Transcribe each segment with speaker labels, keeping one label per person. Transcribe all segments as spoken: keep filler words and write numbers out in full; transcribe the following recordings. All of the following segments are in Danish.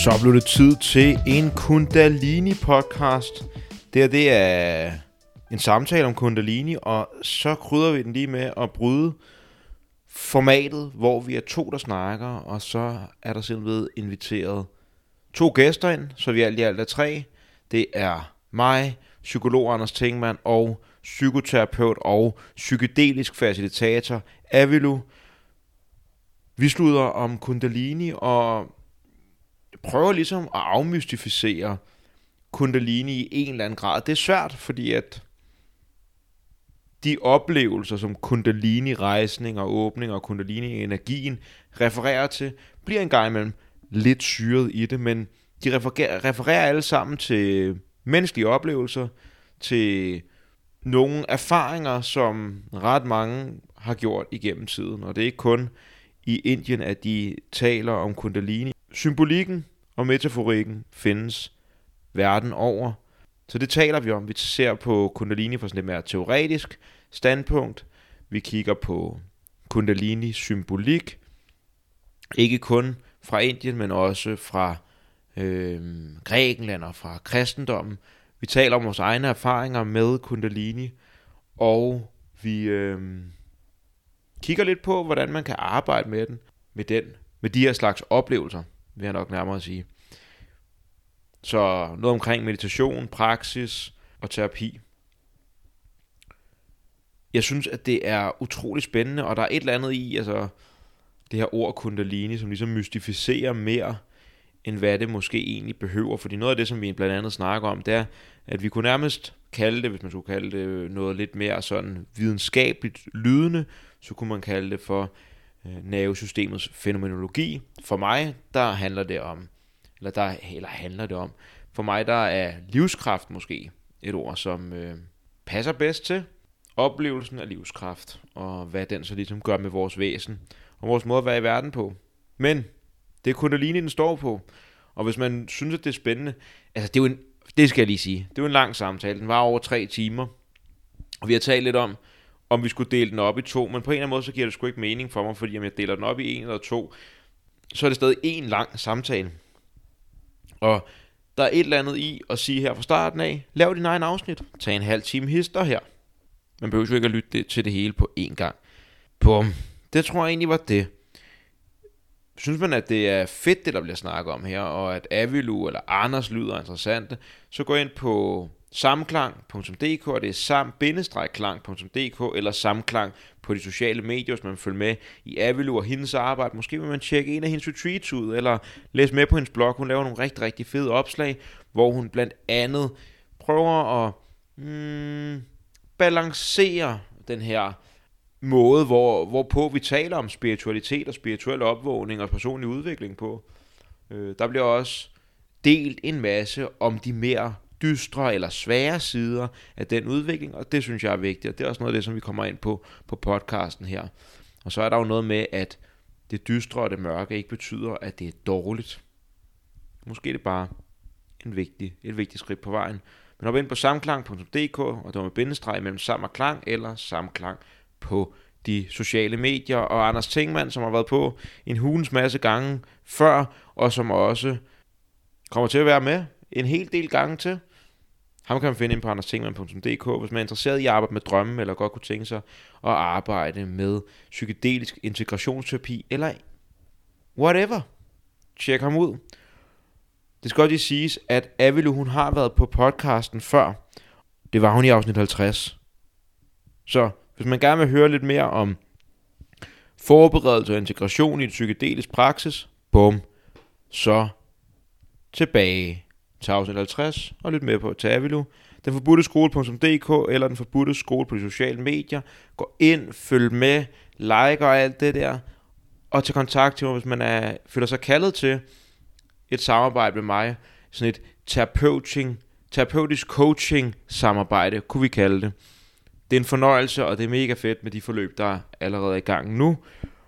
Speaker 1: Så blev det tid til en Kundalini-podcast. Det her, det er en samtale om Kundalini, og så krydder vi den lige med at bryde formatet, hvor vi er to, der snakker, og så er der simpelthen inviteret to gæster ind, så vi alt i alt er tre. Det er mig, psykolog Anders Tingmann, og psykoterapeut og psykedelisk facilitator Avilu. Vi slutter om Kundalini og prøver ligesom at afmystificere Kundalini i en eller anden grad. Det er svært, fordi at de oplevelser, som Kundalini-rejsning og åbning og Kundalini-energien refererer til, bliver en gang imellem lidt syret i det, men de refererer, refererer alle sammen til menneskelige oplevelser, til nogle erfaringer, som ret mange har gjort igennem tiden, og det er ikke kun i Indien, at de taler om Kundalini. Symbolikken og metaforikken findes verden over, så det taler vi om. Vi ser på Kundalini fra sådan lidt mere teoretisk standpunkt. Vi kigger på Kundalini-symbolik, ikke kun fra Indien, men også fra øh, Grækenland og fra kristendommen. Vi taler om vores egne erfaringer med Kundalini, og vi øh, kigger lidt på, hvordan man kan arbejde med den, med den, med de her slags oplevelser, vil jeg nok nærmere sige. Så noget omkring meditation, praksis og terapi. Jeg synes, at det er utrolig spændende, og der er et eller andet i, altså det her ord Kundalini, som ligesom mystificerer mere, end hvad det måske egentlig behøver. Fordi noget af det, som vi blandt andet snakker om, det er, at vi kunne nærmest kalde det, hvis man skulle kalde det noget lidt mere sådan videnskabeligt lydende, så kunne man kalde det for øh, nervesystemets fænomenologi. For mig, der handler det om, eller der eller handler det om, for mig, der er livskraft måske et ord, som øh, passer bedst til oplevelsen af livskraft, og hvad den så ligesom gør med vores væsen, og vores måde at være i verden på. Men det er Kundalini, den står på, og hvis man synes, at det er spændende, altså det er jo en, det skal jeg lige sige, det er jo en lang samtale, den var over tre timer, og vi har talt lidt om, om vi skulle dele den op i to, men på en eller anden måde, så giver det sgu ikke mening for mig, fordi om jeg deler den op i en eller to, så er det stadig en lang samtale. Og der er et eller andet i at sige her fra starten af, lav din egen afsnit, tag en halv time hister her. Man behøver jo ikke at lytte det, til det hele på én gang. Bum. Det tror jeg egentlig var det. Synes man, at det er fedt, det der bliver snakket om her, og at Avilu eller Anders lyder interessante, så gå ind på samklang punktum d k, og det er sam-klang punktum d k, eller samklang på de sociale medier, hvis man vil følge med i Avilu og hendes arbejde. Måske vil man tjekke en af hendes retreats ud, eller læse med på hendes blog. Hun laver nogle rigtig, rigtig fede opslag, hvor hun blandt andet prøver at hmm, balancere den her måde, hvor, hvorpå vi taler om spiritualitet og spirituel opvågning og personlig udvikling på. Øh, der bliver også delt en masse om de mere dystre eller svære sider af den udvikling, og det synes jeg er vigtigt, og det er også noget af det, som vi kommer ind på på podcasten her. Og så er der jo noget med, at det dystre og det mørke ikke betyder, at det er dårligt. Måske er det bare en vigtig, et vigtigt skridt på vejen. Men hop ind på samklang punktum d k, og der er med bindestreg mellem sam og klang, eller samklang på de sociale medier, og Anders Tingmann, som har været på en hulens masse gange før, og som også kommer til at være med en hel del gange til. Ham kan man finde ind på anders tingmann punktum d k, hvis man er interesseret i at arbejde med drømme, eller godt kunne tænke sig at arbejde med psykedelisk integrationsterapi, eller whatever. Tjek ham ud. Det skal godt lige siges, at Avilu, hun har været på podcasten før. Det var hun i afsnit halvtreds. Så hvis man gerne vil høre lidt mere om forberedelse og integration i et psykedelisk praksis, bum, så tilbage til afsnit halvtreds og lyt med på til Avilu. Den forbudte skole punktum d k eller den forbudte skole på de sociale medier. Gå ind, følg med, like og alt det der, og til kontakt til mig, hvis man er, føler sig kaldet til et samarbejde med mig. Sådan et terapeuting, terapeutisk coaching samarbejde, kunne vi kalde det. Det er en fornøjelse, og det er mega fedt med de forløb, der er allerede i gang nu.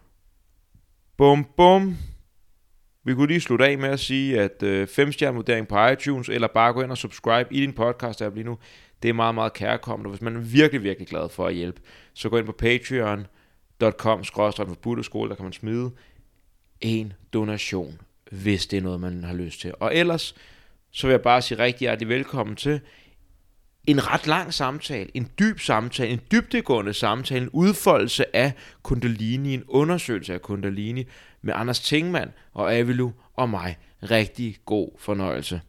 Speaker 1: Bum bum. Vi kunne lige slutte af med at sige, at øh, fem-stjerne vurdering på iTunes, eller bare gå ind og subscribe i din podcast-app lige nu. Det er meget, meget kærkomment, og hvis man er virkelig, virkelig glad for at hjælpe, så gå ind på patreon punktum com skråstreg forbudte skole, der kan man smide en donation hvis det er noget, man har lyst til. Og ellers, så vil jeg bare sige rigtig hjertelig velkommen til en ret lang samtale, en dyb samtale, en dybdegående samtale, en udfoldelse af Kundalini, en undersøgelse af Kundalini med Anders Tingmann og Avilu og mig. Rigtig god fornøjelse.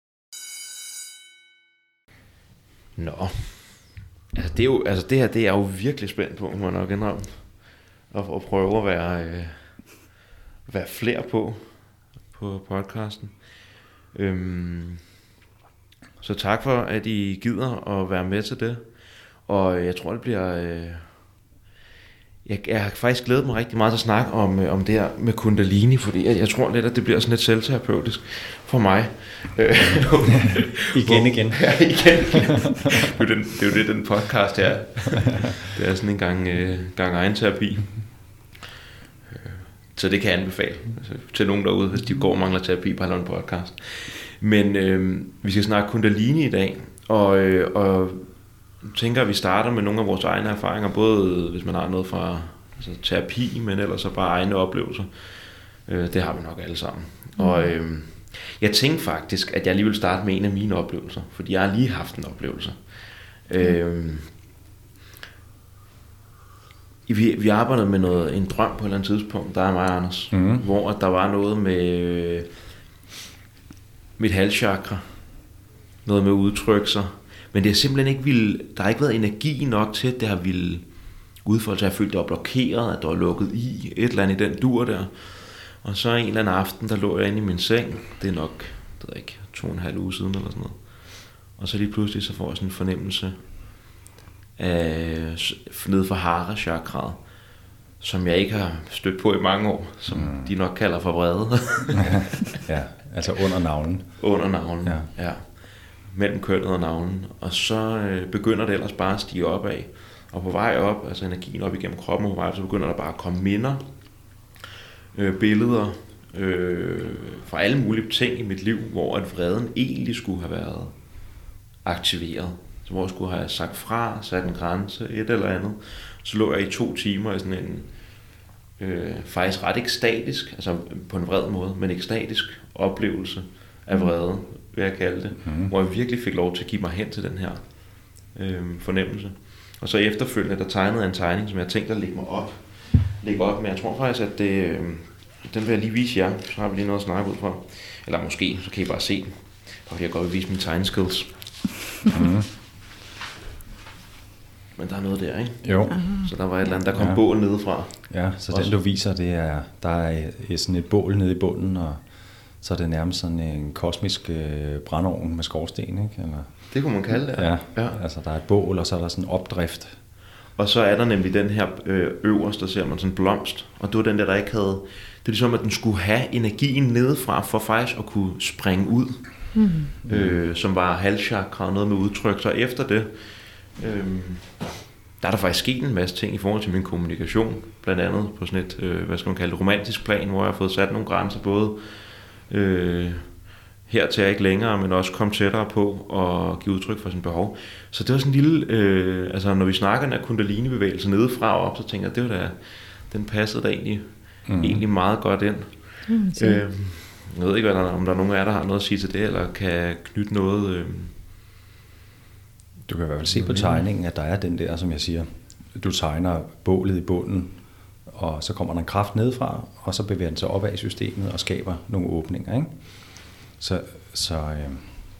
Speaker 1: Nå, altså det, er jo, altså det her, det er jo virkelig spændt på, må jeg nok indrømme, at, at prøve at være, øh, være flere på, på podcasten. Øhm, så tak for, at I gider at være med til det, og jeg tror, det bliver... Øh, jeg, jeg har faktisk glædet mig rigtig meget til at snakke om, øh, om det her med Kundalini, fordi jeg, jeg tror lidt, at det bliver sådan lidt selvterapeutisk for mig.
Speaker 2: igen igen.
Speaker 1: Ja, igen igen. Det er jo, den, det er jo det, den podcast her. Det er sådan en gang, øh, gang egen terapi. Så det kan jeg anbefale altså, til nogen derude, hvis de går og mangler terapi på en podcast. Men øh, vi skal snakke Kundalini i dag, og, øh, og tænker, at vi starter med nogle af vores egne erfaringer, både hvis man har noget fra altså, terapi, men ellers så bare egne oplevelser. Øh, det har vi nok alle sammen. Mm. Og øh, jeg tænkte faktisk, at jeg lige vil starte med en af mine oplevelser, fordi jeg har lige haft en oplevelse. Mm. Øh, vi, vi arbejdede med noget, en drøm på et eller andet tidspunkt, der er mig og Anders, mm. hvor der var noget med øh, mit halschakra, noget med udtryk sig. Men det har simpelthen ikke ville, der har ikke været energi nok til, at det har ville udfolde sig. Jeg følte, det var blokeret, at det var lukket i, et eller andet i den dur der. Og så en eller anden aften, der lå jeg inde i min seng. Det er nok, det ved jeg ikke, to og en halv uge siden eller sådan noget. Og så lige pludselig, så får jeg sådan en fornemmelse af, nede for hara chakraet, som jeg ikke har stødt på i mange år, som mm. de nok kalder for vrede.
Speaker 2: Ja, altså under navlen.
Speaker 1: Under navlen, ja. ja. Mellem kønnet og navlen, og så øh, begynder det ellers bare at stige opad, og på vej op, altså energien op igennem kroppen, og på vej op, så begynder der bare at komme minder, øh, billeder øh, fra alle mulige ting i mit liv, hvor at vreden egentlig skulle have været aktiveret, så hvor jeg skulle have sagt fra, sat en grænse, et eller andet. Så lå jeg i to timer i sådan en øh, faktisk ret ekstatisk, altså på en vred måde, men ekstatisk oplevelse af vrede, vil jeg kalde det, mm. hvor jeg virkelig fik lov til at give mig hen til den her øh, fornemmelse. Og så efterfølgende, der tegnede en tegning, som jeg tænkte at lægge mig op, lægge op, men jeg tror faktisk, at det, øh, den vil jeg lige vise jer, så har vi lige noget at snakke ud fra. Eller måske, så kan I bare se den, fordi jeg godt vil vise mine tegneskills. Mm. Men der er noget der, ikke?
Speaker 2: Jo.
Speaker 1: Så der var et eller andet, der kom
Speaker 2: ja.
Speaker 1: bål nedefra.
Speaker 2: Ja, så også. Den du viser, det er, der er sådan et bål nede i bunden, og så er det nærmest sådan en kosmisk øh, brændeovn med skorsten, ikke? Eller,
Speaker 1: det kunne man kalde det.
Speaker 2: Ja, ja, altså der er et bål, og så er der sådan en opdrift.
Speaker 1: Og så er der nemlig den her øh, øverst, der ser man sådan en blomst, og det var den der, der ikke havde, det er ligesom, at den skulle have energien nedefra, for faktisk at kunne springe ud, mm. øh, som var halschakra, noget med udtryk. Så efter det, øh, der er der faktisk sket en masse ting i forhold til min kommunikation, blandt andet på sådan et, øh, hvad skal man kalde det, romantisk plan, hvor jeg har fået sat nogle grænser, både Øh, her til jeg ikke længere, men også komme tættere på og give udtryk for sin behov. Så det var sådan en lille, øh, altså når vi snakker den her Kundalini-bevægelse nedefra og op, så tænker jeg, det var da, den passede da egentlig, mm. egentlig meget godt ind. Mm, øh, jeg ved ikke, hvad der, om der er nogen af jer, der har noget at sige til det, eller kan knytte noget. Øh,
Speaker 2: du kan i hvert fald se på tegningen, at der er den der, som jeg siger, du tegner bålet i bunden, og så kommer der en kraft nedefra, og så bevæger den sig opad i systemet og skaber nogle åbninger, ikke? Så, så, øh,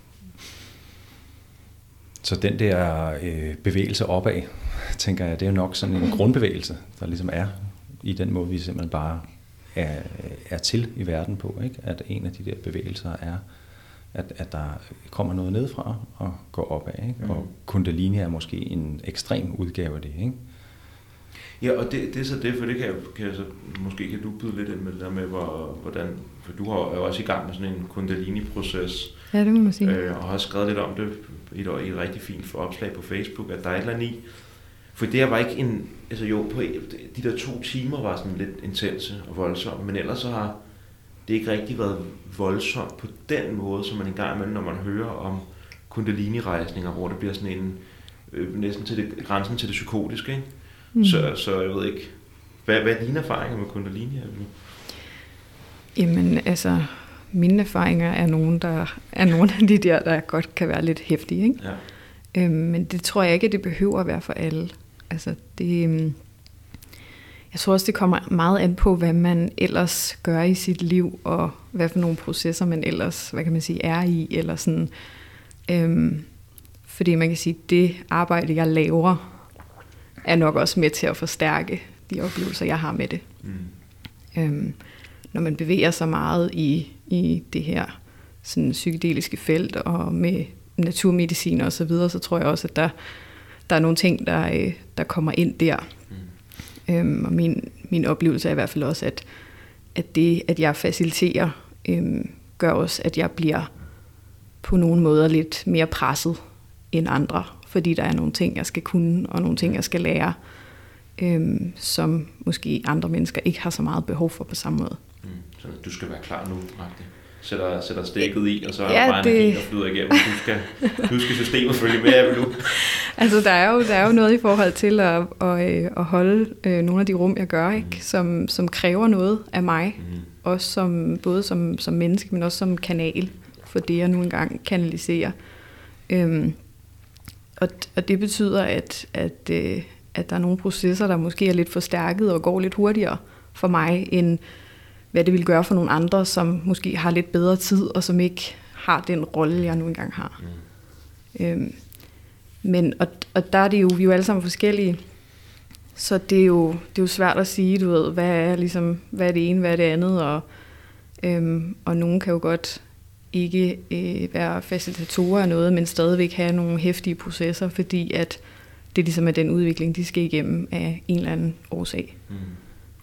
Speaker 2: så den der øh, bevægelse opad, tænker jeg, det er nok sådan en grundbevægelse, der ligesom er i den måde, vi simpelthen bare er, er til i verden på, ikke? At en af de der bevægelser er, at, at der kommer noget nedefra og går opad, ikke? Mm. Og Kundalini er måske en ekstrem udgave af det, ikke?
Speaker 1: Ja, og det, det er så det, for det kan jeg, kan jeg så, måske kan du byde lidt ind med det der med, hvor, hvordan, for du har jo også i gang med sådan en Kundalini-proces.
Speaker 3: Ja, det må man sige.
Speaker 1: Øh, og har skrevet lidt om det i et, i et rigtig fint opslag på Facebook, at der er et eller andet i. For det her var ikke en, altså jo, på de der to timer var sådan lidt intense og voldsomme, men ellers så har det ikke rigtig været voldsomt på den måde, som man engang imellem, når man hører om Kundalini-rejsninger, hvor det bliver sådan en, øh, næsten til det, grænsen til det psykotiske, ikke? Mm. Så, så jeg ved ikke, hvad, hvad er dine erfaringer med Kundalini?
Speaker 3: Jamen, altså, mine erfaringer er nogen, der er nogle af de der, der godt kan være lidt heftige, ikke? Ja. Øhm, men det tror jeg ikke, at det behøver at være for alle. Altså, det, øhm, jeg tror også, det kommer meget an på, hvad man ellers gør i sit liv, og hvad for nogle processer man ellers, hvad kan man sige, er i, eller sådan. Øhm, fordi man kan sige, at det arbejde, jeg laver, er nok også med til at forstærke de oplevelser, jeg har med det. Mm. Øhm, når man bevæger sig meget i, i det her sådan psykedeliske felt, og med naturmedicin og så videre, så tror jeg også, at der, der er nogle ting, der, der kommer ind der. Mm. Øhm, og min, min oplevelse er i hvert fald også, at, at det, at jeg faciliterer, øhm, gør også, at jeg bliver på nogle måder lidt mere presset end andre, fordi der er nogle ting, jeg skal kunne, og nogle ting, jeg skal lære, øhm, som måske andre mennesker ikke har så meget behov for på samme måde.
Speaker 1: Mm. Så du skal være klar nu, Magde. Sætter, sætter stikket i, og så er
Speaker 3: ja,
Speaker 1: der bare
Speaker 3: det...
Speaker 1: energi, der flyder igennem. Du skal, nu skal systemet følge med af nu.
Speaker 3: Altså, der er, jo, der er jo noget i forhold til at, at, at holde øh, nogle af de rum, jeg gør, ikke? Mm. Som, som kræver noget af mig. Mm. Også som, både som, som menneske, men også som kanal for det, jeg nu engang kanaliserer. Øhm, og, og det betyder, at, at, øh, at der er nogle processer, der måske er lidt forstærket og går lidt hurtigere for mig, end hvad det vil gøre for nogle andre, som måske har lidt bedre tid, og som ikke har den rolle, jeg nu engang har. Mm. Øhm, men, og, og der er det jo, vi er jo alle sammen forskellige, så det er jo, det er jo svært at sige, du ved, hvad er, ligesom, hvad er det ene, hvad er det andet, og, øhm, og nogen kan jo godt ikke øh, være facilitatorer af noget, men stadigvæk have nogle heftige processer, fordi at det ligesom er den udvikling, de skal igennem af en eller anden årsag. Mm. Ja.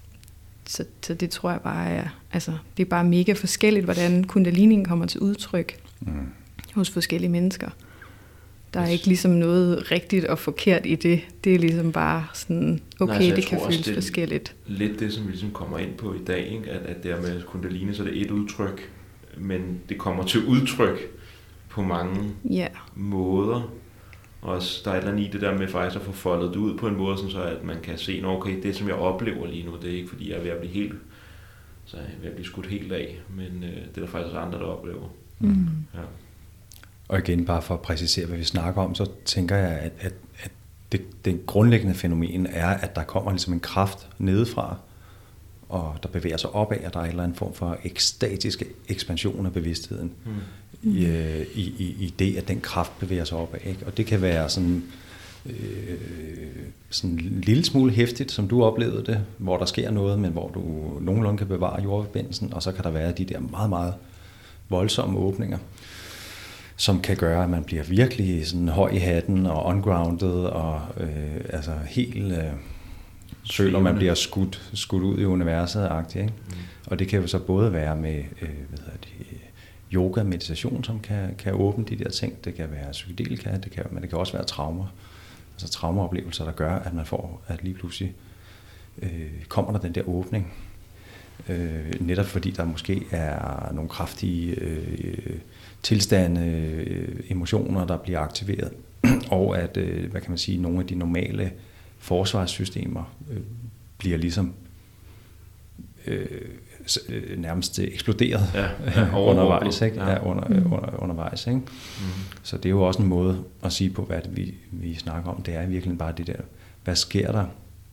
Speaker 3: Så, så det tror jeg bare er, altså, det er bare mega forskelligt, hvordan kundalinin kommer til udtryk mm. hos forskellige mennesker. Der er yes. ikke ligesom noget rigtigt og forkert i det. Det er ligesom bare sådan, okay, Nej, det kan føles det forskelligt.
Speaker 1: Lidt det, som vi ligesom kommer ind på i dag, ikke? At, at det er med kundalini, så det er et udtryk, men det kommer til udtryk på mange yeah. måder. Også der er et eller andet i det der med faktisk at få foldet det ud på en måde, sådan så at man kan se, okay, det som jeg oplever lige nu, det er ikke fordi jeg er ved at blive helt, så jeg er ved at blive skudt helt af, men øh, det er der faktisk også andre, der oplever. Mm. Ja.
Speaker 2: Og igen, bare for at præcisere, hvad vi snakker om, så tænker jeg, at, at, at det, det grundlæggende fænomen er, at der kommer ligesom en kraft nedefra, og der bevæger sig opad, og der er en eller anden form for ekstatisk ekspansion af bevidstheden mm. i, i, i, i det, at den kraft bevæger sig opad. Ikke? Og det kan være sådan, øh, sådan en lille smule hæftigt, som du oplevede det, hvor der sker noget, men hvor du nogenlunde kan bevare jordforbindelsen, og så kan der være de der meget, meget voldsomme åbninger, som kan gøre, at man bliver virkelig sådan høj i hatten og ungrounded og øh, altså helt øh, føler, man bliver skudt, skudt ud i universet-agtigt. Ikke? Mm. Og det kan jo så både være med øh, hvad hedder det, yoga, meditation, som kan, kan åbne de der ting. Det kan være psykedelika, det kan, men det kan også være traumer. Altså traumaoplevelser, der gør, at man får, at lige pludselig øh, kommer der den der åbning. Øh, netop fordi der måske er nogle kraftige øh, tilstande, øh, emotioner, der bliver aktiveret, og at, øh, hvad kan man sige, nogle af de normale forsvarssystemer øh, bliver ligesom øh, nærmest eksploderet ja, ja, undervejs, ikke? Ja. Ja, under, mm. under, undervejs, ikke? Mm. Så det er jo også en måde at sige på, hvad vi, vi snakker om. Det er virkelig bare det der, hvad sker der?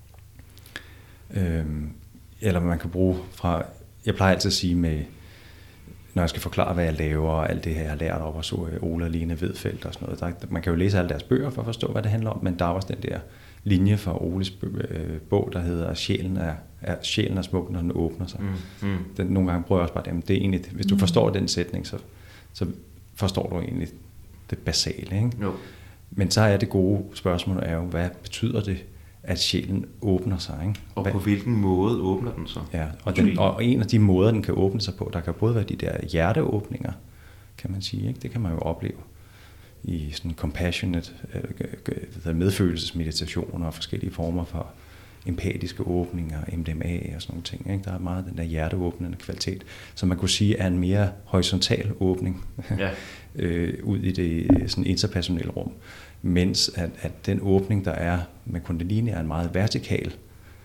Speaker 2: Øhm, eller man kan bruge fra, jeg plejer altid at sige med, når jeg skal forklare, hvad jeg laver, og alt det her, jeg har lært op, og så Ola og Lene Vedfeldt og sådan noget. Der, man kan jo læse alle deres bøger for at forstå, hvad det handler om, men der er også den der linje fra Oles bog, der hedder Sjælen er, er, sjælen er smuk, når den åbner sig. Mm, mm. Den, nogle gange prøver jeg også bare, jamen, det er egentlig, hvis du forstår den sætning, så, så forstår du egentlig det basale. Ikke? Jo. Men så er det gode spørgsmål er jo, hvad betyder det, at sjælen åbner sig? Ikke?
Speaker 1: Og hvad, på hvilken måde åbner den sig?
Speaker 2: Ja, og, den, og en af de måder, den kan åbne sig på, der kan både være de der hjerteåbninger, kan man sige. Ikke? Det kan man jo opleve i sådan compassionate øh, medfølelsesmeditationer og forskellige former for empatiske åbninger, M D M A og sådan nogle ting. Ikke? Der er meget den der hjerteåbnende kvalitet, som man kunne sige er en mere horisontal åbning ja. øh, ud i det sådan interpersonelle rum. Mens at, at den åbning, der er med kundalini, er en meget vertikal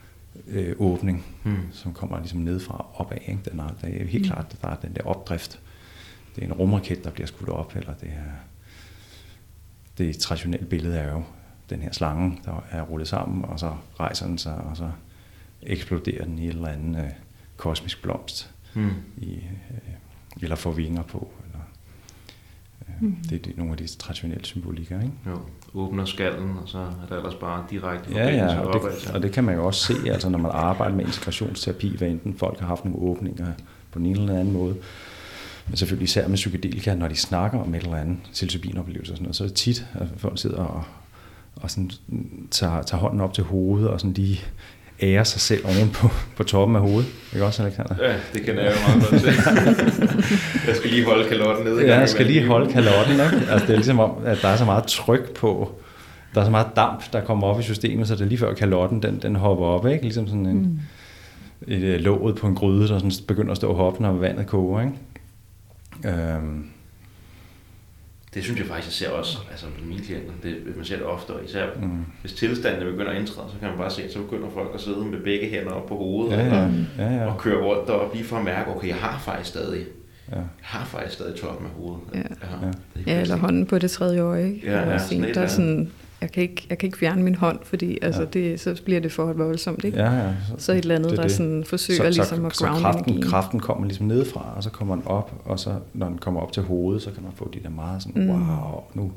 Speaker 2: øh, åbning,
Speaker 1: mm.
Speaker 2: som kommer ligesom nedefra opad. Ikke? Den er, det er helt klart, at der er den der opdrift. Det er en rumraket, der bliver skudt op, eller det er det traditionelle billede er jo den her slange, der er rullet sammen, og så rejser den sig, og så eksploderer den i et eller andet øh, kosmisk blomst, mm. i, øh, eller får vinger på. Eller, øh, mm. det, det er nogle af de traditionelle symbolikker, ikke?
Speaker 1: Jo, åbner skallen, og så er der ellers bare direkte
Speaker 2: ja, ja, og det, opad, og det kan man jo også se, altså når man arbejder med integrationsterapi, hvad enten folk har haft nogle åbninger på en eller anden måde, men selvfølgelig især med psykedelika, når de snakker om et eller andet psilocybinoplevelse og sådan noget, så er det tit, at folk sidder og, og sådan tager, tager hånden op til hovedet og sådan lige ærer sig selv oven på, på toppen af hovedet. Ikke også, Alexander?
Speaker 1: Ja, det kender jeg jo meget godt til. Jeg skal lige holde kalotten nede.
Speaker 2: Ja, jeg skal lige holde kalotten. Ikke? Altså, det er ligesom om, at der er så meget tryk på, der er så meget damp, der kommer op i systemet, så det er lige før kalotten, den, den hopper op, ikke? Ligesom sådan en, mm. et låget på en gryde, der sådan begynder at stå og hoppe, når vandet koger, ikke? Øhm.
Speaker 1: Det synes jeg faktisk, jeg ser også, altså på mine klienter, det, man ser det ofte, og især mm. hvis tilstandene begynder at indtræde, så kan man bare se, at så begynder folk at sidde med begge hænder op på hovedet,
Speaker 2: ja, ja.
Speaker 1: Og,
Speaker 2: Ja, ja.
Speaker 1: og køre rundt og lige for at mærke, okay, jeg har faktisk stadig,
Speaker 2: ja.
Speaker 1: jeg har faktisk stadig toppen af hovedet.
Speaker 3: Ja,
Speaker 1: ja.
Speaker 3: ja eller hånden på det tredje år, ikke?
Speaker 1: Ja, ja, sådan
Speaker 3: der er sådan, jeg kan, ikke, jeg kan ikke fjerne min hånd, fordi altså, ja. det, så bliver det for voldsomt, ikke?
Speaker 2: Ja, ja.
Speaker 3: Så, så et eller andet, det, der det. Sådan forsøger så, ligesom at ground
Speaker 2: kraften,
Speaker 3: energien.
Speaker 2: kraften kommer ligesom nedefra, og så kommer den op, og så når den kommer op til hovedet, så kan man få de der meget sådan, mm. wow, nu,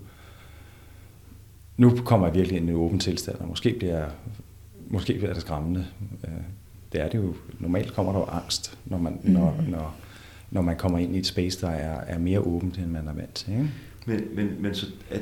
Speaker 2: nu kommer jeg virkelig ind i en åben tilstand, og måske bliver, måske bliver det skræmmende. Det er det jo, normalt kommer der jo angst, når man, mm. når, når, når man kommer ind i et space, der er, er mere åbent, end man er vant til. Ikke?
Speaker 1: Men, men, men så, at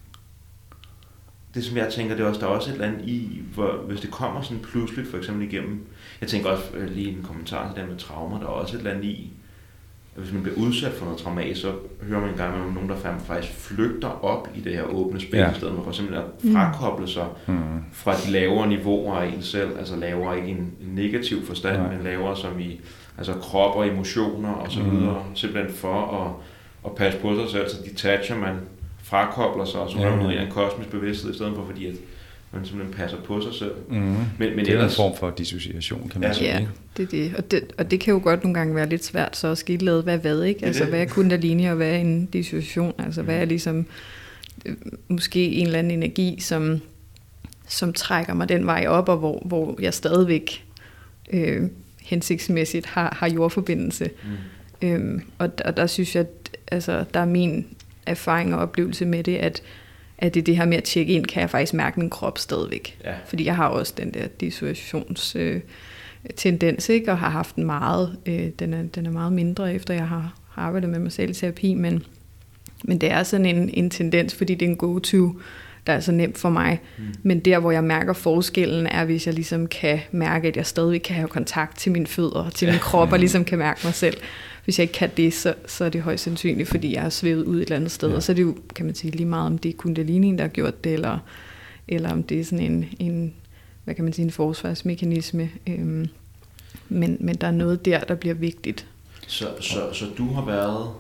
Speaker 1: det som jeg tænker, det er også, der er også et eller andet i, hvor, hvis det kommer sådan pludseligt, for eksempel igennem, jeg tænker også lige en kommentar til det med traumer, der er også et eller andet i, at hvis man bliver udsat for noget traumatisk, så hører man en gang med nogen, der faktisk flygter op i det her åbne spil, ja. I stedet for for eksempel at frakoble sig mm. fra de lavere niveauer af en selv, altså lavere ikke i en negativ forstand, ja. Men lavere som i altså krop og emotioner og så videre, mm. simpelthen for at, at passe på sig selv, så detacher man, frakobler sig, og så kommer man ud i en kosmisk bevidsthed, i stedet for fordi, at man simpelthen passer på sig selv.
Speaker 2: Mm. Men, men det er ellers en form for dissociation, kan man
Speaker 3: ja,
Speaker 2: sige.
Speaker 3: Ja, det er det. Og, det. og det kan jo godt nogle gange være lidt svært, så at skille lade, hvad hvad, ikke? Altså, hvad er kundalini, og hvad er en dissociation? Altså, mm. hvad er ligesom øh, måske en eller anden energi, som, som trækker mig den vej op, og hvor, hvor jeg stadigvæk øh, hensigtsmæssigt har, har jordforbindelse. Mm. Øhm, og, og der synes jeg, at altså, der er min erfaring og oplevelse med det, at, at det, det her med at tjekke ind, kan jeg faktisk mærke min krop stadigvæk. Ja. Fordi jeg har også den der dissociations øh, tendens, ikke? Og har haft den meget, øh, den, er, den er meget mindre, efter jeg har, har arbejdet med mig selv i terapi, men, men det er sådan en, en tendens, fordi det er en go-to, der er så nemt for mig. Mm. Men der, hvor jeg mærker forskellen, er, hvis jeg ligesom kan mærke, at jeg stadigvæk kan have kontakt til mine fødder, til min krop, og ligesom kan mærke mig selv. Hvis jeg ikke kan det, så, så er det højst sandsynligt, fordi jeg har svævet ud et eller andet sted. Ja. Og så er det jo, kan man sige, lige meget om det er kundalinien, der har gjort det, eller, eller om det er sådan en, en, hvad kan man sige, en forsvarsmekanisme. Øhm, men, men der er noget der, der bliver vigtigt.
Speaker 1: Så, så, så du har været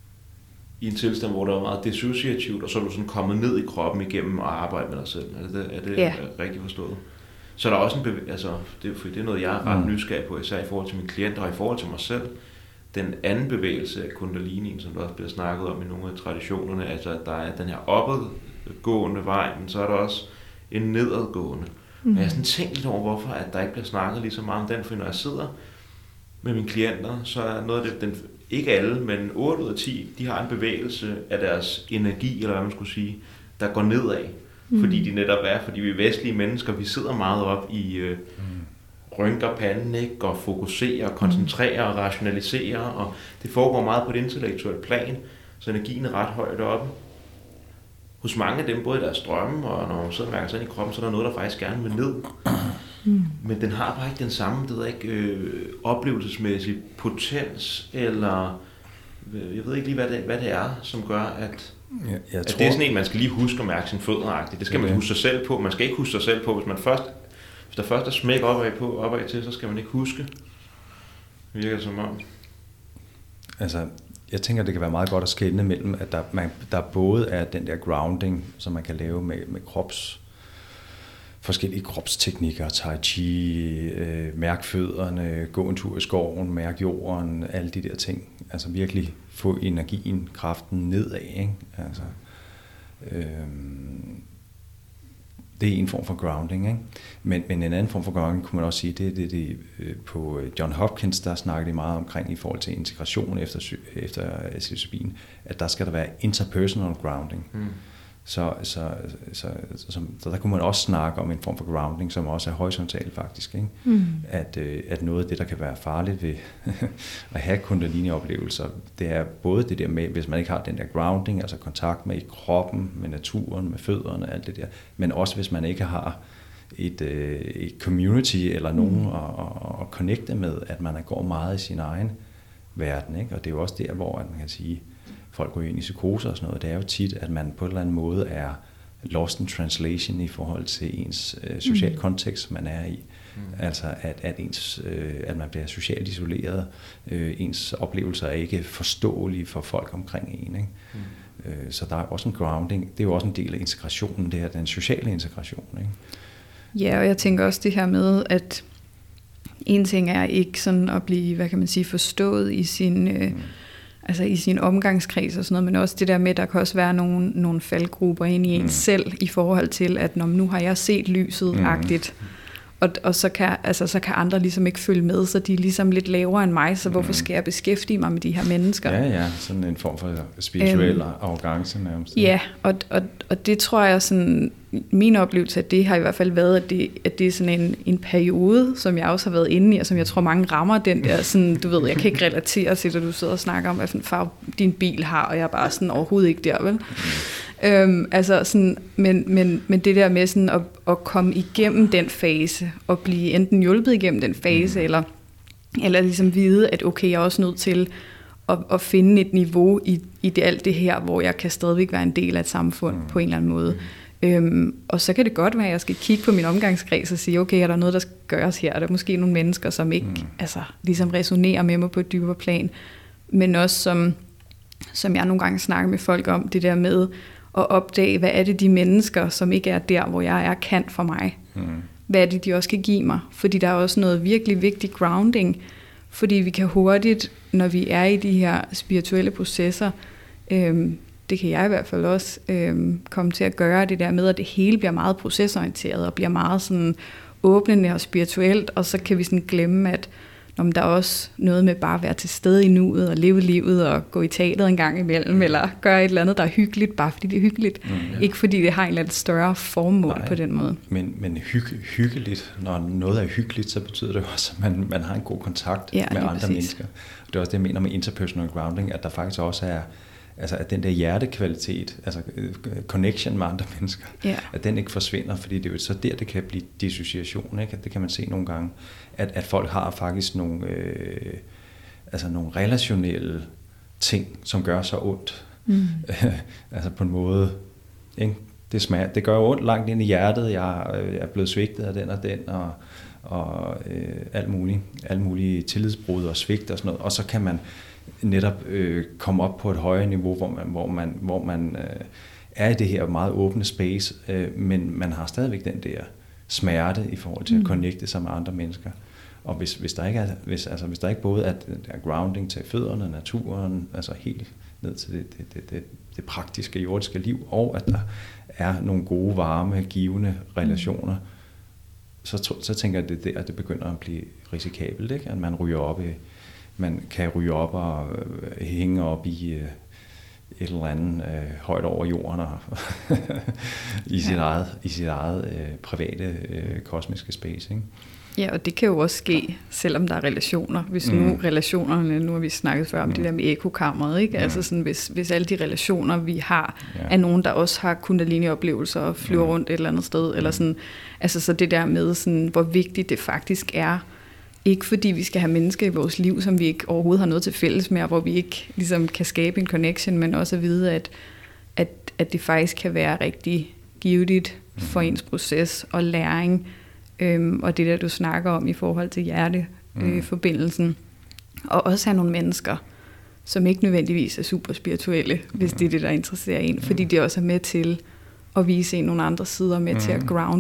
Speaker 1: i en tilstand, hvor der er meget dissociativt, og så er du sådan kommet ned i kroppen igennem og arbejde med dig selv. Er det, er det
Speaker 3: ja.
Speaker 1: rigtigt forstået? Så der er også en bevæ- altså, det, for det er noget, jeg er ret nysgerrig på, især i forhold til mine klienter og i forhold til mig selv. Den anden bevægelse af kundalinien, som der også bliver snakket om i nogle af traditionerne, altså at der er den her opadgående vej, men så er der også en nedadgående. Mm. Og jeg har sådan tænkt lidt over, hvorfor at der ikke bliver snakket lige så meget om den, for når jeg sidder med mine klienter, så er noget af det, den, ikke alle, men otte ud af ti, de har en bevægelse af deres energi, eller hvad man skulle sige, der går nedad. Mm. Fordi de netop er, fordi vi er vestlige mennesker, vi sidder meget op i øh, mm. rynker panden, ikke? Og fokuserer, koncentrerer og rationaliserer, og det foregår meget på et intellektuelt plan, så energien er ret højt oppe. Hos mange af dem, både i deres drømme, og når man sidder og mærker sig ind i kroppen, så er der noget, der faktisk gerne vil ned. Mm. Men den har bare ikke den samme, det ved ikke, øh, oplevelsesmæssig potens, eller øh, jeg ved ikke lige, hvad det, hvad det er, som gør, at,
Speaker 2: ja, jeg
Speaker 1: at
Speaker 2: tror...
Speaker 1: det er sådan en, man skal lige huske at mærke sin fødderagtigt. Det skal man huske sig selv på. Man skal ikke huske sig selv på, hvis man først, hvis der først er smæk opad, på, opad til, så skal man ikke huske. Det virker som om.
Speaker 2: Altså, jeg tænker, det kan være meget godt at skelne mellem, at der, man, der både er den der grounding, som man kan lave med, med krops forskellige kropsteknikker, tai chi, øh, mærk fødderne, gå en tur i skoven, mærk jorden, alle de der ting. Altså virkelig få energien, kraften nedad, ikke? Altså, øh, det er en form for grounding, ikke? Men, men en anden form for grounding kunne man også sige, det er det, det, på John Hopkins, der snakker de meget omkring i forhold til integration efter, efter psilocybin, at der skal der være interpersonal grounding. Mm. Så, så, så, så, så der kunne man også snakke om en form for grounding, som også er horisontal faktisk, ikke? Mm. At, at noget af det, der kan være farligt ved at have kundalini-oplevelser, det er både det der med, hvis man ikke har den der grounding, altså kontakt med i kroppen, med naturen, med fødderne, alt det der, men også hvis man ikke har et, et community eller nogen mm. at, at, at connecte med, at man går meget i sin egen verden, ikke? Og det er jo også der, hvor man kan sige, folk går ind i psykoser og sådan noget, det er jo tit, at man på en eller anden måde er lost in translation i forhold til ens øh, social mm. kontekst, man er i. Mm. Altså, at, at, ens, øh, at man bliver socialt isoleret, øh, ens oplevelser er ikke forståelige for folk omkring en, ikke? Mm. Øh, så der er også en grounding, det er jo også en del af integrationen, det her, den sociale integration, ikke?
Speaker 3: Ja, og jeg tænker også det her med, at en ting er ikke sådan at blive, hvad kan man sige, forstået i sin... Øh, mm. altså i sin omgangskreds og sådan noget, men også det der med, at der kan også være nogle, nogle faldgrupper ind i ens mm. selv, i forhold til, at når nu har jeg set lyset-agtigt, mm. og, og så, kan, altså, så kan andre ligesom ikke følge med, så de er ligesom lidt lavere end mig, så hvorfor skal jeg beskæftige mig med de her mennesker?
Speaker 2: Ja, ja, sådan en form for spirituel øhm, arrogance nærmest.
Speaker 3: Ja, og, og, og det tror jeg sådan, min oplevelse af det har i hvert fald været, at det, at det er sådan en, en periode, som jeg også har været inde i, og som jeg tror mange rammer den der, sådan, du ved, jeg kan ikke relatere til, at du sidder og snakker om, hvad for en farve din bil har, og jeg er bare sådan overhovedet ikke der, vel? Mm. Øhm, altså sådan, men, men, men det der med sådan at, at komme igennem den fase, og blive enten hjulpet igennem den fase, mm. eller, eller ligesom vide, at okay, jeg er også nødt til at, at finde et niveau i, i det, alt det her, hvor jeg kan stadigvæk være en del af et samfund mm. på en eller anden måde. Mm. Øhm, og så kan det godt være, at jeg skal kigge på min omgangskreds og sige, okay, er der noget, der skal gøres her? Er der måske nogle mennesker, som ikke mm. altså, ligesom resonerer med mig på et dybere plan, men også som, som jeg nogle gange snakker med folk om, det der med at opdage, hvad er det de mennesker, som ikke er der, hvor jeg er, kan for mig? Mm. Hvad er det, de også kan give mig? Fordi der er også noget virkelig vigtigt grounding, fordi vi kan hurtigt, når vi er i de her spirituelle processer, øhm, det kan jeg i hvert fald også øhm, komme til at gøre, det der med, at det hele bliver meget procesorienteret, og bliver meget sådan åbnende og spirituelt, og så kan vi sådan glemme, at om der er også noget med bare at være til stede i nuet, og leve livet, og gå i teateret en gang imellem, eller gøre et eller andet, der er hyggeligt, bare fordi det er hyggeligt. Mm, ja. Ikke fordi det har en eller anden større formål. Nej, på den måde.
Speaker 2: Men, men hygge, hyggeligt, når noget er hyggeligt, så betyder det også, at man, man har en god kontakt ja, med andre præcis. mennesker. Det er også det, jeg mener med interpersonal grounding, at der faktisk også er, altså at den der hjertekvalitet, altså connection med andre mennesker, ja. at den ikke forsvinder, fordi det er jo så der, det kan blive dissociation, ikke? Det kan man se nogle gange, at, at folk har faktisk nogle, øh, altså nogle relationelle ting, som gør så ondt. Mm. altså på en måde, ikke? Det, smager, det gør jo ondt langt ind i hjertet, jeg er blevet svigtet af den og den, og, og øh, alt muligt, alt mulige tillidsbrud og svigt og sådan noget, og så kan man netop øh, komme op på et højere niveau, hvor man, hvor man, hvor man øh, er i det her meget åbne space, øh, men man har stadigvæk den der smerte i forhold til at connecte sig med andre mennesker. Og hvis, hvis, der ikke er, hvis, altså, hvis der ikke både er, er grounding til fødderne, naturen, altså helt ned til det, det, det, det, det praktiske jordiske liv, og at der er nogle gode, varme, givende relationer, mm. så, så tænker jeg, at det er der, det begynder at blive risikabelt, ikke? At man ryger op i man kan ryge op og øh, hænge op i øh, et eller andet øh, højt over jorden og i sit ja. eget, i sit eget øh, private øh, kosmiske space, ikke?
Speaker 3: Ja, og det kan jo også ske, selvom der er relationer. Hvis nu mm. relationerne, nu har vi snakket før om mm. det der med ekokammeret, ikke? Mm. Altså sådan, hvis, hvis alle de relationer, vi har, ja. er nogen, der også har kundalini-oplevelser og flyver mm. rundt et eller andet sted, mm. eller sådan, altså så det der med, sådan, hvor vigtigt det faktisk er, ikke fordi vi skal have mennesker i vores liv, som vi ikke overhovedet har noget til fælles med, og hvor vi ikke ligesom kan skabe en connection, men også at vide, at, at, at det faktisk kan være rigtig givetigt for ens proces og læring, øhm, og det der, du snakker om i forhold til hjerteforbindelsen. Øh, og også have nogle mennesker, som ikke nødvendigvis er super spirituelle, hvis det er det, der interesserer en, fordi de også er med til at vise en nogle andre sider, med til at grounde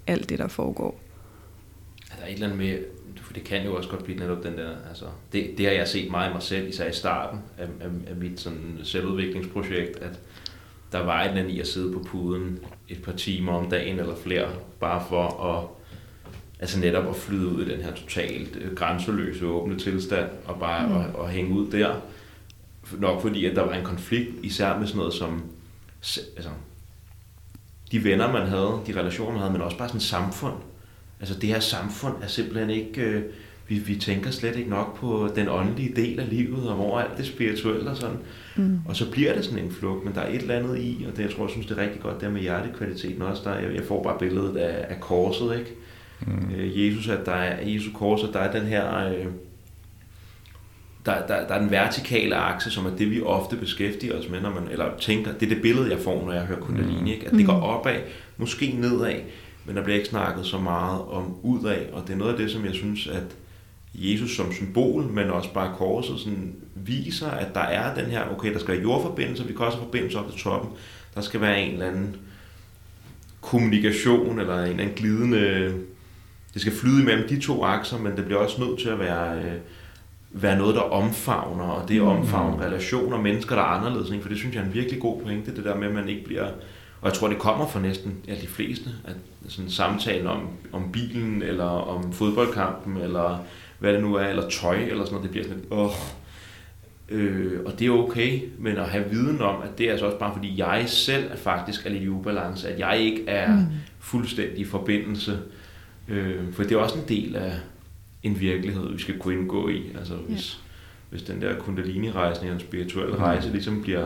Speaker 3: alt det, der foregår.
Speaker 1: Der er et eller andet med, for det kan jo også godt blive netop den der, altså, det, det har jeg set meget i mig selv, især i starten af, af, af mit sådan selvudviklingsprojekt, at der var et eller andet i at sidde på puden et par timer om dagen eller flere, bare for at, altså netop at flyde ud i den her totalt grænseløse åbne tilstand, og bare mm. at, at hænge ud der. Nok fordi, at der var en konflikt, især med sådan noget som, altså, de venner, man havde, de relationer, man havde, men også bare sådan et samfund. Altså det her samfund er simpelthen ikke, øh, vi, vi tænker slet ikke nok på den åndelige del af livet, og hvor alt det spirituelle og sådan. Mm. Og så bliver det sådan en flugt, men der er et eller andet i, og det jeg tror, jeg synes, det er rigtig godt, der med hjertekvaliteten også. Der, jeg, jeg får bare billedet af, af korset, ikke? Mm. Øh, Jesus, at der er, Jesu kors, at der er den her, øh, der, der, der er den vertikale akse, som er det, vi ofte beskæftiger os med, når man, eller tænker, det er det billede, jeg får, når jeg hører Kundalini, ikke? At det går opad, måske nedad, men der bliver ikke snakket så meget om udad, og det er noget af det, som jeg synes, at Jesus som symbol, men også bare korset, sådan viser, at der er den her, okay, der skal være jordforbindelse, vi kan også have forbindelse op til toppen, der skal være en eller anden kommunikation, eller en eller anden glidende, det skal flyde imellem de to akser, men det bliver også nødt til at være, øh, være noget, der omfavner, og det omfavner relationer, mennesker, der er anderledes, ikke? For det synes jeg er en virkelig god pointe, det der med, at man ikke bliver. Og jeg tror, det kommer fra næsten ja, de fleste, at sådan samtalen om, om bilen, eller om fodboldkampen, eller hvad det nu er, eller tøj, eller sådan noget, det bliver sådan lidt, åh. Øh, og det er okay, men at have viden om, at det er altså også bare fordi, jeg selv er faktisk er lidt i ubalance, at jeg ikke er mm. fuldstændig i forbindelse. Øh, for det er også en del af en virkelighed, vi skal kunne indgå i. Altså hvis, ja. hvis den der kundalini-rejsen, en spirituel rejse, mm. ligesom bliver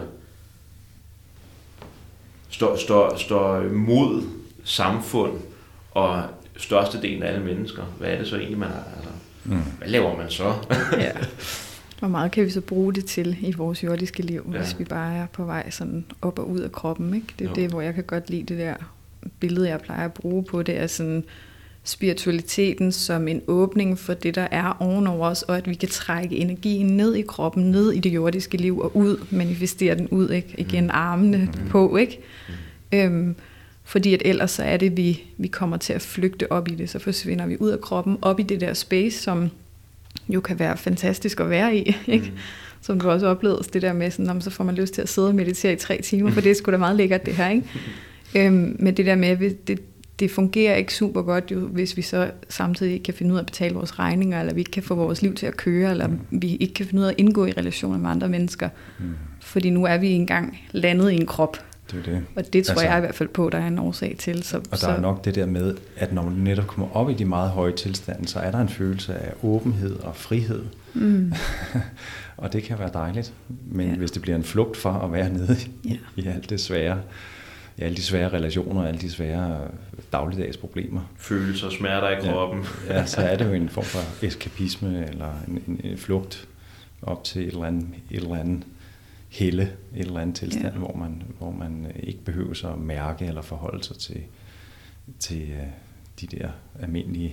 Speaker 1: står, står, står mod samfund og størstedelen af alle mennesker. Hvad er det så egentlig, man har? Altså, mm. Hvad laver man så?
Speaker 3: Ja. Hvor meget kan vi så bruge det til i vores jordiske liv, ja. hvis vi bare er på vej sådan op og ud af kroppen, ikke? Det er jo. det, hvor jeg kan godt lide det der billede, jeg plejer at bruge på. Det er sådan spiritualiteten som en åbning for det, der er ovenover os, og at vi kan trække energien ned i kroppen, ned i det jordiske liv og ud, manifestere den ud, ikke? Igen armene mm. på, ikke? Mm. Øhm, fordi at ellers så er det, vi, vi kommer til at flygte op i det, så forsvinder vi ud af kroppen, op i det der space, som jo kan være fantastisk at være i, ikke? Mm. Som du også oplevede, det der med, sådan, så får man lyst til at sidde og meditere i tre timer, for det er sgu da meget lækkert det her, ikke? øhm, men det der med, det, det fungerer ikke super godt, jo, hvis vi så samtidig ikke kan finde ud af at betale vores regninger, eller vi ikke kan få vores liv til at køre, eller mm. vi ikke kan finde ud af at indgå i relationer med andre mennesker. Mm. Fordi nu er vi engang landet i en krop.
Speaker 2: Det er det.
Speaker 3: Og det tror altså, jeg i hvert fald på, der er en årsag til. Så,
Speaker 2: og der
Speaker 3: så,
Speaker 2: er nok det der med, at når man netop kommer op i de meget høje tilstande, så er der en følelse af åbenhed og frihed. Mm. Og det kan være dejligt. Men ja. hvis det bliver en flugt fra at være nede i, ja. i alt det svære, i alle de svære relationer, alle de svære dagligdags problemer.
Speaker 1: Følelser, smerter i kroppen.
Speaker 2: Ja, ja, så er det jo en form for eskapisme, eller en, en, en flugt op til et eller andet, et eller andet helle, et eller andet tilstand, ja. hvor, man, hvor man ikke behøver så at mærke eller forholde sig til, til de der almindelige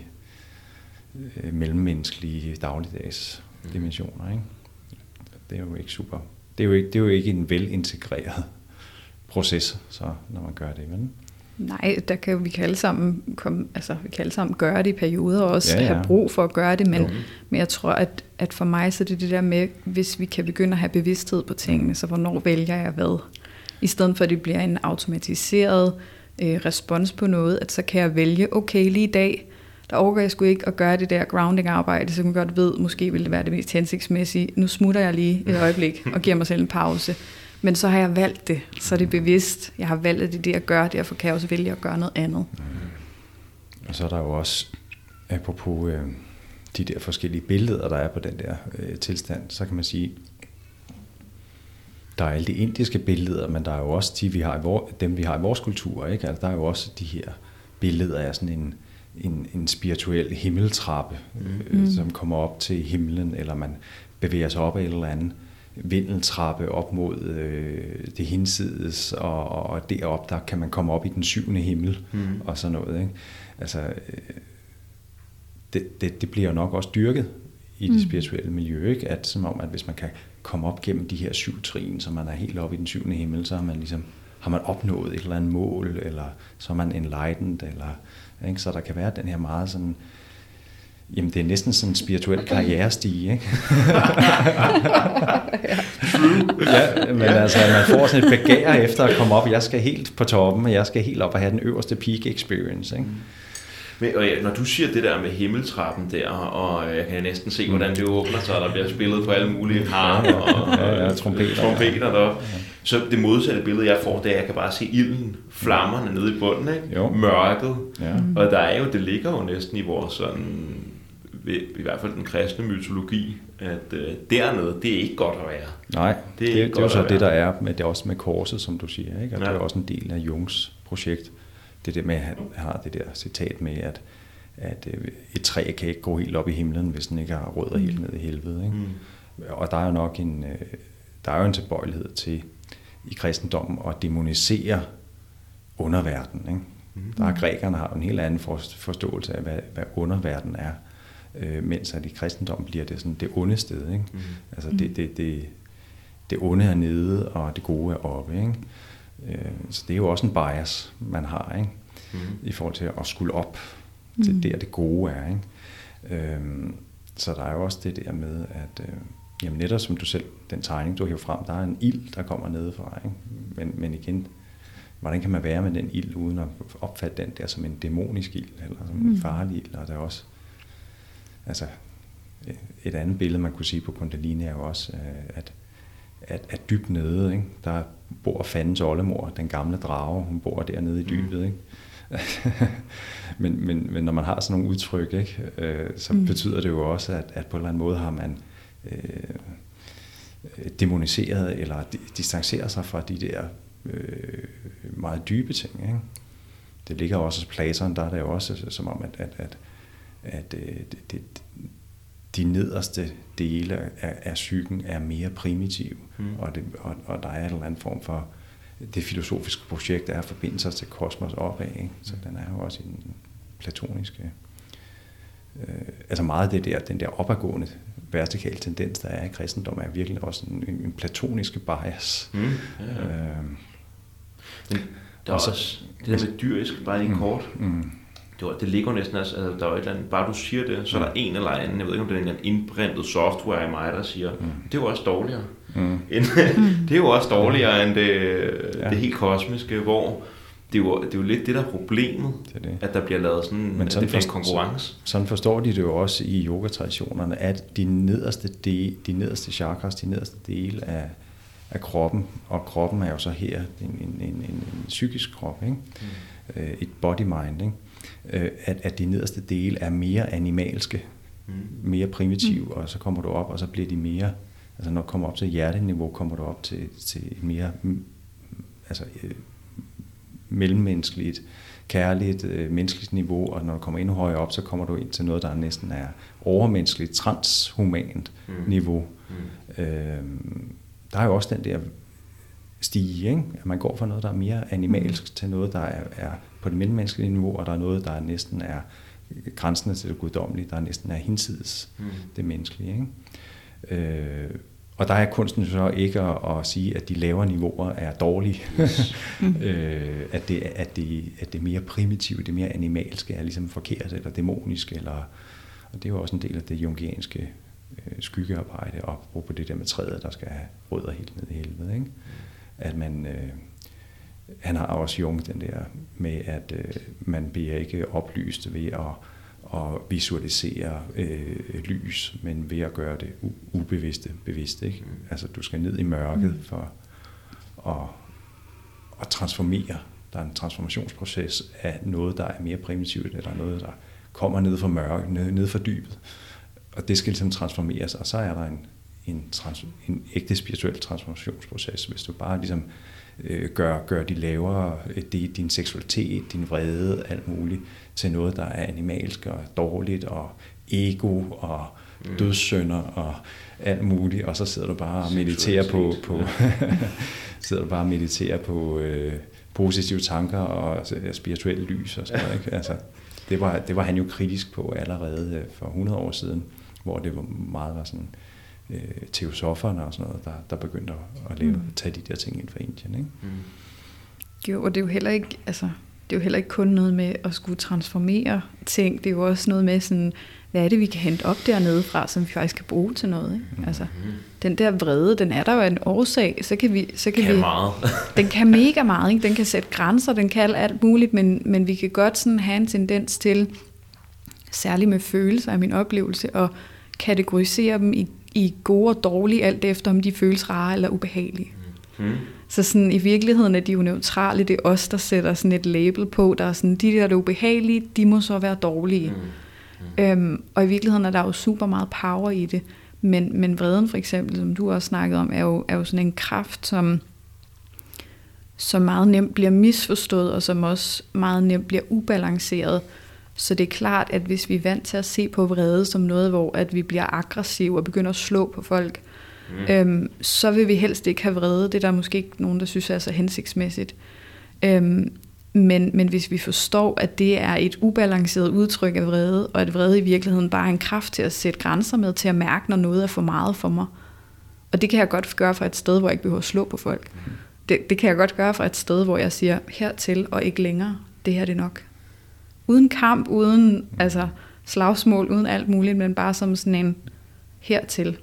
Speaker 2: øh, mellemmenneskelige dagligdags mm. dimensioner. Ikke? Det er jo ikke super. Det er jo ikke, det er jo ikke en velintegreret proces, så når man gør det, vel?
Speaker 3: Nej, der kan vi kan alle sammen komme, altså vi kan alle sammen gøre det i perioder og også
Speaker 2: ja, ja.
Speaker 3: have brug for at gøre det, men, men jeg tror at at for mig så er det det der med, hvis vi kan begynde at have bevidsthed på tingene, så hvornår vælger jeg hvad, i stedet for at det bliver en automatiseret øh, respons på noget, at så kan jeg vælge, okay, lige i dag der overgår jeg sgu ikke at gøre det der grounding arbejde, så man godt ved, måske vil det være det mest hensigtsmæssige. Nu smutter jeg lige et øjeblik og giver mig selv en pause. Men så har jeg valgt det, så er det bevidst. Jeg har valgt, at det er det, jeg gør, derfor kan jeg også vælge at gøre noget andet. Mm.
Speaker 2: Og så er der jo også, apropos øh, de der forskellige billeder, der er på den der øh, tilstand, så kan man sige, der er alle de indiske billeder, men der er jo også de, vi har i vor, dem, vi har i vores kultur, ikke? Altså, der er jo også de her billeder af sådan en, en, en spirituel himmeltrappe, øh, mm. som kommer op til himlen, eller man bevæger sig op af et eller andet vindeltrappe op mod øh, det hinsides, og, og derop der kan man komme op i den syvende himmel, mm. og sådan noget. Ikke? Altså, øh, det, det, det bliver jo nok også dyrket i det mm. spirituelle miljø, ikke? At som om, at hvis man kan komme op gennem de her syv trin, så man er helt oppe i den syvende himmel, så har man ligesom har man opnået et eller andet mål, eller så er man enlightened, eller, ikke? Så der kan være den her meget sådan, jamen det er næsten sådan en spirituel karrierestige, ikke? Ja, men altså, man får sådan et begær efter at komme op, jeg skal helt på toppen, og jeg skal helt op og have den øverste peak experience, ikke?
Speaker 1: Men, og ja, når du siger det der med himmeltrappen der, og jeg kan næsten se, hvordan det åbner sig, der bliver spillet på alle mulige harper og,
Speaker 2: ja, ja, trompeter,
Speaker 1: trompeter der. Ja. Så det modsatte billede, jeg får, det er, at jeg kan bare se ilden, flammerne nede i bunden, ikke?
Speaker 2: Jo.
Speaker 1: Mørket.
Speaker 2: Ja.
Speaker 1: Og der er jo, det ligger jo næsten i vores sådan, i hvert fald den kristne mytologi, at øh, dernede, det er ikke godt at være.
Speaker 2: Nej, det er, det, det er jo så det, der er, men det er også med korset, som du siger, ikke? Og ja. Det er også en del af Jungs projekt. Det der med, at han har det der citat med, at, at et træ kan ikke gå helt op i himlen, hvis den ikke har rødder helt ned i helvede. Ikke? Mm. Og der er jo nok en, der er jo en tilbøjelighed til i kristendommen at dæmonisere underverdenen. Ikke? Mm. Der er grækerne har en helt anden forståelse af, hvad, hvad underverden er, øh, mens at i kristendommen bliver det sådan det onde sted. Ikke? Mm. Altså det, det, det, det onde er nede, og det gode er oppe. Ikke? Så det er jo også en bias, man har, ikke? Mm. I forhold til at skulle op til mm. der, det gode er. Ikke? Øhm, så der er jo også det der med, at øh, jamen netop som du selv, den tegning, du har frem, der er en ild, der kommer nedefra. Ikke? Men, men igen, hvordan kan man være med den ild, uden at opfatte den der som en dæmonisk ild, eller som mm. en farlig ild? Og der er også, altså, et andet billede, man kunne sige på Kundalini, er jo også, at At, at dybt nede, ikke? Der bor fandens oldemor, den gamle drage, hun bor dernede i dybet. Ikke? men, men, men når man har sådan nogle udtryk, ikke? Øh, så mm. betyder det jo også, at, at på en eller anden måde har man øh, demoniseret eller distanceret sig fra de der øh, meget dybe ting. Ikke? Det ligger også hos Platon, der er det jo også som om, at, at, at, at det, det, de nederste dele af, af psyken er mere primitive, mm. og, det, og, og der er en eller anden form for, det filosofiske projekt er at forbinde sig til kosmos opad, ikke? Så den er jo også i den platoniske, øh, altså meget det der, den der opadgående vertikale tendens, der er i kristendom, er virkelig også en, en platoniske bias. Mm. Ja, ja. Øh,
Speaker 1: Men der er også, også det der med dyrisk, bare lige mm, kort, mm. Det, var, det ligger næsten, altså, der er jo et eller andet, bare du siger det, så er der en eller anden, jeg ved ikke om det er en indprintet software i mig, der siger, mm. det er jo også dårligere. Mm. End, det er jo også dårligere end det, ja. det helt kosmiske, hvor det er, jo, det er jo lidt det, der er problemet, det er det. At der bliver lavet sådan, Men sådan det en konkurrence.
Speaker 2: Sådan forstår de det jo også i yogatraditionerne, at de nederste, de, de nederste chakras, de nederste dele af, af kroppen, og kroppen er jo så her en, en, en, en, en psykisk krop, ikke? Mm. Et body-mind, ikke? At, at de nederste dele er mere animalske, mm. mere primitive, mm. og så kommer du op, og så bliver de mere, altså når du kommer op til hjerteniveau, kommer du op til, til et mere altså, øh, mellemmenneskeligt, kærligt, øh, menneskeligt niveau, og når du kommer endnu højere op, så kommer du ind til noget, der næsten er overmenneskeligt, transhumant mm. niveau. Mm. Øh, der er jo også den der stige, ikke? At man går fra noget, der er mere animalsk, mm. til noget, der er, er på det mellemmenneskelige niveau, og der er noget, der næsten er grænsende til det guddommelige, der næsten er hinsides mm. det menneskelige. Ikke? Øh, og der er kunsten så ikke at, at sige, at de lavere niveauer er dårlige. Yes. øh, at, det, at, det, at det mere primitive, det mere animalske er ligesom forkert, eller dæmonisk, eller, og det er jo også en del af det jungianske øh, skyggearbejde, og bruge på det der med træet, der skal have rødder helt ned i helvede. Ikke? At man... Øh, han har også Jung den der med, at øh, man bliver ikke oplyst ved at, at visualisere øh, lys, men ved at gøre det u- ubevidste bevidst. Ikke? Mm. Altså du skal ned i mørket mm. for at, at transformere. Der er en transformationsproces af noget, der er mere primitivt, eller noget, der kommer ned fra mørket, ned, ned fra dybet. Og det skal ligesom transformeres, og så er der en, en, trans, en ægte spirituel transformationsproces, hvis du bare ligesom Gør, gør de lavere, det, din seksualitet, din vrede, alt muligt, til noget, der er animalsk og dårligt, og ego, og mm. dødssynder, og alt muligt, og så sidder du bare og mediterer på, på sidder du bare og mediterer på øh, positive tanker og altså, spirituelle lys og sådan noget, ikke? Altså, det var, det var han jo kritisk på allerede for hundrede år siden, hvor det var meget var sådan, øh, teosoferne og sådan noget, der, der begyndte at lave, mm. tage de der ting ind fra Indien. Ikke? Mm.
Speaker 3: Jo, og det er jo heller ikke, altså, det er jo heller ikke kun noget med at skulle transformere ting. Det er jo også noget med sådan, hvad er det, vi kan hente op dernede fra, som vi faktisk kan bruge til noget. Ikke? Mm. Altså, den der vrede, den er der jo en årsag, så kan vi... Så kan
Speaker 1: kan
Speaker 3: vi
Speaker 1: meget.
Speaker 3: Den kan mega meget, ikke? Den kan sætte grænser, den kan alt muligt, men, men vi kan godt sådan have en tendens til, særligt med følelser af min oplevelse, at kategorisere dem i, i gode og dårlige, alt efter om de føles rare eller ubehagelige. Mm. Så sådan, i virkeligheden er de jo neutrale, det er os, der sætter sådan et label på, der er sådan, de der, der er ubehagelige, de må så være dårlige. Mm. Mm. Øhm, og i virkeligheden er der jo super meget power i det, men, men vreden for eksempel, som du også snakkede om, er jo, er jo sådan en kraft, som, som meget nemt bliver misforstået, og som også meget nemt bliver ubalanceret. Så det er klart, at hvis vi er vant til at se på vrede som noget, hvor at vi bliver aggressive og begynder at slå på folk, mm. øhm, så vil vi helst ikke have vrede. Det er der måske ikke nogen, der synes er så hensigtsmæssigt. Øhm, men, men hvis vi forstår, at det er et ubalanceret udtryk af vrede, og at vrede i virkeligheden bare er en kraft til at sætte grænser med, til at mærke, når noget er for meget for mig. Og det kan jeg godt gøre fra et sted, hvor jeg ikke behøver at slå på folk. Mm. Det, det kan jeg godt gøre fra et sted, hvor jeg siger, hertil og ikke længere, det her det er nok. Uden kamp, uden altså, slagsmål, uden alt muligt, men bare som sådan en hertil.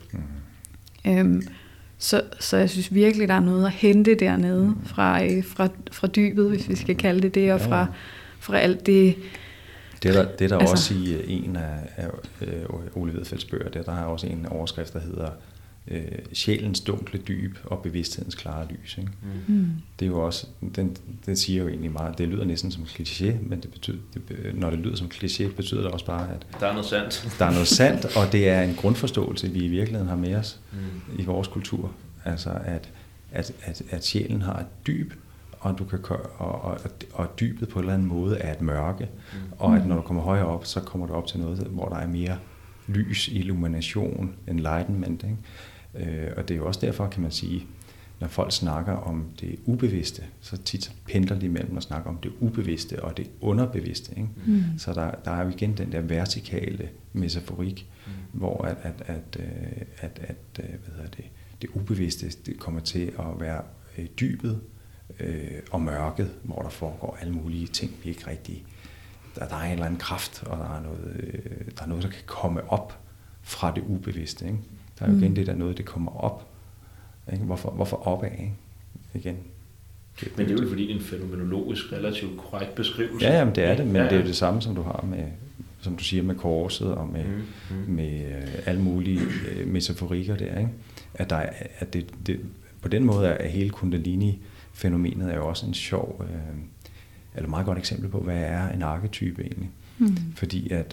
Speaker 3: Mm. Øhm, så, så jeg synes virkelig, der er noget at hente dernede mm. fra, øh, fra, fra dybet, hvis vi skal kalde det det, og fra, fra alt det.
Speaker 2: Det er der, det er der altså, også i en af, af uh, Ole Vedfelds bøger, der, der har også en overskrift, der hedder øh, sjælens dunkle dyb og bevidsthedens klare lys. Ikke? Mm. Det er jo også, den, den siger jo egentlig meget, det lyder næsten som kliché, men det betyder, det, når det lyder som kliché, betyder det også bare, at
Speaker 1: der er noget sandt.
Speaker 2: Der er noget sandt, og det er en grundforståelse, vi i virkeligheden har med os mm. i vores kultur. Altså at, at, at, at sjælen har et dyb, og, du kan, og, og, og dybet på en eller anden måde er et mørke, mm. og at når du kommer højere op, så kommer du op til noget, hvor der er mere lys, illumination, enlightenment. Ikke? Øh, og det er jo også derfor, kan man sige, når folk snakker om det ubevidste, så tit pendler de mellem at snakke om det ubevidste og det underbevidste. Ikke? Mm. Så der, der er jo igen den der vertikale metaforik, mm. hvor at, at, at, at, at, at hvad hedder det, det ubevidste det kommer til at være øh, dybet øh, og mørket, hvor der foregår alle mulige ting, vi ikke rigtig. Der, der er en eller anden kraft, og der er noget, øh, der er noget, der kan komme op fra det ubevidste. Ikke? Der er jo igen mm. det der noget, det kommer op. Ikke? Hvorfor, hvorfor opad? Ikke? Igen.
Speaker 1: Det, men det er jo fordi, det er en fænomenologisk relativt korrekt beskrivelse.
Speaker 2: Ja, jamen det er det, men
Speaker 1: ja, ja.
Speaker 2: det er jo det samme, som du har med, som du siger, med korset og med, mm. Mm. med øh, alle mulige øh, metaforikker der. Ikke? At, der er, at det, det, på den måde er hele Kundalini-fænomenet er jo også en sjov, øh, eller meget godt eksempel på, hvad er en arketype egentlig. Mm. Fordi at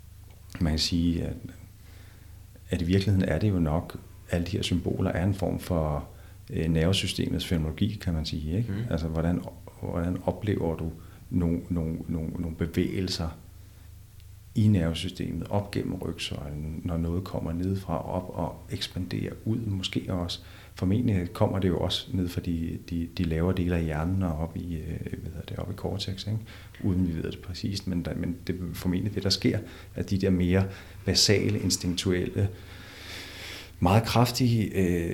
Speaker 2: man kan sige, at, at i virkeligheden er det jo nok, alle de her symboler er en form for øh, nervesystemets fænomenologi, kan man sige. Ikke? Mm. Altså, hvordan, hvordan oplever du nogle, nogle, nogle, nogle bevægelser i nervesystemet, op gennem rygsøjlen, når noget kommer nedefra op og ekspanderer ud, måske også. Formentlig kommer det jo også ned fra de, de, de lavere dele af hjernen og op i, hvad hedder det, op i cortex, ikke? Uden vi ved det præcist, men, der, men det er formentlig det, der sker, at de der mere basale, instinktuelle, meget kraftige,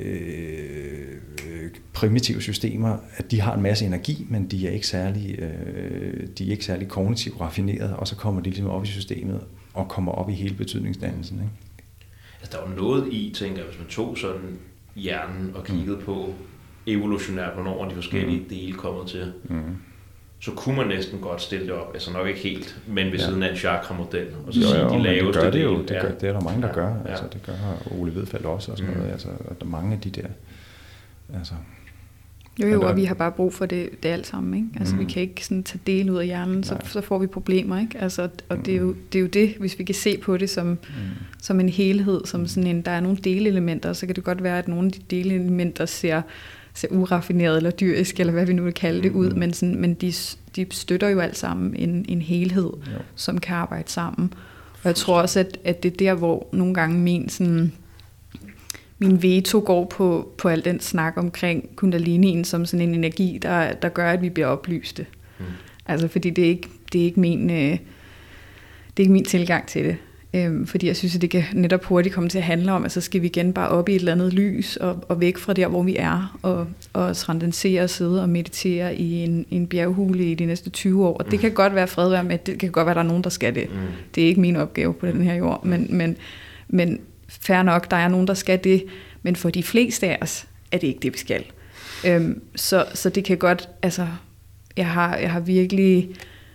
Speaker 2: øh, primitive systemer, at de har en masse energi, men de er ikke særlig, øh, de er ikke særlig kognitivt raffinerede, og så kommer de ligesom op i systemet og kommer op i hele betydningsdannelsen. Ikke?
Speaker 1: Altså, der er jo noget i, tænker jeg, hvis man tog sådan hjernen og kiggede mm. på evolutionært, hvornår de forskellige mm. dele kommer til, mm. så kunne man næsten godt stille det op, altså nok ikke helt, men ved ja. siden af en chakra-model, og så
Speaker 2: jo,
Speaker 1: sige
Speaker 2: jo,
Speaker 1: de laveste
Speaker 2: det gør det jo,
Speaker 1: dele.
Speaker 2: Det, gør, det er der mange, der gør,
Speaker 1: ja.
Speaker 2: altså det gør Ole Vedfeld også, og sådan mm. noget, altså der er mange af de der, altså.
Speaker 3: Jo jo, og vi har bare brug for det, det alt sammen, ikke? Altså mm. vi kan ikke sådan tage del ud af hjernen, så, så får vi problemer, ikke? Altså, og det er, jo, det er jo det, hvis vi kan se på det som, mm. som en helhed, som sådan en, der er nogle delelementer, så kan det godt være, at nogle af de delelementer ser ser uraffineret eller dyrisk, eller hvad vi nu vil kalde det ud, mm. men, sådan, men de, de støtter jo alt sammen en, en helhed, jo. Som kan arbejde sammen. Og jeg tror også, at, at det er der, hvor nogle gange min, sådan, min veto går på, på al den snak omkring kundalinien som sådan en energi, der, der gør, at vi bliver oplyste. Mm. Altså fordi det er ikke, det er ikke min, øh, det er ikke min tilgang til det. Øhm, fordi jeg synes, at det kan netop hurtigt komme til at handle om, at så skal vi igen bare op i et eller andet lys, og, og væk fra der, hvor vi er, og, og transcendere og sidde og meditere i en, en bjerghule i de næste tyve år. Og det kan godt være fred være med, det kan godt være, at der er nogen, der skal det. Mm. Det er ikke min opgave på den her jord, men, men, men fair nok, der er nogen, der skal det, men for de fleste af os er det ikke det, vi skal. Øhm, så, så det kan godt, altså, jeg har, jeg har virkelig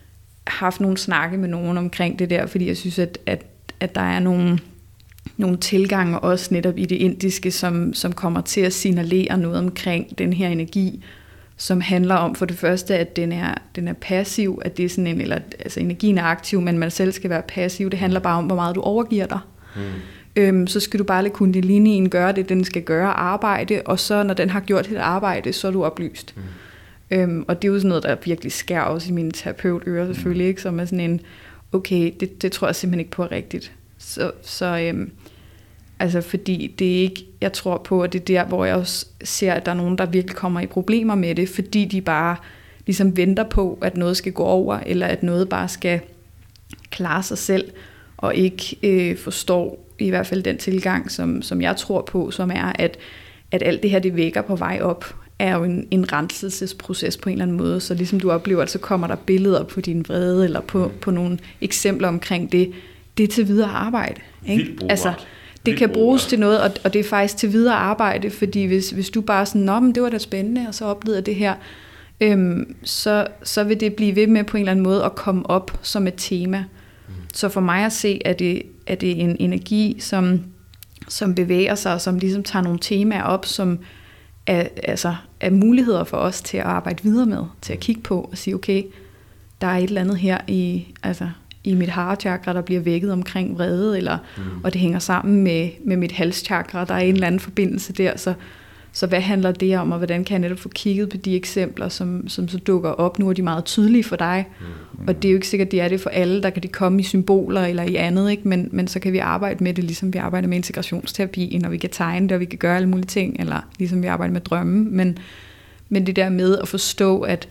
Speaker 3: haft nogle snakke med nogen omkring det der, fordi jeg synes, at, at, at der er nogle, nogle tilgange også netop i det indiske, som, som kommer til at signalere noget omkring den her energi, som handler om for det første, at den er, den er passiv, at det er sådan en, eller altså energien er aktiv, men man selv skal være passiv. Det handler bare om, hvor meget du overgiver dig. Mm. Øhm, så skal du bare lade kundalini'en gøre det, den skal gøre arbejde, og så når den har gjort sit arbejde, så er du oplyst. Mm. Øhm, og det er jo sådan noget, der virkelig skærer også i mine terapeutører selvfølgelig, ikke? Som er sådan en, okay, det, det tror jeg simpelthen ikke på er rigtigt. Så, så øhm, altså fordi det er ikke, jeg tror på, at det er der, hvor jeg også ser, at der er nogen, der virkelig kommer i problemer med det, fordi de bare ligesom venter på, at noget skal gå over, eller at noget bare skal klare sig selv, og ikke øh, forstår i hvert fald den tilgang, som, som jeg tror på, som er, at, at alt det her, det vækker på vej op, er jo en, en renselsesproces på en eller anden måde, så ligesom du oplever, at så kommer der billeder på din vrede, eller på, på nogle eksempler omkring det, det er til videre arbejde. Ikke? Altså, det kan bruges til noget, og, og det er faktisk til videre arbejde, fordi hvis, hvis du bare sådan, nå, men det var da spændende, og så oplevede jeg det her, øhm, så, så vil det blive ved med på en eller anden måde at komme op som et tema. Mm. Så for mig at se, er det, er det en energi, som, som bevæger sig, og som ligesom tager nogle temaer op, som er, altså, er muligheder for os til at arbejde videre med, til at kigge på og sige, okay, der er et eller andet her i, altså, i mit hara-chakra, der bliver vækket omkring vrede, eller, mm. og det hænger sammen med, med mit halschakra, der er en eller anden forbindelse der, så, så hvad handler det om, og hvordan kan jeg netop få kigget på de eksempler, som, som så dukker op, nu er de meget tydelige for dig, mm. og det er jo ikke sikkert, de er det for alle, der kan de komme i symboler eller i andet, ikke? Men, men så kan vi arbejde med det, ligesom vi arbejder med integrationsterapi, når vi kan tegne det, og vi kan gøre alle mulige ting, eller ligesom vi arbejder med drømme, men, men det der med at forstå, at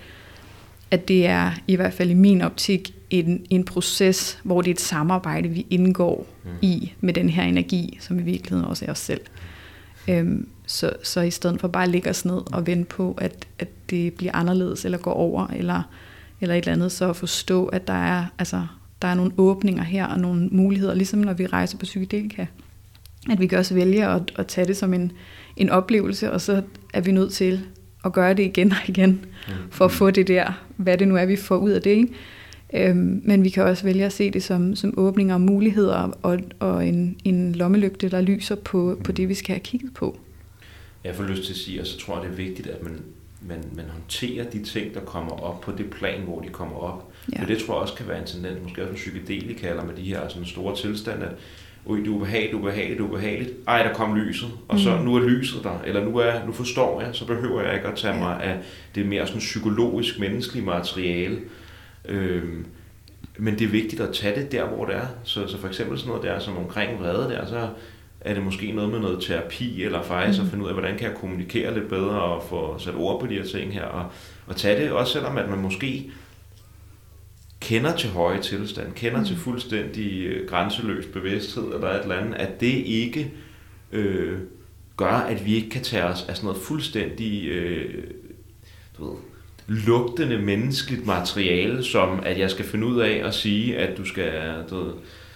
Speaker 3: at det er i hvert fald i min optik en, en proces, hvor det er et samarbejde, vi indgår mm. i med den her energi, som i virkeligheden også er os selv. Øhm, så, så i stedet for bare at lægge os ned og vente på, at, at det bliver anderledes, eller går over, eller, eller et eller andet, så at forstå, at der er, altså, der er nogle åbninger her, og nogle muligheder, ligesom når vi rejser på psykedelika, at vi kan også vælge at, at tage det som en, en oplevelse, og så er vi nødt til og gøre det igen og igen, for at få det der, hvad det nu er, vi får ud af det, ikke? Øhm, men vi kan også vælge at se det som, som åbninger og muligheder, og, og en, en lommelygte, der lyser på, på det, vi skal have kigget på.
Speaker 1: Jeg får lyst til at sige, og så tror jeg, det er vigtigt, at man, man, man håndterer de ting, der kommer op på det plan, hvor de kommer op. Ja. For det tror jeg også kan være en tendens, måske også en psykedelika, eller med de her sådan store tilstande, at ui, det er ubehageligt, ubehageligt, ubehageligt. Ej, der kom lyset, og så nu er lyset der, eller nu, er, nu forstår jeg, så behøver jeg ikke at tage mig af det mere sådan psykologisk, menneskelige materiale. Øhm, men det er vigtigt at tage det der, hvor det er. Så, så for eksempel sådan noget der, som omkring vrede der, så er det måske noget med noget terapi, eller faktisk mm. at finde ud af, hvordan kan jeg kommunikere lidt bedre, og få sat ord på de her ting her, og, og tage det, også selvom at man måske kender til høje tilstand, kender mm. til fuldstændig øh, grænseløs bevidsthed eller et eller andet, at det ikke øh, gør, at vi ikke kan tage os af sådan noget fuldstændig øh, du ved, lugtende menneskeligt materiale, som at jeg skal finde ud af at sige, at du skal du ved,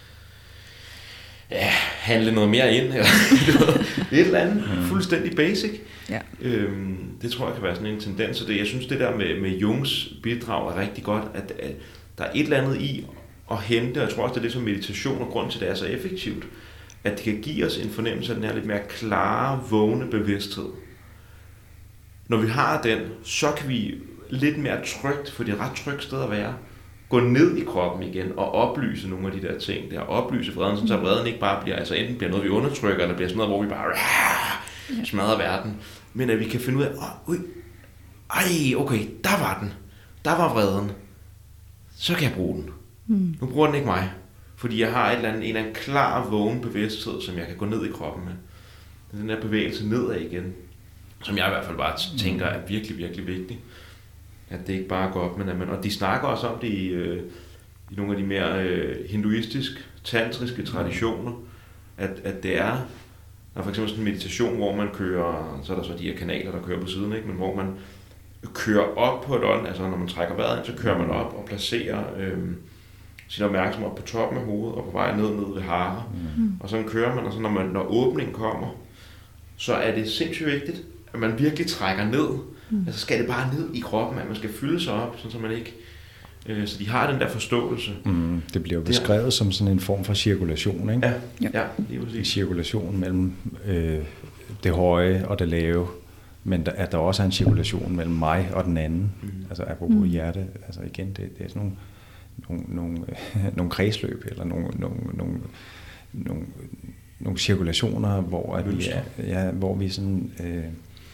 Speaker 1: ja, handle noget mere ind, eller et eller andet mm. fuldstændig basic. Ja. Øhm, det tror jeg kan være sådan en tendens, og det, jeg synes det der med, med Jungs bidrag er rigtig godt, at, at der er et eller andet i at hente, og jeg tror også, det er det som meditation, og grund til, at det er så effektivt, at det kan give os en fornemmelse af den her lidt mere klare, vågne bevidsthed. Når vi har den, så kan vi lidt mere trygt, for det er et ret trygt sted at være, gå ned i kroppen igen og oplyse nogle af de der ting, der oplyse vreden, så vreden ikke bare bliver, altså enten bliver noget, vi undertrykker, eller bliver sådan noget, hvor vi bare rah, smadrer verden, men at vi kan finde ud af, oh, ui, ej, okay, der var den, der var vreden, så kan jeg bruge den. Mm. Nu bruger den ikke mig, fordi jeg har et eller andet, en eller anden klar, vågen bevidsthed, som jeg kan gå ned i kroppen med. Den der bevægelse nedad igen, som jeg i hvert fald bare tænker er virkelig, virkelig vigtig. At det ikke bare går op, men at man, og de snakker også om det i, øh, i nogle af de mere øh, hinduistisk, tantriske traditioner, at, at det er, der er for eksempel sådan en meditation, hvor man kører, så er der så de her kanaler, der kører på siden, ikke? Men hvor man kører op på et ånd, altså når man trækker vejret ind, så kører man op og placerer øh, sin opmærksomhed op på toppen af hovedet og på vej ned, ned ved hare. Mm. Og så kører man, og så når, man, når åbningen kommer, så er det sindssygt vigtigt, at man virkelig trækker ned. Mm. Altså skal det bare ned i kroppen, at man skal fylde sig op, sådan så man ikke... Øh, så de har den der forståelse.
Speaker 2: Mm, det bliver jo beskrevet der. Som sådan en form for cirkulation, ikke?
Speaker 1: Ja, ja. ja det er
Speaker 2: en cirkulation mellem øh, det høje og det lave, men der, at der også er en cirkulation mellem mig og den anden. Mm. Altså apropos mm. hjerte, altså igen, det, det er sådan nogle, nogle, nogle, øh, nogle kredsløb, eller nogle, nogle, nogle, nogle, nogle cirkulationer, hvor, at vi, er, ja, hvor vi sådan... Øh,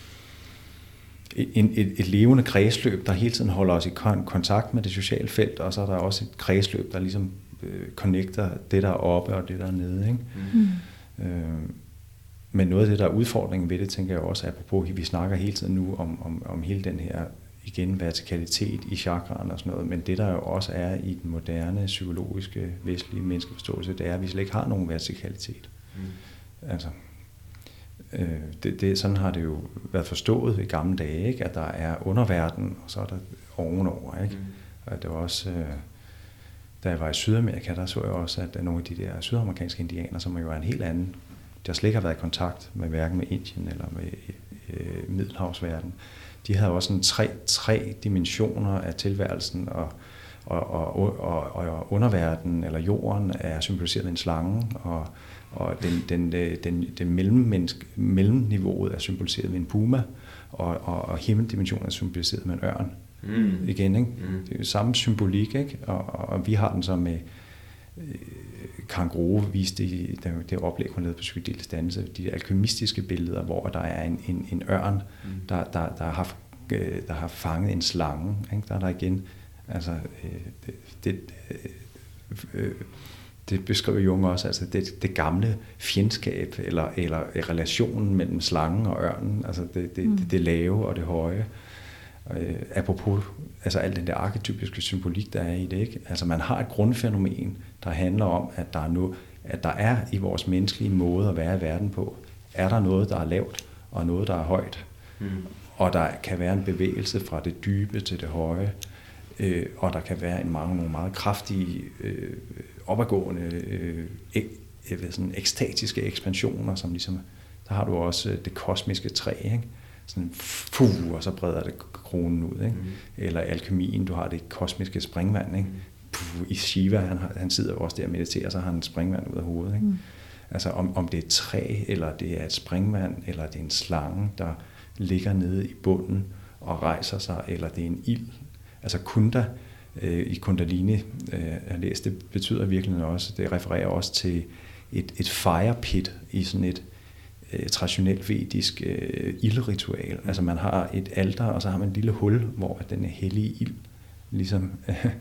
Speaker 2: En, et, et levende kredsløb, der hele tiden holder os i kontakt med det sociale felt, og så er der også et kredsløb, der ligesom øh, connecter det, der er oppe og det, der er nede. Ikke? Mm. Øh, men noget af det, der er udfordringen ved det, tænker jeg også, apropos, vi snakker hele tiden nu om, om, om hele den her, igen, vertikalitet i chakraen og sådan noget, men det, der jo også er i den moderne, psykologiske, vestlige menneskeforståelse, det er, at vi slet ikke har nogen vertikalitet. Mm. Altså... Det, det, sådan har det jo været forstået i gamle dage, ikke? At der er underverden, og så er der ovenover. Ikke? Mm. Og det var også, da jeg var i Sydamerika, der så jeg også, at nogle af de der sydamerikanske indianer, som jo er en helt anden, der slet ikke har været i kontakt med hverken med Indien eller med øh, Middelhavsverden, de havde også sådan tre, tre dimensioner af tilværelsen, og, og, og, og, og underverden eller jorden er symboliseret ved en slange, og og den, den, den, den mellemmenneske, mellemniveauet er symboliseret ved en puma, og, og, og himmeldimensionen er symboliseret med en ørn. Mm. Igen, ikke? Mm. Det er jo samme symbolik, ikke? Og, og, og vi har den så med øh, Karen Grove viste det, det, det oplæg, hun lavede på psykedelisk dannelse, de der alkymistiske billeder, hvor der er en, en, en ørn, mm. der, der, der, har, der har fanget en slange. Ikke? Der er der igen, altså øh, det, det øh, øh, det beskriver Jung også, altså det, det gamle fjendskab, eller, eller relationen mellem slangen og ørnen, altså det, det, mm. det, det lave og det høje. Øh, apropos, altså al den der arketypiske symbolik, der er i det, ikke? Altså man har et grundfænomen, der handler om, at der er noget, at der er i vores menneskelige måde at være i verden på, er der noget, der er lavt, og noget, der er højt. Mm. Og der kan være en bevægelse fra det dybe til det høje, øh, og der kan være en mange, nogle meget kraftige øh, opadgående, øh, ek, sådan ekstatiske ekspansioner, som ligesom, der har du også det kosmiske træ, ikke? Sådan fuh, og så breder det kronen ud, ikke? Mm. Eller alkemien, du har det kosmiske springvand, ikke? Puh, i Shiva, han, han sidder også der og mediterer, så har han springvand ud af hovedet, ikke? Mm. Altså om, om det er et træ, eller det er et springvand, eller det er en slange, der ligger nede i bunden og rejser sig, eller det er en ild. Altså kunda, i Kundalini, jeg har læst, det betyder virkelig også, det refererer også til et, et fire pit i sådan et uh, traditionelt vedisk uh, ildritual. Mm. Altså man har et alter, og så har man et lille hul, hvor den hellige ild ligesom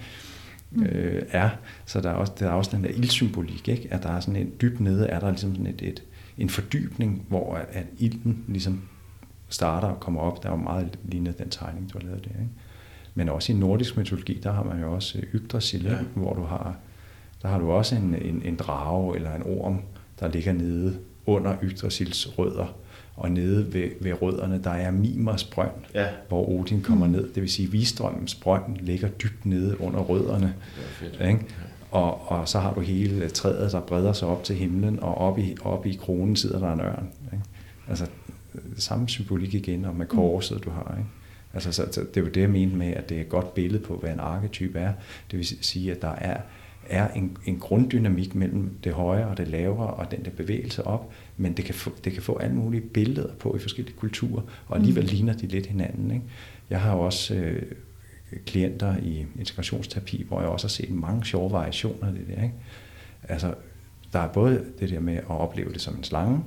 Speaker 2: uh, mm. er. Så der er, også, der er også den der ildsymbolik, ikke? At der er sådan en dybt nede, er der ligesom sådan et, et, en fordybning, hvor at, at ilden ligesom starter og kommer op. Der er jo meget lignende den tegning, du har lavet der, ikke? Men også i nordisk mytologi, der har man jo også Yggdrasil, ja. Hvor du har, der har du også en, en, en drage eller en orm, der ligger nede under Yggdrasils rødder, og nede ved, ved rødderne, der er Mimers brønd, ja. Hvor Odin kommer mm. ned. Det vil sige, at Visstrømmens brønd ligger dybt nede under rødderne. Ikke? Og, og så har du hele træet, der breder sig op til himlen, og oppe i, oppe i kronen sidder der en ørn. Ikke? Altså samme symbolik igen, og med korset, du har, ikke? Altså, så, så det er jo det, jeg mente med, at det er et godt billede på, hvad en arketype er. Det vil sige, at der er, er en, en grunddynamik mellem det højere og det lavere, og den der bevægelse op, men det kan få, det kan få alle mulige billeder på i forskellige kulturer, og alligevel mm. ligner de lidt hinanden, ikke? Jeg har også øh, klienter i integrationsterapi, hvor jeg også har set mange sjove variationer af det der, ikke? Altså, der er både det der med at opleve det som en slange,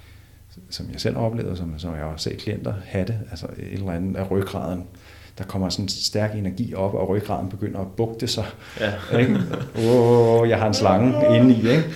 Speaker 2: som jeg selv har oplevet, som, som jeg har set klienter have det, altså et eller andet af ryggraden. Der kommer sådan en stærk energi op, og ryggraden begynder at bugte sig. Ja. Ikke? Oh, jeg har en slange inde i, ikke?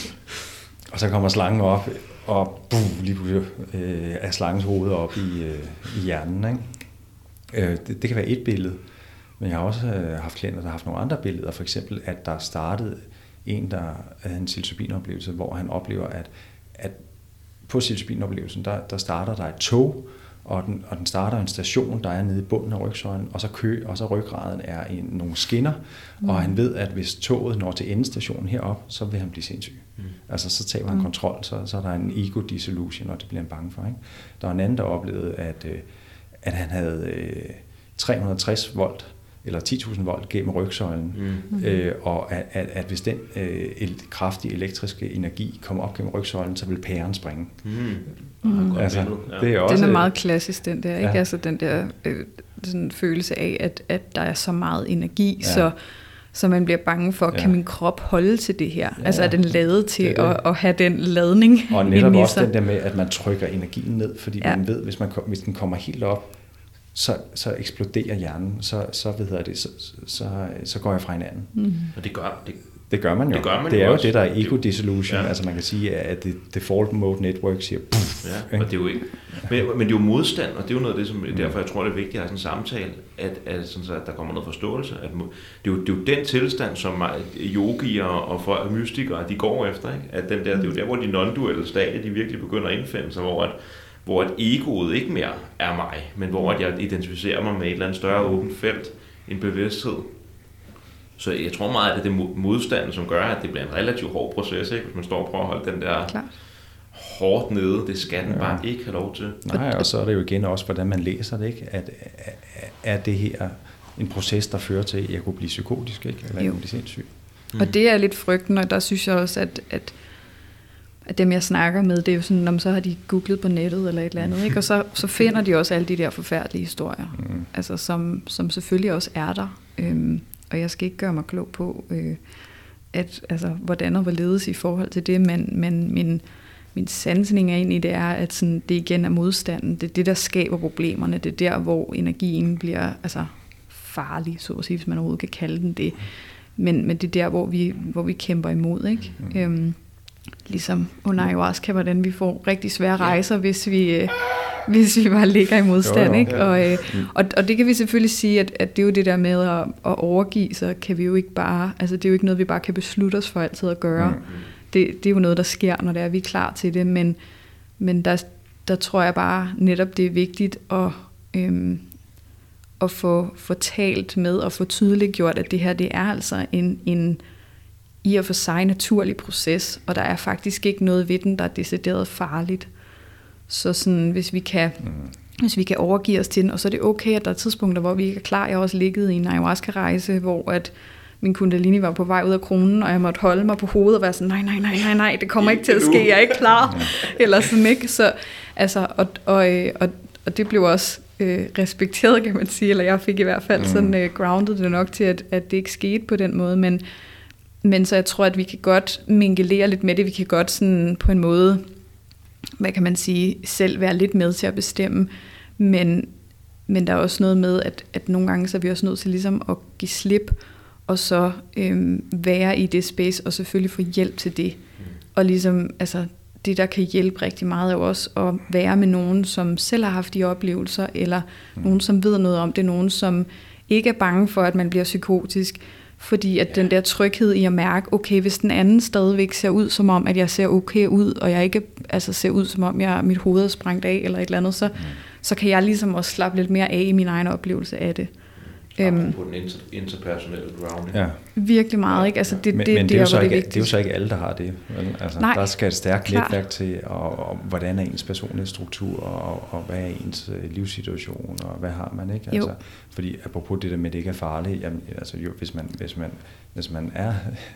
Speaker 2: Og så kommer slangen op, og buh, lige pludselig øh, er slangens hoved op i, øh, i hjernen, ikke? Øh, det, det kan være et billede. Men jeg har også øh, haft klienter, der har haft nogle andre billeder. For eksempel, at der startede en, der havde en psilocybinoplevelse, hvor han oplever, at, at på psilocybinoplevelsen, der, der starter der et tog, og den, og den starter en station, der er nede i bunden af rygsøjlen, og så, kø, og så ryggraden er i nogle skinner, mm. og han ved, at hvis toget når til endestationen herop, så vil han blive sindssyg. Mm. Altså så taber han mm. kontrol, så, så er der en ego dissolution, og det bliver han bange for. Ikke? Der var en anden, der oplevede, at, at han havde tre hundrede og tres volt, eller ti tusind volt gennem rygsøjlen, mm. øh, og at, at, at hvis den øh, kraftige elektriske energi kommer op gennem rygsøjlen, så vil pæren springe. Mm.
Speaker 3: Mm. Altså,
Speaker 2: det er også,
Speaker 3: den er meget klassisk, den der, ikke?
Speaker 2: Ja.
Speaker 3: Altså den der øh, sådan følelse af, at, at der er så meget energi, ja. så, så man bliver bange for, ja. kan min krop holde til det her? Ja. Altså er den lavet til det det. At, at have den ladning?
Speaker 2: Og netop også den der med, at man trykker energien ned, fordi
Speaker 3: ja.
Speaker 2: man ved, hvis, man, hvis den kommer helt op, så, så eksploderer hjernen, så, så, ved det, så, så, så går jeg fra hinanden.
Speaker 1: Mm. Og det gør det.
Speaker 2: Det gør man jo.
Speaker 1: Det, gør man
Speaker 2: det er
Speaker 1: jo
Speaker 2: jo det, der er ego-dissolution. Ja. Altså man kan sige, at det default mode network siger puff.
Speaker 1: Ja, og det er jo ikke. Men, men det er jo modstand, og det er jo noget af det, som derfor jeg tror, det er vigtigt at have sådan en samtale, at, at, sådan så, at der kommer noget forståelse. At det, er jo, det er jo den tilstand, som yogier og folk, mystikere, de går efter. Ikke? At den der, det er jo der, hvor de non-duelle stadier, de virkelig begynder at indfinde sig, hvor at hvor at egoet ikke mere er mig, men hvor at jeg identificerer mig med et eller andet større åbent felt, en bevidsthed. Så jeg tror meget, at det er modstanden, som gør, at det bliver en relativt hård proces, ikke? Hvis man står og prøver at holde den der Klar. hårdt nede. Det skal den ja. bare ikke have lov til.
Speaker 2: Nej, og så er det jo igen også, hvordan man læser det, ikke? At, er det her en proces, der fører til, at jeg kunne blive psykotisk, ikke? Eller jeg kunne blive sindssyg?
Speaker 3: Mm. Og det er lidt frygten, og der synes jeg også, at, at at dem jeg snakker med, det er jo sådan, om så har de googlet på nettet eller et eller andet, ikke? Og så, så finder de også alle de der forfærdelige historier, mm. altså som, som selvfølgelig også er der. Øhm, og jeg skal ikke gøre mig klog på, øh, at, altså, hvordan og hvorledes i forhold til det, men, men min, min sansning er egentlig, det er, at sådan, det igen er modstanden. Det er det, der skaber problemerne. Det er der, hvor energien bliver altså, farlig, så at sige, hvis man overhovedet kan kalde den det. Men, men det er der, hvor vi, hvor vi kæmper imod, ikke? Mm. Øhm, Ligesom under ayahuasca, hvordan vi får rigtig svære rejser, hvis vi, øh, hvis vi bare ligger i modstand. Jo, jo, ikke? Og, øh, og, og det kan vi selvfølgelig sige, at, at det er jo det der med at, at overgive, så kan vi jo ikke bare, altså det er jo ikke noget, vi bare kan beslutte os for altid at gøre. Mm. Det, det er jo noget, der sker, når det er, vi er klar til det, men, men der, der tror jeg bare netop, det er vigtigt at, øhm, at få, få talt med og få tydeligt gjort, at det her, det er altså en, en i og for sig naturlig proces, og der er faktisk ikke noget ved den, der er decideret farligt. Så sådan, hvis vi kan, mm. hvis vi kan overgive os til den, og så er det okay, at der er tidspunkter, hvor vi ikke er klar. Jeg har også ligget i en ayahuasca-rejse, hvor at min kundalini var på vej ud af kronen, og jeg måtte holde mig på hovedet og være sådan, nej, nej, nej, nej, nej, det kommer ikke til at ske, jeg er ikke klar. Eller sådan, ikke? Så, altså, og, og, og, og det blev også øh, respekteret, kan man sige, eller jeg fik i hvert fald mm. sådan øh, grounded det nok til, at, at det ikke skete på den måde, men Men så jeg tror, at vi kan godt mingelere lidt med det. Vi kan godt sådan på en måde, hvad kan man sige, selv være lidt med til at bestemme. Men, men der er også noget med, at, at nogle gange så er vi også nødt til ligesom at give slip, og så øhm, være i det space, og selvfølgelig få hjælp til det. Mm. Og ligesom, altså, det der kan hjælpe rigtig meget er jo også at være med nogen, som selv har haft de oplevelser, eller mm. nogen, som ved noget om det, nogen, som ikke er bange for, at man bliver psykotisk. Fordi at den der tryghed i at mærke, okay, hvis den anden stadigvæk ser ud som om, at jeg ser okay ud, og jeg ikke altså, ser ud som om, jeg mit hoved er sprængt af, eller et eller andet, så, mm. så kan jeg ligesom også slappe lidt mere af i min egen oplevelse af det.
Speaker 1: Øhm, på den inter, interpersonelle grounding.
Speaker 2: Ja.
Speaker 3: Virkelig meget, ikke? Altså, det,
Speaker 2: men,
Speaker 3: det,
Speaker 2: men det,
Speaker 3: det,
Speaker 2: er jo
Speaker 3: er,
Speaker 2: så ikke,
Speaker 3: det,
Speaker 2: det er jo så ikke alle, der har det. Vel? Altså,
Speaker 3: Nej,
Speaker 2: der skal et stærkt
Speaker 3: klar.
Speaker 2: netværk til, og, og hvordan er ens personlige struktur, og, og hvad er ens uh, livssituation, og hvad har man, ikke? Altså, fordi apropos det der med, at det ikke er farligt, jamen, altså, jo, hvis, man, hvis, man, hvis man er,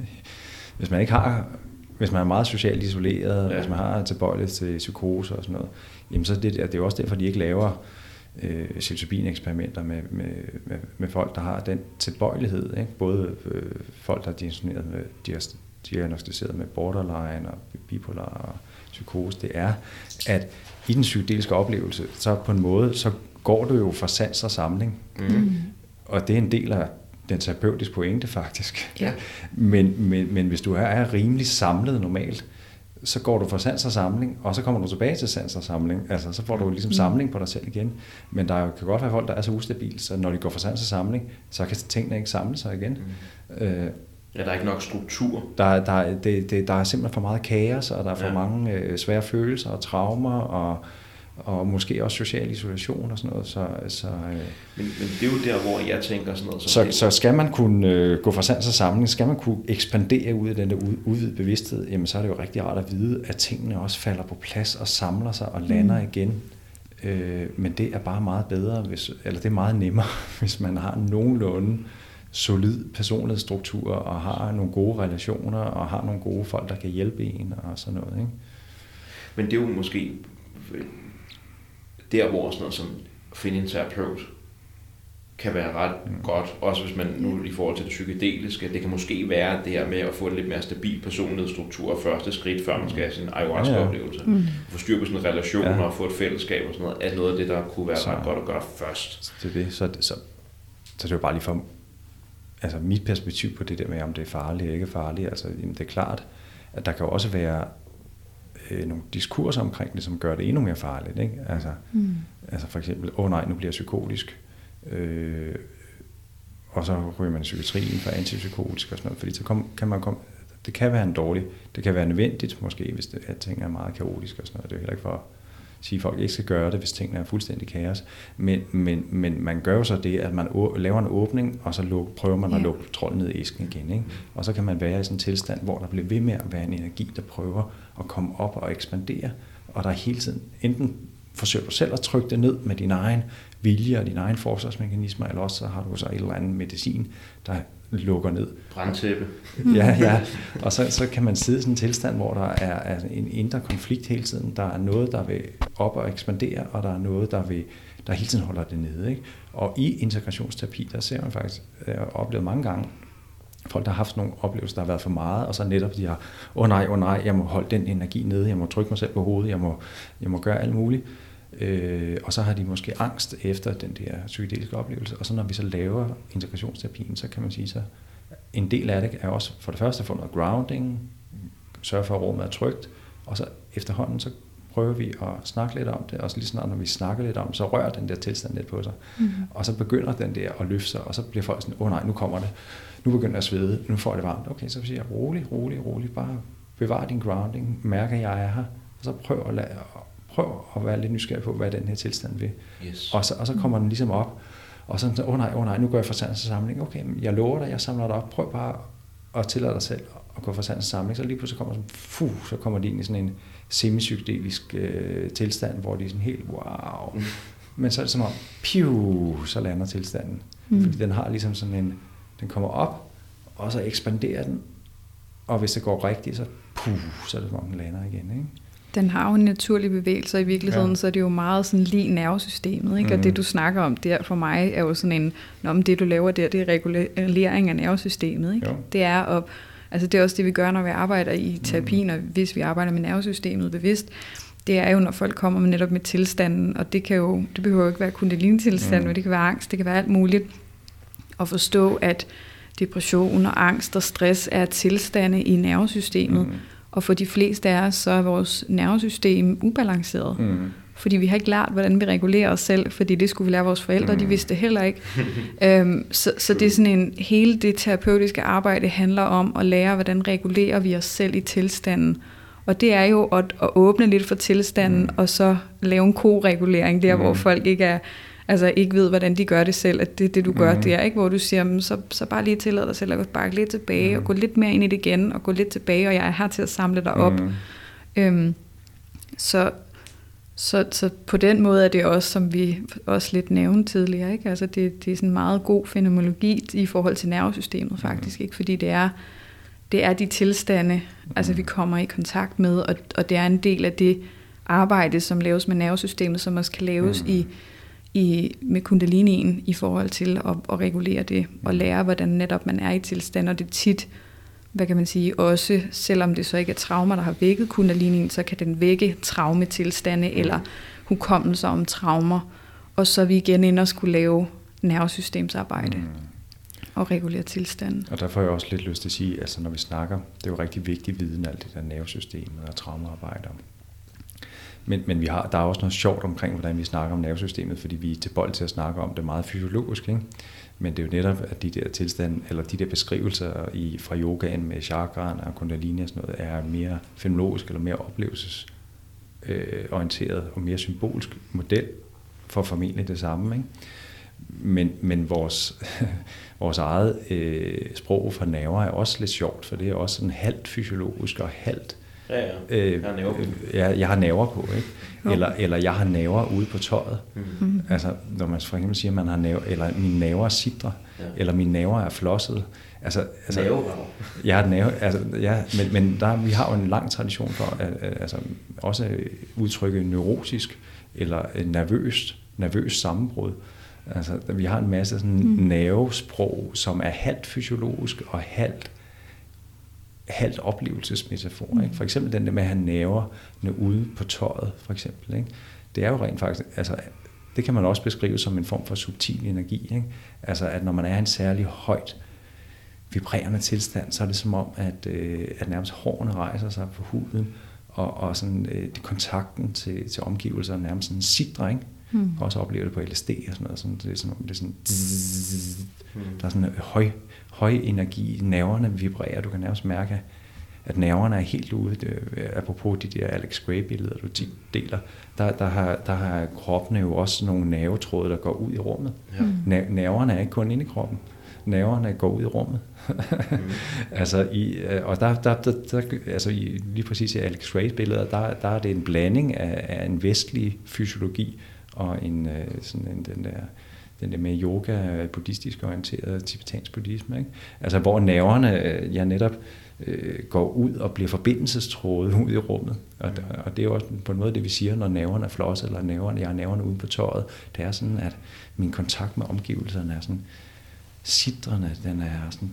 Speaker 2: hvis man ikke har, hvis man er meget socialt isoleret, ja. Hvis man har tilbøjelighed til psykose og sådan noget, jamen så det, det er jo også derfor, de ikke laver øh, psilocybin-eksperimenter med, med, med, med folk, der har den tilbøjelighed, ikke? Både øh, folk, der er diagnosticeret med, diagnosticeret med borderline og bipolar og psykose, det er, at i den psykedeliske oplevelse, så på en måde, så går du jo fra sans og samling. Mm. Og det er en del af den terapeutiske pointe faktisk.
Speaker 3: Ja.
Speaker 2: Men, men, men hvis du er, er rimelig samlet normalt, så går du fra sans og samling, og så kommer du tilbage til sans og samling. Altså, så får du ligesom samling på dig selv igen. Men der kan godt være folk, der er så ustabile, så når de går fra sans og samling, så kan tingene ikke samle sig igen. Mm. Øh,
Speaker 1: ja, der er ikke nok struktur.
Speaker 2: Der, der, det, det, der er simpelthen for meget kaos, og der er for ja. mange øh, svære følelser og traumer, og, og måske også social isolation og sådan noget. Så, så, øh,
Speaker 1: men, men det er jo der, hvor jeg tænker sådan noget.
Speaker 2: Så, så skal man kunne øh, gå fra sans og samling, skal man kunne ekspandere ud af den der udvidede bevidsthed, jamen så er det jo rigtig rart at vide, at tingene også falder på plads og samler sig og lander mm. igen. Øh, men det er bare meget bedre, hvis, eller det er meget nemmere, hvis man har nogenlunde solid personlighedsstruktur og har nogle gode relationer og har nogle gode folk, der kan hjælpe en og sådan noget. Ikke?
Speaker 1: Men det er jo måske der, hvor sådan noget som at finde en terapeut kan være ret mm. godt, også hvis man nu i forhold til det psykedeliske, det kan måske være det her med at få en lidt mere stabil personlighedsstruktur og første skridt, før man skal have sin ayahuasca-oplevelse. Ja, ja. Mm. Få styr på sådan en relation ja. og få et fællesskab og sådan noget, er noget af det, der kunne være så, ret godt at gøre først.
Speaker 2: Det er det, så, så, så det er jo bare lige for altså mit perspektiv på det der med, om det er farligt eller ikke farligt, altså jamen, det er klart, at der kan også være øh, nogle diskurser omkring det, som gør det endnu mere farligt, ikke? Altså, mm. altså for eksempel, åh oh, nej, nu bliver jeg psykotisk, øh, og så ryger man i psykiatrien for antipsykotisk og sådan noget, fordi så kom, kan man komme, det kan være en dårlig, det kan være nødvendigt måske, hvis det, at ting er meget kaotisk og sådan noget, det er heller ikke for sige, at folk ikke skal gøre det, hvis tingene er fuldstændig kaos. Men, men, men man gør jo så det, at man å- laver en åbning, og så luk, prøver man yeah. at lukke trolden ned i æsken igen. Ikke? Og så kan man være i sådan en tilstand, hvor der bliver ved med at være en energi, der prøver at komme op og ekspandere, og der er hele tiden, enten forsøger du selv at trykke det ned med din egen vilje og dine egne forsvarsmekanismer, eller også så har du så et eller andet medicin, der lukker ned.
Speaker 1: Brandtæppe.
Speaker 2: Ja, ja. Og så, så kan man sidde i sådan en tilstand, hvor der er, er en indre konflikt hele tiden. Der er noget, der vil op og ekspandere, og der er noget, der, vil, der hele tiden holder det nede. Ikke? Og i integrationsterapi, der ser man faktisk, jeg har oplevet mange gange, folk, der har haft nogle oplevelser, der har været for meget, og så netop de har, åh oh nej, åh oh nej, jeg må holde den energi nede, jeg må trykke mig selv på hovedet, jeg må, jeg må gøre alt muligt. Øh, og så har de måske angst efter den der psykedeliske oplevelse, og så når vi så laver integrationsterapien, så kan man sige så, en del af det er også for det første at få noget grounding, sørge for at rummet er trygt, og så efterhånden så prøver vi at snakke lidt om det, og så lige snart når vi snakker lidt om det, så rører den der tilstand lidt på sig, mm-hmm. og så begynder den der at løfte sig, og så bliver folk sådan, åh oh, nej, nu kommer det, nu begynder jeg at svede, nu får jeg det varmt, okay, så siger jeg rolig, rolig, rolig, bare bevar din grounding, mærker jeg er her, og så prøv at lade prøv at være lidt nysgerrig på, hvad den her tilstand vil. Yes. Og, så, og så kommer den ligesom op, og så åh oh nej, åh oh nej, nu går jeg fra sans og samling. Okay, jeg lover dig, jeg samler dig op. Prøv bare at tillade dig selv at gå fra sans og samling. Så lige pludselig kommer sådan, fuh, så kommer de ind i sådan en semipsykdelisk øh, tilstand, hvor de er sådan helt, wow. Mm. Men så er det som om, piu, så lander tilstanden. Mm. Fordi den har ligesom sådan en, den kommer op, og så ekspanderer den, og hvis det går rigtigt, så puh, så er det som om den lander igen, ikke?
Speaker 3: Den har jo en naturlig bevægelse, og i virkeligheden ja. så er det jo meget sådan lige nervesystemet, ikke? Mm. Og det du snakker om der for mig er jo sådan en, nå, men det du laver der, det er regulering af nervesystemet, ikke? Det er at, altså det er også det vi gør, når vi arbejder i terapien, og hvis vi arbejder med nervesystemet bevidst, det er jo når folk kommer med netop med tilstanden, og det kan jo, det behøver jo ikke være kundalini-tilstand, mm. men det kan være angst, det kan være alt muligt, at forstå, at depression og angst og stress er tilstande i nervesystemet. Mm. Og for de fleste af os, så er vores nervesystem ubalanceret. Mm. Fordi vi har ikke lært, hvordan vi regulerer os selv, fordi det skulle vi lære vores forældre, mm. de vidste det heller ikke. øhm, så, så det er sådan en, hele det terapeutiske arbejde handler om at lære, hvordan regulerer vi os selv i tilstanden. Og det er jo at, at åbne lidt for tilstanden, mm. og så lave en koregulering der, mm. hvor folk ikke er... Altså ikke ved, hvordan de gør det selv, at det er det, du gør mm. der, ikke? Hvor du siger, så, så bare lige tillad dig selv at bakke lidt tilbage, mm. og gå lidt mere ind i det igen, og gå lidt tilbage, og jeg er her til at samle dig op. Mm. Øhm, så, så, så på den måde er det også, som vi også lidt nævnte tidligere, ikke? Altså det, det er sådan en meget god fænomenologi i forhold til nervesystemet faktisk, ikke? Fordi det er, det er de tilstande, mm. altså vi kommer i kontakt med, og, og det er en del af det arbejde, som laves med nervesystemet, som også kan laves mm. i I, med kundalinien i forhold til at, at regulere det og lære, hvordan netop man er i tilstand, og det tit, hvad kan man sige, også selvom det så ikke er traumer, der har vækket kundalinien, så kan den vække traumetilstande eller hukommelser om traumer, og så er vi igen inde og skulle lave nervesystemsarbejde. Mm. og regulere tilstanden.
Speaker 2: Og der får jeg også lidt lyst til at sige, altså når vi snakker, det er jo rigtig vigtig viden, alt det der nervesystem og traumearbejde. Men, men vi har, der er også noget sjovt omkring, hvordan vi snakker om nervesystemet, fordi vi er tilbøjelige til at snakke om det meget fysiologisk, ikke? Men det er jo netop, at de der tilstande, eller de der beskrivelser i, fra yogaen med chakraen og kundalini og sådan noget, er mere fenomenologisk eller mere oplevelsesorienteret og mere symbolsk model for formentlig det samme, ikke? Men, men vores, vores eget øh, sprog for nerver er også lidt sjovt, for det er også sådan halvt fysiologisk og halvt.
Speaker 1: Ja, ja. Øh, jeg har nerver på.
Speaker 2: Ja, jeg har nerver på, ikke? Eller, eller jeg har nerver ude på tøjet. Mm. Altså, når man for eksempel siger, at man har nerver, eller mine nerver sidder, ja. Eller mine nerver er flossede. Altså, altså,
Speaker 1: nerver?
Speaker 2: Jeg har nerver, altså, ja, men, men der, vi har jo en lang tradition for, at, altså, også udtrykke neurotisk, eller nervøst, nervøs sammenbrud. Altså, vi har en masse sådan mm. nervesprog, som er halvt fysiologisk og halvt halvt oplevelsesmetafor. Ikke? For eksempel den der med at have nerverne ude på tøjet, for eksempel. Ikke? Det er jo rent faktisk, altså, det kan man også beskrive som en form for subtil energi. Ikke? Altså, at når man er i en særlig højt vibrerende tilstand, så er det som om, at, øh, at nærmest hårene rejser sig på huden, og, og sådan, øh, det, kontakten til, til omgivelserne nærmest sådan sidder, ikke? Mm. Også oplever det på L S D og sådan noget. Sådan, det er sådan, det er sådan zzz, mm. Der er sådan en høj, høj energi. Nerverne vibrerer. Du kan nærmest mærke, at nerverne er helt ude. Det, apropos de der Alex Gray-billeder, du deler, der, der, har, der har kroppen jo også nogle nervetråde, der går ud i rummet. Ja. Ner- nerverne er ikke kun inde i kroppen. Nerverne går ud i rummet. mm. altså i, og der, der, der, der altså i, lige præcis i Alex Gray-billeder, der, der er det en blanding af, af en vestlig fysiologi og en, sådan en, den der den der med yoga, buddhistisk orienteret, tibetansk buddhisme, ikke? Altså hvor nerverne ja, netop øh, går ud og bliver forbindelsestråde ud i rummet. Og, og det er jo også på en måde det, vi siger, når nerverne er flosset, eller nerverne, jeg har nerverne ude på tøjet. Det er sådan, at min kontakt med omgivelserne er sådan sidrende, den er sådan...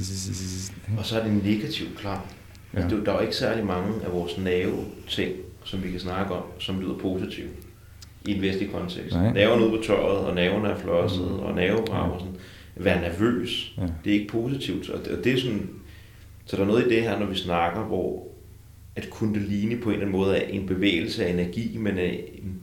Speaker 1: Og så er det negativt, klart. Ja. Altså, der er jo ikke særlig mange af vores nerve-ting, som vi kan snakke om, som lyder positivt i en vestlig kontekst. Nerverne ude på tøjet, og nerverne er flosset, mm. og nervebrag og sådan. Være nervøs, ja. Det er ikke positivt. Og det, og det er sådan, så der er noget i det her, når vi snakker, hvor at kundalini på en eller anden måde er en bevægelse af energi, men er,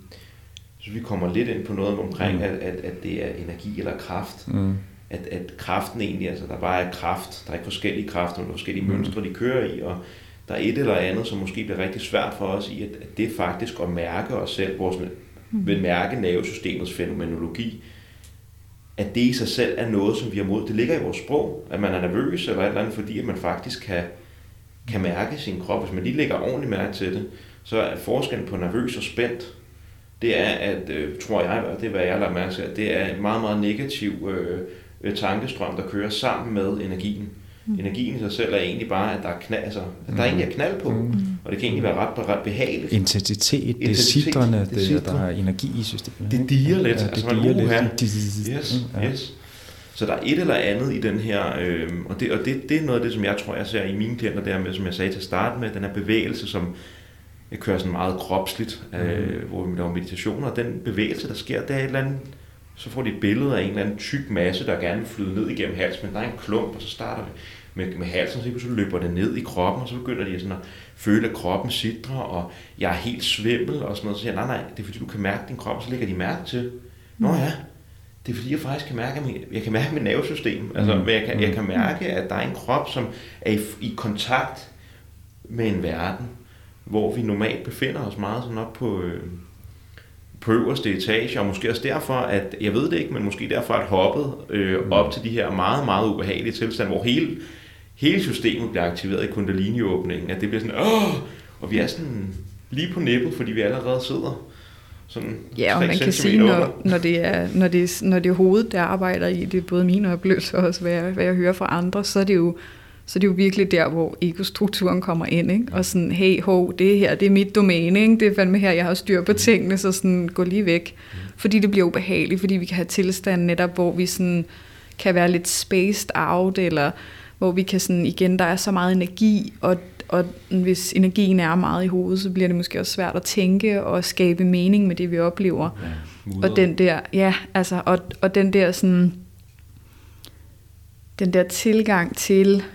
Speaker 1: så vi kommer lidt ind på noget omkring, mm. at, at, at det er energi eller kraft. Mm. At, at kraften egentlig, altså der bare er kraft, der er ikke forskellige kræfter, men der er forskellige mm. mønstre, de kører i, og der er et eller andet, som måske bliver rigtig svært for os i, at, at det faktisk at mærke os selv, vores vil mærke nervesystemets fænomenologi, at det i sig selv er noget, som vi har mod. Det ligger i vores sprog, at man er nervøs eller et eller andet, fordi at man faktisk kan, kan mærke sin krop. Hvis man lige lægger ordentligt mærke til det, så er forskellen på nervøs og spændt, det er, at, øh, tror jeg, og det er, hvad jeg har lagt mærke til, at det er en meget, meget negativ øh, tankestrøm, der kører sammen med energien. Mm. Energien i sig selv er egentlig bare, at der er knald, altså, at der egentlig er knald på, mm. og det kan egentlig være ret, ret behageligt.
Speaker 2: Intensitet, det er sidrende, det, det, der har energi i systemet.
Speaker 1: Det diger lidt,
Speaker 2: ja,
Speaker 1: altså
Speaker 2: det
Speaker 1: man
Speaker 2: diger
Speaker 1: her. Yes,
Speaker 2: ja.
Speaker 1: yes. Så der er et eller andet i den her, øh, og, det, og det, det er noget af det, som jeg tror, jeg ser i mine klienter der med, som jeg sagde til at starte med, den her bevægelse, som jeg kører sådan meget kropsligt, øh, mm. hvor vi laver meditationer, og den bevægelse, der sker, der er et eller andet, så får de et billede af en eller anden tyk masse, der gerne vil flyde ned igennem halsen, men der er en klump, og så starter vi med, med halsen, så løber det ned i kroppen, og så begynder de sådan at føle, at kroppen sidrer, og jeg er helt svimmel, og sådan noget. Så siger jeg, nej, nej, det er fordi, du kan mærke din krop, så lægger de mærke til. Nå ja, det er fordi, jeg faktisk kan mærke, at jeg kan mærke mit nervesystem. Altså, mm. jeg, kan, jeg kan mærke, at der er en krop, som er i, i kontakt med en verden, hvor vi normalt befinder os meget sådan op på... Øh, på øverste etage, og måske også derfor, at, jeg ved det ikke, men måske derfor, at hoppet øh, op til de her meget, meget ubehagelige tilstand, hvor hele, hele systemet bliver aktiveret i kundalini-åbningen, at det bliver sådan, åh, og vi er sådan lige på nippet, fordi vi allerede sidder sådan
Speaker 3: ja, og man kan sige, når, når, det er, når, det er, når det er hovedet, der arbejder i, det er både min oplevelse og også, hvad jeg, hvad jeg hører fra andre, så er det jo Så det er jo virkelig der, hvor egostrukturen kommer ind, ikke? Og sådan, hey, hov, det her, det er mit domæne, ikke? Det er fandme her, jeg har styr på tingene, så sådan, gå lige væk. Fordi det bliver ubehageligt, fordi vi kan have tilstand netop, hvor vi sådan kan være lidt spaced out, eller hvor vi kan sådan, igen, der er så meget energi, og, og hvis energien er meget i hovedet, så bliver det måske også svært at tænke og skabe mening med det, vi oplever. Ja, og den der, ja, altså, og, og den der sådan... den der tilgang til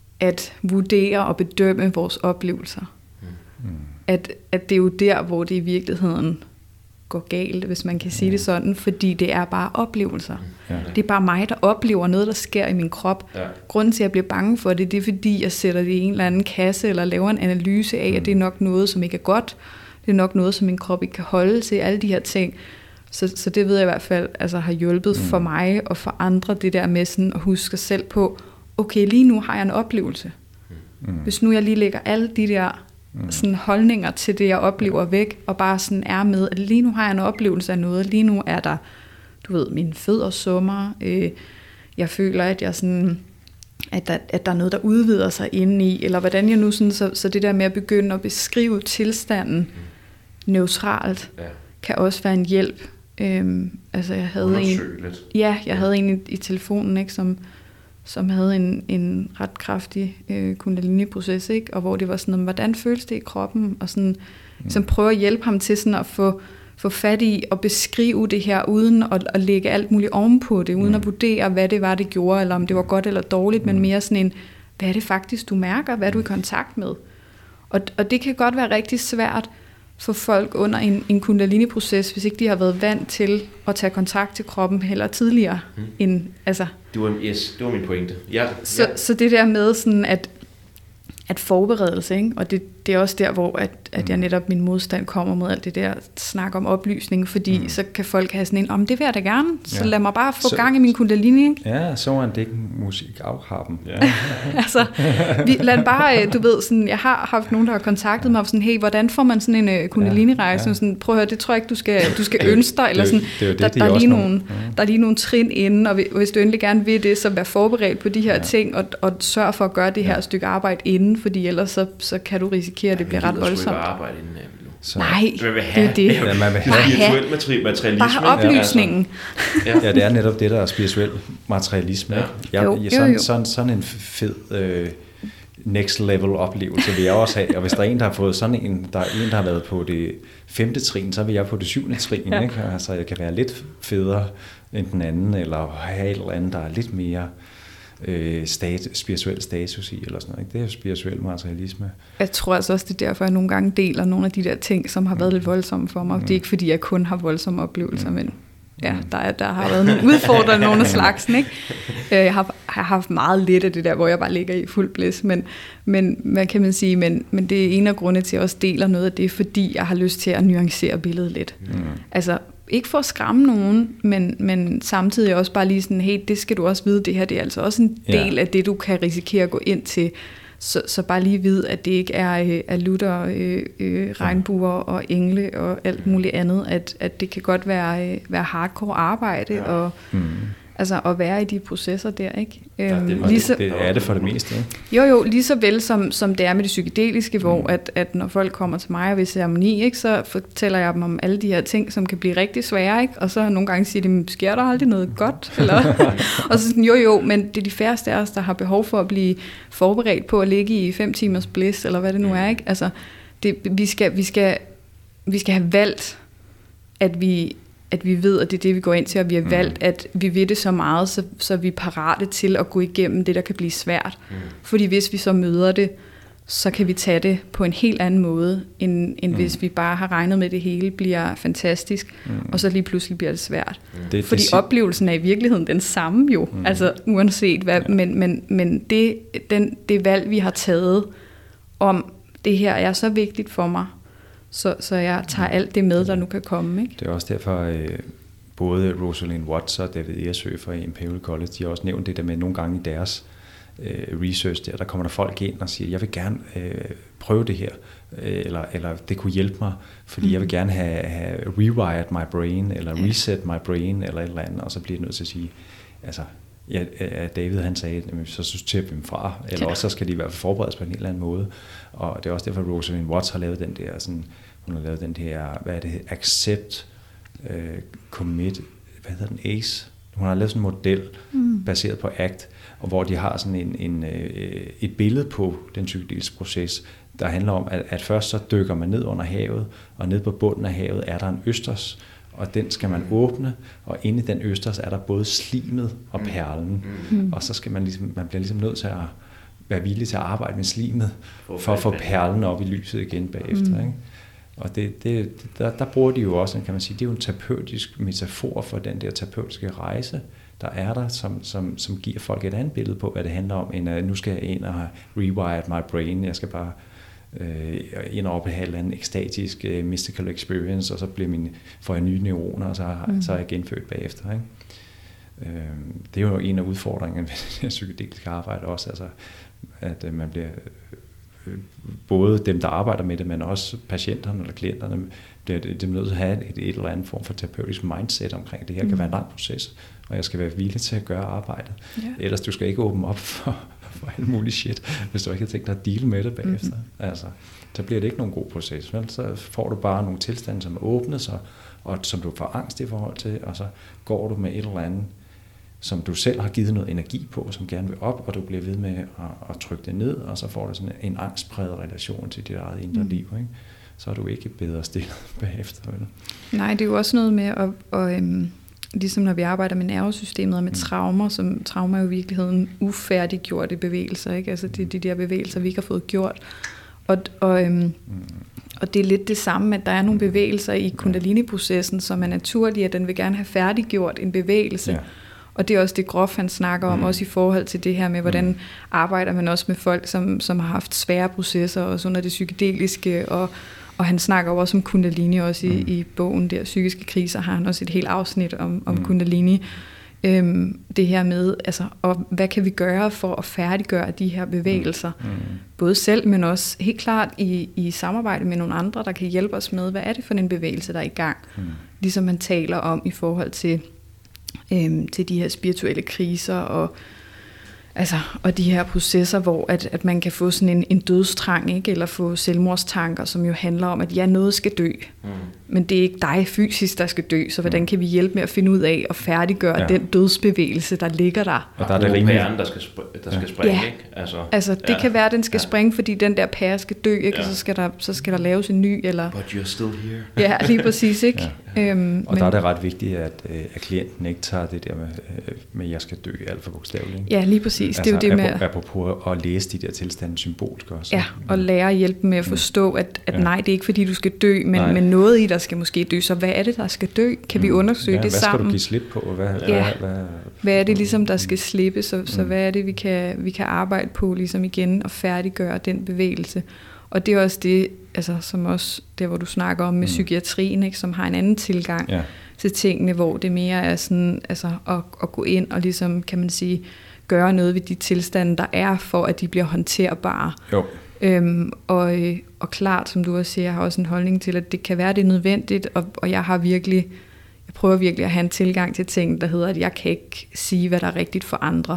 Speaker 3: at vurdere og bedømme vores oplevelser. Mm. At, at det er jo der, hvor det i virkeligheden går galt, hvis man kan sige ja. det sådan, fordi det er bare oplevelser. Ja. Det er bare mig, der oplever noget, der sker i min krop. Ja. Grunden til, at jeg bliver bange for det, det er fordi, jeg sætter det i en eller anden kasse, eller laver en analyse af, mm. at det er nok noget, som ikke er godt. Det er nok noget, som min krop ikke kan holde til, alle de her ting. Så, så det ved jeg i hvert fald, altså har hjulpet mm. for mig og for andre, det der med sådan at huske selv på, okay, lige nu har jeg en oplevelse. Mm. Hvis nu jeg lige lægger alle de der mm. sådan holdninger til det, jeg oplever væk, og bare sådan er med, at lige nu har jeg en oplevelse af noget, lige nu er der, du ved, mine fødder summer, øh, jeg føler, at jeg sådan, at der, at der er noget, der udvider sig indeni, eller hvordan jeg nu sådan, så, så det der med at begynde at beskrive tilstanden mm. neutralt, ja. kan også være en hjælp. Øhm, altså jeg havde en, ja, jeg havde en i, i telefonen, ikke, som som havde en, en ret kraftig øh, kundalini-proces, ikke? Og hvor det var sådan, hvordan føles det i kroppen, og sådan, mm. som prøver at hjælpe ham til sådan at få, få fat i og beskrive det her, uden at, at lægge alt muligt ovenpå det, uden mm. at vurdere, hvad det var, det gjorde, eller om det var godt eller dårligt, mm. men mere sådan en, hvad er det faktisk, du mærker, hvad er du i kontakt med? Og, og det kan godt være rigtig svært for folk under en, en kundalini-proces, hvis ikke de har været vant til at tage kontakt til kroppen heller tidligere. Mm. End, altså,
Speaker 1: det, var, yes, det var min pointe. Ja,
Speaker 3: så,
Speaker 1: ja.
Speaker 3: så det der med, sådan at, at forberedelse, ikke? Og det, det er også der, hvor at, at jeg netop min modstand kommer mod alt det der snak om oplysning, fordi mm. så kan folk have sådan en, om det vil jeg da gerne, så ja. lad mig bare få så, gang i min kundalini. Ikke?
Speaker 2: Ja, så er det ikke musik afharpen.
Speaker 3: Ja. altså, vi, lad bare, du ved, sådan, jeg har haft nogen, der har kontaktet mig, og sådan, hey, hvordan får man sådan en uh, kundalini-rejse? Ja, ja. Sådan, prøv at høre, det tror jeg ikke, du skal, du skal ønske dig, eller sådan, det, det der, det, der, er lige nogle, ja. der er lige nogle trin inden, og hvis du endelig gerne vil det, så vær forberedt på de her ja. ting, og, og sørg for at gøre det her ja. stykke arbejde inden, fordi ellers så, så kan du risikere, at det bliver ret voldsomt.
Speaker 1: Arbejde inden,
Speaker 3: så. Nej,
Speaker 1: det er det.
Speaker 3: Ja,
Speaker 1: man vil have spirituel materialisme.
Speaker 3: Bare oplysningen.
Speaker 2: Ja, ja, det er netop det, der er spirituel materialisme. Ja. Jeg, jo, jeg, sådan, jo, jo. Sådan, sådan en fed øh, next level oplevelse vil jeg også have. Og hvis der er en, der har fået sådan en, der er en, der har været på det femte trin, så vil jeg på det syvende trin. Ja. Ikke? Altså, jeg kan være lidt federe end den anden, eller have et eller andet, der er lidt mere Øh, stat, spirituel status i, eller sådan noget. Ikke? Det er jo spirituel materialisme.
Speaker 3: Jeg tror altså også, det er derfor, jeg nogle gange deler nogle af de der ting, som har været lidt voldsomme for mig. Mm. Det er ikke, fordi jeg kun har voldsomme oplevelser, mm. men ja, der, er, der har været nogle udfordringer nogle af slagsen. Ikke? Jeg har, har haft meget lidt af det der, hvor jeg bare ligger i fuld blæs, men, men hvad kan man sige, men, men det er en af grundene til, at jeg også deler noget af det, fordi jeg har lyst til at nuancere billedet lidt. Mm. Altså, ikke for at skræmme nogen, men, men samtidig også bare lige sådan, hey, det skal du også vide, det her det er altså også en del ja. af det, du kan risikere at gå ind til. Så, så bare lige vide, at det ikke er, er lutter, øh, øh, regnbuer og engle og alt muligt andet, at, at det kan godt være, øh, være hardcore arbejde ja. og mm. altså at være i de processer der, ikke?
Speaker 2: Ja, det, øhm, lige så, det er det for det meste, ikke?
Speaker 3: Jo, jo, lige så vel som, som det er med det psykedeliske, mm. hvor at, at når folk kommer til mig og vil ceremoni, ikke, så fortæller jeg dem om alle de her ting, som kan blive rigtig svære, ikke? Og så nogle gange siger de, sker der aldrig noget godt? Eller? og så sådan, jo, jo, men det er de færreste af os, der har behov for at blive forberedt på at ligge i fem timers bliss, eller hvad det nu er, ikke? Altså, det, vi, skal, vi, skal, vi skal have valgt, at vi at vi ved, at det er det, vi går ind til, og vi har valgt, mm. at vi ved det så meget, så, så vi er parate til at gå igennem det, der kan blive svært. Mm. Fordi hvis vi så møder det, så kan vi tage det på en helt anden måde, end, end mm. hvis vi bare har regnet med, at det hele bliver fantastisk, mm. og så lige pludselig bliver det svært. Mm. Det, Fordi det, oplevelsen er i virkeligheden den samme jo, mm. altså uanset hvad, ja. men, men, men det, den, det valg, vi har taget om, det her er så vigtigt for mig, Så, så jeg tager alt det med, der nu kan komme. Ikke?
Speaker 2: Det er også derfor, øh, både Rosalind Watts og David Ersø fra Imperial College, de har også nævnt det der med nogle gange i deres øh, research der, der kommer der folk ind og siger, jeg vil gerne øh, prøve det her, øh, eller, eller det kunne hjælpe mig, fordi mm. jeg vil gerne have, have rewired my brain, eller reset my brain, eller et eller andet, og så bliver det nødt til at sige, altså, ja, David han sagde, så sorterer vi dem fra, eller ja. også så skal de i hvert fald forberedes på en helt anden måde. Og det er også derfor, at Rosalind Watts har lavet den der, sådan, hun har lavet den her, hvad er det, accept, uh, commit, hvad hedder den, A C E. Hun har lavet sådan en model, mm. baseret på ACT, og hvor de har sådan en, en, et billede på den psykedeliske proces, der handler om, at, at først så dykker man ned under havet, og ned på bunden af havet er der en østers, og den skal man åbne, og inde i den østers er der både slimet og perlen, mm. og så skal man ligesom, man bliver ligesom nødt til at være villig til at arbejde med slimet, for at få perlen op i lyset igen bagefter, mm. ikke? Og det, det, der, der bruger de jo også, kan man sige, det er jo en terapeutisk metafor for den der terapeutiske rejse, der er der, som, som, som giver folk et andet billede på, hvad det handler om, end at nu skal jeg ind og have rewired my brain, jeg skal bare øh, ind og have en eller anden ekstatisk uh, mystical experience, og så bliver min, får jeg nye neuroner, og så, mm. så er jeg genfødt bagefter, ikke? Øh, det er jo en af udfordringerne ved det psykedeliske arbejde også, altså, at øh, man bliver både dem, der arbejder med det, men også patienterne eller klienterne, det, det er nødt til at have et, et eller andet form for terapeutisk mindset omkring det her. Det kan være en lang proces, og jeg skal være villig til at gøre arbejdet. Ja. Ellers du skal ikke åbne op for, for alt muligt shit, hvis du ikke har tænkt dig at deale med det bagefter. Mm-hmm. Altså, så bliver det ikke nogen god proces. Vel? Så får du bare nogle tilstande, som åbnes, og, og som du får angst i forhold til, og så går du med et eller andet, som du selv har givet noget energi på, som gerne vil op, og du bliver ved med at, at trykke det ned, og så får du sådan en angstpræget relation til dit eget indre mm. liv, ikke? Så er du ikke bedre stillet bagefter. Eller?
Speaker 3: Nej, det er jo også noget med, at, og, øhm, ligesom når vi arbejder med nervesystemet og med mm. traumer, som traumer er jo i virkeligheden ufærdiggjorte bevægelser, ikke? Altså det er de der bevægelser, vi ikke har fået gjort. Og, og, øhm, mm. og det er lidt det samme, at der er nogle bevægelser i kundalini-processen, som er naturlige, at den vil gerne have færdiggjort en bevægelse. Ja. Og det er også det Grof, han snakker om, mm. også i forhold til det her med, hvordan mm. arbejder man også med folk, som, som har haft svære processer, også under det psykedeliske, og, og han snakker også om kundalini, også i, mm. i bogen der, Psykiske kriser, har han også et helt afsnit om, om mm. kundalini. Øhm, det her med, altså, og hvad kan vi gøre for at færdiggøre de her bevægelser, mm. både selv, men også helt klart i, i samarbejde med nogle andre, der kan hjælpe os med, hvad er det for en bevægelse, der er i gang, mm. ligesom man taler om i forhold til Øhm, til de her spirituelle kriser og, altså, og de her processer, hvor at, at man kan få sådan en, en dødstrang, ikke? Eller få selvmordstanker, som jo handler om, at ja, noget skal dø, mm. men det er ikke dig fysisk, der skal dø, så hvordan kan vi hjælpe med at finde ud af at færdiggøre ja. den dødsbevægelse, der ligger der.
Speaker 1: Og der er det rimelig pæren, der skal, spr- der skal springe,
Speaker 3: ja.
Speaker 1: ikke? Altså,
Speaker 3: altså det ja. kan være, at den skal ja. springe, fordi den der pære skal dø, ikke? Ja. Og så skal, der, så skal der laves en ny, eller...
Speaker 1: But you're still here.
Speaker 3: Ja, lige præcis, ikke? Ja.
Speaker 2: Øhm, og men... der er det ret vigtigt, at, at klienten ikke tager det der med, med jeg skal dø alt for bogstaveligt.
Speaker 3: Ja, lige præcis. Altså, det er jo det med...
Speaker 2: Apropos at læse de der tilstande symbolsk også.
Speaker 3: Ja, og lære at hjælpe med at forstå, at, at ja. nej, det er ikke fordi, du skal dø, men, men noget i dig skal måske dø. Så hvad er det, der skal dø? Kan vi undersøge
Speaker 2: ja,
Speaker 3: det
Speaker 2: hvad
Speaker 3: sammen?
Speaker 2: Hvad skal du give slip på? Hvad,
Speaker 3: ja.
Speaker 2: hvad, hvad,
Speaker 3: hvad er det ligesom, der skal slippe? Så, så hvad er det, vi kan, vi kan arbejde på ligesom igen og færdiggøre den bevægelse? Og det er også det, altså, som også der, hvor du snakker om med mm. psykiatrien, ikke, som har en anden tilgang ja. til tingene, hvor det mere er sådan, altså at, at gå ind og ligesom, kan man sige, gøre noget ved de tilstande, der er, for at de bliver håndterbare.
Speaker 2: Jo.
Speaker 3: Øhm, og, og klart, som du også siger, jeg har også en holdning til, at det kan være, det er nødvendigt, og, og jeg har virkelig, jeg prøver virkelig at have en tilgang til ting, der hedder, at jeg kan ikke sige, hvad der er rigtigt for andre.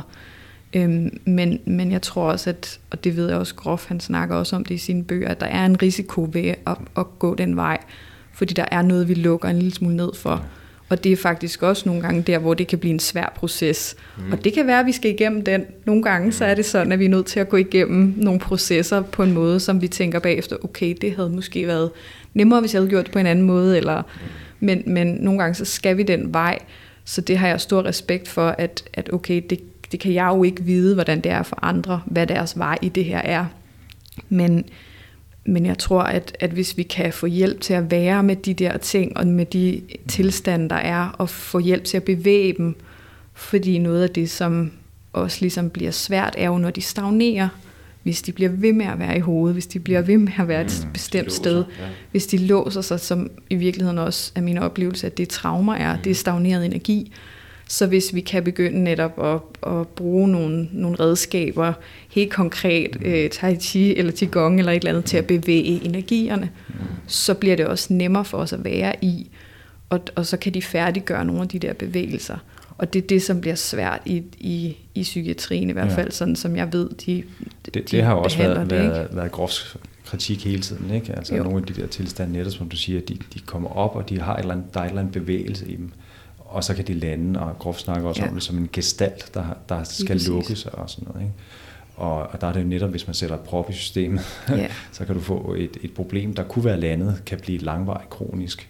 Speaker 3: Øhm, men, men jeg tror også, at, og det ved jeg også Grof, han snakker også om det i sine bøger, at der er en risiko ved at, at gå den vej, fordi der er noget, vi lukker en lille smule ned for. Og det er faktisk også nogle gange der, hvor det kan blive en svær proces. Mm. Og det kan være, at vi skal igennem den. Nogle gange så er det sådan, at vi er nødt til at gå igennem nogle processer på en måde, som vi tænker bagefter, okay, det havde måske været nemmere, hvis jeg havde gjort det på en anden måde. Eller, men, men nogle gange så skal vi den vej. Så det har jeg stor respekt for, at, at okay, det, det kan jeg jo ikke vide, hvordan det er for andre, hvad deres vej i det her er. Men... Men jeg tror, at, at hvis vi kan få hjælp til at være med de der ting, og med de tilstande, der er, og få hjælp til at bevæge dem, fordi noget af det, som også ligesom bliver svært, er jo, når de stagnerer, hvis de bliver ved med at være i hovedet, hvis de bliver ved med at være et mm, bestemt låser, sted, ja. Hvis de låser sig, som i virkeligheden også er min oplevelse, at det traumer er, mm. det er stagneret energi. Så hvis vi kan begynde netop at, at bruge nogle, nogle redskaber, helt konkret øh, tai chi eller qigong eller et eller andet, til at bevæge energierne, mm. så bliver det også nemmere for os at være i, og, og så kan de færdiggøre nogle af de der bevægelser. Og det er det, som bliver svært i, i, i psykiatrien, i hvert fald, ja. Sådan som jeg ved, de
Speaker 2: Det, de det har også været, det, været, været Grofs kritik hele tiden, ikke? Altså jo. Nogle af de der tilstande netop, som du siger, de, de kommer op, og de har et eller andet, der er et eller andet bevægelse i dem. Og så kan de lande, og Grof snakker også ja. om det som en gestalt, der, der skal lukkes og sådan noget, ikke? Og, og der er det jo netop, hvis man sætter et prop i systemet, ja. så kan du få et, et problem, der kunne være landet, kan blive langvarigt kronisk.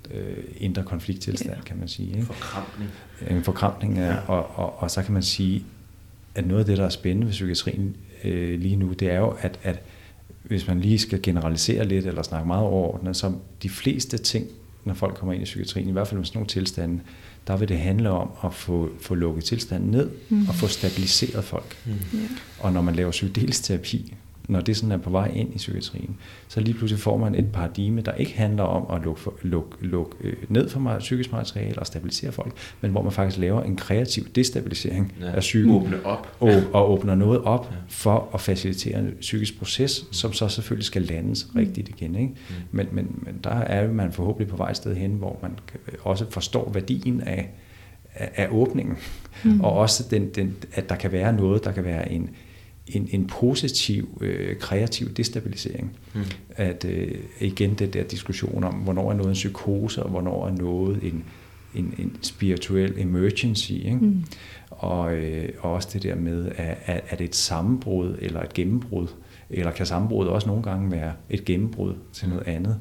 Speaker 2: øh, indre konflikttilstand,
Speaker 3: Ja.
Speaker 2: kan man sige. Ikke?
Speaker 1: Forkrampning.
Speaker 2: En forkrampning, ja. og, og, og så kan man sige, at noget af det, der er spændende ved psykiatrien øh, lige nu, det er jo, at, at hvis man lige skal generalisere lidt, eller snakke meget overordnet, så de fleste ting, når folk kommer ind i psykiatrien, i hvert fald med sådan nogle tilstande, der vil det handle om at få, få lukket tilstanden ned, mm. og få stabiliseret folk. Mm. Yeah. Og når man laver psykedelisk terapi, når det sådan er på vej ind i psykiatrien, så lige pludselig får man et paradigme, der ikke handler om at lukke, lukke, lukke øh, ned for meget psykisk materiale og stabilisere folk, men hvor man faktisk laver en kreativ destabilisering ja. af psyken.
Speaker 1: Åbne op.
Speaker 2: Og, og åbner noget op ja. for at facilitere en psykisk proces, mm. som så selvfølgelig skal landes mm. rigtigt igen. Ikke? Mm. Men, men, men der er man forhåbentlig på vej et sted hen, hvor man også forstår værdien af, af, af åbningen, mm. og også den, den, at der kan være noget, der kan være en En, en positiv, øh, kreativ destabilisering. Mm. At øh, igen det der diskussion om, hvornår er noget en psykose, og hvornår er noget en, en, en spirituel emergency. Ikke? Mm. Og, øh, og også det der med, at, at det et sammenbrud eller et gennembrud, eller kan sammenbruddet også nogle gange være et gennembrud til noget andet.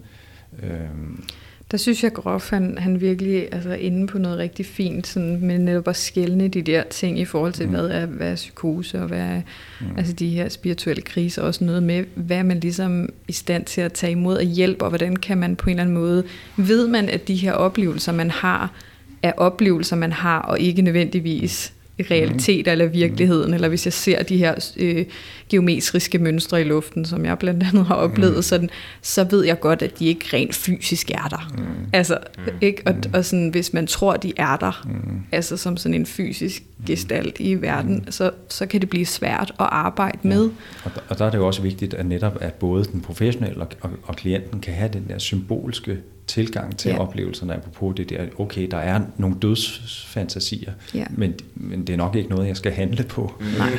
Speaker 2: Øhm,
Speaker 3: Der synes jeg, Grof, han, han virkelig altså, er inde på noget rigtig fint, sådan, med netop at skelne de der ting i forhold til, mm. hvad, er, hvad er psykose, og hvad er mm. altså, de her spirituelle kriser, også noget med, hvad er man ligesom i stand til at tage imod af hjælp, og hvordan kan man på en eller anden måde, ved man, at de her oplevelser, man har, er oplevelser, man har, og ikke nødvendigvis i realiteter eller virkeligheden, mm. eller hvis jeg ser de her øh, geometriske mønstre i luften, som jeg blandt andet har oplevet, mm. sådan, så ved jeg godt, at de ikke rent fysisk er der. Mm. Altså, mm. ikke? Og, og sådan, hvis man tror, de er der, mm. altså som sådan en fysisk gestalt i verden, mm. så, så kan det blive svært at arbejde ja. med.
Speaker 2: Og der, og der er det jo også vigtigt, at netop at både den professionelle og, og, og klienten kan have den der symbolske tilgang til ja. oplevelserne, apropos det der, okay, der er nogle dødsfantasier, ja. men, men det er nok ikke noget, jeg skal handle på.
Speaker 3: Nej,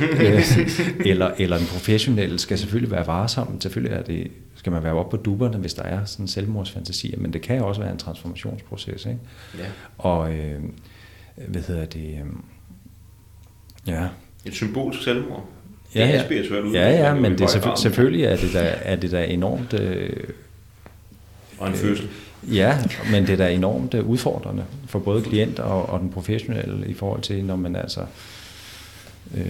Speaker 2: eller, eller den professionelle skal selvfølgelig være varsom, selvfølgelig er det, skal man være oppe på dupperne, hvis der er sådan selvmordsfantasier, men det kan også være en transformationsproces, ikke? Ja. Og, øh, hvad hedder det, øh, ja.
Speaker 1: Et symbolsk selvmord.
Speaker 2: Ja,
Speaker 1: det er
Speaker 2: ja.
Speaker 1: spirituelt ud.
Speaker 2: Ja, ja, men det er selvfølgelig, selvfølgelig er det der, er det der enormt... Øh,
Speaker 1: og en fødsel.
Speaker 2: Ja, men det er da enormt udfordrende for både klienter og, og den professionelle i forhold til, når man altså... Øh,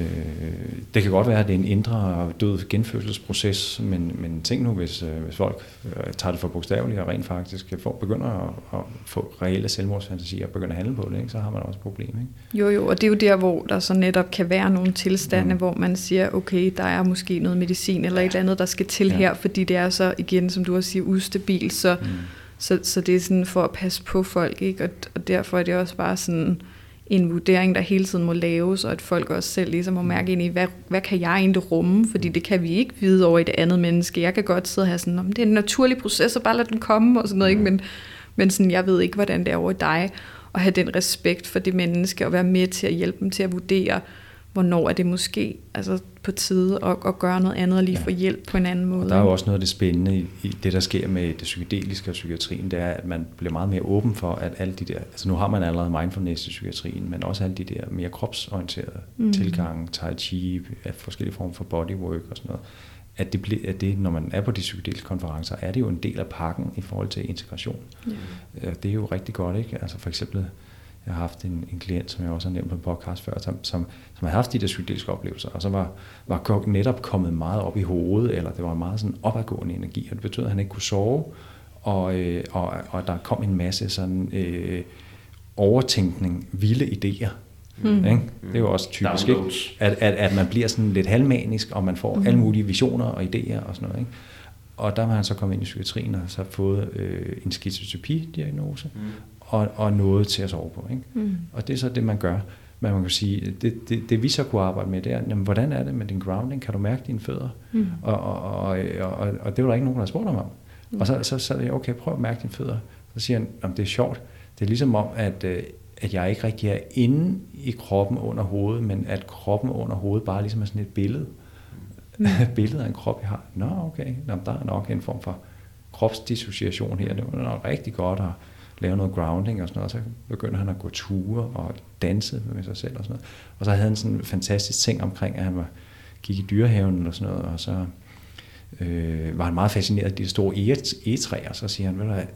Speaker 2: det kan godt være, at det er en indre død genfødselsproces, men, men tænk nu, hvis, øh, hvis folk øh, tager det for bogstaveligt og rent faktisk får, begynder at, at få reelle selvmordsfantasier og begynder at handle på det, ikke? Så har man også et problem. Ikke?
Speaker 3: Jo, jo, og det er jo der, hvor der så netop kan være nogle tilstande, mm. hvor man siger, okay, der er måske noget medicin eller et eller andet, der skal til ja. her, fordi det er så, igen, som du også siger, ustabilt, så, mm. så, så det er sådan for at passe på folk, ikke? Og, og derfor er det også bare sådan en vurdering, der hele tiden må laves, og at folk også selv ligesom må mærke ind i, hvad, hvad kan jeg egentlig rumme, fordi det kan vi ikke vide over i det andet menneske. Jeg kan godt sidde og have sådan, det er en naturlig proces, og bare lad den komme, og sådan noget, ikke? Men, men sådan, jeg ved ikke, hvordan det er over i dig, og have den respekt for det menneske, og være med til at hjælpe dem til at vurdere, hvornår er det måske altså på tide at, at gøre noget andet, og lige ja. få hjælp på en anden måde.
Speaker 2: Og der er jo også noget af det spændende i, i det, der sker med det psykedeliske og psykiatrien, det er, at man bliver meget mere åben for, at alle de der, altså nu har man allerede mindfulness i psykiatrien, men også alle de der mere kropsorienterede mm. tilgange, tai chi, forskellige former for bodywork og sådan noget, at det, bliver, at det, når man er på de psykedeliske konferencer, er det jo en del af pakken i forhold til integration. Ja. Det er jo rigtig godt, ikke? Altså for eksempel, jeg har haft en, en klient, som jeg også har nævnt på en podcast før, som, som, som har haft de der psykedeliske oplevelser, og så var, var netop kommet meget op i hovedet, eller det var meget sådan opadgående energi, og det betød, at han ikke kunne sove, og, øh, og, og der kom en masse sådan øh, overtænkning, vilde idéer. Mm. Ikke? Det er jo også typisk, ikke? At, at, at man bliver sådan lidt halvmanisk, og man får mm. alle mulige visioner og idéer og sådan noget. Ikke? Og der var han så kommet ind i psykiatrien, og så fået øh, en skizofreni-diagnose, mm. og, og noget til at sove på. Ikke? Mm. Og det er så det, man gør. Men man kan sige, det, det, det vi så kunne arbejde med, det er, jamen, hvordan er det med din grounding? Kan du mærke dine fødder? Mm. Og, og, og, og, og det var der ikke nogen, der spurgte om. Mm. Og så, så sagde jeg, okay, prøv at mærke dine fødder. Så siger han, jamen, det er sjovt. Det er ligesom om, at, at jeg ikke rigtig er inde i kroppen under hovedet, men at kroppen under hovedet bare ligesom er sådan et billede. Mm. Billede af en krop, jeg har. Nå, okay, Nå, der er nok en form for kropsdissociation her. Det var nok rigtig godt at lave noget grounding og sådan noget, og så begyndte han at gå ture og danse med sig selv og sådan noget. Og så havde han sådan en fantastisk ting omkring, at han var, gik i dyrehaven og sådan noget, og så øh, var han meget fascineret af de store egetræer, så siger han, ved du,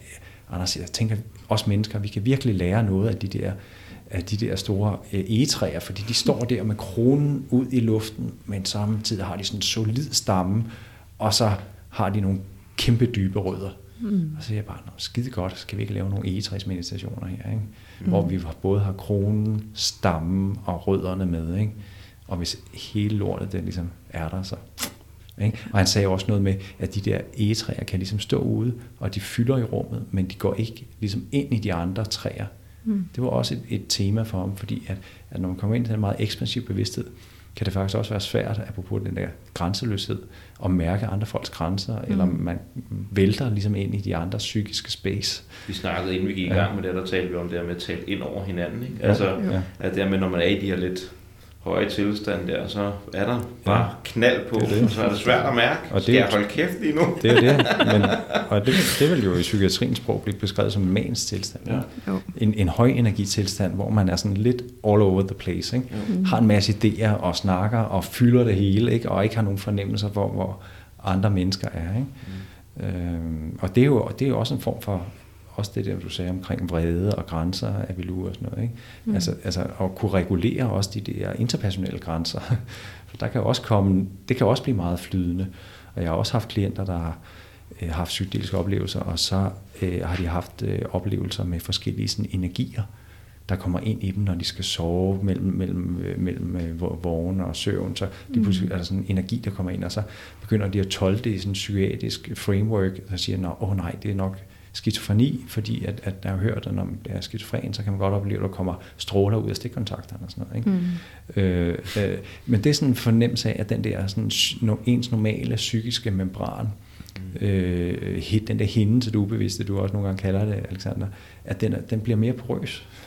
Speaker 2: Anders, jeg tænker, os mennesker, vi kan virkelig lære noget af de der, af de der store egetræer, fordi de står der med kronen ud i luften, men samtidig har de sådan en solid stamme, og så har de nogle kæmpe dybe rødder. Mm. Og så siger jeg bare, skide godt, skal vi ikke lave nogle egetræsmeditationer her, ikke? Mm. Hvor vi både har kronen, stammen og rødderne med, ikke? Og hvis hele lortet det ligesom er der, så... Ikke? Og han sagde også noget med, at de der egetræer kan ligesom stå ude, og de fylder i rummet, men de går ikke ligesom ind i de andre træer. Mm. Det var også et, et tema for ham, fordi at, at når man kommer ind i den meget ekspansiv bevidsthed, kan det faktisk også være svært, apropos den der grænseløshed, at mærke andre folks grænser, mm. eller man vælter ligesom ind i de andre psykiske space.
Speaker 1: Vi snakkede, inden vi gik i gang med det, der talte vi om det her med at tale ind over hinanden. Ikke?
Speaker 2: Ja.
Speaker 1: Altså,
Speaker 2: ja.
Speaker 1: at det her med, når man er i de her lidt høje tilstand der, så er der bare ja. knald på, det det. Og så er det svært at mærke. Og det, skal jeg holde kæft lige nu?
Speaker 2: Det er det, men, og det, det vil jo i psykiatriens sprog blive beskrevet som en manisk tilstand. Ja. En, en høj energitilstand, hvor man er sådan lidt all over the place. Ikke? Mm. Har en masse idéer og snakker og fylder det hele, ikke? Og ikke har nogen fornemmelser for, hvor andre mennesker er. Ikke? Mm. Øhm, og det er, jo, det er jo også en form for... Også det der, du sagde omkring vrede og grænser af Avilu og sådan noget. Ikke? Mm. Altså, altså at kunne regulere også de der interpersonelle grænser. For der kan også komme, det kan også blive meget flydende. Og jeg har også haft klienter, der har øh, haft psykedeliske oplevelser, og så øh, har de haft øh, oplevelser med forskellige sådan, energier, der kommer ind i dem, når de skal sove mellem, mellem, øh, mellem øh, vågen og søvn. Så lige pludselig er der sådan en energi, der kommer ind, og så begynder de at tolke det i sådan en psykiatrisk framework, der siger, åh oh, nej, det er nok skizofreni, fordi at, at jeg har hørt, at når man er skizofren, så kan man godt opleve, at der kommer stråler ud af stikkontakterne og sådan noget. Ikke? Mm. Øh, øh, men det er sådan en fornemmelse af, at den der sådan, no, ens normale psykiske membran, mm. øh, den der hinde til det ubevidste, du også nogle gange kalder det, Alexander, at den, den bliver mere porøs. Mm.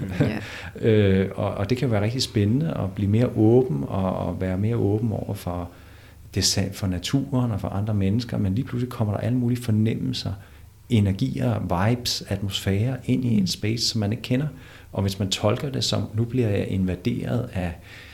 Speaker 2: øh, og, og det kan være rigtig spændende at blive mere åben, og, og være mere åben over for, det, for naturen og for andre mennesker, men lige pludselig kommer der alle mulige fornemmelser, energier, vibes, atmosfære ind i en space, som man ikke kender. Og hvis man tolker det som, nu bliver jeg invaderet af,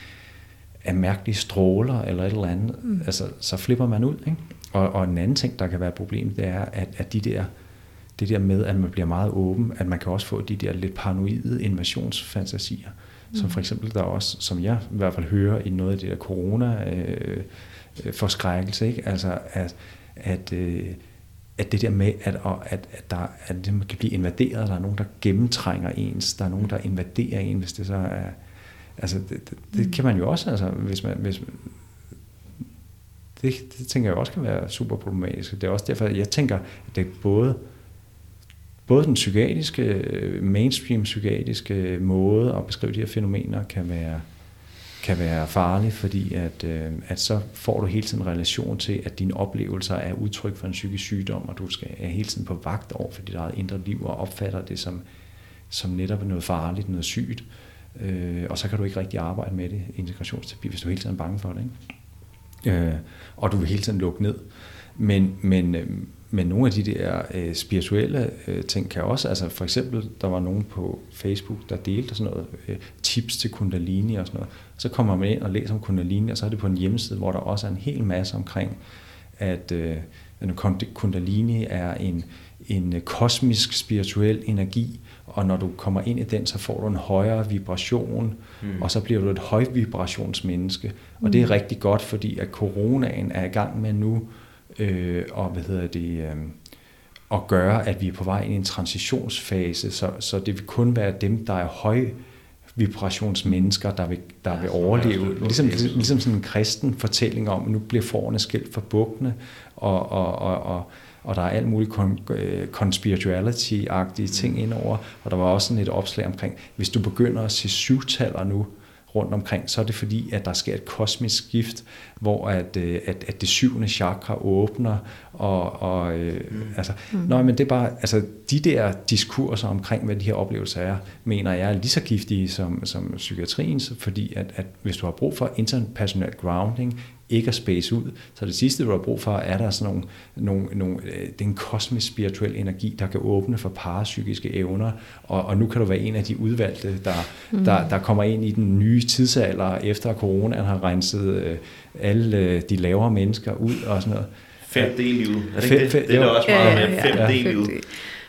Speaker 2: af mærkelige stråler eller et eller andet, mm. altså, så flipper man ud. Ikke? Og, og en anden ting, der kan være et problem, det er, at, at de der, det der med, at man bliver meget åben, at man kan også få de der lidt paranoide invasionsfantasier, mm. som for eksempel der også, som jeg i hvert fald hører i noget af det der corona-forskrækkelse, øh, ikke? Altså, at, at øh, at det der med, at, at, at, der, at det kan blive invaderet, der er nogen, der gennemtrænger ens, der er nogen, der invaderer en, hvis det så er... Altså, det, det, det kan man jo også, altså, hvis man... Hvis man det, det tænker jeg også kan være super problematisk. Det er også derfor, jeg tænker, at det er både, både den psykiatriske, mainstream psykiatriske måde at beskrive de her fænomener kan være, kan være farlig, fordi at, øh, at så får du hele tiden en relation til, at dine oplevelser er udtryk for en psykisk sygdom, og du skal er hele tiden på vagt over for dit eget indre liv, og opfatter det som, som netop noget farligt, noget sygt. Øh, og så kan du ikke rigtig arbejde med det i integrationsterapi, hvis du hele tiden er bange for det. Ikke? Øh, og du vil hele tiden lukke ned. Men, men, øh, men nogle af de der øh, spirituelle øh, ting kan også, altså for eksempel, der var nogen på Facebook, der delte sådan noget øh, tips til Kundalini og sådan noget. Så kommer man ind og læser om Kundalini, og så er det på en hjemmeside, hvor der også er en hel masse omkring, at øh, Kundalini er en, en kosmisk spirituel energi, og når du kommer ind i den, så får du en højere vibration, mm. og så bliver du et højvibrationsmenneske. Mm. Og det er rigtig godt, fordi at coronaen er i gang med nu, øh, og hvad hedder det, øh, at gøre, at vi er på vej ind i en transitionsfase, så, så det vil kun være dem, der er høj vibrationsmennesker, der vil, der vil overleve. Ligesom, ligesom sådan en kristen fortælling om, at nu bliver fårene skilt fra bukkene, og, og, og, og, og der er alt muligt conspirituality-agtige ting indover, og der var også sådan et opslag omkring, hvis du begynder at se syvtaller nu rundt omkring, så er det fordi, at der sker et kosmisk skift, hvor at, at, at det syvende chakra åbner, og, og øh, mm. altså, mm. nej, men det er bare, altså de der diskurser omkring, hvad de her oplevelser er, mener jeg er lige så giftige som, som psykiatriens, fordi at, at hvis du har brug for interpersonal grounding, ikke at space ud, så det sidste, du har brug for, er der sådan nogle, nogle, nogle det er en kosmisk spirituel energi, der kan åbne for parapsykiske evner, og, og nu kan du være en af de udvalgte, der, mm. der, der kommer ind i den nye tidsalder, efter coronaen har renset øh, alle øh, de lavere mennesker ud og sådan noget.
Speaker 1: fem D-livet. Er det, det? Det, det er også meget
Speaker 3: ja,
Speaker 1: mere fem D-livet.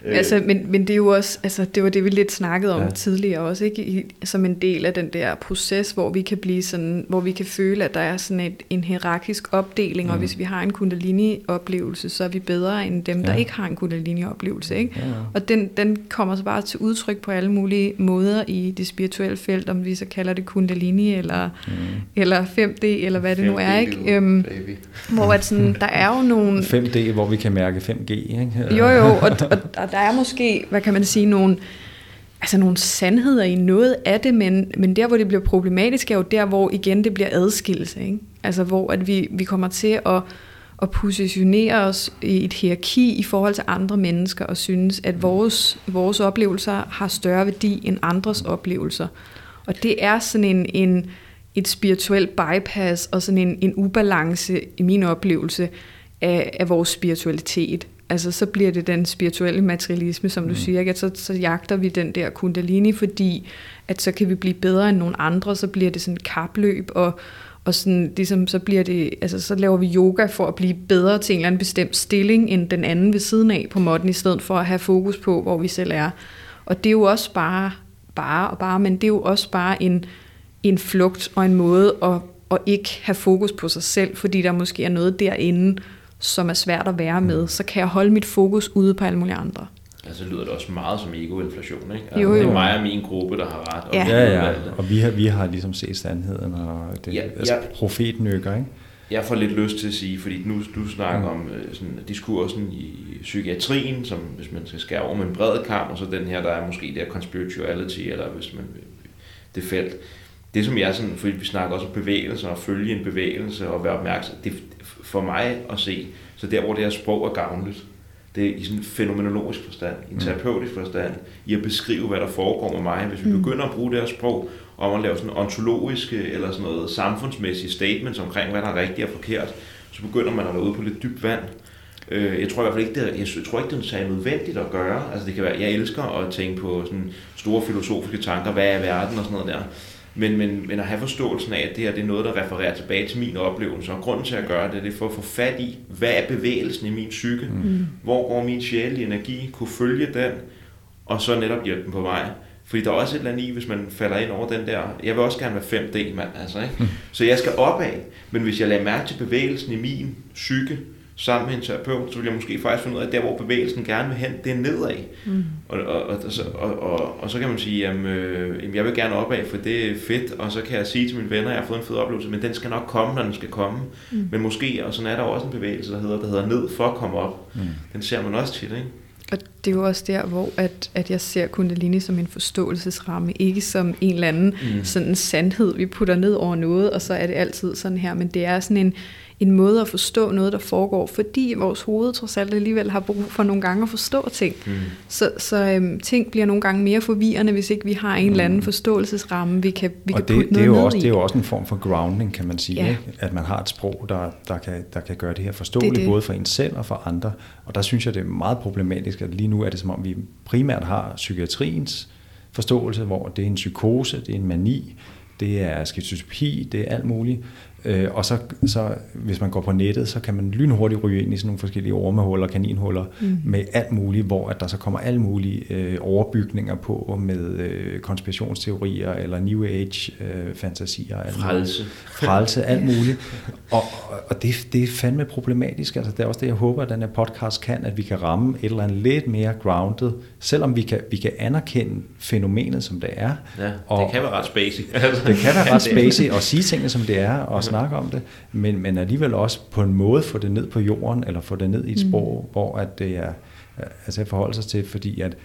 Speaker 3: Altså, men, men det er jo også, altså, det var det, vi lidt snakkede om
Speaker 2: Ja.
Speaker 3: tidligere også, ikke? I, som en del af den der proces, hvor vi kan blive sådan, hvor vi kan føle, at der er sådan et, en hierarkisk opdeling, mm. og hvis vi har en kundalini-oplevelse, så er vi bedre end dem, der
Speaker 2: Ja.
Speaker 3: ikke har en kundalini-oplevelse, ikke?
Speaker 2: Ja, ja.
Speaker 3: Og den, den kommer så bare til udtryk på alle mulige måder i det spirituelle felt, om vi så kalder det kundalini, eller, mm. eller fem D, eller hvad det nu er, ikke? Øhm, hvor at sådan, der er jo nogle...
Speaker 2: fem D, hvor vi kan mærke fem G, ikke?
Speaker 3: Jo, jo, og, og, og der er måske, hvad kan man sige, nogle, altså nogle sandheder i noget af det, men, men der, hvor det bliver problematisk, er jo der, hvor igen det bliver adskillelse, ikke? Altså hvor at vi, vi kommer til at, at positionere os i et hierarki i forhold til andre mennesker, og synes, at vores, vores oplevelser har større værdi end andres oplevelser. Og det er sådan en, en, et spirituelt bypass, og sådan en, en ubalance i min oplevelse af, af vores spiritualitet. Altså så bliver det den spirituelle materialisme, som du mm. siger, ikke? At så, så jagter vi den der kundalini, fordi at så kan vi blive bedre end nogle andre, så bliver det sådan et kapløb, og, og sådan, ligesom, så, bliver det, altså, så laver vi yoga for at blive bedre til en eller anden bestemt stilling, end den anden ved siden af på måtten, i stedet for at have fokus på, hvor vi selv er. Og det er jo også bare, bare og bare, men det er jo også bare en, en flugt og en måde at, at ikke have fokus på sig selv, fordi der måske er noget derinde, som er svært at være med, så kan jeg holde mit fokus ude på alle mulige andre.
Speaker 1: Altså lyder det også meget som egoinflation, ikke? Altså,
Speaker 3: Jo, jo.
Speaker 1: det er mig og min gruppe, der har ret. Og
Speaker 3: Ja.
Speaker 1: vi
Speaker 2: Ja,
Speaker 1: har
Speaker 2: ja,
Speaker 1: valgt det.
Speaker 2: og vi har, vi har ligesom set sandheden, og det,
Speaker 1: Ja,
Speaker 2: altså,
Speaker 1: ja.
Speaker 2: profetnykker, ikke?
Speaker 1: Jeg får lidt lyst til at sige, fordi nu du snakker om øh, sådan, diskursen i psykiatrien, som hvis man skal skære over med en bred kamp, og så den her, der er måske der conspirituality, eller hvis man det felt. Det som jeg sådan, fordi vi snakker også om bevægelser, og følge en bevægelse, og være opmærksom, det for mig at se, så der hvor det her sprog er gavnligt, det er i sådan en fænomenologisk forstand, i en terapeutisk forstand, i at beskrive, hvad der foregår med mig. Hvis vi mm. begynder at bruge det her sprog, om at lave sådan ontologiske, eller sådan noget samfundsmæssige statements omkring, hvad der er rigtigt og forkert, så begynder man at være ude på lidt dybt vand. Jeg tror i hvert fald ikke, det er, jeg tror ikke, det er nødvendigt at gøre. Altså det kan være, jeg elsker at tænke på sådan store filosofiske tanker, hvad er verden og sådan noget der. Men, men, men at have forståelsen af, at det her det er noget, der refererer tilbage til min oplevelse, og grunden til at gøre det, det er for at få fat i, hvad er bevægelsen i min psyke, mm. hvor går min sjælelige energi, kunne følge den, og så netop hjælpe den på vej. Fordi der er også et eller andet i, hvis man falder ind over den der, jeg vil også gerne være fem D, mand, altså, ikke? Mm. Så jeg skal opad, men hvis jeg lader mærke til bevægelsen i min psyke, sammen med en terapeut, så vil jeg måske faktisk finde ud af, at der, hvor bevægelsen gerne vil hen, det er nedad. Mm. Og, og, og, og, og, og så kan man sige, jamen, øh, jeg vil gerne opad, for det er fedt, og så kan jeg sige til mine venner, at jeg har fået en fed oplevelse, men den skal nok komme, når den skal komme. Mm. Men måske, og sådan er der også en bevægelse, der hedder, der hedder ned for at komme op. Mm. Den ser man også tit, ikke?
Speaker 3: Og det er jo også der, hvor at, at jeg ser kundalini som en forståelsesramme, ikke som en eller anden mm. sådan en sandhed, vi putter ned over noget, og så er det altid sådan her, men det er sådan en, en måde at forstå noget, der foregår, fordi vores hoved trods alt alligevel har brug for nogle gange at forstå ting. Mm. Så, så øhm, ting bliver nogle gange mere forvirrende, hvis ikke vi har en mm. eller anden forståelsesramme, vi kan, vi kan
Speaker 2: det,
Speaker 3: putte
Speaker 2: det er
Speaker 3: noget
Speaker 2: jo
Speaker 3: ned
Speaker 2: også,
Speaker 3: i.
Speaker 2: Det er jo også en form for grounding, kan man sige,
Speaker 3: Ja.
Speaker 2: ikke? At man har et sprog, der, der, kan, der kan gøre det her forståeligt, det det. både for en selv og for andre. Og der synes jeg, det er meget problematisk, at lige nu er det som om, vi primært har psykiatriens forståelse, hvor det er en psykose, det er en mani, det er skizotypi, det er alt muligt. Øh, og så, så hvis man går på nettet, så kan man lynhurtigt ryge ind i sådan nogle forskellige ormehuller, kaninhuller, mm. med alt muligt, hvor at der så kommer alle mulige øh, overbygninger på med øh, konspirationsteorier eller New Age øh, fantasier.
Speaker 1: Frelse.
Speaker 2: Frelse, alt muligt. Og, og det, det er fandme problematisk. Altså, det er også det, jeg håber, at den her podcast kan, at vi kan ramme et eller andet lidt mere grounded, selvom vi kan, vi kan anerkende fænomenet, som det er.
Speaker 1: Ja,
Speaker 2: og,
Speaker 1: det kan være ret spacey.
Speaker 2: Det kan være ret spacey at sige tingene, som det er, og snakke om det, men, men alligevel også på en måde få det ned på jorden, eller få det ned i et sprog, mm. hvor at det er, altså at forholde sig til, fordi at,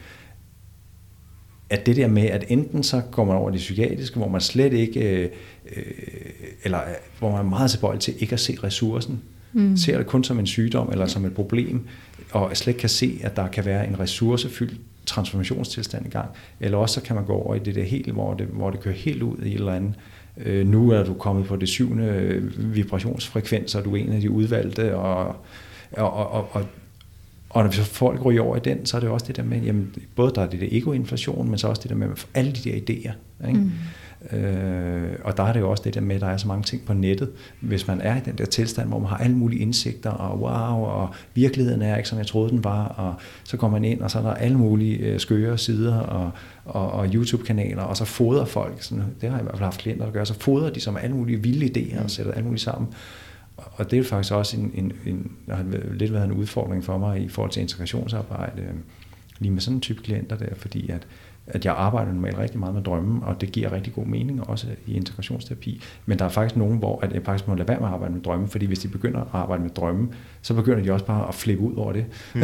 Speaker 2: at det der med, at enten så går man over det psykiatriske, hvor man slet ikke, øh, eller hvor man er meget tilbøjelig til ikke at se ressourcen, mm. ser det kun som en sygdom, eller som et problem, og slet ikke kan se, at der kan være en ressourcefyldt transformationstilstand i gang, eller også så kan man gå over i det der helt, hvor det, hvor det kører helt ud i et eller andet. Øh, nu er du kommet på det syvende vibrationsfrekvens, og du er en af de udvalgte, og, og, og, og, og når folk ryger over i den, så er det også det der med, jamen, både der er det der egoinflation, men så også det der med alle de der idéer. Ikke? Mm. Øh, og der er det jo også det der med, at der er så mange ting på nettet. Hvis man er i den der tilstand, hvor man har alle mulige indsigter, og wow, og virkeligheden er ikke, som jeg troede, den var, og så går man ind, og så er der alle mulige øh, skøre sider, og, og, og YouTube-kanaler, og så fodrer folk, sådan, det har jeg i hvert fald haft klienter, der gør, så fodrer de som alle mulige vilde idéer, og sætter alle mulige sammen. Og det er faktisk også en, en, en, der har lidt været en udfordring for mig i forhold til integrationsarbejde, lige med sådan en type klienter der, fordi at, at jeg arbejder normalt rigtig meget med drømme, og det giver rigtig god mening også i integrationsterapi. Men der er faktisk nogen, hvor at jeg faktisk må lade være med at arbejde med drømme, fordi hvis de begynder at arbejde med drømme, så begynder de også bare at flippe ud over det.
Speaker 1: Mm. Oh,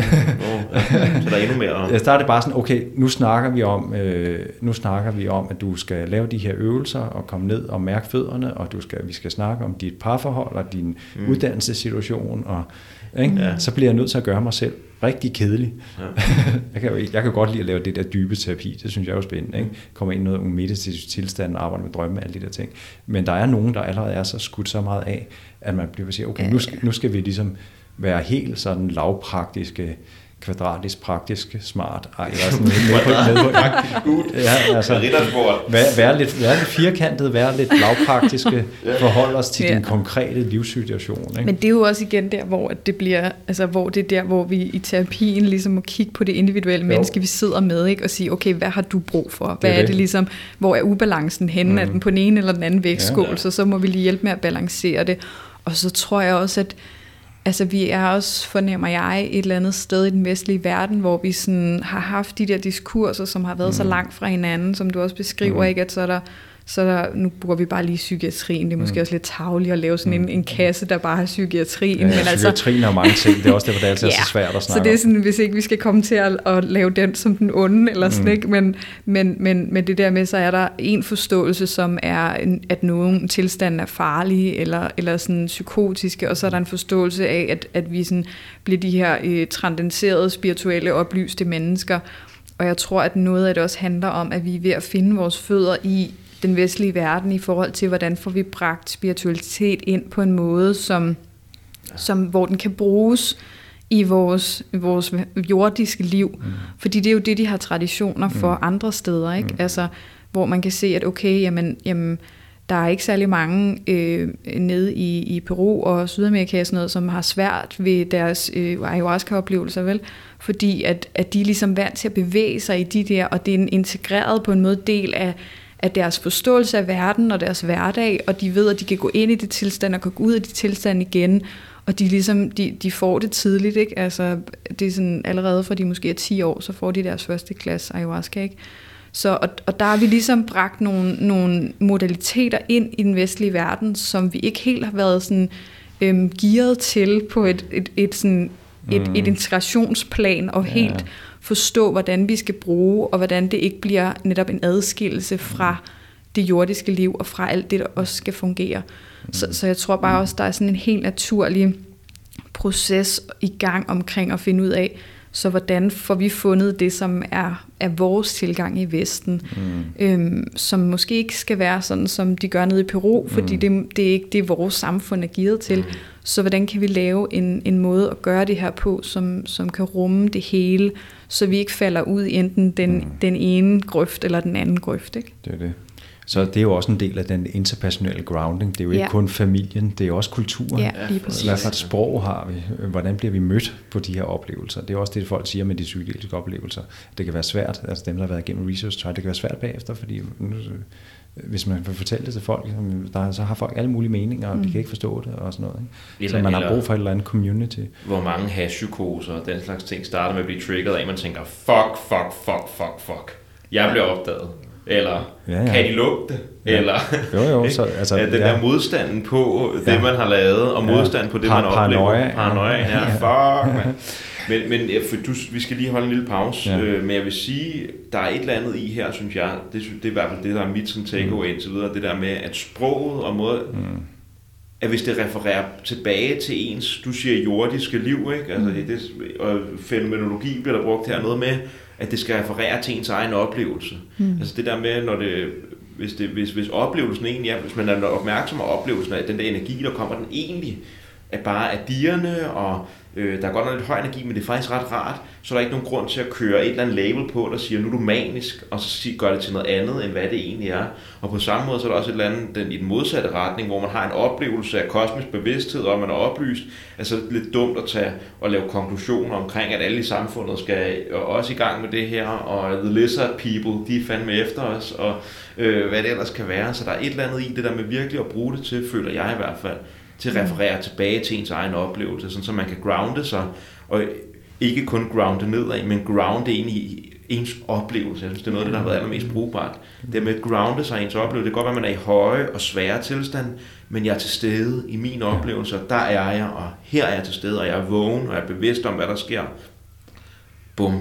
Speaker 1: ja. Så der er endnu mere.
Speaker 2: Jeg starter bare sådan, okay, nu snakker vi om, øh, nu snakker vi om, at du skal lave de her øvelser og komme ned og mærke fødderne, og du skal, vi skal snakke om dit parforhold og din mm. uddannelsessituation, og ikke? Ja. Så bliver jeg nødt til at gøre mig selv rigtig kedelig. Ja. jeg, kan jo, jeg kan godt lide at lave det der dybe terapi, det synes jeg er jo spændende. Ikke? Komme ind i noget meditativ tilstand, arbejde med drømme, alle de der ting. Men der er nogen, der allerede er så skudt så meget af, at man bliver sige, okay, nu skal, nu skal vi ligesom være helt sådan lavpraktiske, kvadratisk, praktisk, smart. Ej, jeg er sådan med på, med på. Ja, altså, være, være, lidt, være lidt firkantet, være lidt lavpraktiske, forholde os til ja. din konkrete livssituation. Ikke?
Speaker 3: Men det er jo også igen der, hvor det bliver, altså hvor det er der, hvor vi i terapien ligesom må kigge på det individuelle jo. menneske, vi sidder med, ikke, og sige, okay, hvad har du brug for? Hvad det er, er det ligesom, hvor er ubalancen henne? Mm. Er den på den ene eller den anden vægtskål? Ja, ja. Så så må vi lige hjælpe med at balancere det. Og så tror jeg også, at altså vi er også, fornemmer jeg, et eller andet sted i den vestlige verden, hvor vi sådan har haft de der diskurser, som har været mm. så langt fra hinanden, som du også beskriver, mm. ikke? At så er der, så er der, nu bruger vi bare lige psykiatrien, det er måske mm. også lidt tarveligt at lave sådan mm. en, en kasse, der bare har psykiatrien.
Speaker 2: Ja, men psykiatrien altså, har mange ting, det er også derfor, det er altid ja, så svært at snakke om.
Speaker 3: Så det er sådan, hvis ikke vi skal komme til at, at lave den som den onde, eller sådan, mm. ikke? Men, men, men, men det der med, så er der en forståelse, som er, at nogle tilstande er farlige, eller, eller sådan psykotiske, og så er der en forståelse af, at, at vi sådan bliver de her øh, transcenderede, spirituelle, oplyste mennesker. Og jeg tror, at noget af det også handler om, at vi er ved at finde vores fødder i den vestlige verden i forhold til, hvordan får vi bragt spiritualitet ind på en måde, som, som, hvor den kan bruges i vores, vores jordiske liv. Mm. Fordi det er jo det, de har traditioner for mm. andre steder, ikke? Mm. Altså, hvor man kan se, at okay, jamen, jamen, der er ikke særlig mange øh, nede i, i Peru og Sydamerika og sådan noget, som har svært ved deres øh, ayahuasca-oplevelser, vel? Fordi at, at de er ligesom vant til at bevæge sig i de der, og det er en integreret på en måde del af af deres forståelse af verden og deres hverdag, og de ved, at de kan gå ind i det tilstand og gå ud af det tilstand igen, og de, ligesom, de, de får det tidligt, ikke? Altså, det er sådan, allerede fra de måske er ti år, så får de deres første klasse ayahuasca, ikke? Så, og, og der har vi ligesom bragt nogle, nogle modaliteter ind i den vestlige verden, som vi ikke helt har været sådan, øhm, gearet til på et, et, et, sådan, et, mm. et integrationsplan, og helt ja. forstå, hvordan vi skal bruge, og hvordan det ikke bliver netop en adskillelse fra det jordiske liv, og fra alt det, der også skal fungere. Mm. Så, så jeg tror bare også, der er sådan en helt naturlig proces i gang omkring at finde ud af, så hvordan får vi fundet det, som er, er vores tilgang i Vesten, mm. øhm, som måske ikke skal være sådan, som de gør nede i Peru, fordi mm. det, det er ikke det, vores samfund er gearet til. Mm. Så hvordan kan vi lave en, en måde at gøre det her på, som, som kan rumme det hele, så vi ikke falder ud i enten den, mm. den ene grøft eller den anden grøft, ikke?
Speaker 2: Det er det. Så det er jo også en del af den interpersonelle grounding. Det er jo ikke ja. kun familien, det er også kulturen.
Speaker 3: Ja, lige præcis.
Speaker 2: Hvad for et sprog har vi? Hvordan bliver vi mødt på de her oplevelser? Det er også det, folk siger med de psykedeliske oplevelser. Det kan være svært, altså dem, der har været igennem research trial, det kan være svært bagefter, fordi hvis man vil fortælle det til folk, der, så har folk alle mulige meninger, og mm. de kan ikke forstå det og sådan noget. Ikke? Så man har brug for et eller andet community.
Speaker 1: Hvor mange hashpsykoser og den slags ting starter med at blive triggeret af, at man tænker, fuck, fuck, fuck, fuck, fuck. Jeg bliver opdaget. Eller ja, ja. kan de lugte? Ja. Eller
Speaker 2: jo, jo, så, altså,
Speaker 1: den ja. der modstanden på det, ja. man har lavet, og modstanden på det,
Speaker 2: Par-
Speaker 1: man oplever.
Speaker 2: Paranoia.
Speaker 1: Paranoia, ja, fuck, man. Men, men for du, vi skal lige holde en lille pause, ja. øh, men jeg vil sige, der er et eller andet i her, synes jeg, det, det er i hvert fald det, der er mit sådan takeaway indtil videre, det der med, at sproget og måde, mm. at hvis det refererer tilbage til ens, du siger jordiske liv, ikke? Altså, mm. det, og fænomenologi bliver der brugt her, noget med, at det skal referere til ens egen oplevelse. Mm. Altså det der med, når det, hvis, det, hvis, hvis oplevelsen egentlig er, hvis man er opmærksom på oplevelsen af den der energi, der kommer, den egentlig at bare er dirrende, og øh, der er godt nok lidt høj energi, men det er faktisk ret rart, så er der ikke nogen grund til at køre et eller andet label på, der siger, nu er du manisk, og så gør det til noget andet, end hvad det egentlig er. Og på samme måde, så er der også et eller andet den, i den modsatte retning, hvor man har en oplevelse af kosmisk bevidsthed, og man er oplyst. Altså lidt dumt at tage og lave konklusioner omkring, at alle i samfundet skal også i gang med det her, og the lizard people, de er fandme efter os, og øh, hvad det ellers kan være. Så der er et eller andet i det der med virkelig at bruge det til, føler jeg i hvert fald, til at referere tilbage til ens egen oplevelse, sådan så man kan grounde sig, og ikke kun grounde nedad, men grounde ind i ens oplevelse. Jeg synes, det er noget af det, der har været allermest brugbart. Det med at grounde sig i ens oplevelse. Det kan godt være, at man er i høje og svære tilstand, men jeg er til stede i min oplevelse, og der er jeg, og her er jeg til stede, og jeg er vågen, og jeg er bevidst om, hvad der sker. Bum.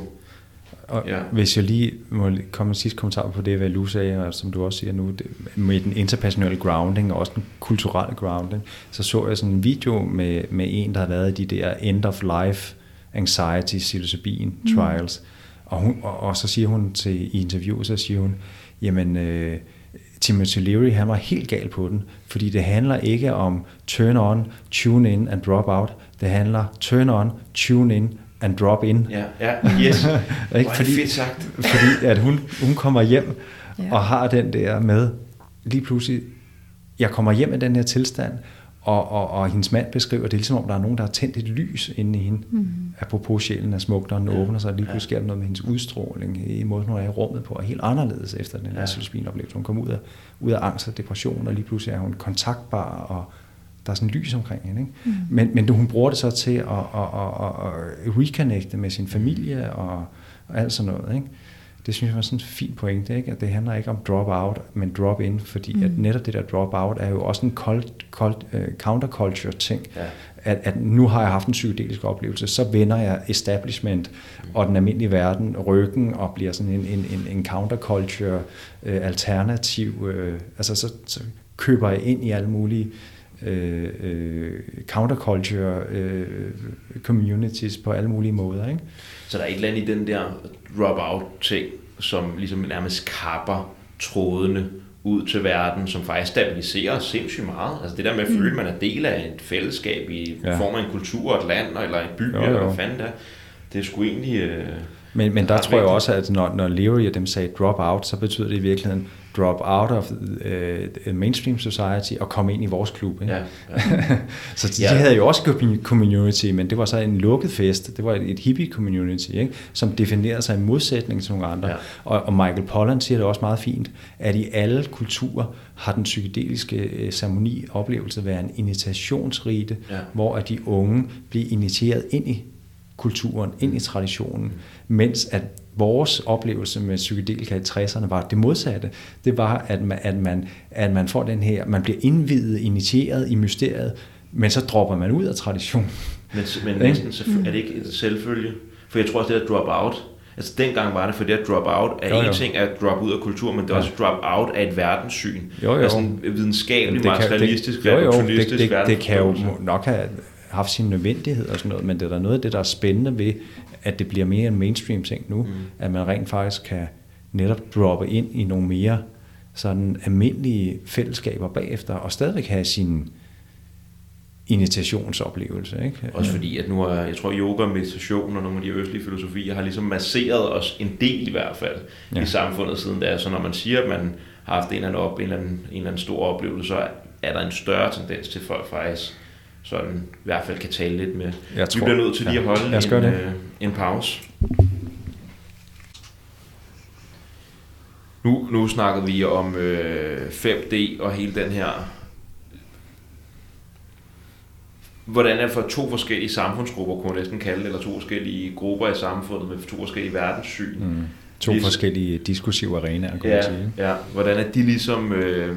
Speaker 2: Og ja. Hvis jeg lige må komme en sidste kommentar på det, hvad Lu sagde, og som du også siger nu, det, med den interpersonelle grounding, og også den kulturelle grounding, så så jeg sådan en video med, med en, der har været i de der end of life anxiety psilocybin mm. trials, og, hun, og, og så siger hun til i interviewet, så siger hun, jamen øh, Timothy Leary, han var helt gal på den, fordi det handler ikke om turn on, tune in and drop out, det handler turn on, tune in and drop in.
Speaker 1: Ja, ja, yes.
Speaker 2: Ikke? Fordi, fedt sagt. Fordi at hun, hun kommer hjem ja. og har den der med, lige pludselig, jeg kommer hjem med den her tilstand, og, og, og hendes mand beskriver, det er ligesom om, der er nogen, der har tændt et lys inde i hende. Mm. Apropos sjælen er smuk, når den ja. åbner sig, og lige pludselig sker der noget med hendes udstråling, i måden, hun er i rummet på, og helt anderledes efter den her ja. psilocybin-oplevelse. Hun kommer ud af, ud af angst og depression, og lige pludselig er hun kontaktbar, og der er sådan lys omkring hende. Ikke? Mm. Men, men hun bruger det så til at, at, at, at reconnecte med sin familie og, og alt sådan noget. Ikke? Det synes jeg var sådan en fin pointe, ikke? At det handler ikke om drop out, men drop in, fordi mm. at netop det der drop out er jo også en cult, cult, uh, counterculture ting. Ja. At, at nu har jeg haft en psykedelisk oplevelse, så vender jeg establishment mm. og den almindelige verden ryggen og bliver sådan en, en, en, en counterculture uh, alternativ. Uh, altså så, så køber jeg ind i alle mulige Øh, øh, counterculture øh, communities på alle mulige måder, ikke?
Speaker 1: Så der er et eller andet i den der drop-out ting, som ligesom nærmest kapper trådene ud til verden, som faktisk stabiliserer sindssygt meget. Altså det der med at føle, at man er del af et fællesskab i ja. form af en kultur, et land, eller en by, jo, jo. eller hvad fanden det er. Det er sgu egentlig... Øh,
Speaker 2: men, men der tror jeg også, at når, når Leary og dem sagde drop out, så betyder det i virkeligheden drop out of uh, mainstream society og komme ind i vores klub. Ikke? Ja, ja. Så de, ja. de havde jo også community, men det var så en lukket fest. Det var et, et hippie community, ikke? Som definerede sig i modsætning til nogle andre. Ja. Og, og Michael Pollan siger det også meget fint, at i alle kulturer har den psykedeliske ceremoni oplevelse været en initiationsrite, ja. hvor at de unge bliver initieret ind i kulturen, ind i traditionen, mens at vores oplevelse med psykedelika i tresserne var det modsatte. Det var, at man, at man, at man får den her, man bliver indviet, initieret i mysteriet, men så dropper man ud af traditionen.
Speaker 1: Men, men næsten er det ikke et selvfølge? For jeg tror også, det er drop out. Altså dengang var det, for det at drop out er jo, jo. en ting at drop ud af kultur, men det er også ja. drop out af et verdenssyn. Jo, jo. Altså en videnskabelig, materialistisk, reduktionistisk
Speaker 2: verdensforståelse. Det kan jo nok have haft sin nødvendighed og sådan noget, men det er der noget af det, der er spændende ved, at det bliver mere en mainstream ting nu, mm. at man rent faktisk kan netop droppe ind i nogle mere sådan almindelige fællesskaber bagefter, og stadigvæk have sin initiationsoplevelse. Ikke?
Speaker 1: Også fordi, at nu er, jeg tror, yoga, meditation og nogle af de østlige filosofier har ligesom masseret os en del i hvert fald ja. i samfundet siden da. Så når man siger, at man har haft en eller anden, op, en eller anden, en eller anden stor oplevelse, så er der en større tendens til folk faktisk sådan i hvert fald kan tale lidt med. Jeg tror, vi bliver nødt til lige ja. at holde en, øh, en pause. Nu, nu snakkede vi om øh, fem D og hele den her. Hvordan er det for to forskellige samfundsgrupper, kunne man næsten kalde det, eller to forskellige grupper i samfundet med to forskellige verdenssyn. Mm.
Speaker 2: To ligesom, forskellige diskursive arenaer, kunne
Speaker 1: ja,
Speaker 2: man sige.
Speaker 1: Ja, hvordan er de ligesom... Øh,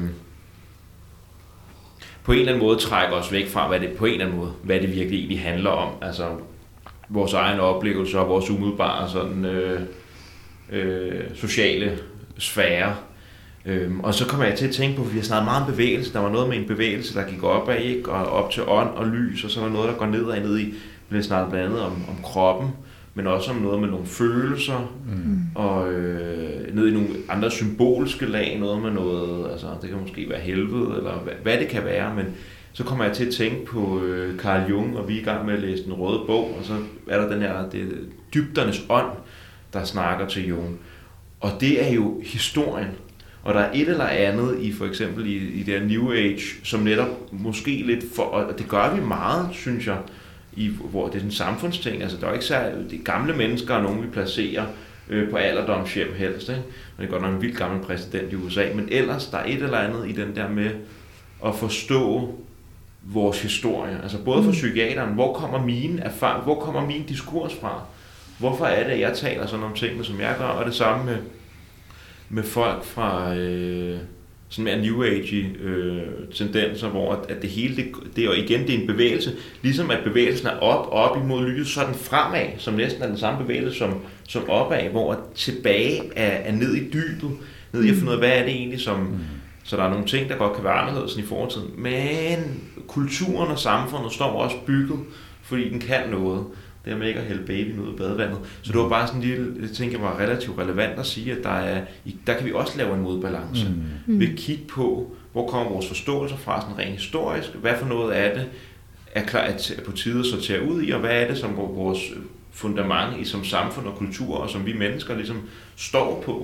Speaker 1: på en eller anden måde trækker os væk fra, hvad det på en eller anden måde, hvad det virkelig egentlig handler om. Altså vores egne oplevelser og vores umiddelbare sådan, øh, øh, sociale sfære. Øhm, og så kommer jeg til at tænke på, at vi har snakket meget om bevægelse. Der var noget med en bevægelse, der gik opad, ikke? Og op til ånd og lys, og så er der noget, der går nedad ned i. Vi bliver snakket blandt andet om, om kroppen, men også om noget med nogle følelser, mm. og øh, ned i nogle andre symbolske lag, noget med noget, altså det kan måske være helvede, eller hvad, hvad det kan være, men, så kommer jeg til at tænke på øh, Carl Jung, og vi er i gang med at læse Den Røde Bog, og så er der den her det, dybdernes ånd, der snakker til Jung. Og det er jo historien. Og der er et eller andet i for eksempel i, i det her New Age, som netop måske lidt for, og det gør vi meget, synes jeg, i, hvor det er en samfundsting. Altså der er ikke særlig, de gamle mennesker er nogen, vi placerer øh, på alderdomshjem helst, ikke? Og det er godt nok en vildt gammel præsident i U S A, men ellers der er et eller andet i den der med at forstå vores historie. Altså både for psykiateren, hvor kommer mine erfaring, hvor kommer min diskurs fra? Hvorfor er det, at jeg taler sådan om tingene, som jeg gør? Og det samme med, med folk fra øh, sådan mere New Age øh, tendenser, hvor at, at det hele, det, det er jo igen, det er en bevægelse. Ligesom at bevægelsen er op, op imod lyset, så er den fremad, som næsten er den samme bevægelse som, som opad, hvor tilbage er, er ned i dybet, ned i at finde ud af, hvad er det egentlig, som... Mm. Så der er nogle ting, der godt kan være anderledes end i fortiden. Men kulturen og samfundet står også bygget, fordi den kan noget. Det er med ikke at hælde babyen ud af badevandet. Så det var bare sådan en lille, det tænker jeg var relativt relevant at sige, at der, er, der kan vi også lave en modbalance. Mm. Vi kan kigge på, hvor kommer vores forståelse fra, sådan rent historisk. Hvad for noget af det er klar at på tide at sortere ud i, og hvad er det, som vores fundament i som samfund og kultur, og som vi mennesker ligesom står på.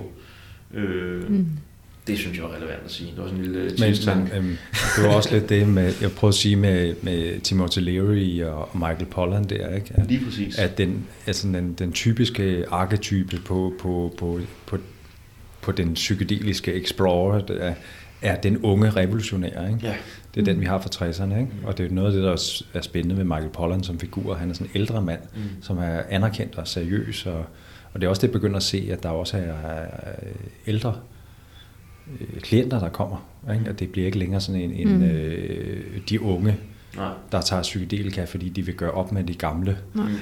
Speaker 1: Øh, mm. Det synes jeg er relevant at sige. Det var sådan en lille tidstank.
Speaker 2: Men, øhm, det var også lidt det, med, jeg prøvede at sige med, med Timothy Leary og Michael Pollan der, ikke? At,
Speaker 1: lige præcis.
Speaker 2: At den, altså den, den typiske arketype på, på, på, på, på den psykedeliske explorer er, er den unge revolutionær, ikke? Ja. Det er den, vi har fra tresserne, ikke? Mm. Og det er noget af det, der er spændende med Michael Pollan som figur. Han er sådan en ældre mand, mm. som er anerkendt og seriøs, og, og det er også det, jeg begynder at se, at der også er ældre klienter, der kommer, ikke? At det bliver ikke længere sådan en, en mm. øh, de unge, Nej. der tager psykedelika, fordi de vil gøre op med de gamle,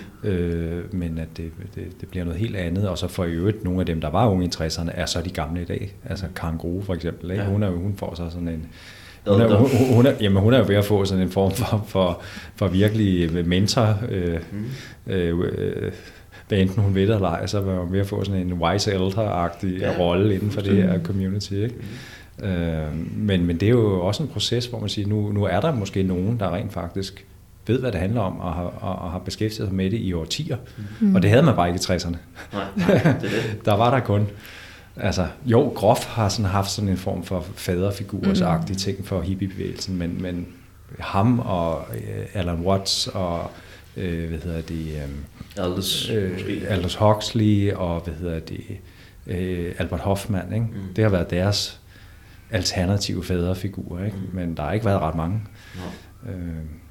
Speaker 2: øh, men at det, det, det bliver noget helt andet, og så for i øvrigt nogle af dem, der var unge i tresserne, er så de gamle i dag, altså Karen Grue for eksempel, ikke? Ja. Hun, er, hun får så sådan en hun er, hun, hun, er, jamen, hun er jo ved at få sådan en form for, for, for virkelig mentor øh, mm. øh, øh, hvad enten hun ved eller ej, så var hun ved at få sådan en wise elder-agtig ja. rolle inden for det her community, ikke? Mm. Øh, men, men det er jo også en proces, hvor man siger, nu, nu er der måske nogen, der rent faktisk ved, hvad det handler om, og har, og, og har beskæftiget sig med det i årtier. Mm. Og det havde man bare ikke i tresserne.
Speaker 1: Nej, nej, det er det.
Speaker 2: Der var der kun... Altså, jo, Groff har sådan haft sådan en form for faderfigursagtige ting for hippiebevægelsen, men, men ham og øh, Alan Watts og øh, hvad hedder det, øh,
Speaker 1: Aldous,
Speaker 2: øh, Aldous Huxley og hvad hedder det, øh, Albert Hoffman, ikke? Mm. Det har været deres alternative faderfigurer, ikke? Mm. Men der har ikke været ret mange. No. Øh,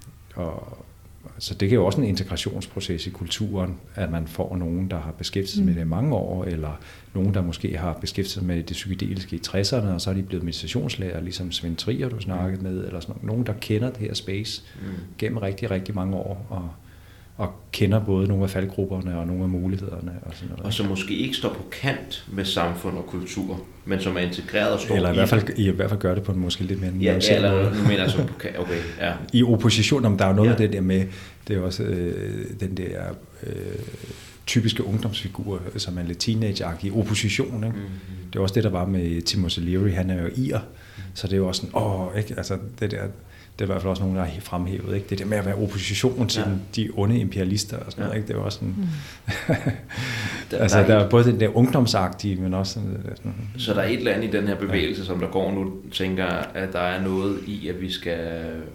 Speaker 2: og så det er jo også en integrationsproces i kulturen, at man får nogen, der har beskæftiget sig mm. med det i mange år, eller nogen, der måske har beskæftiget sig med det psykedeliske i tresserne, og så er de blevet meditationslærer, ligesom Svend Trier, du snakkede med, eller sådan noget. Nogen, der kender det her space mm. gennem rigtig, rigtig mange år, og, og kender både nogle af faldgrupperne og nogle af mulighederne. Og, sådan noget.
Speaker 1: Og som måske ikke står på kant med samfund og kultur, men som er integreret og står
Speaker 2: eller i,
Speaker 1: i
Speaker 2: hvert fald, i hvert fald gør det på en måske lidt mere
Speaker 1: ja,
Speaker 2: nuanceret måde.
Speaker 1: Ja, eller nu mener jeg så på kant, okay, ja.
Speaker 2: I opposition, om der er jo noget ja. af det der med, det er også øh, den der øh, typiske ungdomsfigur, som er lidt teenage-agtig, i opposition, ikke? Mm-hmm. Det er også det, der var med Timothy Leary, han er jo ir, mm. så det er jo også sådan, åh, ikke, altså det der, det er i hvert fald også nogen, der har fremhævet, ikke? Det der med at være opposition til ja. de onde imperialister og sådan noget, ja. ikke? Det var også sådan, mm. altså der er både den der ungdomsagtige, men også sådan, sådan.
Speaker 1: Så der er et eller andet i den her bevægelse, ja. som der går nu, tænker, at der er noget i, at vi skal,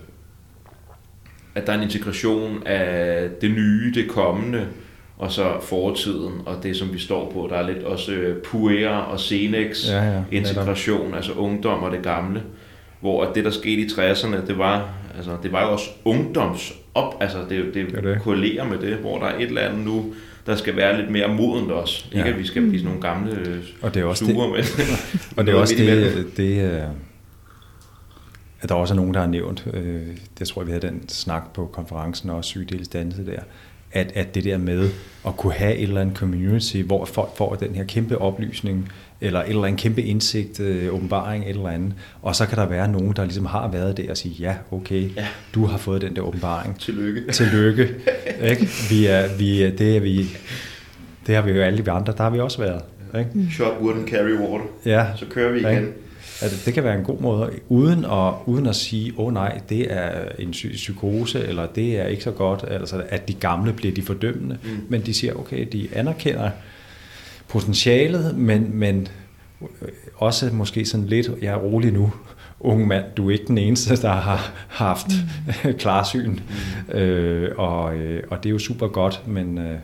Speaker 1: at der er en integration af det nye, det kommende, og så fortiden, og det som vi står på, der er lidt også puer og senex ja, ja, integration, altså ungdom og det gamle, hvor det der skete i tresserne, det var, altså det var jo også ungdoms op, altså det, det, det, det. korrelerer med det, hvor der er et eller andet nu, der skal være lidt mere modent også, ja. ikke at vi skal blive sådan nogle gamle
Speaker 2: og det er også
Speaker 1: stuer,
Speaker 2: det. Men og det er også det, det at der også er nogen, der har nævnt, øh, det tror jeg, vi havde den snak på konferencen og psykedelisk dannelse der, at, at det der med at kunne have et eller andet community, hvor folk får den her kæmpe oplysning, eller et eller andet kæmpe indsigt, øh, åbenbaring, et eller andet, og så kan der være nogen, der ligesom har været der og sige, ja, okay, ja. du har fået den der åbenbaring.
Speaker 1: Tillykke.
Speaker 2: Tillykke. Ikke? Vi er, vi er, det er vi, det har vi jo alle vi andre, der har vi også været. Ikke?
Speaker 1: Shot wouldn't carry water.
Speaker 2: Ja.
Speaker 1: Så kører vi igen.
Speaker 2: at det kan være en god måde, uden at, uden at sige, åh oh, nej, det er en psykose, eller det er ikke så godt, altså at de gamle bliver de fordømmende, mm. men de siger, okay, de anerkender potentialet, men, men også måske sådan lidt, jeg er rolig nu, unge mand, du er ikke den eneste, der har haft mm. klarsyn, mm. øh, og, og det er jo super godt, men øh,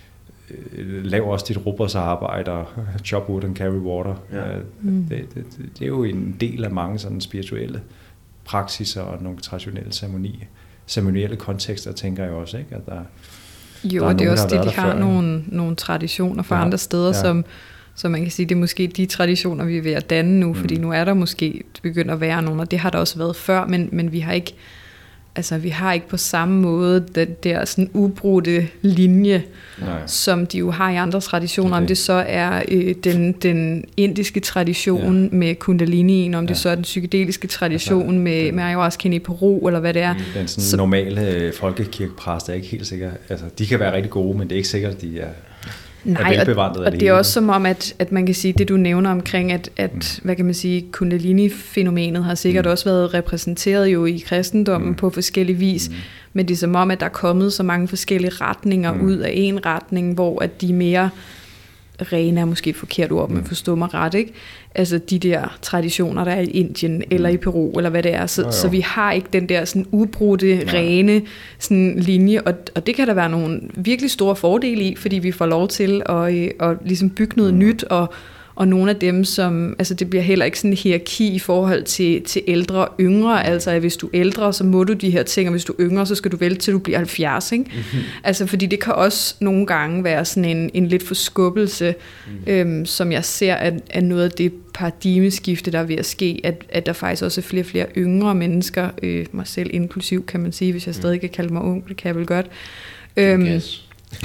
Speaker 2: lav også dit robotsarbejde og chop wood and carry water. Ja. Mm. Det, det, det er jo en del af mange sådan spirituelle praksiser og nogle traditionelle ceremonier, ceremonielle kontekster, tænker jeg også, ikke? At der,
Speaker 3: jo, der er det er også det, de har nogle, nogle traditioner fra ja. andre steder, ja. som Så man kan sige, det er måske de traditioner, vi er ved at danne nu, mm. fordi nu er der måske begyndt at være nogle, og det har der også været før, men, men vi har ikke, altså vi har ikke på samme måde den der sådan ubrudte linje, Nej. som de jo har i andre traditioner, okay. om det så er øh, den, den indiske tradition ja. med kundalini, om ja. det så er den psykedeliske tradition altså, med, den, med ayahuasca i Peru, eller hvad det er.
Speaker 2: Den sådan så, normale folkekirkepræster er ikke helt sikker, altså de kan være rigtig gode, men det er ikke sikkert, at de er...
Speaker 3: Nej, og, og det er også som om, at, at man kan sige, det du nævner omkring, at, at mm. hvad kan man sige, kundalini-fænomenet har sikkert mm. også været repræsenteret jo i kristendommen mm. på forskellige vis, mm. men det er som om, at der er kommet så mange forskellige retninger mm. ud af en retning, hvor at de mere rene er måske et forkert ord, men forstå mig ret, ikke? Altså de der traditioner, der er i Indien mm. eller i Peru, eller hvad det er. Så, så vi har ikke den der sådan ubrudte, ja. rene sådan linje, og, og det kan der være nogle virkelig store fordele i, fordi vi får lov til at, at, at ligesom bygge noget mm. nyt, og og nogle af dem, som, altså det bliver heller ikke sådan en hierarki i forhold til, til ældre og yngre, altså at hvis du er ældre, så må du de her ting, og hvis du er yngre, så skal du vælge til du bliver halvfjerds, ikke? Mm-hmm. Altså fordi det kan også nogle gange være sådan en, en lidt forskubbelse, mm. øhm, som jeg ser, at, at noget af det paradigmeskifte, der er ved at ske, at, at der faktisk også er flere og flere yngre mennesker, øh, mig selv inklusiv, kan man sige, hvis jeg stadig kan kalde mig ung, det kan jeg vel godt. Øhm, yes.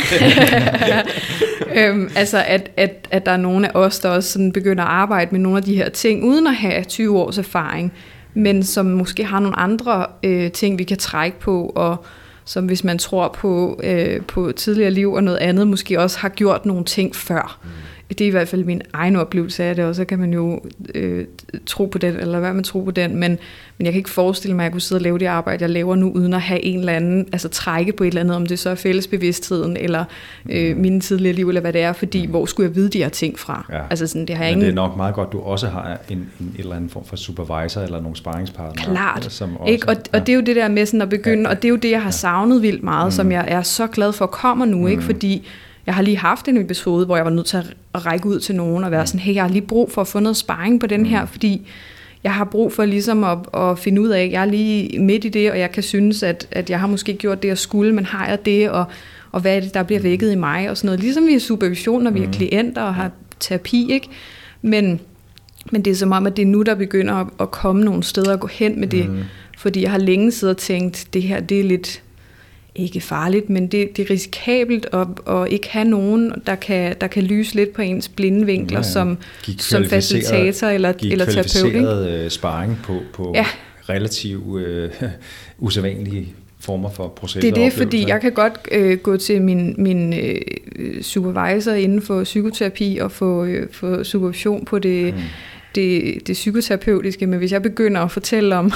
Speaker 3: øhm, altså at, at, at der er nogle af os, der også sådan begynder at arbejde med nogle af de her ting, uden at have tyve års erfaring, men som måske har nogle andre øh, ting, vi kan trække på, og som hvis man tror på, øh, på tidligere liv og noget andet, måske også har gjort nogle ting før. Mm. Det er i hvert fald min egen oplevelse af det, og så kan man jo øh, tro på den, eller hvad man tror på den, men, men jeg kan ikke forestille mig, at jeg kunne sidde og lave det arbejde, jeg laver nu, uden at have en eller anden, altså trække på et eller andet, om det så er fællesbevidstheden, eller øh, mine tidligere liv, eller hvad det er, fordi hvor skulle jeg vide de her ting fra?
Speaker 2: Ja.
Speaker 3: Altså sådan, det har
Speaker 2: men
Speaker 3: ingen...
Speaker 2: det er nok meget godt, du også har en, en eller anden form for supervisor, eller nogle sparringspartnere.
Speaker 3: Klart,
Speaker 2: som også,
Speaker 3: ikke? Og,
Speaker 2: ja.
Speaker 3: og det er jo det der med sådan at begynde, ja. og det er jo det, jeg har savnet vildt meget, mm. som jeg er så glad for kommer nu, mm. ikke? Fordi jeg har lige haft en episode, hvor jeg var nødt til at række ud til nogen og være sådan, hey, jeg har lige brug for at få noget sparring på den her, fordi jeg har brug for ligesom at, at finde ud af, at jeg er lige midt i det, og jeg kan synes, at, at jeg har måske gjort det, jeg skulle, men har jeg det, og, og hvad er det, der bliver vækket i mig, og sådan noget. Ligesom vi er supervision, når vi er klienter og har terapi, ikke? Men, men det er som om, at det er nu, der begynder at, at komme nogle steder og gå hen med det, mm. fordi jeg har længe siddet og tænkt, det her, det er lidt... ikke farligt, men det, det er risikabelt at, at ikke have nogen, der kan, der kan lyse lidt på ens blinde vinkler, ja, ja. som, som facilitator eller, eller terapeut.
Speaker 2: Kvalificeret sparring på, på ja. relativt uh, usædvanlige former for processer.
Speaker 3: Det er det, fordi jeg kan godt øh, gå til min, min øh, supervisor inden for psykoterapi og få, øh, få supervision på det, mm. Det, det psykoterapeutiske, men hvis jeg begynder at fortælle om,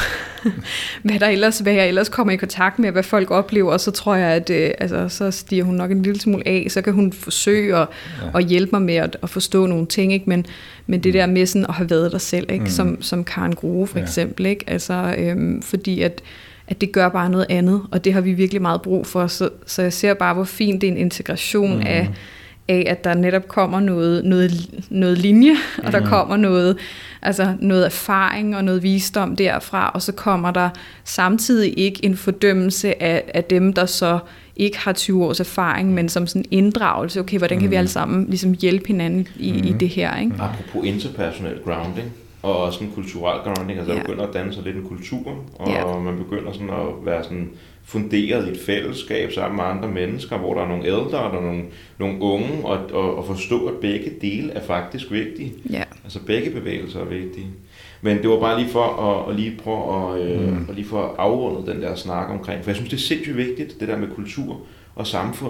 Speaker 3: hvad der ellers, hvad jeg ellers kommer i kontakt med, hvad folk oplever, så tror jeg, at øh, altså, så stiger hun nok en lille smule af, så kan hun forsøge at, ja. at hjælpe mig med at, at forstå nogle ting, ikke? Men, men det der med sådan at have været der selv, ikke? Mm. Som, som Karen Grue for ja. eksempel, ikke? Altså, øhm, fordi at, at det gør bare noget andet, og det har vi virkelig meget brug for, så, så jeg ser bare, hvor fint det er en integration mm. af af, at der netop kommer noget, noget, noget linje, og der kommer noget, altså noget erfaring og noget visdom derfra, og så kommer der samtidig ikke en fordømmelse af, af dem, der så ikke har tyve års erfaring, men som sådan en inddragelse. Okay, hvordan kan vi alle sammen ligesom hjælpe hinanden i, mm. i det her, ikke?
Speaker 1: Apropos interpersonel grounding, og også en kulturel grounding, altså ja. der begynder at danne sig lidt en kultur, og ja. man begynder sådan at være sådan funderet i et fællesskab sammen med andre mennesker, hvor der er nogle ældre og der er nogle, nogle unge, og, og, og forstå, at begge dele er faktisk vigtige. Ja. Altså begge bevægelser er vigtige. Men det var bare lige for at, at lige prøve at, øh, mm. at lige få afrundet den der snak omkring, for jeg synes, det er sindssygt vigtigt, det der med kultur og samfund,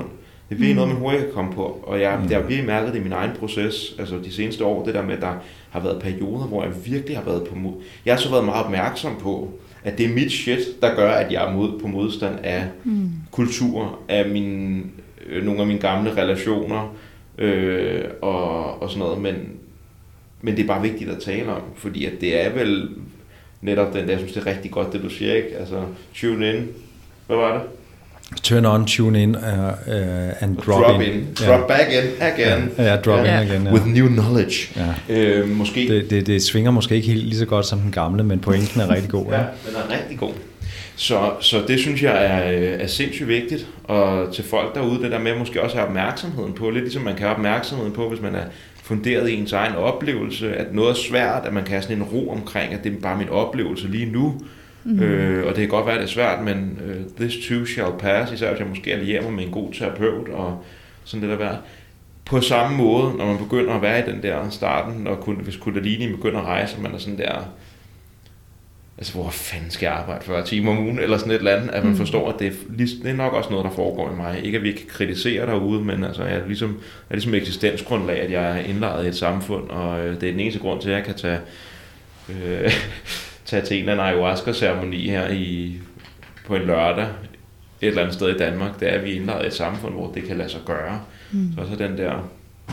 Speaker 1: Det er virkelig mm. noget, man hurtigt kan komme på, og jeg, mm. jeg har virkelig mærket det i min egen proces, altså de seneste år, det der med, at der har været perioder, hvor jeg virkelig har været på mod. Jeg har så været meget opmærksom på, at det er mit shit, der gør, at jeg er mod, på modstand af mm. kultur, af mine, øh, nogle af mine gamle relationer, øh, og, og sådan noget, men, men det er bare vigtigt at tale om, fordi at det er vel netop den der, jeg synes det er rigtig godt, det du siger, ikke? Altså, tune in. Hvad var det?
Speaker 2: Turn on, tune in, uh, uh, and drop,
Speaker 1: drop
Speaker 2: in.
Speaker 1: in. Drop yeah. back in again.
Speaker 2: Ja, yeah, drop yeah. in again.
Speaker 1: Yeah. With new knowledge.
Speaker 2: Ja.
Speaker 1: Øh, måske.
Speaker 2: Det, det, det svinger måske ikke helt lige så godt som den gamle, men pointen er rigtig god.
Speaker 1: Ja, den er rigtig god. Så, så det synes jeg er, er sindssygt vigtigt, og til folk derude, det der med måske også at have opmærksomheden på, lidt ligesom man kan have opmærksomheden på, hvis man er funderet i ens egen oplevelse, at noget er svært, at man kan have sådan en ro omkring, at det er bare min oplevelse lige nu. Mm-hmm. Øh, og det kan godt være, at det er svært, men uh, this too shall pass, især hvis jeg måske allierer mig med en god terapeut og sådan det der værd. På samme måde, når man begynder at være i den der starten, når kun, hvis kundalini begynder at rejse, man er sådan der, altså hvor fanden skal jeg arbejde fyrre timer om ugen, eller sådan et eller andet, at man mm. forstår, at det er, det er nok også noget, der foregår i mig. Ikke at vi kan kritisere derude, men altså, jeg er ligesom, er ligesom eksistensgrundlag, at jeg er indlejret i et samfund, og øh, det er den eneste grund til, at jeg kan tage... Øh, tage til en eller anden ayahuasca-ceremoni her i, på en lørdag et eller andet sted i Danmark, det er, at vi er indlejret i et samfund, hvor det kan lade sig gøre. Mm. Så også den der,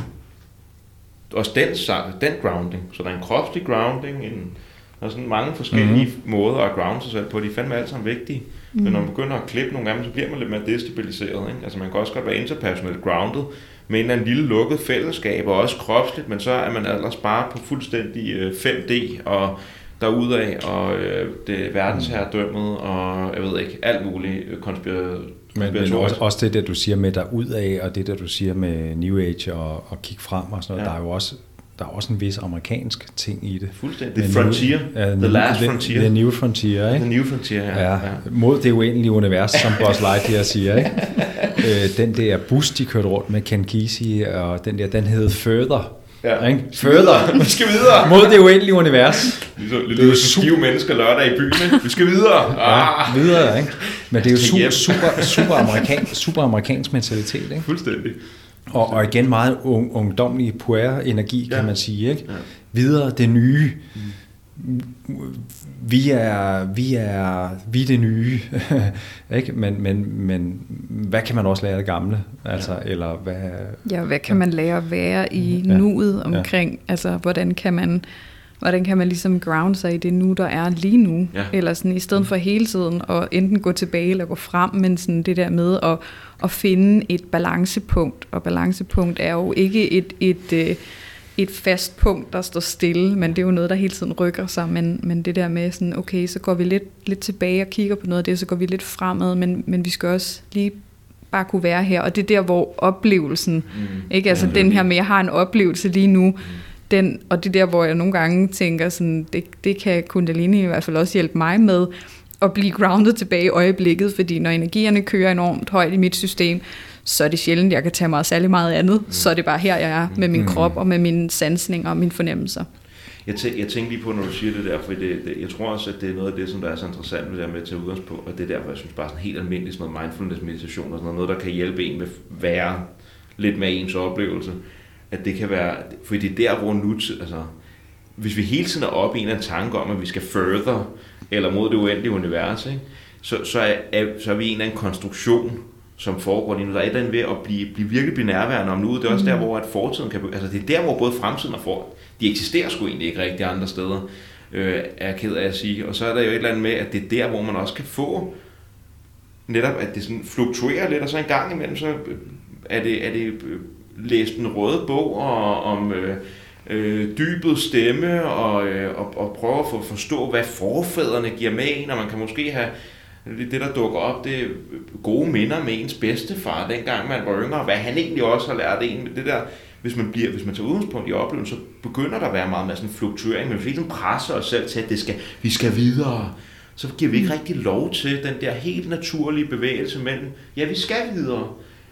Speaker 1: også den, den grounding, så der er en kropslig grounding, en, der er sådan mange forskellige mm. måder at grounde sig selv på, de er fandme alle sammen vigtige. Mm. Men når man begynder at klippe nogle af dem, så bliver man lidt mere destabiliseret, ikke? Altså man kan også godt være interpersonelt grounded, med en eller anden lille lukket fællesskab, og også kropsligt, men så er man ellers bare på fuldstændig fem D, og derudaf, og øh, det er verdensherredømmet, og jeg ved ikke, alt muligt konspiratorisk.
Speaker 2: Men, men også, også det der, du siger med derudaf, og det der, du siger med New Age og, og kigge frem og sådan noget, ja. der er jo også, der er også en vis amerikansk ting i det.
Speaker 1: Fuldstændig. The frontier. New, uh, the last the, frontier.
Speaker 2: The new frontier, ikke?
Speaker 1: The new frontier, ja.
Speaker 2: ja. ja. Mod det uendelige univers, som Buzz Lightyear siger, ikke? øh, den der bus, de kørte rundt med Ken Kesey, og den der, den hed Further.
Speaker 1: Ja.
Speaker 2: Ikke? Further.
Speaker 1: Vi skal videre.
Speaker 2: Mod det uendelige univers.
Speaker 1: Ligesom lidt lidt stive mennesker lørdag i byen. Vi skal videre.
Speaker 2: Ah. Ja, videre, ikke? Men det er jo super, super, super, amerikan, super amerikansk mentalitet, ikke?
Speaker 1: Fuldstændig.
Speaker 2: Og, og igen meget ung, ungdomlig puer-energi, kan ja. man sige, ikke?
Speaker 1: Ja.
Speaker 2: Videre, det nye. Mm. Vi er, vi er, vi er det nye, ikke? Men, men, men hvad kan man også lære af det gamle? Altså, ja. eller hvad?
Speaker 3: Ja, hvad kan man lære at være i ja. nuet omkring? Ja. Altså, hvordan kan man, hvordan kan man ligesom ground sig i det nu, der er lige nu? Ja. Eller sådan, i stedet for hele tiden at enten gå tilbage eller gå frem, men sådan det der med at, at finde et balancepunkt. Og balancepunkt er jo ikke et... et, et et fast punkt, der står stille, men det er jo noget, der hele tiden rykker sig, men, men det der med sådan, okay, så går vi lidt, lidt tilbage og kigger på noget af det, så går vi lidt fremad, men, men vi skal også lige bare kunne være her, og det er der, hvor oplevelsen, mm. ikke, altså ja, den her med, jeg har en oplevelse lige nu, mm. den, og det er der, hvor jeg nogle gange tænker sådan, det, det kan Kundalini i hvert fald også hjælpe mig med, at blive grounded tilbage i øjeblikket, fordi når energierne kører enormt højt i mit system, så er det sjældent, jeg kan tage mig særlig meget andet. Mm. Så er det bare her, jeg er med min mm. krop og med mine sansninger og mine fornemmelser.
Speaker 1: Jeg, tæ- jeg tænker lige på, når du siger det der, for det, det, jeg tror også, at det er noget af det, som der er så interessant med det der med at tage udgangspunkt, og det er derfor, jeg synes bare sådan helt almindeligt sådan noget mindfulness-meditation og sådan noget, noget, der kan hjælpe en med at være lidt med ens oplevelse, at det kan være, fordi det er der, hvor nu, altså, hvis vi hele tiden er oppe i en eller anden tanke om, at vi skal further, eller mod det uendelige univers, ikke? Så, så, er, er, så er vi en eller anden konstruktion, som foregår lige nu. Der er et eller andet ved at blive, blive virkelig blive nærværende om nu. Det er også mm. der, hvor at fortiden kan... Altså det er der, hvor både fremtiden og for... De eksisterer sgu egentlig ikke rigtig andre steder, øh, er jeg ked af at sige. Og så er der jo et eller andet med, at det er der, hvor man også kan få netop, at det sådan fluktuerer lidt, og så en gang imellem, så er det, er det læst en røde bog og, om øh, øh, dybet stemme, og, øh, og, og prøve at få, forstå, hvad forfædrene giver med en, og man kan måske have det, der dukker op, det er gode minder med ens bedstefar, dengang man var yngre, hvad han egentlig også har lært en. Det der, hvis man, bliver, hvis man tager udgangspunkt i oplevelsen, så begynder der at være meget med sådan en fluktuering, men hvis vi ikke presser os selv til, at det skal, vi skal videre, så giver vi ikke rigtig lov til den der helt naturlige bevægelse mellem, ja, vi skal videre,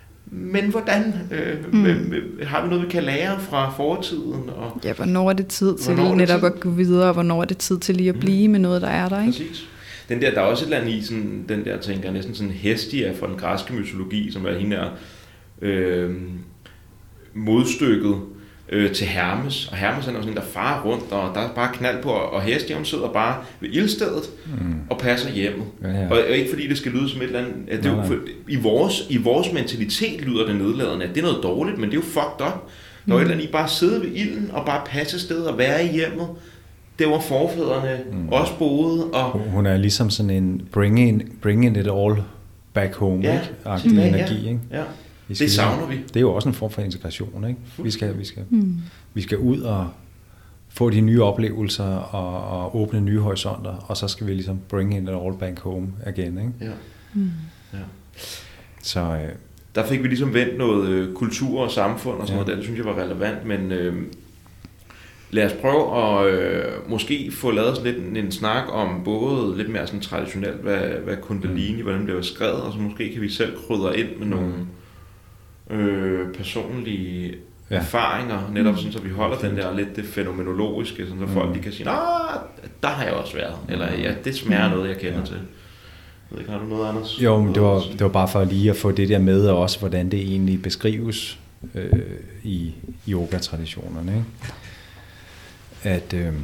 Speaker 1: men hvordan? Øh, mm. Har vi noget, vi kan lære fra fortiden? Og
Speaker 3: ja, hvornår er det tid til netop tid? At gå videre, og hvornår er det tid til lige at blive mm. med noget, der er der, ikke?
Speaker 1: Præcis. Den der, der er også et eller andet i, sådan, den der, tænker jeg, næsten sådan Hestia fra den græske mytologi, som er hende der, øh, modstykket øh, til Hermes, og Hermes er sådan en, der farer rundt, og der er bare knald på, og Hestjævn sidder bare ved ildstedet mm. og passer hjemmet. Ja, ja. Og, og ikke fordi det skal lyde som et eller andet, at det er jo, for, i, vores, i vores mentalitet lyder det nedladende, at det er noget dårligt, men det er jo fucked up. Der er et eller andet i bare sidde ved ilden, og bare passe sted og være i hjemmet. Det var forfædrene mm. også boede. Og
Speaker 2: hun er ligesom sådan en bringing, bringing it all back home,
Speaker 1: ja,
Speaker 2: agtig energi,
Speaker 1: ja.
Speaker 2: ikke?
Speaker 1: Ja. Det savner vi.
Speaker 2: Det er jo også en form for integration, ikke? Vi skal, vi skal, mm. vi skal ud og få de nye oplevelser og, og åbne nye horisonter, og så skal vi ligesom bring it all back home again, ikke?
Speaker 1: Ja. Mm. Ja.
Speaker 2: Så øh,
Speaker 1: der fik vi ligesom vendt noget øh, kultur og samfund og sådan ja. noget, det synes jeg var relevant, men øh, lad os prøve at øh, måske få lavet sådan lidt en, en snak om både lidt mere sådan traditionelt, hvad, hvad Kundalini, mm. hvordan det bliver skrevet, og så måske kan vi selv krydre ind med nogle øh, personlige ja. erfaringer, netop sådan, så vi holder mm. den der lidt det fænomenologiske, sådan, så mm. folk de kan sige, nej, der har jeg også været, eller ja, det smager noget, jeg kender ja. til. Har du noget, Anders?
Speaker 2: Jo, men det var, det var bare for lige at få det der med, og også hvordan det egentlig beskrives øh, i yoga-traditionerne, ikke? At øh,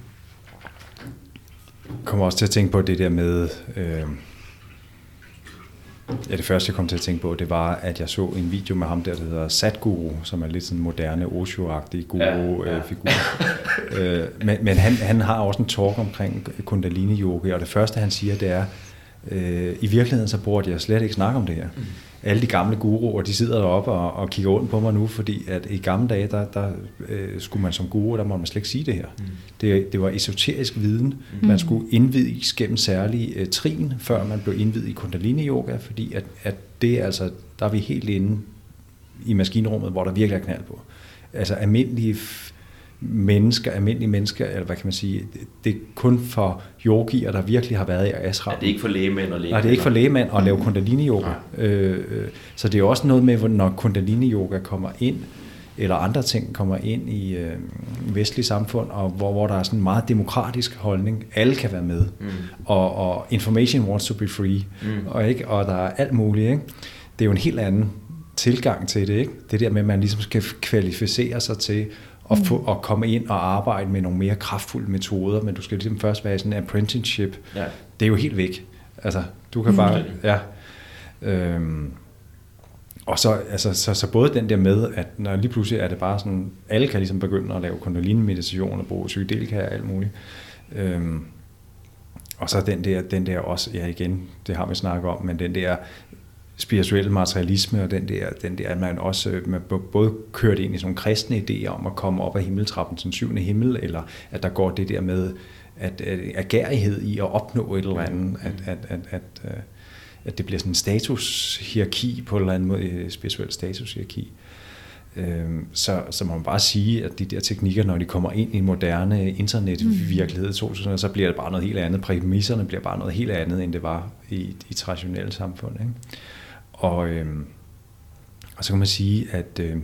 Speaker 2: kommer også til at tænke på det der med øh, ja, det første jeg kom til at tænke på, det var at jeg så en video med ham der, der hedder Sadhguru, som er lidt sådan moderne Osho-agtig guru-figur. Ja, ja. øh, men men han, han har også en talk omkring Kundalini yoga, og det første han siger, det er øh, i virkeligheden så burde jeg slet ikke snakke om det her. Mm. Alle de gamle guruer, de sidder deroppe og, og kigger rundt på mig nu, fordi at i gamle dage, der, der øh, skulle man som guru, der må man slet ikke sige det her. Mm. Det, det var esoterisk viden. Mm. Man skulle indvides gennem særlige øh, trin, før man blev indvidet i Kundalini yoga, fordi at, at det altså, der er vi helt inde i maskinrummet, hvor der virkelig er knald på. Altså almindelige mennesker, almindelige mennesker, eller hvad kan man sige, det er kun for yogier, der virkelig har været i ashram.
Speaker 1: Ja, det er ikke for lægemænd og lægemænd.
Speaker 2: Nej, det er ikke for lægemænd at lave Kundalini yoga. Øh, øh, så det er også noget med, når Kundalini yoga kommer ind, eller andre ting kommer ind i øh, vestlige samfund, og hvor, hvor der er sådan en meget demokratisk holdning. Alle kan være med. Mm. Og, og information wants to be free. Mm. Og, ikke? Og der er alt muligt. Ikke? Det er jo en helt anden tilgang til det. Ikke? Det der med, at man ligesom skal kvalificere sig til at, få, at komme ind og arbejde med nogle mere kraftfulde metoder, men du skal ligesom først være i sådan en apprenticeship. Ja. Det er jo helt væk. Altså, du kan bare... Ja, øhm, og så, altså, så, så både den der med, at når lige pludselig er det bare sådan, alle kan ligesom begynde at lave kundalini-meditation og bruge psykedelika og alt muligt. Øhm, og så den der, den der også, ja igen, det har vi snakket om, men den der spirituelle materialisme, og den der, den der, at man også man både kørt ind i sådan nogle kristne idéer om at komme op af himmeltrappen til den syvende himmel, eller at der går det der med at, at agerighed i at opnå et eller andet, at, at, at, at, at det bliver sådan en statushierarki på en eller anden måde, spirituel statushierarki. Så, så må man bare sige, at de der teknikker, når de kommer ind i en moderne internetvirkelighed, så, så bliver det bare noget helt andet. Præmisserne bliver bare noget helt andet, end det var i, i traditionelle samfund. Ikke? Og, øhm, og så kan man sige, at øh,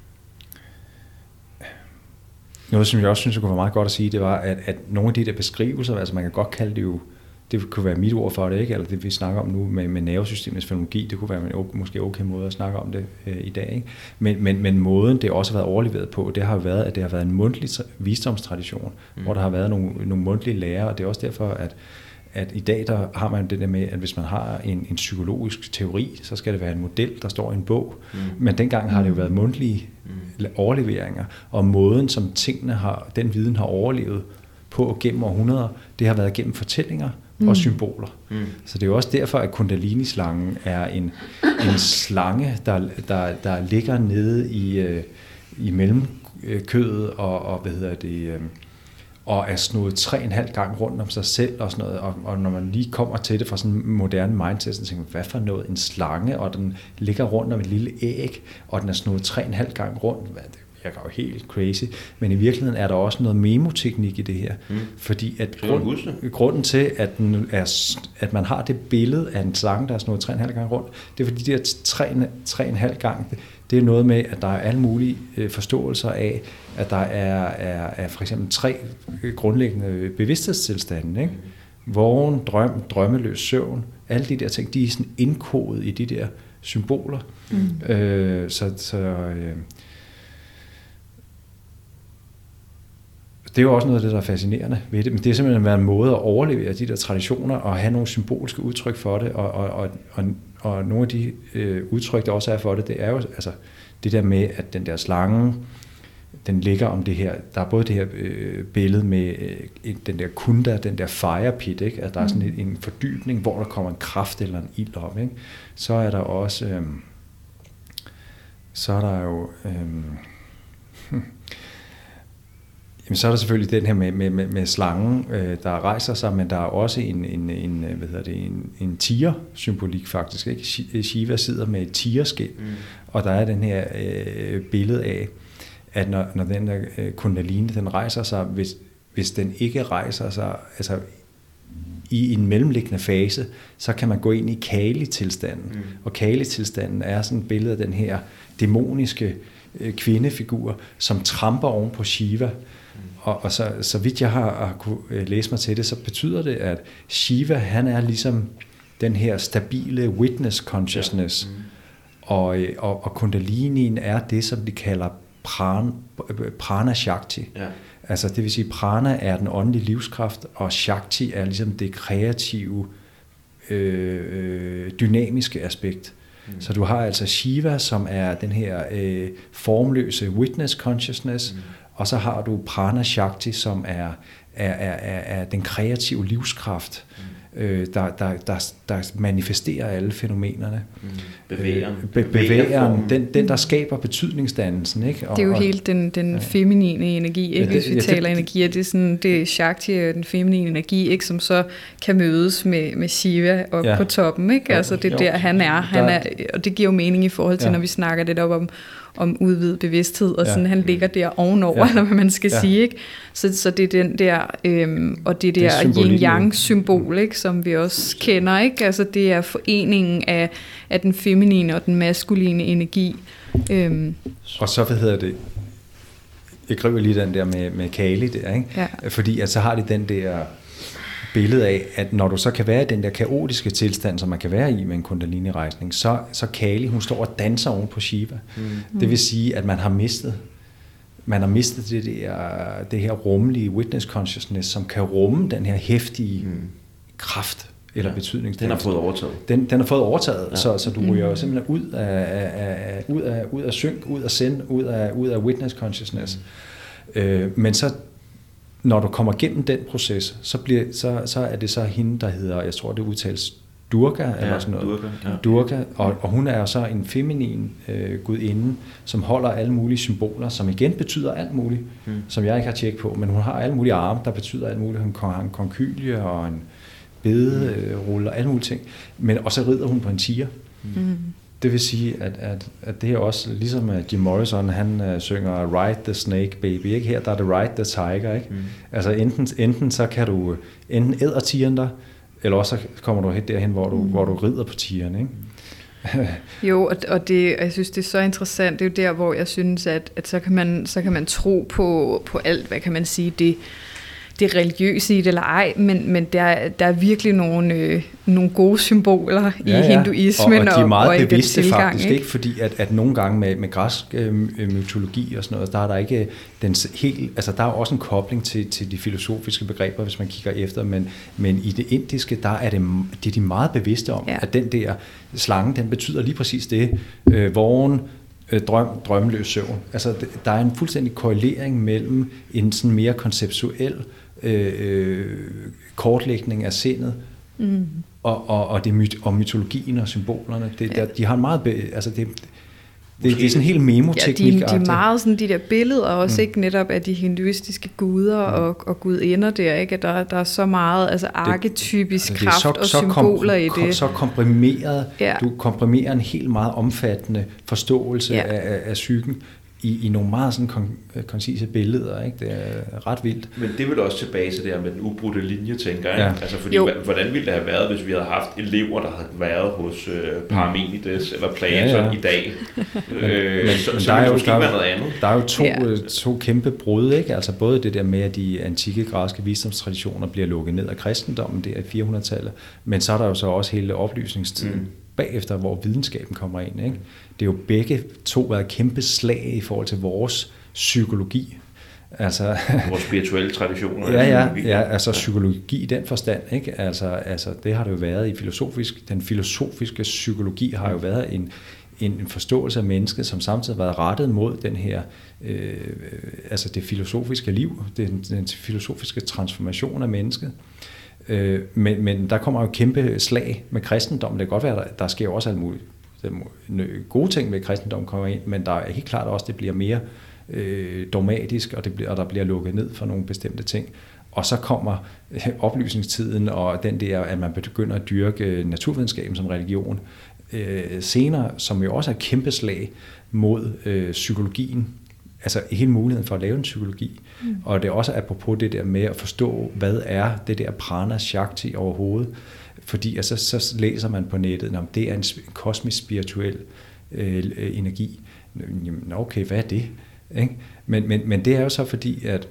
Speaker 2: noget, som jeg også synes, det kunne være meget godt at sige, det var, at, at nogle af de der beskrivelser, altså man kan godt kalde det jo, det kunne være mit ord for det, ikke? Eller det vi snakker om nu med, med nervesystemets fænomenologi, det kunne være en måske okay måde at snakke om det øh, i dag. Ikke? Men, men, men måden, det også har været overleveret på, det har været, at det har været en mundtlig visdomstradition, mm. hvor der har været nogle, nogle mundtlige lærer, og det er også derfor, at, at i dag der har man det der med, at hvis man har en, en psykologisk teori, så skal det være en model, der står i en bog. Mm. Men dengang har det jo været mundtlige mm. overleveringer, og måden, som tingene har, den viden har overlevet på gennem århundreder, det har været gennem fortællinger, Mm. og symboler. Mm. Så det er jo også derfor, at Kundalini-slangen er en, en slange, der, der, der ligger nede i, øh, i mellemkødet og, og, hvad hedder det, øh, og er snået tre og en halv gang rundt om sig selv og sådan noget. Og, og når man lige kommer til det fra sådan en moderne mindset, så tænker man, hvad for noget? En slange, og den ligger rundt om et lille æg, og den er snået tre og en halv gang rundt. Hvad det? Jeg er jo helt crazy, men i virkeligheden er der også noget memoteknik i det her, mm. fordi at grund, grunden til, at, den er, at man har det billede af en slange, der er sådan noget tre og en halv gang rundt, det er fordi de der tre og en halv gang, det er noget med, at der er alle mulige forståelser af, at der er, er, er for eksempel tre grundlæggende bevidsthedstilstande, ikke? Vågen, drøm, drømmeløs søvn, alle de der ting, de er sådan indkodet i de der symboler. Mm. Øh, så så øh, det er jo også noget af det, der er fascinerende ved det, men det er simpelthen en måde at overleve de der traditioner og have nogle symbolske udtryk for det, og, og, og, og, og nogle af de øh, udtryk, der også er for det, det er jo altså det der med, at den der slange, den ligger om det her, der er både det her øh, billede med øh, den der kunda, den der fire pit, ikke? At der er sådan en, en fordybning, hvor der kommer en kraft eller en ild op, ikke? Så er der også, øh, så er der jo, øh, hmm, jamen så er der selvfølgelig den her med, med, med, med slangen, øh, der rejser sig, men der er også en, en, en hvad hedder det, en, en tiger-symbolik faktisk, ikke? Shiva sidder med et tigerskind, mm. og der er den her øh, billede af, at når, når den der øh, kundalini, den rejser sig, hvis, hvis den ikke rejser sig, altså i en mellemliggende fase, så kan man gå ind i Kali-tilstanden. Mm. Og Kali-tilstanden er sådan et billede af den her dæmoniske øh, kvindefigur, som tramper oven på Shiva. Mm. Og, og så, så vidt jeg har, har kunne øh, læse mig til det, så betyder det, at Shiva, han er ligesom den her stabile witness consciousness. Ja. Mm. Og, og, og kundalinien er det, som de kalder prana, prana shakti. Ja. Altså det vil sige, prana er den åndelige livskraft, og shakti er ligesom det kreative, øh, dynamiske aspekt. Mm. Så du har altså Shiva, som er den her øh, formløse witness consciousness, mm. og så har du prana shakti, som er, er, er, er den kreative livskraft, mm. Øh, der, der, der, der manifesterer alle fænomenerne. Mm.
Speaker 1: Bevægeren.
Speaker 2: Øh, be, bevægeren, den, den der skaber betydningsdannelsen. Ikke? Og,
Speaker 3: det er jo
Speaker 2: og,
Speaker 3: helt den, den ja. feminine energi, ikke? Hvis vi ja, taler det, energi, det er, sådan, det er Shakti, den feminine energi, ikke? Som så kan mødes med, med Shiva oppe ja. på toppen. Ikke? Jo, altså det er jo, der, han er. Han er. Og det giver jo mening i forhold til, ja. når vi snakker lidt op om om udvidet bevidsthed, og sådan, ja. han ligger der ovenover, ja. eller hvad man skal ja. sige, ikke? Så, så det er den der, øhm, og det der det yin-yang-symbol, ikke, som vi også kender, ikke? Altså det er foreningen af, af den feminine og den maskuline energi. Øhm.
Speaker 2: Og så, hvad hedder det, jeg griber lige den der med, med Kali der, ikke? Ja. Fordi at så har de den der billede af, at når du så kan være i den der kaotiske tilstand, som man kan være i med en kundalini-rejsning, så, så Kali, hun står og danser oven på Shiva. Mm. Det vil sige, at man har mistet man har mistet det, der, det her rummelige witness consciousness, som kan rumme den her heftige mm. kraft eller ja. betydning.
Speaker 1: Den har fået overtaget.
Speaker 2: Den, den har fået overtaget, ja. så, så du ryger jo simpelthen ud af, af, ud af, ud af synk, ud af sind, ud af, ud af witness consciousness. Mm. Øh, men så når du kommer gennem den proces, så, bliver, så, så er det så hende, der hedder, jeg tror det udtales Durga, ja, eller sådan noget. Durga, ja. Durga, og, og hun er så en feminin øh, gudinde, som holder alle mulige symboler, som igen betyder alt muligt, hmm. som jeg ikke har tjekket på, men hun har alle mulige arme, der betyder alt muligt. Hun har en konkylie og en bederulle og alle mulige ting. Men, og så rider hun på en tiger. Hmm. Det vil sige, at, at, at det er også, ligesom Jim Morrison, han uh, synger Ride the Snake Baby, ikke? Her der er det Ride the Tiger, ikke? Mm. Altså enten, enten så kan du, enten æder tigeren der, eller også så kommer du helt derhen, hvor du, mm. hvor du rider på tigeren, ikke?
Speaker 3: Jo, og, og det, jeg synes, det er så interessant, det er jo der, hvor jeg synes, at, at så, kan man, så kan man tro på, på alt, hvad kan man sige, det det religiøse i det eller ej, men, men der, der er virkelig nogle, øh, nogle gode symboler i ja, ja. hinduismen.
Speaker 2: Og, og de er meget
Speaker 3: og,
Speaker 2: bevidste
Speaker 3: og tilgang,
Speaker 2: faktisk, ikke? Fordi at, at nogle gange med, med græsk øh, mytologi og sådan noget, der er der ikke den helt, altså der er også en kobling til, til de filosofiske begreber, hvis man kigger efter, men, men i det indiske, der er det, det er de meget bevidste om, ja. at den der slange, den betyder lige præcis det, øh, vågen, drøm, drømmeløs søvn. Altså der er en fuldstændig korrelering mellem en sådan mere konceptuel øh, kortlægning af sindet mm. og, og, og, det myt, og mytologien og symbolerne. Det, ja. der, de har en meget, be, altså det, det, det er sådan en helt memoteknik.
Speaker 3: Ja, de, de er meget sådan de der billeder også, mm. ikke netop af de hinduistiske guder mm. og, og gudinder der, ikke? Der, der er så meget altså arketypisk det, altså kraft så, og så symboler kom, i det.
Speaker 2: Så komprimeret, ja. du komprimerer en helt meget omfattende forståelse ja. af, af psyken i, i nogle meget sådan kon- koncise billeder, ikke? Det er ret vildt.
Speaker 1: Men det vil også tilbage til det her med den ubrudte linje, tænker jeg. Ja. Altså fordi, jo. hvordan ville det have været, hvis vi havde haft elever, der havde været hos øh, Parmenides eller Platon ja, ja. i dag? øh, men, så, så der, er jo, der, noget andet.
Speaker 2: der er jo to, ja. to kæmpe brud, ikke? Altså både det der med, at de antikke græske visdomstraditioner bliver lukket ned af kristendommen der i fire hundrede-tallet, men så er der jo så også hele oplysningstiden. Mm. bagefter, hvor videnskaben kommer ind. Ikke? Det er jo begge to været kæmpe slag i forhold til vores psykologi. Altså,
Speaker 1: vores spirituelle traditioner.
Speaker 2: Ja, ja, ja, altså psykologi i den forstand, ikke? Altså, altså det har det jo været i filosofisk, den filosofiske psykologi har jo været en, en forståelse af mennesket, som samtidig har været rettet mod den her, øh, altså det filosofiske liv, den, den filosofiske transformation af mennesket. Øh, men, men der kommer jo kæmpe slag med kristendommen. Det kan godt være, der, der sker også alt muligt gode ting med kristendommen kommer ind, men der er helt klart også, det bliver mere øh, dogmatisk, og, det bliver, og der bliver lukket ned for nogle bestemte ting. Og så kommer øh, oplysningstiden, og den der, at man begynder at dyrke naturvidenskaben som religion øh, senere, som jo også er et kæmpe slag mod øh, psykologien, altså hele muligheden for at lave en psykologi. Mm. Og det er også apropos det der med at forstå, hvad er det der prana shakti overhovedet. Fordi altså, så læser man på nettet, om det er en kosmisk spirituel øh, energi. Jamen, okay, hvad er det? Ikke? Men, men, men det er jo så fordi, at,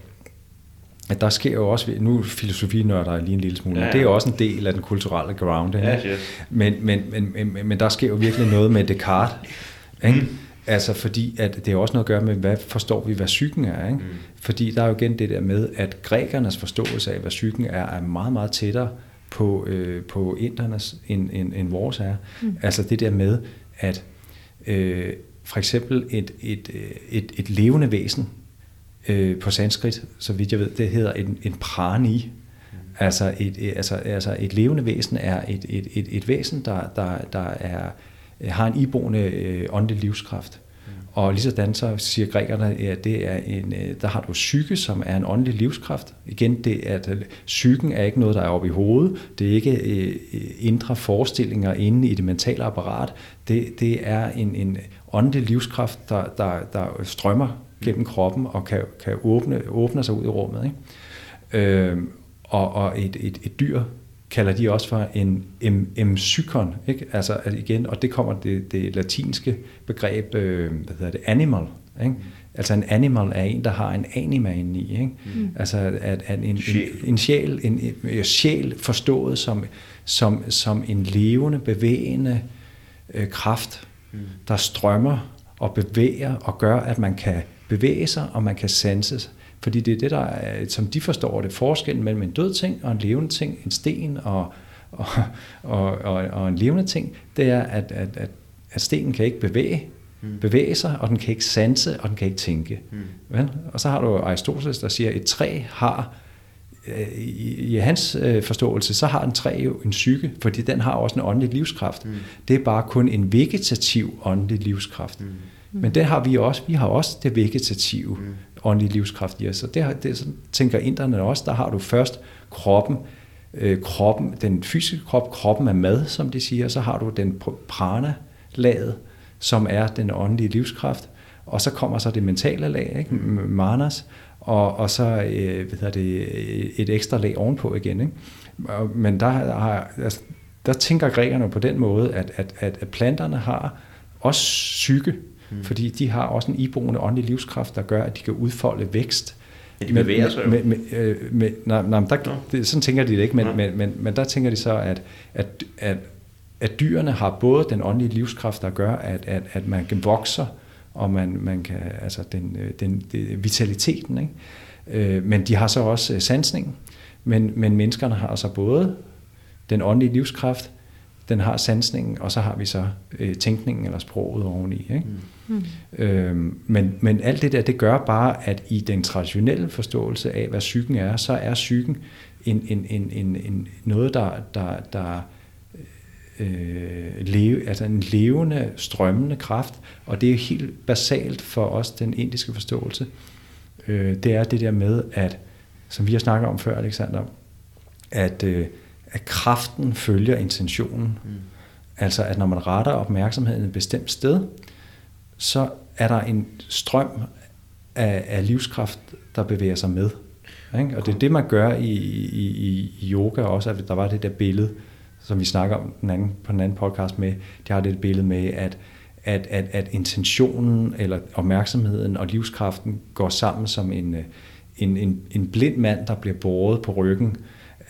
Speaker 2: at der sker jo også, nu filosofi nørder lige en lille smule, ja, ja. Det er jo også en del af den kulturelle ground. Ja, yes. men, men, men, men, men der sker jo virkelig noget med Descartes. Ikke? Mm. Altså fordi, at det er også noget at gøre med, hvad forstår vi, hvad psyken er. Ikke? Mm. Fordi der er jo igen det der med, at grækernes forståelse af, hvad psyken er, er meget, meget tættere på, øh, på internes end, end, end vores er. Mm. Altså det der med, at øh, for eksempel et, et, et, et levende væsen øh, på sanskrit, så vidt jeg ved, det hedder en, en prani. Mm. Altså, et, altså, altså et levende væsen er et, et, et, et væsen, der, der, der er, har en iboende øh, åndelig livskraft. Og lige sådan så siger grækerne, at det er en, der har du psyke, som er en åndelig livskraft. Igen, det at psyken er ikke noget, der er oppe i hovedet. Det er ikke øh, indre forestillinger inde i det mentale apparat. Det, det er en, en åndelig livskraft, der, der, der strømmer gennem kroppen og kan, kan åbne, åbne sig ud i rummet. Ikke? Øh, og og et, et, et dyr kalder de også for en empsykon, ikke? Altså at igen, og det kommer det, det latinske begreb, øh, hvad hedder det, animal, ikke? Altså en animal er en, der har en anima inde i, ikke? Mm. Altså at, at en, en, en sjæl, en, en sjæl forstået som, som, som en levende, bevægende øh, kraft, mm. der strømmer og bevæger og gør, at man kan bevæge sig, og man kan sanses. Fordi det er det, der er, som de forstår det, forskellen mellem en død ting og en levende ting, en sten og, og, og, og, og en levende ting, det er, at, at, at, at stenen kan ikke bevæge, mm. bevæge sig, og den kan ikke sanse, og den kan ikke tænke. Mm. Og så har du Aristoteles, der siger, at et træ har, i, i hans øh, forståelse, så har en træ jo en psyke, fordi den har også en åndelig livskraft. Mm. Det er bare kun en vegetativ åndelig livskraft. Mm. Men det har vi også. Vi har også det vegetative mm. åndelige livskraft i os. Og det, har, det så tænker inderne også. Der har du først kroppen, øh, kroppen, den fysiske krop, kroppen er mad, som de siger. Så har du den prana-laget, som er den åndelige livskraft. Og så kommer så det mentale lag, ikke? Manas, og, og så øh, hvad hedder det, et ekstra lag ovenpå igen. Ikke? Men der, har, altså, der tænker grækerne på den måde, at, at, at planterne har også psyke, mm. fordi de har også en iboende åndelig livskraft, der gør, at de kan udfolde vækst.
Speaker 1: Ja, de bevæger sig jo.
Speaker 2: Med, med, med, med, nej, nej, der, no. det, sådan tænker de det ikke, men, no. men, men, men der tænker de så, at, at, at, at dyrene har både den åndelige livskraft, der gør, at, at, at man kan vokse, og man, man kan, altså den, den, den vitaliteten, ikke? Øh, men de har så også sansning, men, men menneskerne har så både den åndelige livskraft, den har sansningen, og så har vi så øh, tænkningen eller sproget oveni. Ikke? Mm. Øhm, men, men alt det der, det gør bare, at i den traditionelle forståelse af, hvad psyken er, så er psyken en, en, en, en, en, noget, der, der, der øh, leve, altså en levende, strømmende kraft, og det er helt basalt for os, den indiske forståelse. Øh, det er det der med, at, som vi har snakket om før, Alexander, at øh, at kraften følger intentionen. Mm. Altså, at når man retter opmærksomheden et bestemt sted, så er der en strøm af, af livskraft, der bevæger sig med. Ikke? Og det er det, man gør i, i, i yoga også, at der var det der billede, som vi snakker om den anden, på den anden podcast med, de har det billede med, at, at, at, at intentionen, eller opmærksomheden og livskraften går sammen som en, en, en, en blind mand, der bliver båret på ryggen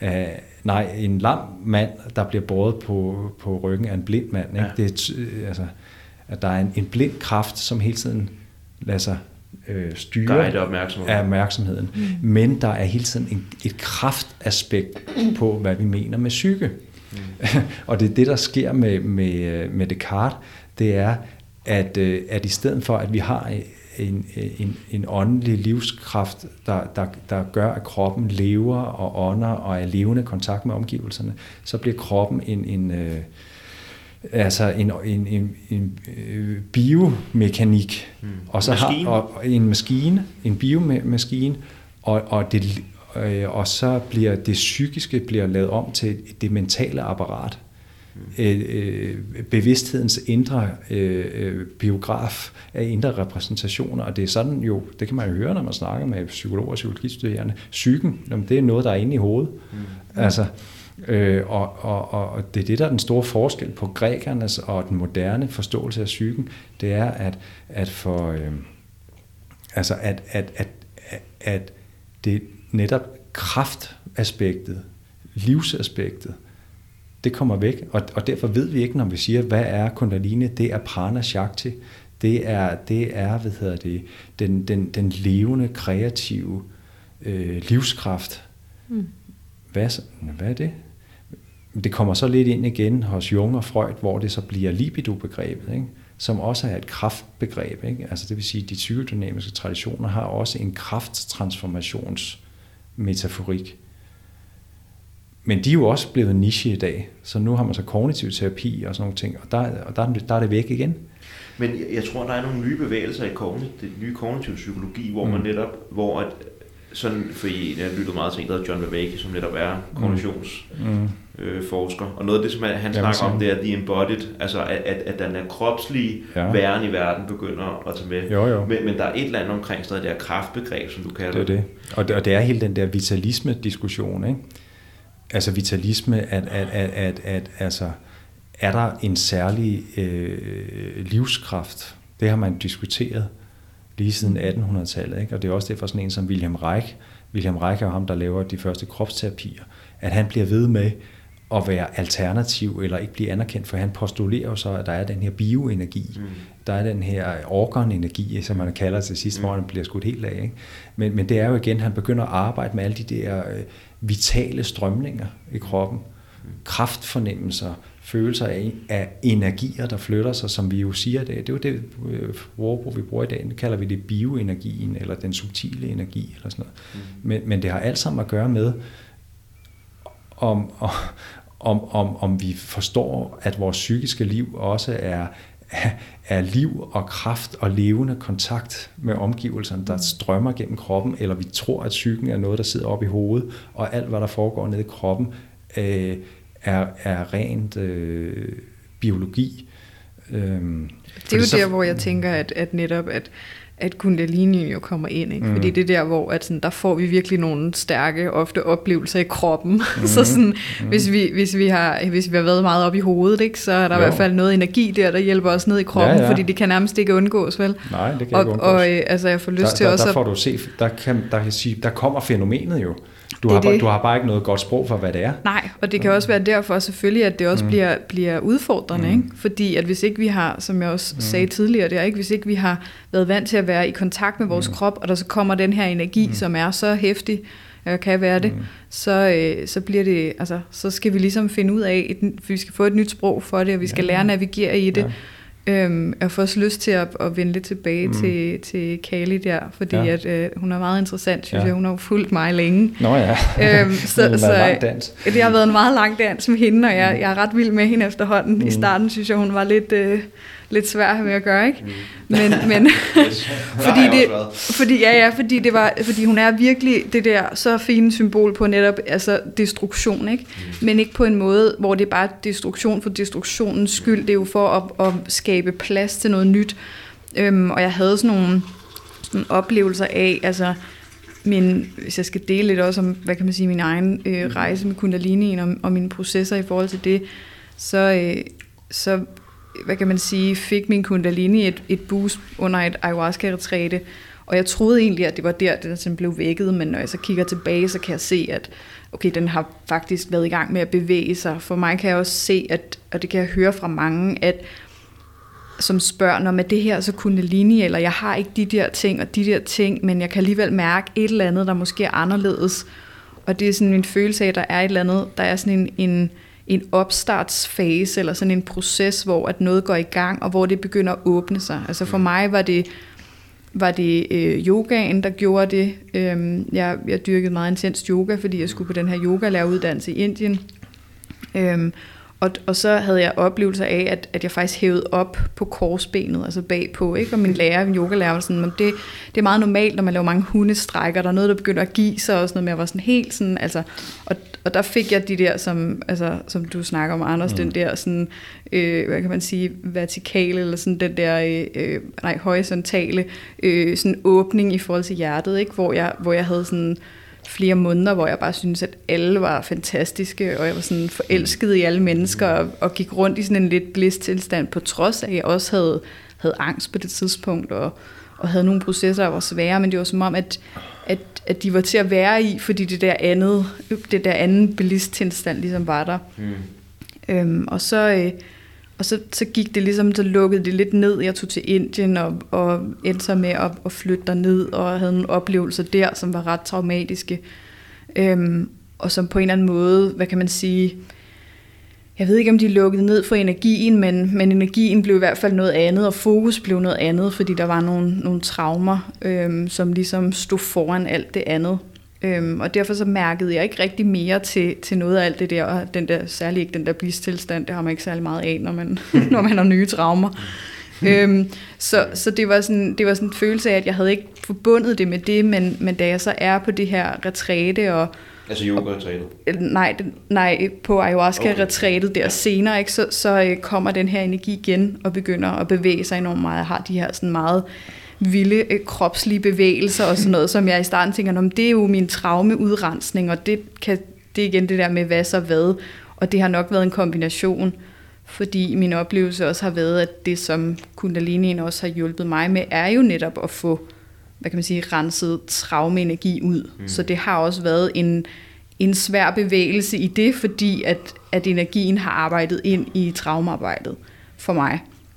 Speaker 2: af, nej, en lam mand, der bliver båret på, på ryggen af en blind mand. Ikke? Ja. Det er, altså, at der er en, en blind kraft, som hele tiden lader sig øh, styre af opmærksomheden. Mm. Men der er hele tiden en, et kraftaspekt på, hvad vi mener med psyke. Mm. Og det er det, der sker med, med, med Descartes, det er, at, at i stedet for, at vi har en, en, en åndelig livskraft, der, der, der gør, at kroppen lever og ånder og er levende kontakt med omgivelserne, så bliver kroppen en, en, øh, altså en, en, en, en øh, biomekanik, mm. og så har og, en maskine, en biomaskine, og, og, det, øh, og så bliver det psykiske bliver lavet om til det mentale apparat. Øh, bevidsthedens indre øh, biograf af indre repræsentationer, og det er sådan jo, det kan man jo høre, når man snakker med psykologer og psykologistuderende, psyken, det er noget, der er inde i hovedet. Mm. Altså, øh, og, og, og det er det, der er den store forskel på grækernes og den moderne forståelse af psyken, det er, at, at for øh, altså, at, at, at, at det netop kraftaspektet, livsaspektet, det kommer væk, og, og derfor ved vi ikke, når vi siger, hvad er Kundalini? Det er Prana Shakti. Det er, det er hvad hedder det, den, den, den levende, kreative øh, livskraft. Mm. Hvad, hvad er det? Det kommer så lidt ind igen hos Jung og Freud, hvor det så bliver libido-begrebet, ikke? Som også er et kraftbegreb. Ikke? Altså det vil sige, at de psykodynamiske traditioner har også en krafttransformationsmetaforik. Men de er jo også blevet niche i dag, så nu har man så kognitiv terapi og sådan nogle ting, og der, og der, der er det væk igen.
Speaker 1: Men jeg, jeg tror, der er nogle nye bevægelser i kognitiv, det nye kognitiv psykologi, hvor mm. man netop, hvor at, sådan, for jeg lyttede meget til en, der hedder John Vervaeke, som netop er kognitionsforsker, mm. øh, og noget af det, som han snakker om, det er the embodied, altså at, at, at den er kropslige ja. væren i verden begynder at tage med. Jo, jo. Men, men der er et eller andet omkring stadig det her kraftbegreb, som du kalder det.
Speaker 2: Det er det. Og det, og det er hele den der vitalisme-diskussion, ikke? Altså vitalisme, at, at, at, at, at altså, er der en særlig øh, livskraft? Det har man diskuteret lige siden attenhundredetallet, ikke? Og det er også derfor sådan en som Wilhelm Reich. Wilhelm Reich er ham, der laver de første kropsterapier. At han bliver ved med at være alternativ eller ikke blive anerkendt, for han postulerer jo så, at der er den her bioenergi, mm. der er den her organenergi, som man kalder til sidst, mm. hvor han bliver skudt helt af. Ikke? Men, men det er jo igen, han begynder at arbejde med alle de der øh, vitale strømninger i kroppen, mm. kraftfornemmelser, følelser af, af energier, der flytter sig, som vi jo siger det. Det er jo det ordbrug, vi bruger i dag. Det kalder vi det bioenergien, eller den subtile energi, eller sådan noget. Mm. Men, men det har alt sammen at gøre med, om, om, om, om vi forstår, at vores psykiske liv også er, er liv og kraft og levende kontakt med omgivelserne, der strømmer gennem kroppen, eller vi tror, at psyken er noget, der sidder oppe i hovedet, og alt, hvad der foregår nede i kroppen, øh, er, er rent øh, biologi.
Speaker 3: Øhm, det er jo det så, der, hvor jeg tænker, at, at netop, at at Kundalini jo kommer ind, ikke? Mm. Fordi det er der, hvor at sådan, der får vi virkelig nogle stærke, ofte oplevelser i kroppen. Mm. Så sådan, mm. hvis, vi, hvis, vi har, hvis vi har været meget op i hovedet, ikke? Så er der jo. i hvert fald noget energi der, der hjælper os ned i kroppen, ja, ja. Fordi det kan nærmest ikke undgås, vel?
Speaker 2: Nej, det kan
Speaker 3: og,
Speaker 2: ikke undgås.
Speaker 3: Og øh, altså, jeg får lyst
Speaker 2: der,
Speaker 3: til
Speaker 2: der,
Speaker 3: også...
Speaker 2: Der får du se, der, kan, der, kan sige, der kommer fænomenet jo. Du har, bare, du har bare ikke noget godt sprog for, hvad det er. Nej,
Speaker 3: og det kan også være derfor selvfølgelig, at det også mm. bliver, bliver udfordrende. Mm. Ikke? Fordi at hvis ikke vi har, som jeg også mm. sagde tidligere, det er ikke, hvis ikke vi har været vant til at være i kontakt med vores mm. krop, og der så kommer den her energi, mm. som er så hæftig, og kan være det, mm. så, øh, så bliver det, altså, så skal vi ligesom finde ud af, et, vi skal få et nyt sprog for det, og vi skal ja. lære at navigere i det. Ja. Øhm, jeg får også lyst til at, at vende lidt tilbage mm. til, til Kali der, fordi ja. at, øh, hun er meget interessant, synes ja. jeg. Hun har fulgt mig længe.
Speaker 2: Nå ja,
Speaker 3: øhm, så, det har været en lang dans. Det har været en meget lang dans med hende, og jeg, jeg er ret vild med hende efterhånden. Mm. I starten synes jeg, hun var lidt, øh, lidt svær med at gøre, ikke? Mm. Men, men fordi, det, fordi, ja, ja, fordi, det var, fordi hun er virkelig det der så fine symbol på netop altså destruktion, ikke? Mm. Men ikke på en måde, hvor det er bare destruktion for destruktionens skyld. Det er jo for at, at skabe plads til noget nyt. Øhm, og jeg havde sådan nogle, sådan oplevelser af, altså min, hvis jeg skal dele lidt også om, hvad kan man sige, min egen øh, rejse med Kundalini og, og mine processer i forhold til det, så, øh, så hvad kan man sige, fik min Kundalini et, et boost under et ayahuasca-retræte. Og jeg troede egentlig, at det var der, det sådan blev vækket, men når jeg så kigger tilbage, så kan jeg se, at okay, den har faktisk været i gang med at bevæge sig. For mig kan jeg også se, at, og det kan jeg høre fra mange, at som spørger, når med det her så kundalini, eller jeg har ikke de der ting og de der ting, men jeg kan alligevel mærke et eller andet, der måske er anderledes. Og det er sådan en følelse af, at der er et eller andet, der er sådan en, en, en opstartsfase, eller sådan en proces, hvor at noget går i gang, og hvor det begynder at åbne sig. Altså for mig var det, var det øh, yogaen, der gjorde det. Øhm, jeg, jeg dyrkede meget intens yoga, fordi jeg skulle på den her yogalæreruddannelse i Indien. Øhm, Og, og så havde jeg oplevelser af, at, at jeg faktisk hævede op på korsbenet, altså bagpå, ikke? Og min lærer, min yogalærer, var sådan, men det, det er meget normalt, når man laver mange hundestrækker, der er noget, der begynder at give sig, og sådan noget, men jeg var sådan helt sådan, altså, og, og der fik jeg de der, som, altså, som du snakker om, Anders, mm. den der sådan, øh, hvad kan man sige, vertikale, eller sådan den der, øh, nej, horisontale, øh, sådan åbning i forhold til hjertet, ikke? Hvor jeg, hvor jeg havde sådan flere måneder, hvor jeg bare syntes, at alle var fantastiske, og jeg var sådan forelsket i alle mennesker, og, og gik rundt i sådan en lidt bliss-tilstand, på trods af, at jeg også havde, havde angst på det tidspunkt, og, og havde nogle processer, der var svære, men det var som om, at, at, at de var til at være i, fordi det der andet, det der anden bliss-tilstand ligesom var der. Mm. Øhm, og så... Øh, Og så, så gik det ligesom, så lukkede det lidt ned. Jeg tog til Indien og, og endte så med at, at flytte derned, og havde nogle oplevelser der, som var ret traumatiske. Øhm, og som på en eller anden måde, hvad kan man sige, jeg ved ikke, om de lukkede ned for energien, men, men energien blev i hvert fald noget andet, og fokus blev noget andet, fordi der var nogle, nogle traumer, øhm, som ligesom stod foran alt det andet. Øhm, og derfor så mærkede jeg ikke rigtig mere til, til noget af alt det der, og den der, særligt ikke den der bliss-tilstand, det har man ikke særlig meget af, når man, når man har nye traumer. øhm, så så det, var sådan, det var sådan en følelse af, at jeg havde ikke forbundet det med det, men, men da jeg så er på det her retræte, og
Speaker 1: altså yoga-retrætet?
Speaker 3: Nej, nej, på ayahuasca-retrætet okay. der senere, ikke, så, så øh, kommer den her energi igen, og begynder at bevæge sig enormt meget. Jeg har de her sådan meget vilde øh, kropslige bevægelser og sådan noget, som jeg i starten tænker, om det er jo min traumeudrensning, og det, kan, det er igen det der med hvad så hvad, og det har nok været en kombination, fordi min oplevelse også har været, at det som kundalinien også har hjulpet mig med, er jo netop at få, hvad kan man sige, renset traumeenergi ud. Mm. Så det har også været en, en svær bevægelse i det, fordi at, at energien har arbejdet ind i traumearbejdet for mig.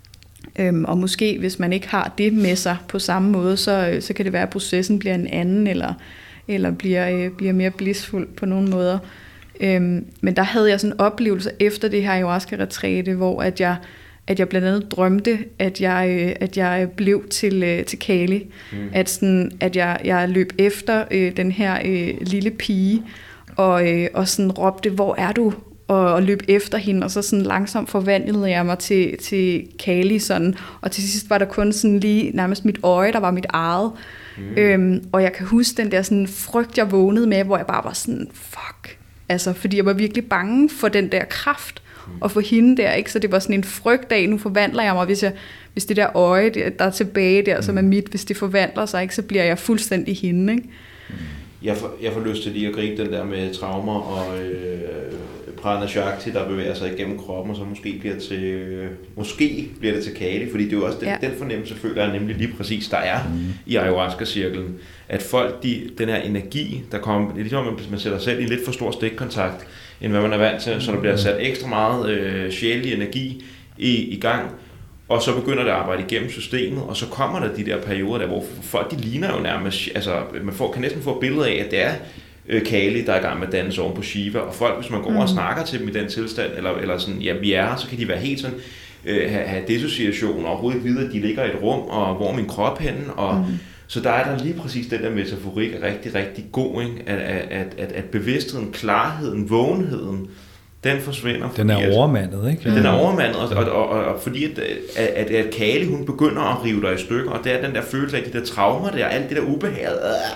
Speaker 3: Øhm, og måske, hvis man ikke har det med sig på samme måde, så, så kan det være, at processen bliver en anden, eller, eller bliver, øh, bliver mere blissfuld på nogle måder. Øhm, men der havde jeg sådan en oplevelse efter det her ayahuasca-retræte, hvor at jeg, at jeg blandt andet drømte, at jeg, øh, at jeg blev til, øh, til Kali. Mm. At, sådan, at jeg, jeg løb efter øh, den her øh, lille pige, og, øh, og sådan råbte, hvor er du? Og, og løb efter hende, og så sådan langsomt forvandlede jeg mig til, til Kali, sådan, og til sidst var der kun sådan lige nærmest mit øje, der var mit eget. Mm. Øhm, og jeg kan huske den der sådan frygt, jeg vågnede med, hvor jeg bare var sådan, fuck. Altså, fordi jeg var virkelig bange for den der kraft, mm. og for hende der, ikke? Så det var sådan en frygt af, nu forvandler jeg mig, hvis, jeg, hvis det der øje, der er tilbage der, mm. som er mit, hvis det forvandler sig, ikke, så bliver jeg fuldstændig hende, ikke? Mm.
Speaker 1: Jeg får, jeg får lyst til lige at gribe den der med traumer og øh, prana shakti, der bevæger sig igennem kroppen, og så måske bliver, til, øh, måske bliver det til Kali, fordi det er jo også den, ja. den fornemmelse, føler jeg nemlig lige præcis, der er mm. i ayahuasca-cirklen. At folk, de, den her energi, der kommer, det er ligesom, at man sætter sig selv i en lidt for stor stikkontakt, end hvad man er vant til, så der bliver sat ekstra meget øh, sjældent energi i, i gang, og så begynder det at arbejde igennem systemet, og så kommer der de der perioder der, hvor folk, de ligner jo nærmest, altså man får, kan næsten få et billede af, at det er øh, Kali, der er i gang med at danse oven på Shiva, og folk, hvis man går over og snakker til dem i den tilstand, eller, eller sådan, ja, vi er her, så kan de være helt sådan, øh, have, have dissociation, og overhovedet ikke vide, at de ligger i et rum, og hvor er min krop henne, og mm. så der er der lige præcis den der metaforik er rigtig, rigtig god, ikke? At, at, at, at bevidstheden, klarheden, vågenheden, den forsvinder.
Speaker 2: Den er overmandet, ikke?
Speaker 1: Den er overmandet, og, og, og, og fordi at, at, at, at Kali, hun begynder at rive dig i stykker, og det er den der følelse af de der traumer der, alt det der ubehag,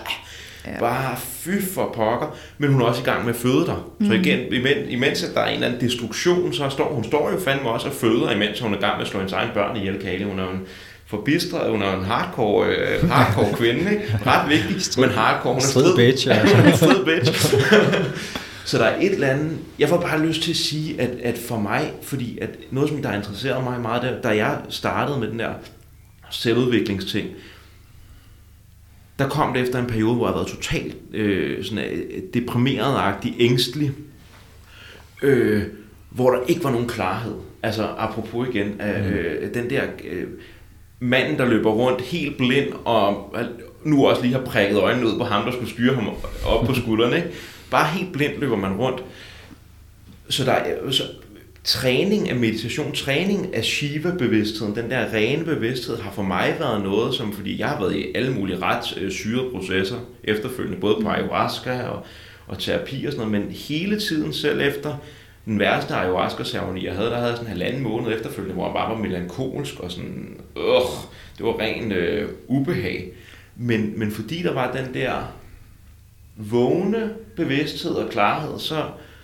Speaker 1: øh, ja. bare fy for pokker, men hun er også i gang med at føde dig. Mm. Så igen, imens, imens at der er en eller anden destruktion, så står hun står jo fandme også og føder, imens hun er i gang med at slå hendes egen børn ihjel. Kali, hun er jo en forbistret, hun er en hardcore, øh, hardcore kvinde, ikke? Ret vigtigt, men hardcore, hun er
Speaker 2: strid bitch, ja.
Speaker 1: Strid bitch. Så der er et eller andet, jeg får bare lyst til at sige, at, at for mig, fordi at noget, som der interesserede mig meget, der, da jeg startede med den der selvudviklingsting, der kom det efter en periode, hvor jeg havde været totalt øh, sådan, øh, deprimeret-agtig, ængstelig, øh, hvor der ikke var nogen klarhed. Altså apropos igen, øh, den der øh, manden, der løber rundt helt blind, og nu også lige har prikket øjnene ud på ham, der skulle styre ham op på skuldrene, ikke? Bare helt blind løber man rundt. Så der er så, træning af meditation, træning af Shiva-bevidstheden, den der rene bevidsthed, har for mig været noget, som fordi jeg har været i alle mulige ret øh, syrede processer efterfølgende, både på ayahuasca og, og terapi og sådan noget, men hele tiden selv efter den værste ayahuasca-ceremoni, jeg havde, der havde sådan en halvanden måned efterfølgende, hvor jeg bare var melankolsk og sådan, øh, det var ren øh, ubehag. Men, men fordi der var den der vågne bevidsthed og klarhed, så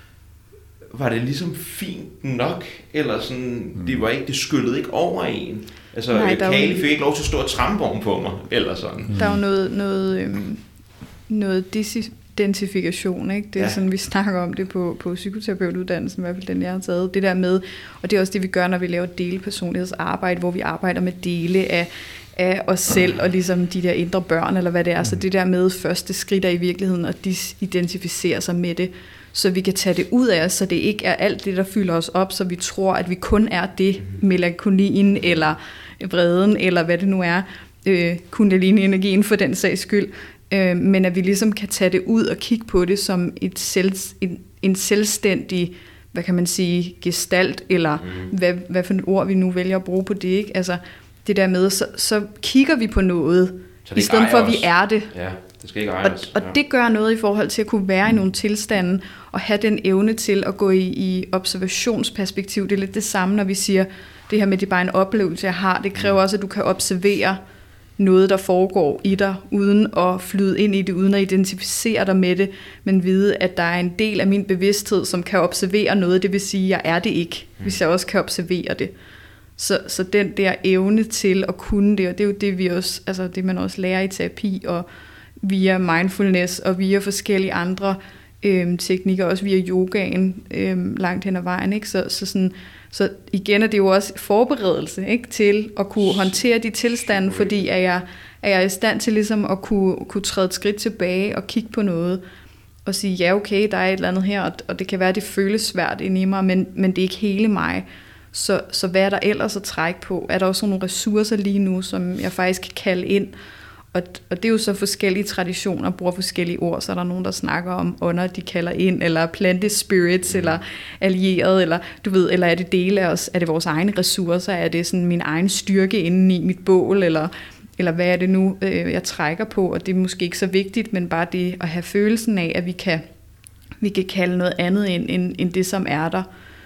Speaker 1: var det ligesom fint nok, eller sådan, mm. det var ikke, det skyllede ikke over en. Altså, Nej, Kali fik ikke lov til at stå og trampe oven på mig, eller sådan.
Speaker 3: Der er jo noget, noget, øhm, noget disidentifikation, ikke? Det er ja. sådan, vi snakker om det på, på psykoterapeutuddannelsen, i hvert fald den, jeg har taget. Det der med, og det er også det, vi gør, når vi laver delepersonlighedsarbejde, hvor vi arbejder med dele af, af os selv, og ligesom de der indre børn, eller hvad det er. Så det der med første skridt er i virkeligheden at disidentificere sig med det, så vi kan tage det ud af os, så det ikke er alt det, der fylder os op, så vi tror, at vi kun er det, melankolien, eller vreden, eller hvad det nu er, øh, kundalini-energien for den sags skyld, øh, men at vi ligesom kan tage det ud og kigge på det som et selv, en, en selvstændig, hvad kan man sige, gestalt, eller mm. hvad, hvad for et ord vi nu vælger at bruge på det, ikke? Altså, det der med, så, så kigger vi på noget, i stedet for, at vi er det.
Speaker 1: Ja. Det skal ikke eje os.
Speaker 3: Og, og det gør noget i forhold til at kunne være i nogle tilstande, og have den evne til at gå i, i observationsperspektiv. Det er lidt det samme, når vi siger, det her med, det er bare en oplevelse, jeg har. Det kræver også, at du kan observere noget, der foregår i dig, uden at flyde ind i det, uden at identificere dig med det, men vide, at der er en del af min bevidsthed, som kan observere noget. Det vil sige, at jeg er det ikke, hvis jeg også kan observere det. Så, så den der evne til at kunne det, og det er jo det, vi også, altså det man også lærer i terapi, og via mindfulness og via forskellige andre øhm, teknikker, også via yogaen øhm, langt hen ad vejen. Ikke? Så, så, sådan, så igen er det jo også forberedelse, ikke? Til at kunne håndtere de tilstande, fordi er jeg, er jeg i stand til ligesom at kunne, kunne træde et skridt tilbage og kigge på noget og sige, ja okay, der er et eller andet her, og, og det kan være, at det føles svært inde i mig, men, men det er ikke hele mig. Så, så hvad er der ellers at trække på? Er der også nogle ressourcer lige nu, som jeg faktisk kan kalde ind? Og, og det er jo så forskellige traditioner, bruger forskellige ord, så er der nogen, der snakker om ånder, de kalder ind, eller plante spirits, mm. eller allieret, eller du ved, eller er det dele af os, er det vores egne ressourcer, er det sådan min egen styrke inde i mit bål, eller, eller hvad er det nu, øh, jeg trækker på, og det er måske ikke så vigtigt, men bare det at have følelsen af, at vi kan, vi kan kalde noget andet ind, end, end det, som er der,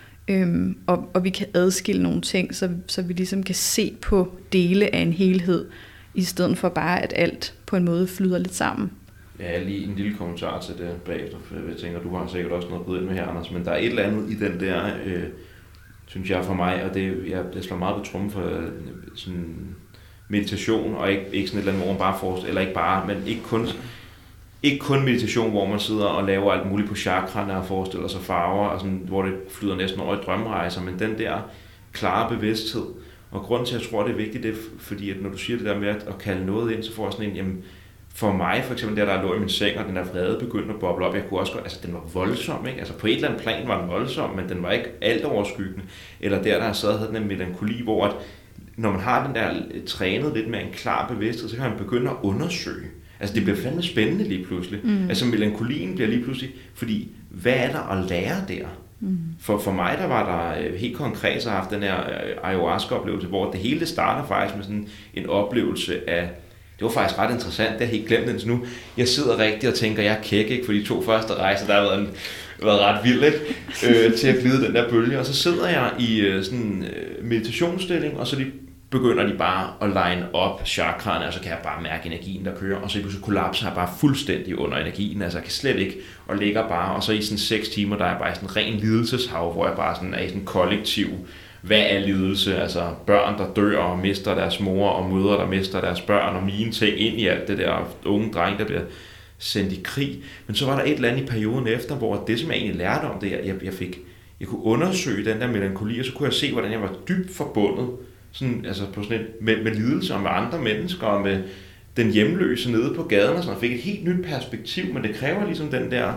Speaker 3: øhm, og, og vi kan adskille nogle ting, så, så vi ligesom kan se på dele af en helhed, i stedet for bare, at alt på en måde flyder lidt sammen.
Speaker 1: Ja, lige en lille kommentar til det bagefter, for jeg tænker, du har sikkert også noget på ind med her, Anders, men der er et eller andet i den der, øh, synes jeg for mig, og det, jeg, jeg slår meget på trummen for øh, sådan meditation, og ikke, ikke sådan et eller andet, hvor man bare får, eller ikke bare, men ikke kun, ikke kun meditation, hvor man sidder og laver alt muligt på chakraerne og forestiller sig farver, og sådan, hvor det flyder næsten over i drømmerejser, men den der klare bevidsthed. Og grunden til, at jeg tror, det er vigtigt, det er, fordi at når du siger det der med at kalde noget ind, så får jeg sådan en, jamen, for mig for eksempel, der der lå i min seng, og den der vrede begyndte at boble op, jeg kunne også godt, altså den var voldsom, ikke? Altså på et eller andet plan var den voldsom, men den var ikke alt overskyggende. Eller der, der har sad, havde den en melankoli, hvor at, når man har den der trænet lidt med en klar bevidsthed, så kan man begynde at undersøge. Altså det bliver fandme spændende lige pludselig. Mm. Altså melankolien bliver lige pludselig, fordi hvad er der at lære der? Mm. For, for mig der var der helt konkret så haft den her ayahuasca-oplevelse, hvor det hele starter faktisk med sådan en oplevelse af, det var faktisk ret interessant, det har jeg helt glemt indtil nu. Jeg sidder rigtig og tænker, jeg er kæk, ikke? For de to første rejser, der har været, en, været ret vildt øh, til at glide den der bølge. Og så sidder jeg i øh, sådan en øh, meditationsstilling, og så de begynder de bare at line op chakraerne, og så kan jeg bare mærke energien, der kører, og så pludselig kollapser jeg bare fuldstændig under energien, altså jeg kan slet ikke, og ligger bare, og så i sådan seks timer, der er jeg bare i sådan en ren lidelseshav, hvor jeg bare sådan er i sådan en kollektiv, hvad er lidelse, altså børn, der dør og mister deres mor, og mødre, der mister deres børn, og mine ting ind i alt det der unge dreng, der bliver sendt i krig, men så var der et eller andet i perioden efter, hvor det, som jeg egentlig lærte om det, jeg, jeg fik, jeg kunne undersøge den der melankoli, og så kunne jeg se, hvordan jeg var dybt forbundet, sådan, altså på sådan et, med, med lidelse og med andre mennesker, og med den hjemløse nede på gaden, og sådan, og fik et helt nyt perspektiv, men det kræver ligesom den der,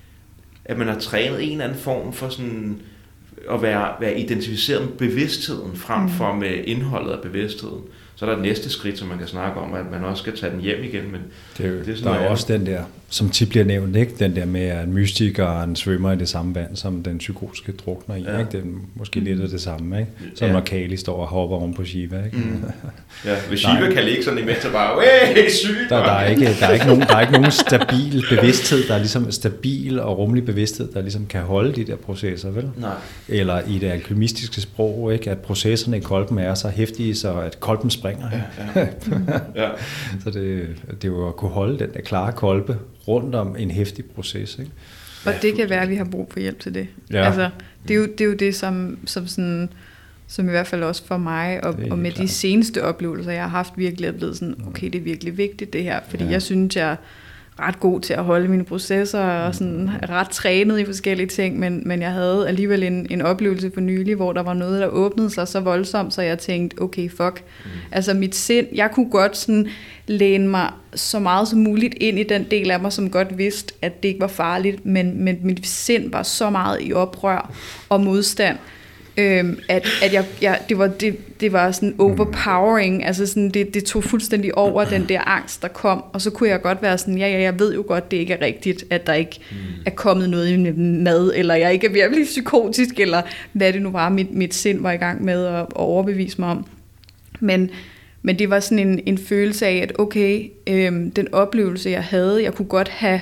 Speaker 1: at man har trænet en eller anden form for sådan, at være, være identificeret med bevidstheden, frem for med indholdet af bevidstheden. Så er der et næste skridt, som man kan snakke om, at man også skal tage den hjem igen. Men
Speaker 2: det er jo, det er sådan, der er også den der, som tit bliver nævnt, ikke? Den der med, at mystikeren svømmer i det samme vand, som den psykotiske drukner i. Ja. Ikke? Det er måske lidt af det samme, ikke? Som ja. Når Kali står og hopper oven på Shiva. Ikke? Mm.
Speaker 1: Ja, hvis Shiva kan ligge sådan imens, så bare, hey, sygt!
Speaker 2: Der, der, er ikke, der, er ikke nogen, der er ikke nogen stabil bevidsthed, der er ligesom stabil og rummelig bevidsthed, der ligesom kan holde de der processer, vel? Nej. Eller i det alkymistiske sprog, ikke? At processerne i kolben er så heftige, så at kolben springer. Ja, ja. Ja. Så det, det er jo at kunne holde den der klare kolbe rundt om en heftig proces, ikke?
Speaker 3: Og det kan være, at vi har brug for hjælp til det. Ja. Altså, det er jo det, er jo det som, som, sådan, som i hvert fald også for mig, og, og med klart. De seneste oplevelser, jeg har haft, virkelig er blevet sådan, okay, det er virkelig vigtigt det her, fordi ja. Jeg synes, jeg er ret god til at holde mine processer, og sådan ret trænet i forskellige ting, men, men jeg havde alligevel en, en oplevelse for nylig, hvor der var noget, der åbnede sig så voldsomt, så jeg tænkte, okay, fuck. Mm. Altså mit sind, jeg kunne godt sådan læne mig så meget som muligt ind i den del af mig, som godt vidste, at det ikke var farligt, men, men mit sind var så meget i oprør og modstand, Øhm, at, at jeg, jeg, det, var, det, det var sådan overpowering, altså sådan, det, det tog fuldstændig over den der angst, der kom, og så kunne jeg godt være sådan, ja, ja, jeg ved jo godt, det ikke er rigtigt, at der ikke mm. er kommet noget i mad, eller jeg ikke er virkelig psykotisk, eller hvad det nu var, mit, mit sind var i gang med at, at overbevise mig om. Men, men det var sådan en, en følelse af, at okay, øhm, den oplevelse, jeg havde, jeg kunne godt have,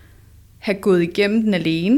Speaker 3: have gået igennem den alene,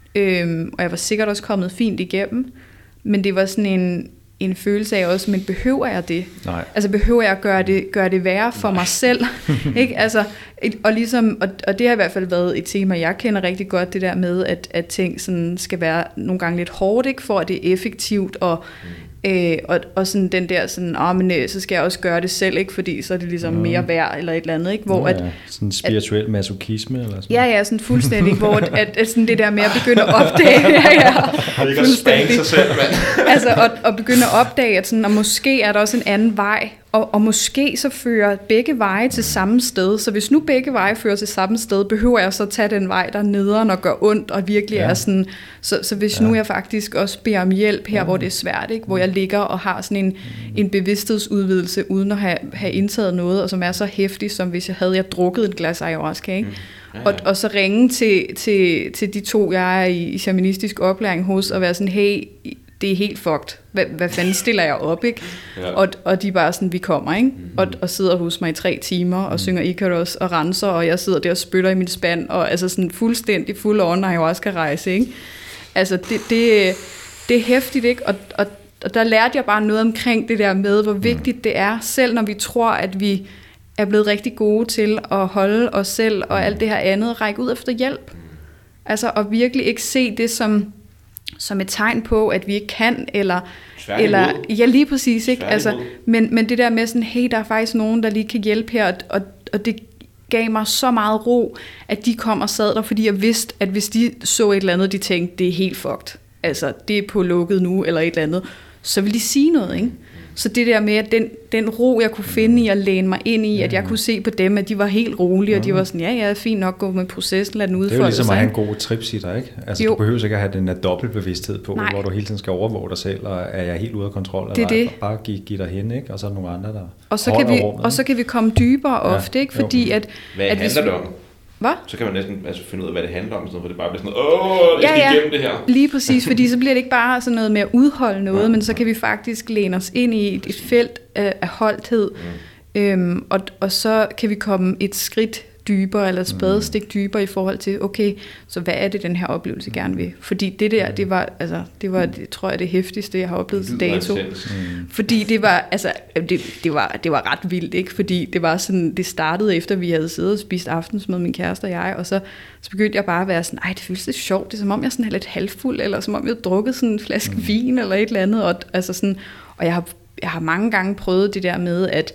Speaker 3: øhm, og jeg var sikkert også kommet fint igennem, men det var sådan en, en følelse af også, men behøver jeg det? Nej. Altså behøver jeg at gøre det, gøre det værre for Nej. Mig selv? Ikke? Altså, et, og, ligesom, og, og det har i hvert fald været et tema, jeg kender rigtig godt, det der med, at, at ting sådan skal være nogle gange lidt hårdt, ikke? For at det er effektivt, og, mm. øh, og, og sådan den der, sådan, oh, men, øh, så skal jeg også gøre det selv, ikke? Fordi så er det ligesom mm. mere værd, eller et eller andet. Ikke? Hvor,
Speaker 2: ja, ja. Sådan spirituel at, masochisme, eller sådan.
Speaker 3: Ja, ja, sådan fuldstændig, hvor at, at, at sådan det der med at begynde at opdage, ja, ja,
Speaker 1: ikke at spange sig selv, mand.
Speaker 3: Altså, at, at begynde at opdage, at sådan, og måske er der også en anden vej, og, og måske så fører begge veje til samme sted, så hvis nu begge veje fører til samme sted, behøver jeg så at tage den vej, der nederen og gør ondt, og virkelig ja. Er sådan, så, så hvis ja. Nu jeg faktisk også beder om hjælp her, ja. Hvor det er svært, ikke? Hvor jeg ligger og har sådan en, en bevidsthedsudvidelse, uden at have, have indtaget noget, og som er så hæftig, som hvis jeg havde jeg drukket et glas ayahuasca, ikke? Ja, ja. Og, og så ringe til, til, til de to, jeg er i, i shamanistisk oplæring hos, og være sådan, hey, det er helt fucked. Hvad, hvad fanden stiller jeg op, ikke? Ja. Og, og de er bare sådan, vi kommer, ikke? Mm-hmm. Og, og sidder hos mig i tre timer, og mm. synger Icarus og renser, og jeg sidder der og spytter i min spand, og altså sådan fuldstændig full on ayahuasca-rejse, ikke? Altså, det, det, det er hæftigt, ikke? Og, og, og der lærte jeg bare noget omkring det der med, hvor vigtigt mm. det er, selv når vi tror, at vi er blevet rigtig gode til at holde os selv, og alt det her andet, række ud efter hjælp. Altså, og virkelig ikke se det som som et tegn på, at vi ikke kan, eller, eller ja, lige præcis, ikke? Altså, men, men det der med sådan, hey, der er faktisk nogen, der lige kan hjælpe her, og, og, og det gav mig så meget ro, at de kom og sad der, fordi jeg vidste, at hvis de så et eller andet, de tænkte, det er helt fucked, altså, det er på lukket nu, eller et eller andet, så ville de sige noget, ikke? Så det der med, at den, den ro, jeg kunne finde i at læne mig ind i, at jeg kunne se på dem, at de var helt rolige, og de var sådan, ja, ja, fint nok, gå med processen, lad den udfolde sig.
Speaker 2: Det er jo ligesom at have en god tripsitter, ikke? Altså, jo. Du behøver ikke at have den der dobbeltbevidsthed på, Nej. Hvor du hele tiden skal overvåge dig selv, og er jeg helt ude af kontrol,
Speaker 3: det er
Speaker 2: eller
Speaker 3: det.
Speaker 2: Bare give, give dig hen, ikke? Og så er der nogle andre, der
Speaker 3: og så kan vi rummet, Og så kan vi komme dybere ofte, ikke? Fordi at...
Speaker 1: Hvad
Speaker 3: at
Speaker 1: handler det om?
Speaker 3: Hvad?
Speaker 1: Så kan man næsten altså, finde ud af, hvad det handler om, så det bare bliver sådan noget, åh, jeg skal ja, ja. igennem det her.
Speaker 3: Lige præcis, fordi så bliver det ikke bare sådan noget med at udholde noget, ja. Men så kan vi faktisk læne os ind i et, et felt af, af holdthed, mm. øhm, og, og så kan vi komme et skridt dybere, eller et spadestik dybere i forhold til, okay, så hvad er det, den her oplevelse gerne vil? Fordi det der, det var, altså, det var, det, tror jeg, det hæftigste, jeg har oplevet til dato. Mm. Fordi det var, altså, det, det, var, det var ret vildt, ikke? Fordi det var sådan, det startede efter, vi havde siddet og spist aftensmad, min kæreste og jeg, og så, så begyndte jeg bare at være sådan, ej, det føles lidt sjovt, det er som om jeg sådan er lidt halvfuld, eller som om jeg har drukket sådan en flaske mm. vin, eller et eller andet, og, altså sådan, og jeg har, jeg har mange gange prøvet det der med, at,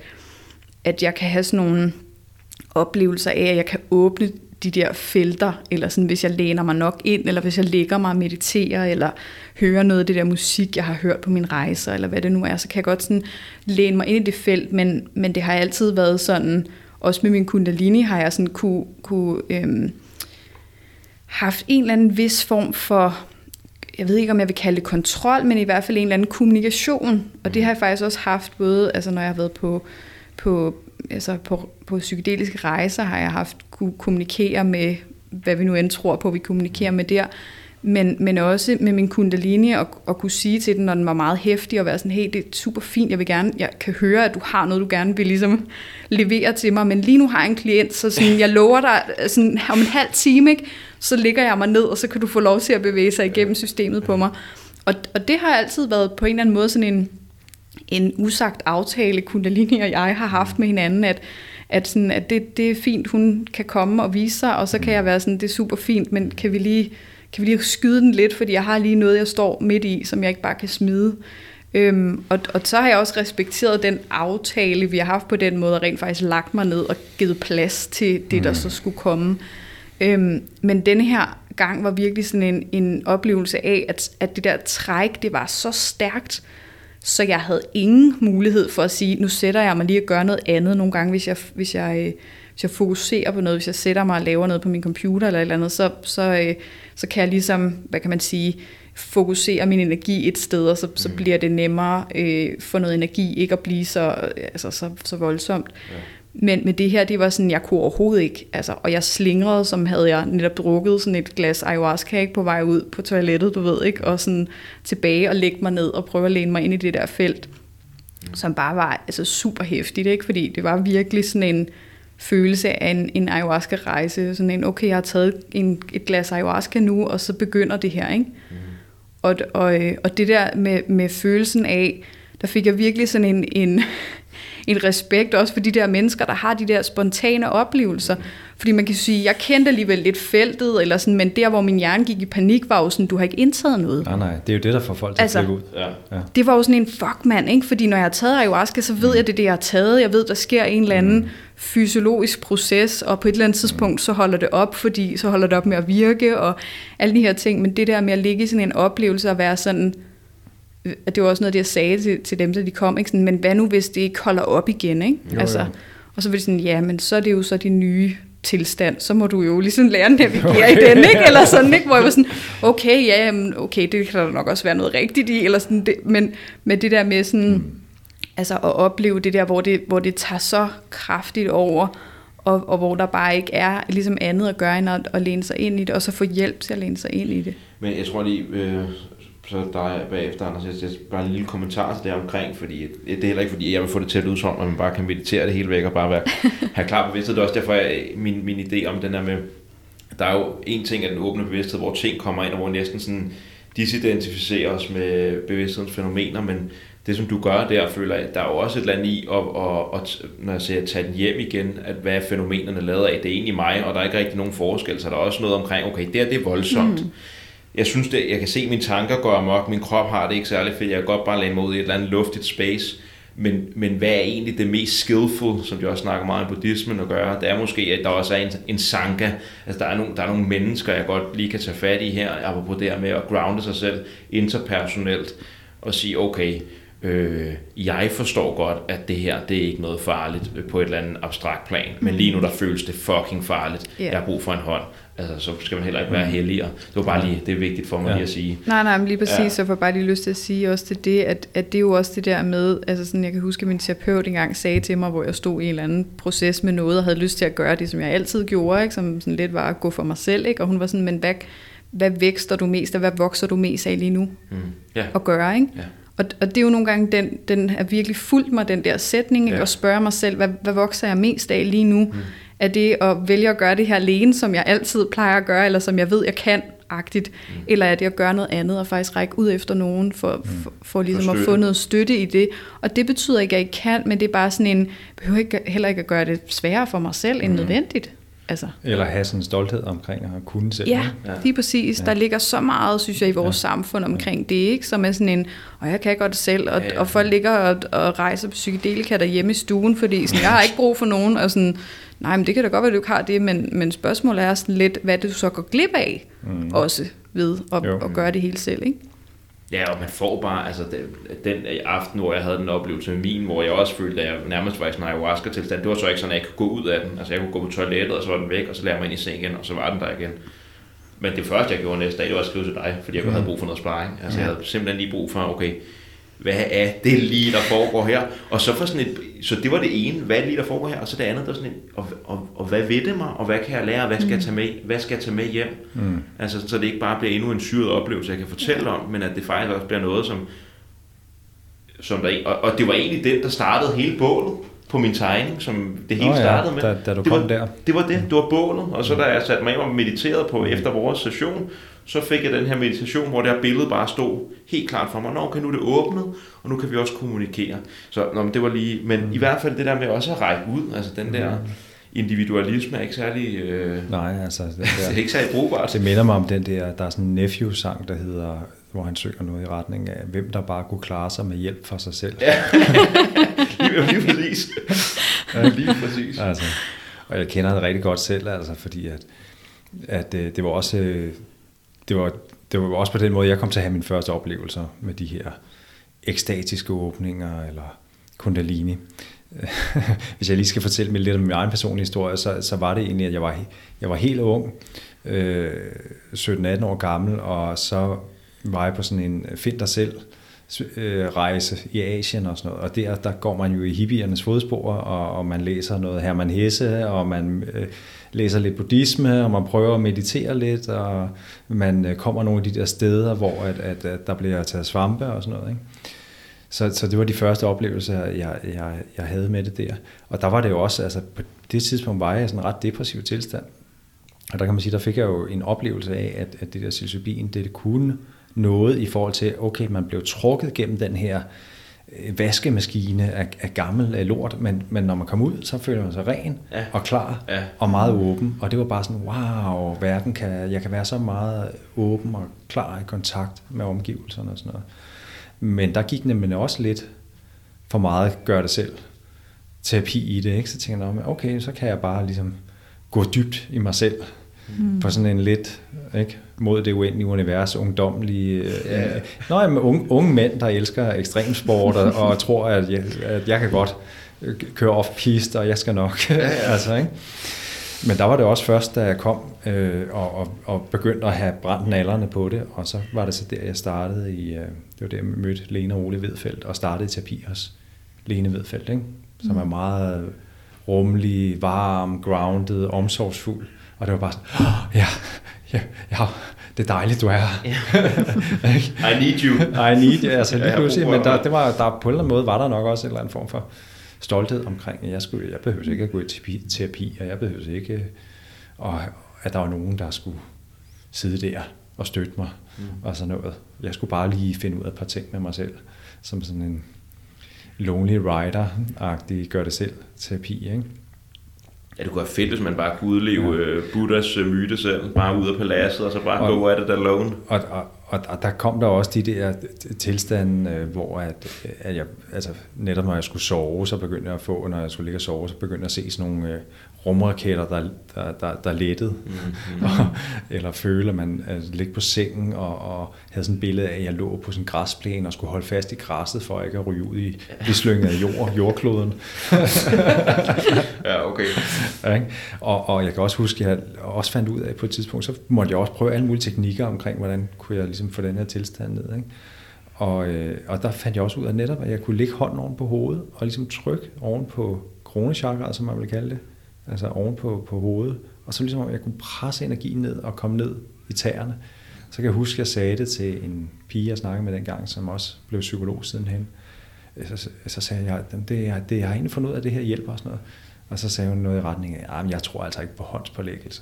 Speaker 3: at jeg kan have sådan nogle oplevelser af, at jeg kan åbne de der felter, eller sådan, hvis jeg læner mig nok ind, eller hvis jeg ligger mig og mediterer, eller hører noget af det der musik, jeg har hørt på mine rejser, eller hvad det nu er, så kan jeg godt sådan læne mig ind i det felt, men, men det har altid været sådan, også med min kundalini har jeg sådan kunne, kunne øhm, haft en eller anden vis form for, jeg ved ikke om jeg vil kalde det kontrol, men i hvert fald en eller anden kommunikation. Og det har jeg faktisk også haft både, altså når jeg har været på, på, altså på, på psykedeliske rejser, har jeg haft kunne kommunikere med, hvad vi nu end tror på, vi kommunikerer med der. Men, men også med min kundalini og, og kunne sige til den, når den var meget heftig, og være sådan, hey, det er super fint, jeg vil gerne, jeg kan høre, at du har noget, du gerne vil ligesom levere til mig, men lige nu har jeg en klient, så sådan, jeg lover dig, sådan, om en halv time, ikke, så ligger jeg mig ned, og så kan du få lov til at bevæge sig igennem systemet på mig. Og, og det har altid været på en eller anden måde sådan en, en usagt aftale, kundalini og jeg har haft med hinanden, at at, sådan, at det, det er fint, hun kan komme og vise sig, og så kan jeg være sådan, det er super fint, men kan vi lige kan vi lige skyde den lidt, fordi jeg har lige noget, jeg står midt i, som jeg ikke bare kan smide. Øhm, og, og så har jeg også respekteret den aftale, vi har haft på den måde, og rent faktisk lagt mig ned og givet plads til det, mm. der så skulle komme. Øhm, men denne her gang var virkelig sådan en, en oplevelse af, at, at det der træk, det var så stærkt, så jeg havde ingen mulighed for at sige, nu sætter jeg mig lige og gør noget andet nogle gange, hvis jeg, hvis jeg, hvis jeg fokuserer på noget, hvis jeg sætter mig og laver noget på min computer eller et eller andet, så, så, så kan jeg ligesom, hvad kan man sige, fokusere min energi et sted, og så, så bliver det nemmere øh, for noget energi, ikke at blive så, altså, så, så voldsomt. Ja. Men med det her, det var sådan, jeg kunne overhovedet ikke, altså, og jeg slingrede, som havde jeg netop drukket sådan et glas ayahuasca, ikke, på vej ud på toilettet, du ved, ikke, og sådan tilbage og lægge mig ned og prøve at læne mig ind i det der felt, mm. som bare var altså, super hæftigt, ikke, fordi det var virkelig sådan en følelse af en, en ayahuasca-rejse, sådan en, okay, jeg har taget en, et glas ayahuasca nu, og så begynder det her, ikke, mm. og, og, og det der med, med følelsen af, der fik jeg virkelig sådan en, en en respekt også for de der mennesker, der har de der spontane oplevelser. Fordi man kan sige, jeg kendte alligevel lidt feltet, eller sådan, men der, hvor min hjerne gik i panik, var jo sådan, du har ikke indtaget noget.
Speaker 2: Nej, nej, det er jo det, der får folk til altså, at flippe ud. Ja. Ja. Det
Speaker 3: var jo sådan en fuck mand, ikke? Fordi når jeg har taget ayahuasca, så ved mm. jeg, det er det, jeg har taget. Jeg ved, der sker en eller anden mm. fysiologisk proces, og på et eller andet tidspunkt, så holder det op, fordi så holder det op med at virke, og alle de her ting. Men det der med at ligge i sådan en oplevelse og være sådan, det var også noget, det jeg sagde til, til dem, da de kom, ikke? Sådan, men hvad nu, hvis det ikke holder op igen, ikke? Jo, altså, jo. Og så var det sådan, ja, men så er det jo så din nye tilstand, så må du jo ligesom lære at navigere okay. i den, ikke? Eller sådan, ikke? Hvor jeg var sådan, okay, ja, okay, det kan der nok også være noget rigtigt i, eller sådan, det, men med det der med sådan, mm. altså at opleve det der, hvor det, hvor det tager så kraftigt over, og, og hvor der bare ikke er ligesom andet at gøre, end at, at læne sig ind i det, og så få hjælp til at læne sig ind i det.
Speaker 1: Men jeg tror lige, øh så der er bagefter, Anders, jeg bare en lille kommentar til det omkring, fordi det er heller ikke, fordi jeg vil få det til at lyde som, at man bare kan meditere det hele væk og bare være, have klar bevidsthed. Det er også derfor, jeg, min, min idé om den der med, der er jo en ting af den åbne bevidsthed, hvor ting kommer ind, og hvor næsten sådan disidentificerer os med bevidsthedens fænomener, men det som du gør der, føler jeg, der er jo også et eller andet i, og, og, og når jeg siger, tage den hjem igen, at hvad er fænomenerne lavet af, det er egentlig mig, og der er ikke rigtig nogen forskel, så der er også noget omkring, okay, det er det er voldsomt. Mm. Jeg synes, det, jeg kan se, at mine tanker går amok, min krop har det ikke særlig fedt, jeg kan godt bare læne mig ud i et eller andet luftigt space, men, men hvad er egentlig det mest skillful, som de også snakker meget om buddhismen at gøre, det er måske, at der også er en, en sangha, altså der er, nogle, der er nogle mennesker, jeg godt lige kan tage fat i her, apropos det her med at grounde sig selv interpersonelt, og sige, okay, øh, jeg forstår godt, at det her, det er ikke noget farligt på et eller andet abstrakt plan, men lige nu der føles det fucking farligt, yeah. jeg har brug for en hånd. Altså, så skal man heller ikke være heldigere. Det var bare lige, det er vigtigt for mig ja. lige at sige.
Speaker 3: Nej, nej, men lige præcis, ja. så får jeg bare lige lyst til at sige også til det, at, at det er jo også det der med, altså sådan, jeg kan huske, at min terapeut engang sagde til mig, hvor jeg stod i en eller anden proces med noget, og havde lyst til at gøre det, som jeg altid gjorde, ikke? Som sådan lidt var at gå for mig selv, ikke? Og hun var sådan, men hvad, hvad vækster du mest af, hvad vokser du mest af lige nu? Mm. Yeah. At gøre, ikke? Yeah. Og, og det er jo nogle gange, den, den er virkelig fulgt mig, den der sætning, ikke? Yeah. Og spørge mig selv, hvad, hvad vokser jeg mest af lige nu? Mm. Er det at vælge at gøre det her alene, som jeg altid plejer at gøre, eller som jeg ved, jeg kan-agtigt, mm. eller er det at gøre noget andet, og faktisk række ud efter nogen, for, mm. for, for ligesom for at få noget støtte i det. Og det betyder ikke, at jeg ikke kan, men det er bare sådan en, behøver ikke, heller ikke at gøre det sværere for mig selv, end mm. nødvendigt. Altså.
Speaker 2: Eller have sådan en stolthed omkring at kunne selv.
Speaker 3: Ja, ja, lige præcis. Ja. Der ligger så meget, synes jeg, i vores ja. samfund omkring ja. det, ikke? Som er sådan en, og jeg kan godt selv, og, ja, ja. og folk ligger og, og rejser på psykedelika derhjemme i stuen, fordi sådan, jeg har ikke brug for nogen, og sådan, nej, men det kan da godt være, du ikke har det, men, men spørgsmålet er sådan lidt, hvad det du så går glip af, mm. også ved at, at gøre det hele selv, ikke?
Speaker 1: Ja, og man får bare, altså den aften, hvor jeg havde den oplevelse med min, hvor jeg også følte, at jeg nærmest var i sådan en ayahuasca-tilstand, det var så ikke sådan, at jeg kunne gå ud af den. Altså jeg kunne gå på toilettet, og så var den væk, og så lagde jeg mig ind i seng igen, og så var den der igen. Men det første, jeg gjorde næste dag, det var at skrive til dig, fordi jeg mm. havde brug for noget sparring. Altså jeg havde simpelthen lige brug for, okay, hvad er det lige, der foregår her? Og så for sådan et, så det var det ene, hvad er det lige, der foregår her? Og så det andet, der var sådan et, og, og, og hvad ved det mig? Og hvad kan jeg lære? Hvad skal jeg tage med, hvad skal jeg tage med hjem? Mm. Altså så det ikke bare bliver endnu en syret oplevelse, jeg kan fortælle om, men at det faktisk også bliver noget, som, som der, og, og det var egentlig den, der startede hele bålet på min tegning, som det hele oh, ja, startede med.
Speaker 2: Da, da du
Speaker 1: det
Speaker 2: kom
Speaker 1: var,
Speaker 2: der.
Speaker 1: Det var det, det var bålet. Og så da jeg satte mig ind og mediterede på efter vores session, så fik jeg den her meditation, hvor det her billede bare stod helt klart for mig. Nå, okay, nu er det åbnet, og nu kan vi også kommunikere. Så nå, men det var lige, men mm. i hvert fald det der med også at række ud, altså den der individualisme er ikke særlig... Øh,
Speaker 2: Nej, altså... Det, der,
Speaker 1: det er ikke særlig brugbart.
Speaker 2: Det minder mig om den der, der er sådan en Nephew-sang, der hedder, hvor han synger noget i retning af, hvem der bare kunne klare sig med hjælp for sig selv.
Speaker 1: Ja, lige, lige præcis. Ja, lige præcis.
Speaker 2: Altså, og jeg kender det rigtig godt selv, altså, fordi at, at det var også... Det var, det var også på den måde, jeg kom til at have mine første oplevelser med de her ekstatiske åbninger, eller kundalini. Hvis jeg lige skal fortælle mig lidt om min egen personlige historie, så, så var det egentlig, at jeg var, jeg var helt ung, øh, sytten atten år gammel, og så var jeg på sådan en find dig selv rejse i Asien og sådan noget, og der, der går man jo i hippiernes fodspor, og, og man læser noget Hermann Hesse, og man øh, læser lidt buddhisme, og man prøver at meditere lidt, og man øh, kommer nogle af de der steder, hvor at, at, at der bliver taget svampe og sådan noget, ikke? Så, så det var de første oplevelser, jeg, jeg, jeg havde med det der. Og der var det jo også, altså på det tidspunkt var jeg i sådan en ret depressiv tilstand, og der kan man sige, der fik jeg jo en oplevelse af, at, at det der psilocybin, det, det kunne noget i forhold til, okay, man blev trukket gennem den her vaskemaskine af, af gammel af lort, men, men når man kom ud, så føler man sig ren ja. og klar ja. og meget åben, og det var bare sådan, wow, verden kan, jeg kan være så meget åben og klar i kontakt med omgivelserne og sådan noget. Men der gik nemlig også lidt for meget gør det selv terapi i det, ikke? Så tænker jeg, okay, så kan jeg bare ligesom gå dybt i mig selv, mm. på sådan en lidt, ikke, mod det uendelige univers, ungdomlige, yeah. øh, nå, med unge, unge mænd, der elsker ekstremsport, og, og tror, at jeg, at jeg kan godt køre off-piste, og jeg skal nok, ja, ja. altså, ikke? Men der var det også først, da jeg kom øh, og, og, og begyndte at have brændt nallerne på det, og så var det så der, jeg startede i, øh, det var der, jeg mødte Lene og Ole Vedfeldt, og startede i terapi hos Lene Vedfeldt, ikke? Som mm. er meget rummelig, varm, grounded, omsorgsfuld, og det var bare sådan, oh, ja, ja, ja, det er dejligt, du er her.
Speaker 1: Yeah. I need you.
Speaker 2: I need you, altså lige pludselig, men der, det var, der, på en eller anden måde var der nok også en eller anden form for stolthed omkring, at jeg, skulle, jeg behøvede ikke at gå i terapi, terapi og jeg behøvede ikke, og at der var nogen, der skulle sidde der og støtte mig, mm. og sådan noget. Jeg skulle bare lige finde ud af et par ting med mig selv, som sådan en lonely rider-agtig gør det selv terapi, ikke?
Speaker 1: Ja, det kunne være fedt, hvis man bare kunne udleve ja. Buddhas myte selv, bare ude af paladset, og så bare og, go at it alone.
Speaker 2: Og, og, og, og der kom der også de der tilstande, hvor at, at jeg, altså netop når jeg skulle sove, så begyndte jeg at få, når jeg skulle ligge og sove, så begyndte jeg at se sådan nogle rumraketter, der, der, der, der lettede, mm-hmm. og, eller føle, at man altså, ligge på sengen, og, og havde sådan et billede af, at jeg lå på sådan en græsplæne, og skulle holde fast i græsset, for ikke at ryge ud i de slynget af jord, jordkloden.
Speaker 1: Ja, okay.
Speaker 2: Ja, og, og jeg kan også huske, at jeg også fandt ud af på et tidspunkt, så måtte jeg også prøve alle mulige teknikker omkring, hvordan kunne jeg ligesom få den her tilstand ned, ikke? Og, øh, og der fandt jeg også ud af netop, at jeg kunne lægge hånden oven på hovedet, og ligesom trykke oven på kronechakraet, som man vil kalde det, altså oven på, på hovedet, og så ligesom om jeg kunne presse energien ned og komme ned i tæerne. Så kan jeg huske, at jeg sagde det til en pige, jeg snakkede med dengang, som også blev psykolog sidenhen. Så, så sagde jeg, det er, det, jeg har egentlig fundet ud af, det her hjælper og sådan noget. Og så sagde hun noget i retning af, at jeg tror altså ikke på håndspålæggelse.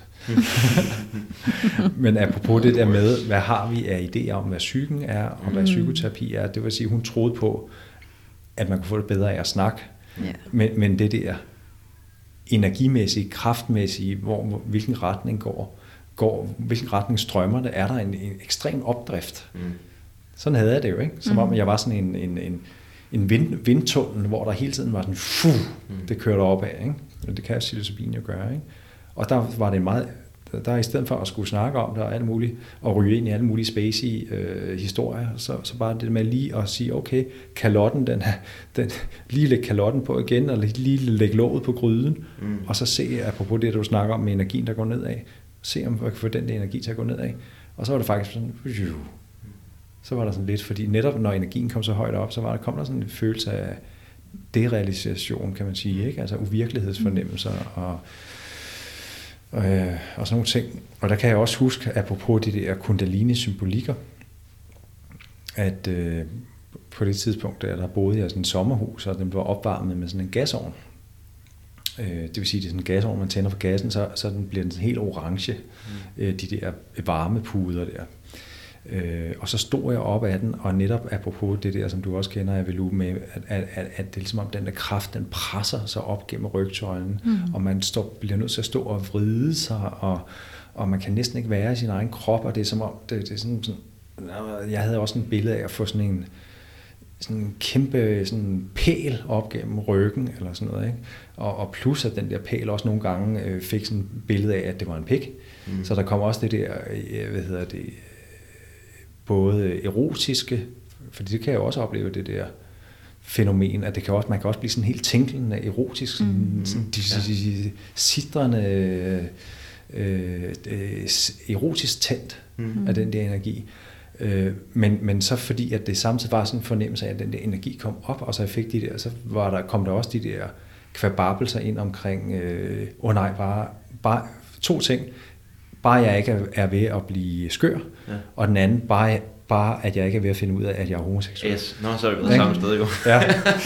Speaker 2: Men apropos det der med, hvad har vi af idéer om, hvad psyken er, og hvad psykoterapi er, det vil sige, hun troede på, at man kunne få det bedre af at snakke. Yeah. Men, men det der energimæssige, kraftmæssige, hvor, hvilken retning går, går, hvilken retning strømmer det, er der en, en ekstrem opdrift. Mm. Sådan havde jeg det jo, ikke? Som om jeg var sådan en, en, en en vind, vindtunnel, hvor der hele tiden var sådan, fuh, det kørte opad, ikke? Og det kan psilocybin jo gøre, ikke? Og der var det meget, der er i stedet for at skulle snakke om det og alt muligt, og ryge ind i alle mulige spacey øh, historier, så, så bare det med lige at sige, okay, kalotten, den, den, lige lægge kalotten på igen, eller lige lægge låget på gryden, mm. og så se, apropos det, du snakker om med energien, der går nedad, se om man kan få den der energi til at gå nedad. Og så var det faktisk sådan, så var der sådan lidt, fordi netop når energien kom så højt op, så var der, kom der sådan en følelse af derealisation, kan man sige, ikke? Altså uvirkelighedsfornemmelser og, og, øh, og sådan nogle ting. Og der kan jeg også huske, apropos de der kundalini-symbolikker, at øh, på det tidspunkt, der, der boede jeg i sådan et sommerhus, og den var opvarmet med sådan en gasovn. Øh, det vil sige, det er sådan en gasovn, man tænder for gassen, så, så den bliver den helt orange, mm. øh, de der varmepuder der. Øh, og så stod jeg op af den, og netop apropos det der, som du også kender af Velu med, at, at, at, at det er ligesom om den der kraft, den presser sig op gennem rygsøjlen, mm. og man står, bliver nødt til at stå og vride sig, og, og man kan næsten ikke være i sin egen krop, og det er som om, det, det er sådan, sådan, jeg havde også en billede af at få sådan en, sådan en kæmpe sådan pæl op gennem ryggen, eller sådan noget, ikke? Og, og plus at den der pæl også nogle gange øh, fik sådan et billede af, at det var en pik. Mm. Så der kom også det der, øh, hvad hedder det, både erotiske, fordi det kan jeg jo også opleve, det der fænomen, at det kan også, man kan også blive sådan helt tænkende erotisk, sådan, mm. sådan de, de, de sidrende, øh, øh, erotisk tændt mm. af den der energi. Øh, men, men så fordi, at det samtidig var sådan en fornemmelse af, at den der energi kom op, og så fik de der, så var der, kom der også de der kvababelser ind omkring, åh øh, oh nej, bare, bare to ting. Bare jeg ikke er ved at blive skør, ja. Og den anden, bare, bare at jeg ikke er ved at finde ud af, at jeg er homoseksuel.
Speaker 1: Yes. Nå, så er vi ved samme sted jo.
Speaker 2: Ja.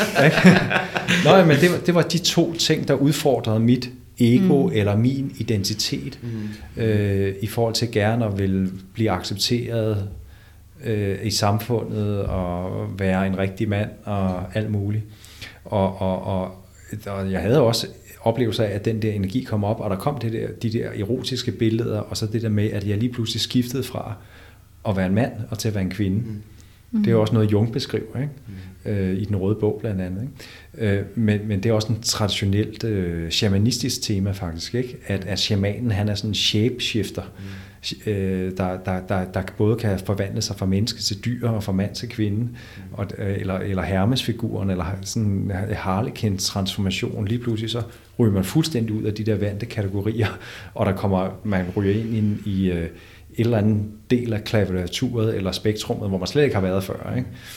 Speaker 2: Nå, men det var, det var de to ting, der udfordrede mit ego mm. eller min identitet mm. øh, i forhold til gerne at vil blive accepteret øh, i samfundet og være en rigtig mand og alt muligt. Og, og, og, og jeg havde også oplevelse af, at den der energi kom op, og der kom det der, de der erotiske billeder, og så det der med, at jeg lige pludselig skiftede fra at være en mand og til at være en kvinde. Mm. Det er jo også noget, Jung beskriver, ikke? Mm. Øh, i Den Røde Bog blandt andet. Ikke? Øh, men, men det er også en traditionelt øh, shamanistisk tema faktisk, ikke? At, at shamanen, han er sådan en shapeshifter, mm. øh, der, der, der, der både kan forvandle sig fra menneske til dyr og fra mand til kvinde, mm. og, øh, eller, eller Hermes-figuren, eller sådan en Harlequins transformation. Lige pludselig så ryger man fuldstændig ud af de der vante kategorier, og der kommer, man ryger ind i, i øh, et eller andet del af klaviaturet eller spektrummet, hvor man slet ikke har været før,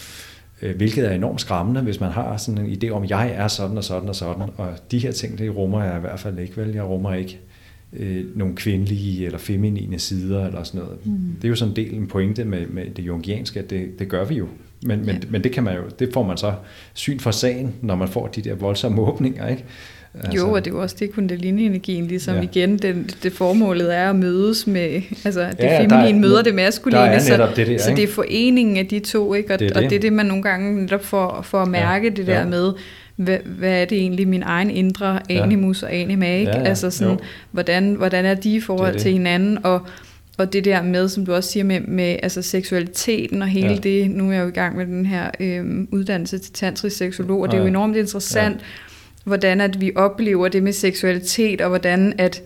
Speaker 2: ikke? Hvilket er enormt skræmmende, hvis man har sådan en idé om, at jeg er sådan og sådan og sådan, og de her ting, det rummer jeg i hvert fald ikke, vel? Jeg rummer ikke øh, nogle kvindelige eller feminine sider eller sådan noget. Mm. Det er jo sådan en del, en pointe med, med det jungianske, at det, det gør vi jo. Men, men, ja. men det kan man jo, det får man så syn for sagen, når man får de der voldsomme åbninger, ikke?
Speaker 3: Altså, jo, og det er jo også det kundalini-energien, ligesom ja. igen, det, det formålet er at mødes med, altså det ja, feminine møder det maskuline, så, det der, så det er foreningen af de to, ikke? Og det er det, og det, er det man nogle gange netop får, får at mærke ja. det der ja. med, hvad, hvad er det egentlig min egen indre animus ja. og anima, ikke? Ja, ja. Altså sådan, hvordan, hvordan er de i forhold det til det. hinanden, og Og det der med, som du også siger, med, med altså seksualiteten og hele ja. det, nu er jeg jo i gang med den her øh, uddannelse til tantrisk seksolog, og det er jo enormt interessant, ja. hvordan at vi oplever det med seksualitet, og hvordan at,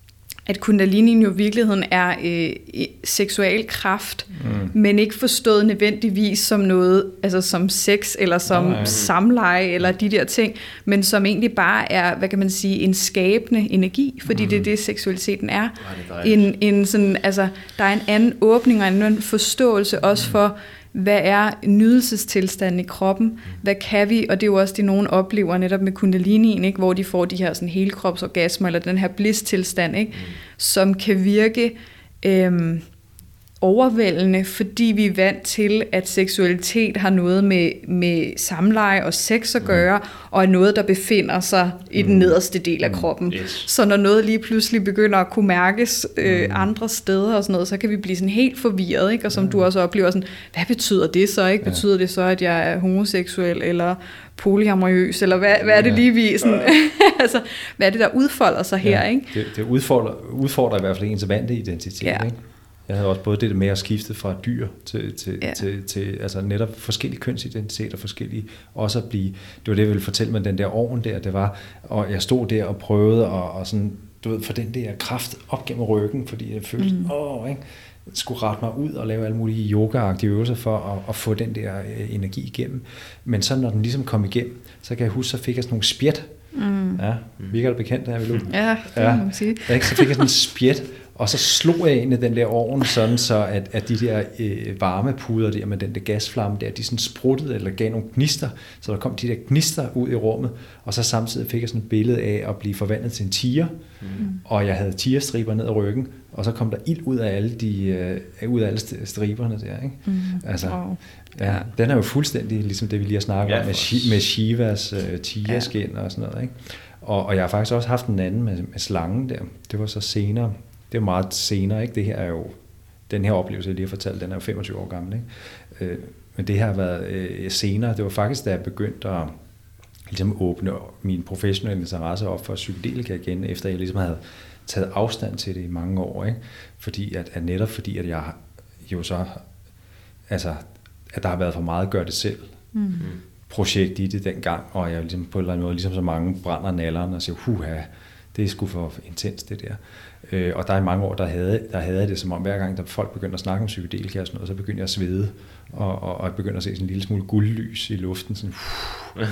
Speaker 3: at kundalini jo i virkeligheden er øh, seksual kraft, mm. men ikke forstået nødvendigvis som noget, altså som sex, eller som Nej. samleje, eller de der ting, men som egentlig bare er, hvad kan man sige, en skabende energi, fordi mm. det er det, seksualiteten er. er en, en sådan, altså, der er en anden åbning og en anden forståelse også mm. for, hvad er nydelsestilstanden i kroppen, hvad kan vi, og det er jo også det, nogen oplever netop med kundalinien, ikke? Hvor de får de her sådan helkropsorgasmer, eller den her bliss-tilstand, ikke? Som kan virke øhm, overvældende, fordi vi er vant til, at seksualitet har noget med, med samleje og sex at gøre, mm. og er noget, der befinder sig i den nederste del af kroppen. Mm. Yes. Så når noget lige pludselig begynder at kunne mærkes øh, mm. andre steder og sådan noget, så kan vi blive sådan helt forvirret, ikke? Og som mm. du også oplever sådan, hvad betyder det så, ikke? Betyder det så, at jeg er homoseksuel, eller polyamorøs, eller hvad, hvad er det lige vi sådan, altså, hvad er det, der udfolder sig her,
Speaker 2: ja,
Speaker 3: ikke?
Speaker 2: Det, det udfordrer, udfordrer i hvert fald ens vante identitet, ja. ikke? Jeg havde også både det med at skifte fra dyr til, til, ja. til, til altså netop forskellige kønsidentiteter, forskellige, også at blive, det var det, jeg ville fortælle med den der ovn der, det var, og jeg stod der og prøvede at og sådan du ved, for den der kraft op gennem ryggen, fordi jeg følte, mm. åh, ikke? Jeg skulle rette mig ud og lave alle mulige yoga-agtige øvelser for at, at få den der øh, energi igennem. Men så når den ligesom kom igennem, så kan jeg huske, så fik jeg sådan nogle spjæt. Mm. Ja, virker det bekendt, der vil du?
Speaker 3: Ja, det ja. Må man sige.
Speaker 2: Ja, så fik jeg sådan en spjæt, og så slog jeg ind i den der ovn, sådan så at, at de der øh, varmepuder der med den der gasflamme der, de sådan spruttede eller gav nogle gnister, så der kom de der gnister ud i rummet, og så samtidig fik jeg sådan et billede af at blive forvandlet til en tiger, mm. og jeg havde tigerstriber ned ad ryggen, og så kom der ild ud af alle de øh, ud af alle striberne der, ikke? Mm. Altså, wow. Ja, den er jo fuldstændig ligesom det vi lige har snakket ja, om med, med Shivas øh, tigerskin ja. Og sådan noget, ikke? Og, og jeg har faktisk også haft en anden med, med slangen der. Det var så senere. Det er meget senere, ikke? Det her er jo den her oplevelse jeg lige har fortalt, den er jo femogtyve år gammel, ikke? Øh, men det her har været øh, senere. Det var faktisk da jeg begyndte at ligesom åbne min professionelle interesse op for psykedelika igen, efter jeg ligesom havde taget afstand til det i mange år, ikke? Fordi at, at netop fordi at jeg jo så altså at der har været for meget gør det selv mm. projekt i det dengang, og jeg ligesom på en eller anden måde, ligesom så mange brænder nalleren og siger, huha, det er sgu for intens det der. Øh, og der er mange år, der havde, der havde jeg det som om, hver gang der folk begyndte at snakke om psykedelika og sådan noget, så begyndte jeg at svede, og, og, og jeg begyndte at se sådan en lille smule guldlys i luften. Sådan,
Speaker 1: det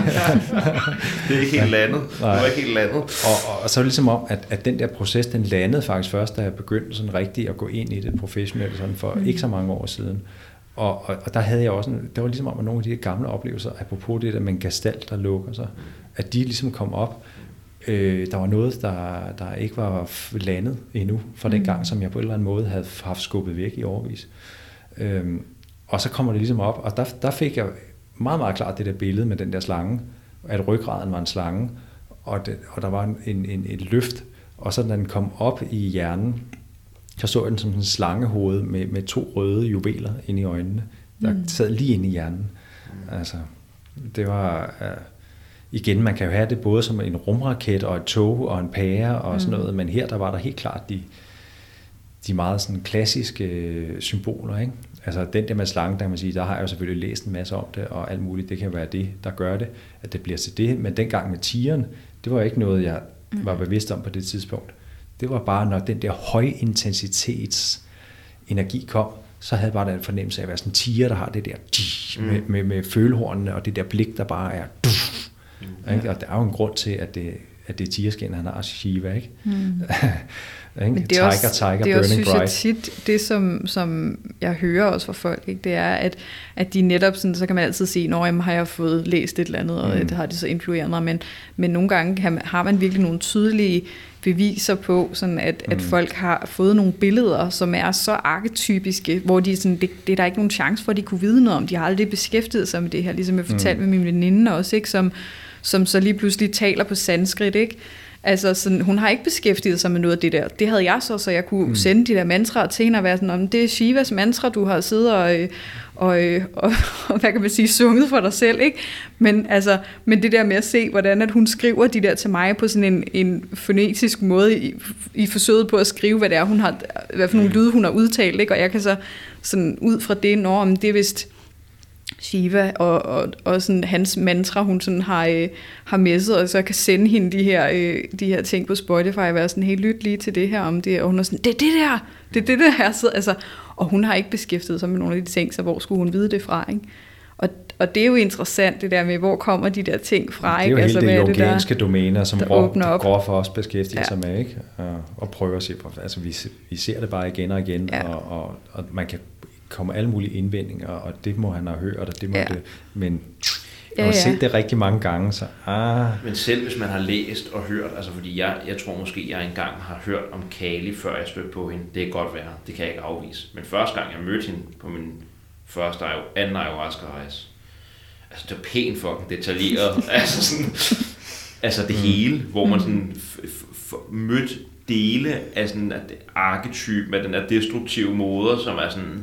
Speaker 1: er ikke helt landet. Det var ikke helt landet.
Speaker 2: Og, og, og så er det ligesom om, at, at den der proces, den landede faktisk først, da jeg begyndte sådan rigtigt at gå ind i det professionelle, sådan for mm. ikke så mange år siden. Og, og, og der havde jeg også, en, det var ligesom om, at nogle af de gamle oplevelser, apropos det der med en gestalt, der lukker sig, at de ligesom kom op. Øh, der var noget, der, der ikke var landet endnu, fra den gang, som jeg på en eller anden måde havde haft skubbet væk i årevis. Øhm, og så kommer det ligesom op, og der, der fik jeg meget, meget klart det der billede med den der slange, at ryggraden var en slange, og, det, og der var en, en, et løft, og så da den kom op i hjernen, så så jeg den som en slangehoved med, med to røde juveler inde i øjnene, der mm. sad lige inde i hjernen. Mm. Altså, det var... Uh, igen, man kan jo have det både som en rumraket og et tog og en pære og sådan noget, mm. men her der var der helt klart de, de meget sådan klassiske symboler, ikke? Altså den der med slangen, der kan man sige, der har jeg jo selvfølgelig læst en masse om det, og alt muligt, det kan være det, der gør det, at det bliver til det, men dengang med tigeren, det var ikke noget, jeg var bevidst om på det tidspunkt. Det var bare, når den der højintensitets energi kom, så havde jeg bare den fornemmelse af at være sådan en tiger, der har det der mm. med, med, med følehornene, og det der blik, der bare er... Mm. Ikke? Og der er jo en grund til, at det, at det er tigerskin, han har Shiva, ikke? Mm.
Speaker 3: Men det er tiger, også, tiger, det er også, synes jeg tit, det som, som jeg hører også fra folk, ikke? Det er, at, at de netop sådan, så kan man altid sige, nå, jamen, har jeg fået læst et eller andet, og mm. det har det så influeret mig, men, men nogle gange har man, har man virkelig nogle tydelige beviser på, sådan at, mm. at folk har fået nogle billeder, som er så arketypiske, hvor de sådan, det, det er der ikke nogen chance for, at de kunne vide noget om. De har aldrig beskæftiget sig med det her, ligesom jeg fortalte mm. med min veninde også, ikke? Som, som så lige pludselig taler på sanskrit, ikke? Altså, sådan, hun har ikke beskæftiget sig med noget af det der. Det havde jeg så, så jeg kunne mm. sende de der mantraer til hende og være sådan, om det er Shivas mantra, du har siddet og, og, og, og hvad kan man sige, sunget for dig selv, ikke? Men, altså, men det der med at se, hvordan at hun skriver de der til mig på sådan en, en fonetisk måde, i, i forsøget på at skrive, hvad det er, hun har, hvad for nogle lyde hun har udtalt, ikke? Og jeg kan så sådan ud fra det, når om det er vist Shiva og, og, og sådan hans mantra, hun sådan har, øh, har messet, og så jeg kan sende hende de her, øh, de her ting på Spotify, og være sådan helt lyt lige til det her om det, og hun er sådan, det er det der, det er det der her sidder, altså, og hun har ikke beskæftiget sig med nogle af de ting, så hvor skulle hun vide det fra, ikke? Og, og det er jo interessant, det der med, hvor kommer de der ting fra, ikke?
Speaker 2: Det er jo
Speaker 3: altså,
Speaker 2: helt det yogianske domæner, som Grof for os beskæftiger
Speaker 3: ja.
Speaker 2: sig med, ikke? Og, og prøver at se på, altså vi, vi ser det bare igen og igen, ja. og, og, og man kan komme alle mulige indvendinger, og det må han have hørt, og det må ja. det, men jeg har ja, ja. set det rigtig mange gange, så ah.
Speaker 1: Men selv hvis man har læst og hørt, altså fordi jeg, jeg tror måske, jeg engang har hørt om Kali, før jeg stødte på hende, det kan godt være, det kan jeg ikke afvise, men første gang jeg mødte hende på min første, anden ayahuasca-rejse, altså det var pænt fucking detaljeret, altså sådan, altså det hele, hvor man sådan f- f- mødte dele af sådan et arketyp med den der destruktive moder, som er sådan,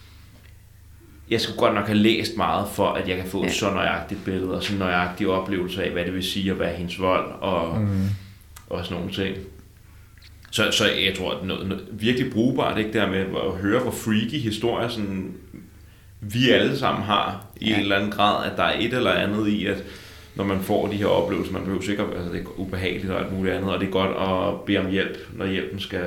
Speaker 1: jeg skulle godt nok have læst meget for, at jeg kan få ja. så nøjagtigt billede og sådan nøjagtig oplevelse af, hvad det vil sige at være hendes vold og, mm. og sådan nogle ting. Så, så jeg tror, at noget, noget virkelig brugbart, ikke, der med at høre, hvor freaky historier sådan, vi alle sammen har i ja. en eller anden grad, at der er et eller andet i, at når man får de her oplevelser. Man behøver sikkert, altså det er ubehageligt og alt muligt andet, og det er godt at bede om hjælp, når hjælpen skal,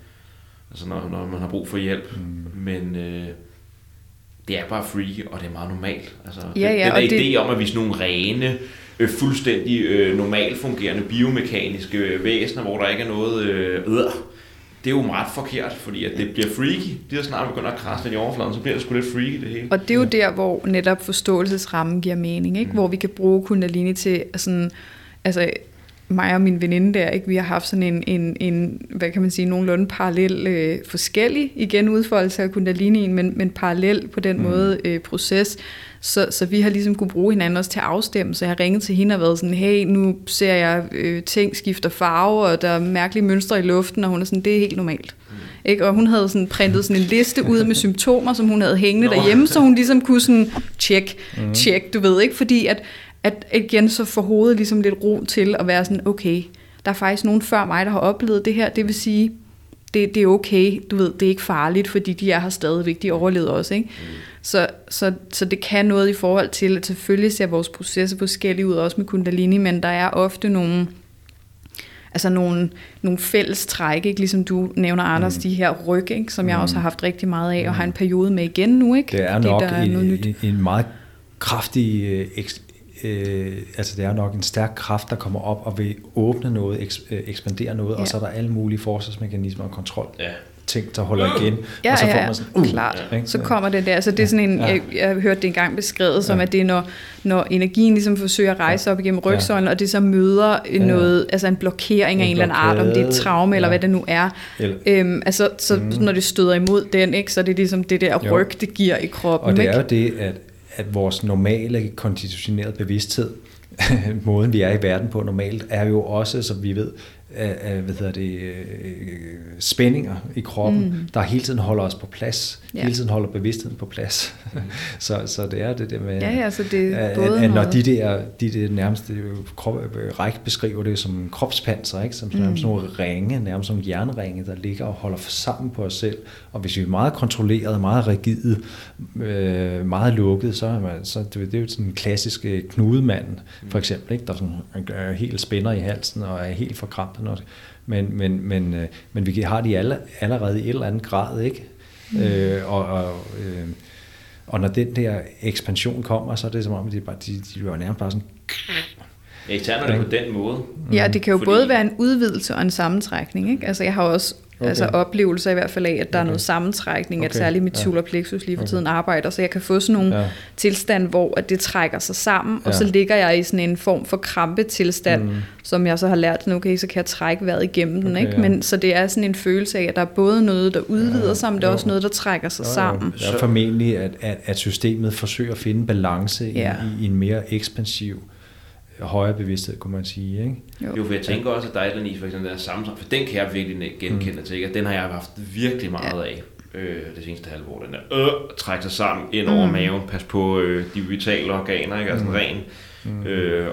Speaker 1: altså når, når man har brug for hjælp. Mm. Men øh, det er bare freaky, og det er meget normalt. Altså,
Speaker 3: ja, ja,
Speaker 1: den, den der idé
Speaker 3: det...
Speaker 1: om, at vi er sådan nogle rene, øh, fuldstændig øh, normalt fungerende biomekaniske øh, væsener, hvor der ikke er noget øh, øh, det er jo ret forkert, fordi at det bliver freaky. Det er snart begynder at krasse lidt i overfladen, så bliver det sgu lidt freaky det hele.
Speaker 3: Og det er jo der, hvor netop forståelsesrammen giver mening, ikke? Mm. Hvor vi kan bruge Kundalini til sådan, altså mig og min veninde der, ikke? Vi har haft sådan en, en, en hvad kan man sige, nogenlunde parallel øh, forskellig, igen udfoldelse af Kundalini, men, men parallel på den mm. måde øh, proces. Så, så vi har ligesom kunne bruge hinanden også til at afstemme, så jeg har ringet til hende og været sådan, hey, nu ser jeg øh, ting skifter farve, og der er mærkelige mønstre i luften, og hun er sådan, det er helt normalt. Mm. Ikke? Og hun havde sådan printet sådan en liste ud med symptomer, som hun havde hængende derhjemme, så hun ligesom kunne sådan, tjek, mm. tjek, du ved ikke, fordi at, at igen så får hovedet ligesom lidt ro til at være sådan, okay, der er faktisk nogen før mig, der har oplevet det her, det vil sige, det, det er okay, du ved, det er ikke farligt, fordi de er her stadigvæk, de overlevede også, ikke? Mm. Så, så, så det kan noget i forhold til, at selvfølgelig ser vores processer forskellige ud, også med Kundalini, men der er ofte nogle, altså nogle, nogle fælles træk, ikke? Ligesom du nævner, Anders, mm. de her ryg, ikke? Som mm. jeg også har haft rigtig meget af, og har en periode med igen nu, ikke?
Speaker 2: Det er
Speaker 3: fordi
Speaker 2: nok
Speaker 3: der er
Speaker 2: en,
Speaker 3: noget nyt.
Speaker 2: en, en meget kraftig, øh, eks, øh, altså det er nok en stærk kraft, der kommer op og vil åbne noget, eks, øh, ekspandere noget, ja. Og så er der alle mulige forsvarsmekanismer og kontrol. Ja. Ting, der holder igen,
Speaker 3: ja,
Speaker 2: og så får
Speaker 3: ja,
Speaker 2: man sådan, uh,
Speaker 3: klart.
Speaker 2: Ja.
Speaker 3: Så kommer det der. Så det er sådan en, ja. jeg, jeg har hørt det engang beskrevet som, ja. At det er, når, når energien ligesom forsøger at rejse op igennem rygsøjlen, ja. Og det så møder ja. Noget, altså en blokering en af en eller anden art, om det er et traume, ja. Eller hvad det nu er. Øhm, altså, så mm. når det støder imod den, ikke, så er det ligesom det der ryg, det giver i kroppen.
Speaker 2: Og det
Speaker 3: ikke?
Speaker 2: er jo det, at, at vores normale, konstitutionerede bevidsthed, måden vi er i verden på normalt, er jo også, som vi ved, af, hvad hedder det, spændinger i kroppen, mm. der hele tiden holder os på plads, ja. Hele tiden holder bevidstheden på plads. Mm. så, så det er det der med,
Speaker 3: ja, ja, så det er
Speaker 2: at,
Speaker 3: både
Speaker 2: at når de der, de der nærmest Reich beskriver det som kropspanser, ikke? Som mm. nærmest nogle ringe, nærmest som jernringe, der ligger og holder sammen på os selv. Og hvis vi er meget kontrolleret, meget rigide, øh, meget lukket, så er man, så det, det er jo sådan en klassisk knudemand, for eksempel, ikke? Der er sådan, er helt spænder i halsen og er helt forkrampet. Men, men, men, men vi har de alle, allerede i et eller andet grad, ikke? Mm. Øh, og, og, øh, og når den der ekspansion kommer, så er det som om, de, bare, de, de er nærmest bare sådan...
Speaker 1: Ja, især når det er på den måde.
Speaker 3: Ja, det kan jo
Speaker 1: Fordi...
Speaker 3: både være en udvidelse og en sammentrækning, ikke? Altså jeg har også okay. altså, oplevelser i hvert fald af, at der okay. er noget sammentrækning, okay. at særligt mit solar plexus lige for okay. tiden arbejder, så jeg kan få sådan nogle ja. Tilstand, hvor at det trækker sig sammen, ja. Og så ligger jeg i sådan en form for krampetilstand, mm. som jeg så har lært, okay, så kan jeg trække vejret igennem den, okay, ikke? Men ja. Så det er sådan en følelse af, at der er både noget, der udvider ja. Sig, men der er også noget, der trækker sig ja, sammen.
Speaker 2: Det er formentlig, at, at, at systemet forsøger at finde balance ja. i, i en mere ekspansiv højere bevidsthed, kunne man sige, ikke?
Speaker 1: Jo, jo for jeg tænker også, at der er et eller andet i, for eksempel den her sammenhæng, for den kan jeg virkelig genkende til, ikke? Den har jeg haft virkelig meget af øh, det seneste halvår, den der øh, trække sig sammen ind over mm. maven, pas på øh, de vitale organer, ikke? Altså mm. ren. Mm. Øh,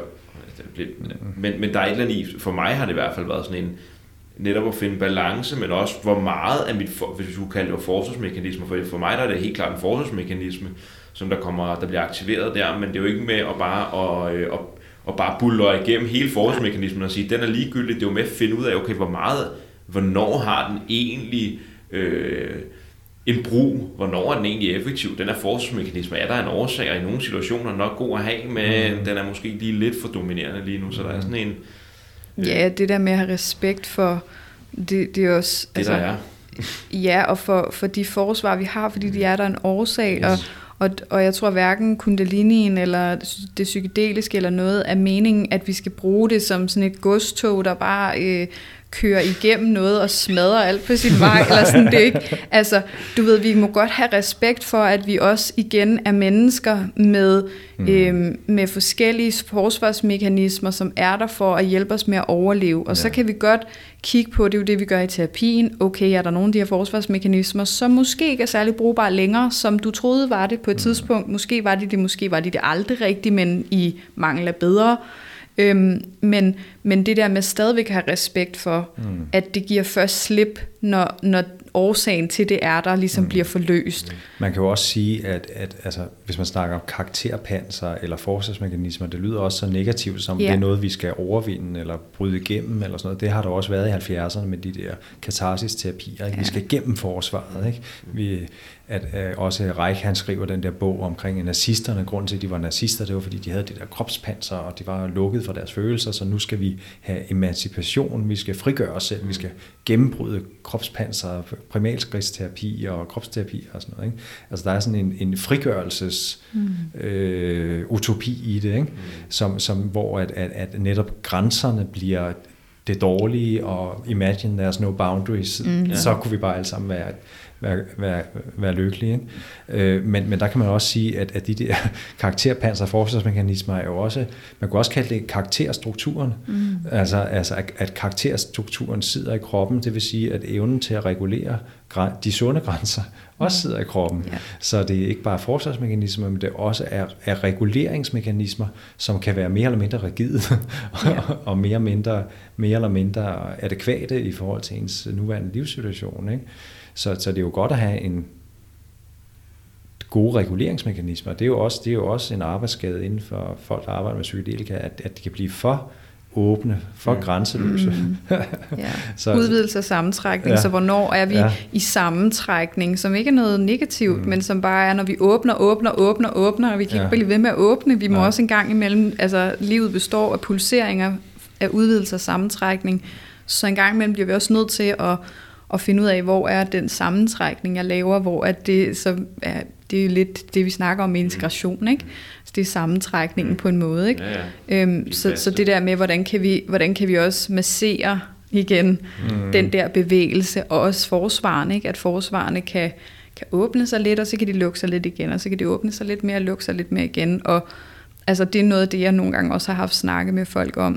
Speaker 1: men, men der er et eller andet i, for mig har det i hvert fald været sådan en, netop at finde balance, men også hvor meget af mit, hvis vi skulle kalde det forsvarsmekanisme, for for mig der er det helt klart en forsvarsmekanisme, som der kommer, der bliver aktiveret der, men det er jo ikke med at bare at, at og bare buller igennem hele forsvarsmekanismen og sige, den er ligegyldig, det er jo med at finde ud af, okay, hvor meget, hvornår har den egentlig øh, en brug, hvornår er den egentlig effektiv, den er forsvarsmekanisme, er der en årsag, og i nogle situationer nok god at have, men mm. den er måske lige lidt for dominerende lige nu, så der er sådan en...
Speaker 3: Øh, ja, det der med at have respekt for, det, det er også...
Speaker 1: Det altså, der er.
Speaker 3: Ja, og for, for de forsvar, vi har, fordi de er der en årsag, yes. og Og, og jeg tror hverken Kundalinien eller det psykedeliske eller noget er meningen, at vi skal bruge det som sådan et godstog, der bare øh, kører igennem noget og smadrer alt på sin vej. eller sådan det ikke. Altså, du ved, vi må godt have respekt for, at vi også igen er mennesker med, mm. øh, med forskellige forsvarsmekanismer, som er der for at hjælpe os med at overleve. Og ja. Så kan vi godt kigge på, det er jo det, vi gør i terapien. Okay, er der nogle af de her forsvarsmekanismer, som måske ikke er særlig brugbare længere, som du troede var det på et mm. tidspunkt. Måske var de det, måske var de det aldrig rigtigt, men i mangel af bedre. Øhm, men, Men det der med stadigvæk at have respekt for, mm. at det giver først slip, når, når årsagen til det er der, ligesom mm. bliver forløst.
Speaker 2: Man kan jo også sige, at, at altså, hvis man snakker om karakterpanser eller forsvarsmekanismer, det lyder også så negativt, som ja. det er noget, vi skal overvinde eller bryde igennem eller sådan noget. Det har der også været i halvfjerdserne med de der katarsis-terapier. Ja. Vi skal gennem forsvaret. Ikke? Vi, at øh, også Reich, han skriver den der bog omkring nazisterne. Grunden til, at de var nazister, det var, fordi de havde det der kropspanser, og de var lukket for deres følelser, så nu skal vi have emancipation, vi skal frigøre os selv, vi skal gennembryde kropspanser, primalskridtsterapi og kropsterapi og sådan noget. Ikke? Altså der er sådan en, en frigørelses mm. øh, utopi i det, ikke? Mm. Som, som, hvor at, at, at netop grænserne bliver det dårlige, og imagine there's no boundaries, mm. så kunne vi bare alle sammen være Være, være, være lykkelige. Ikke? Øh, men, men der kan man også sige, at, at de der karakterpanser og forsvarsmekanismer er jo også, man kan også kalde det karakterstrukturen. Mm. Altså, altså at, at karakterstrukturen sidder i kroppen, det vil sige, at evnen til at regulere de sunde grænser også sidder i kroppen. Yeah. Så det er ikke bare forsvarsmekanismer, men det også er, er reguleringsmekanismer, som kan være mere eller mindre rigide yeah. og mere, mindre, mere eller mindre adækvate i forhold til ens nuværende livssituation. Ikke? Så, så det er jo godt at have en gode reguleringsmekanismer. Det er jo også, det er jo også en arbejdsskade inden for folk, der arbejder med psykedelika, at, at de kan blive for åbne, for mm. grænseløse. Mm.
Speaker 3: Ja. så, Udvidelse af sammentrækning, ja. Så hvornår er vi ja. i sammentrækning, som ikke er noget negativt, mm. men som bare er, når vi åbner, åbner, åbner, åbner, og vi kan ja. ikke blive ved med at åbne. Vi må ja. også en gang imellem, altså livet består af pulseringer, af udvidelse af sammentrækning, så en gang imellem bliver vi også nødt til at og finde ud af, hvor er den sammentrækning, jeg laver, hvor er det, så er det er lidt det, vi snakker om med integration, ikke? Så det er sammentrækningen mm. på en måde, ikke? Ja, ja. Øhm, så, så det der med, hvordan kan vi, hvordan kan vi også massere igen mm. den der bevægelse, og også forsvarene, ikke? At forsvarene kan, kan åbne sig lidt, og så kan de lukke sig lidt igen, og så kan de åbne sig lidt mere, og lukke sig lidt mere igen, og altså, det er noget af det, jeg nogle gange også har haft snakket med folk om.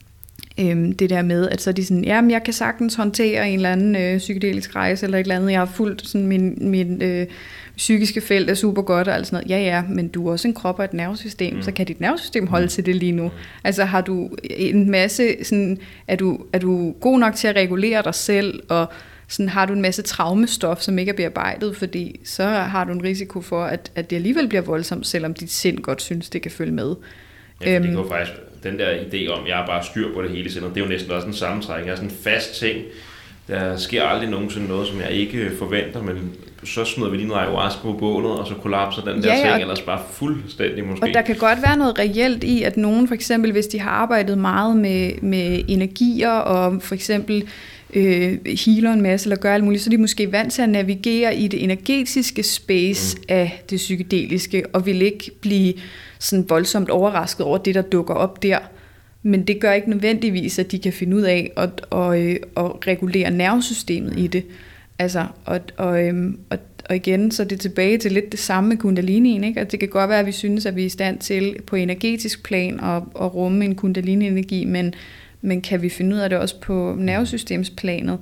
Speaker 3: Øhm, det der med, at så er de sådan, jamen jeg kan sagtens håndtere en eller anden øh, psykedelisk rejse, eller et eller andet, jeg har fulgt sådan min, min øh, psykiske felt er super godt, og alt sådan noget. Ja, ja, men du er også en krop og et nervesystem, mm. så kan dit nervesystem holde til det lige nu. Altså har du en masse, sådan, er, du, er du god nok til at regulere dig selv, og sådan, har du en masse traumestof, som ikke er bearbejdet, fordi så har du en risiko for, at, at det alligevel bliver voldsomt, selvom dit sind godt synes, det kan følge med.
Speaker 1: Ja, det går faktisk, den der idé om, at jeg har bare styr på det hele tiden, det er jo næsten også en sammentrækning. Jeg er sådan en fast ting. Der sker aldrig nogensinde noget, som jeg ikke forventer, men så smider vi lige noget ayahuasca på bålet, og så kollapser den der ja, ja. ting, ellers bare fuldstændig måske.
Speaker 3: Og der kan godt være noget reelt i, at nogen for eksempel, hvis de har arbejdet meget med, med energier, og for eksempel øh, healer en masse, eller gør alt muligt, så er de måske vant til at navigere i det energetiske space mm. af det psykedeliske, og vil ikke blive sådan voldsomt overrasket over det, der dukker op der. Men det gør ikke nødvendigvis, at de kan finde ud af at, at, at, at regulere nervesystemet i det. Altså, og, og, og, og igen, så er det tilbage til lidt det samme med kundalini'en, ikke? At det kan godt være, at vi synes, at vi er i stand til på energetisk plan at, at rumme en kundalini-energi, men, men kan vi finde ud af det også på nervesystemsplanet?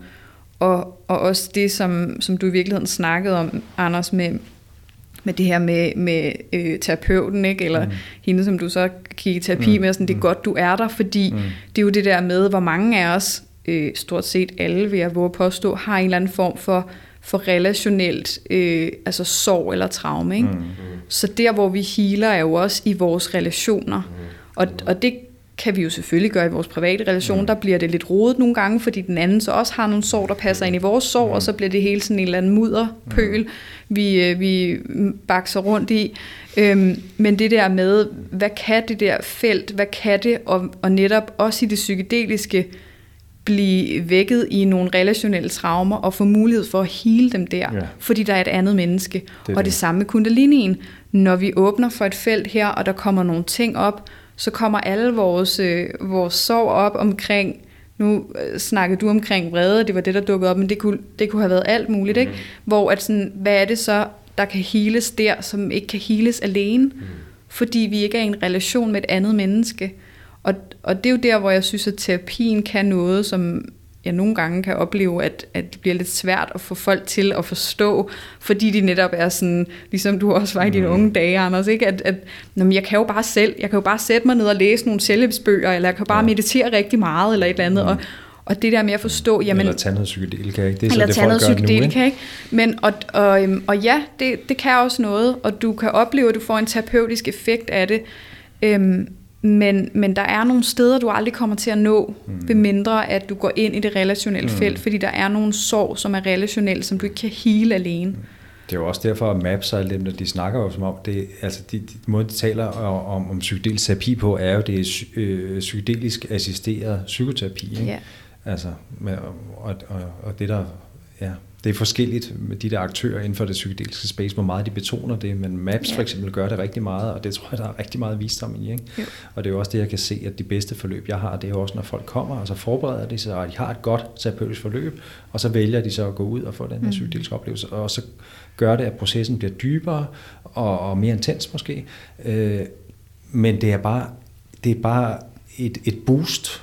Speaker 3: Og, og også det, som, som du i virkeligheden snakkede om, Anders, med med det her med, med øh, terapeuten, ikke? Eller mm. hende, som du så kigger i terapi mm. med, sådan, det er godt, du er der, fordi mm. det er jo det der med, hvor mange af os, øh, stort set alle, vil jeg våge påstå, har en eller anden form for, for relationelt øh, altså sorg eller traume. Ikke? Mm. Så der, hvor vi healer, er jo også i vores relationer. Mm. Og, og det kan vi jo selvfølgelig gøre i vores private relation. Mm. Der bliver det lidt rodet nogle gange, fordi den anden så også har nogle sorg, der passer ind i vores sorg, mm. og så bliver det hele sådan en eller anden mudderpøl, mm. vi, vi bakser rundt i. Øhm, men det der med, hvad kan det der felt, hvad kan det, og, og netop også i det psykedeliske, blive vækket i nogle relationelle traumer, og få mulighed for at heale dem der, yeah. fordi der er et andet menneske. Det og det, det samme med kundalini'en. Når vi åbner for et felt her, og der kommer nogle ting op, så kommer alle vores, øh, vores sorg op omkring, nu øh, snakkede du omkring vrede, det var det, der dukkede op, men det kunne, det kunne have været alt muligt, ikke? Mm. Hvor at sådan, hvad er det så, der kan heales der, som ikke kan heales alene, mm. fordi vi ikke er i en relation med et andet menneske. Og, og det er jo der, hvor jeg synes, at terapien kan noget, som, jeg nogle gange kan opleve, at, at det bliver lidt svært at få folk til at forstå, fordi de netop er sådan, ligesom du også var i dine mm. unge dage, Anders, ikke? At, at jamen, jeg kan jo bare selv, jeg kan jo bare sætte mig ned og læse nogle selvhjælpsbøger, eller jeg kan bare ja. meditere rigtig meget, eller et eller andet, mm. og, og det der med at forstå, jamen...
Speaker 2: Eller tage noget psykedelika, ikke? Det er
Speaker 3: eller
Speaker 2: så det,
Speaker 3: tage noget
Speaker 2: folk gør
Speaker 3: psykedelika,
Speaker 2: nu,
Speaker 3: ikke? Men, og, og, og ja, det, det kan også noget, og du kan opleve, at du får en terapeutisk effekt af det, øhm, Men, men der er nogle steder, du aldrig kommer til at nå, mm. ved mindre at du går ind i det relationelle mm. felt, fordi der er nogle sorg, som er relationelle, som du ikke kan hele alene. Mm.
Speaker 2: Det er jo også derfor, at M A P S og dem, der de snakker jo som om, det, altså de, de måde, de taler om, om psykedelisk terapi på, er jo det øh, psykedelisk assisteret psykoterapi. Ikke?
Speaker 3: Ja.
Speaker 2: Altså, med, og, og, og det der... Ja, det er forskelligt med de der aktører inden for det psykedeliske space, hvor meget de betoner det, men M A P S ja. for eksempel gør det rigtig meget, og det tror jeg, der er rigtig meget visdom i. Ikke? Og det er jo også det, jeg kan se, at de bedste forløb, jeg har, det er jo også, når folk kommer, og så forbereder de sig, og de har et godt terapeutisk forløb, og så vælger de så at gå ud og få den her psykedeliske oplevelse, og så gør det, at processen bliver dybere og, og mere intens måske. Øh, men det er bare, det er bare et, et boost,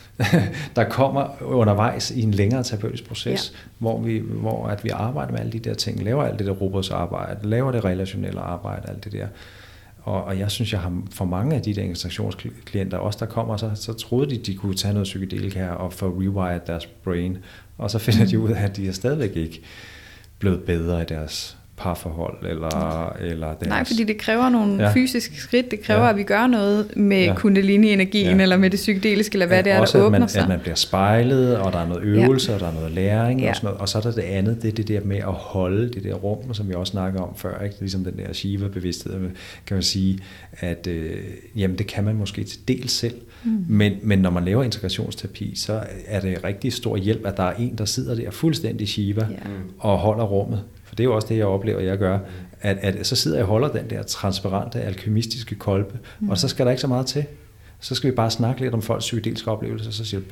Speaker 2: der kommer undervejs i en længere terapeutisk proces, ja. hvor, vi, hvor at vi arbejder med alle de der ting, laver alt det der robotsarbejde, laver det relationelle arbejde, alt det der. Og, og jeg synes, jeg har for mange af de der integrationsklienter, også der kommer, så, så troede de, de kunne tage noget psykedelika og få rewired deres brain, og så finder de ud af, at de er stadigvæk ikke blevet bedre i deres parforhold eller, eller deres...
Speaker 3: Nej, fordi det kræver nogle ja. fysiske skridt, det kræver, ja. at vi gør noget med ja. kundalini-energien, ja. eller med det psykedeliske, eller hvad ja, det er,
Speaker 2: også,
Speaker 3: der åbner
Speaker 2: at man,
Speaker 3: sig.
Speaker 2: at man bliver spejlet, og der er noget øvelse, ja. og der er noget læring,
Speaker 3: ja.
Speaker 2: og sådan noget. Og så er der det andet, det er det der med at holde det der rum, som vi også snakker om før, ikke? Ligesom den der Shiva-bevidsthed, kan man sige, at øh, jamen, det kan man måske til del selv, mm. men, men når man laver integrationsterapi, så er det rigtig stor hjælp, at der er en, der sidder der fuldstændig Shiva, ja. og holder rummet. For det er jo også det, jeg oplever, jeg gør, at, at så sidder jeg og holder den der transparente, alkymistiske kolbe, mm. og så skal der ikke så meget til. Så skal vi bare snakke lidt om folks psykedeliske oplevelser, så siger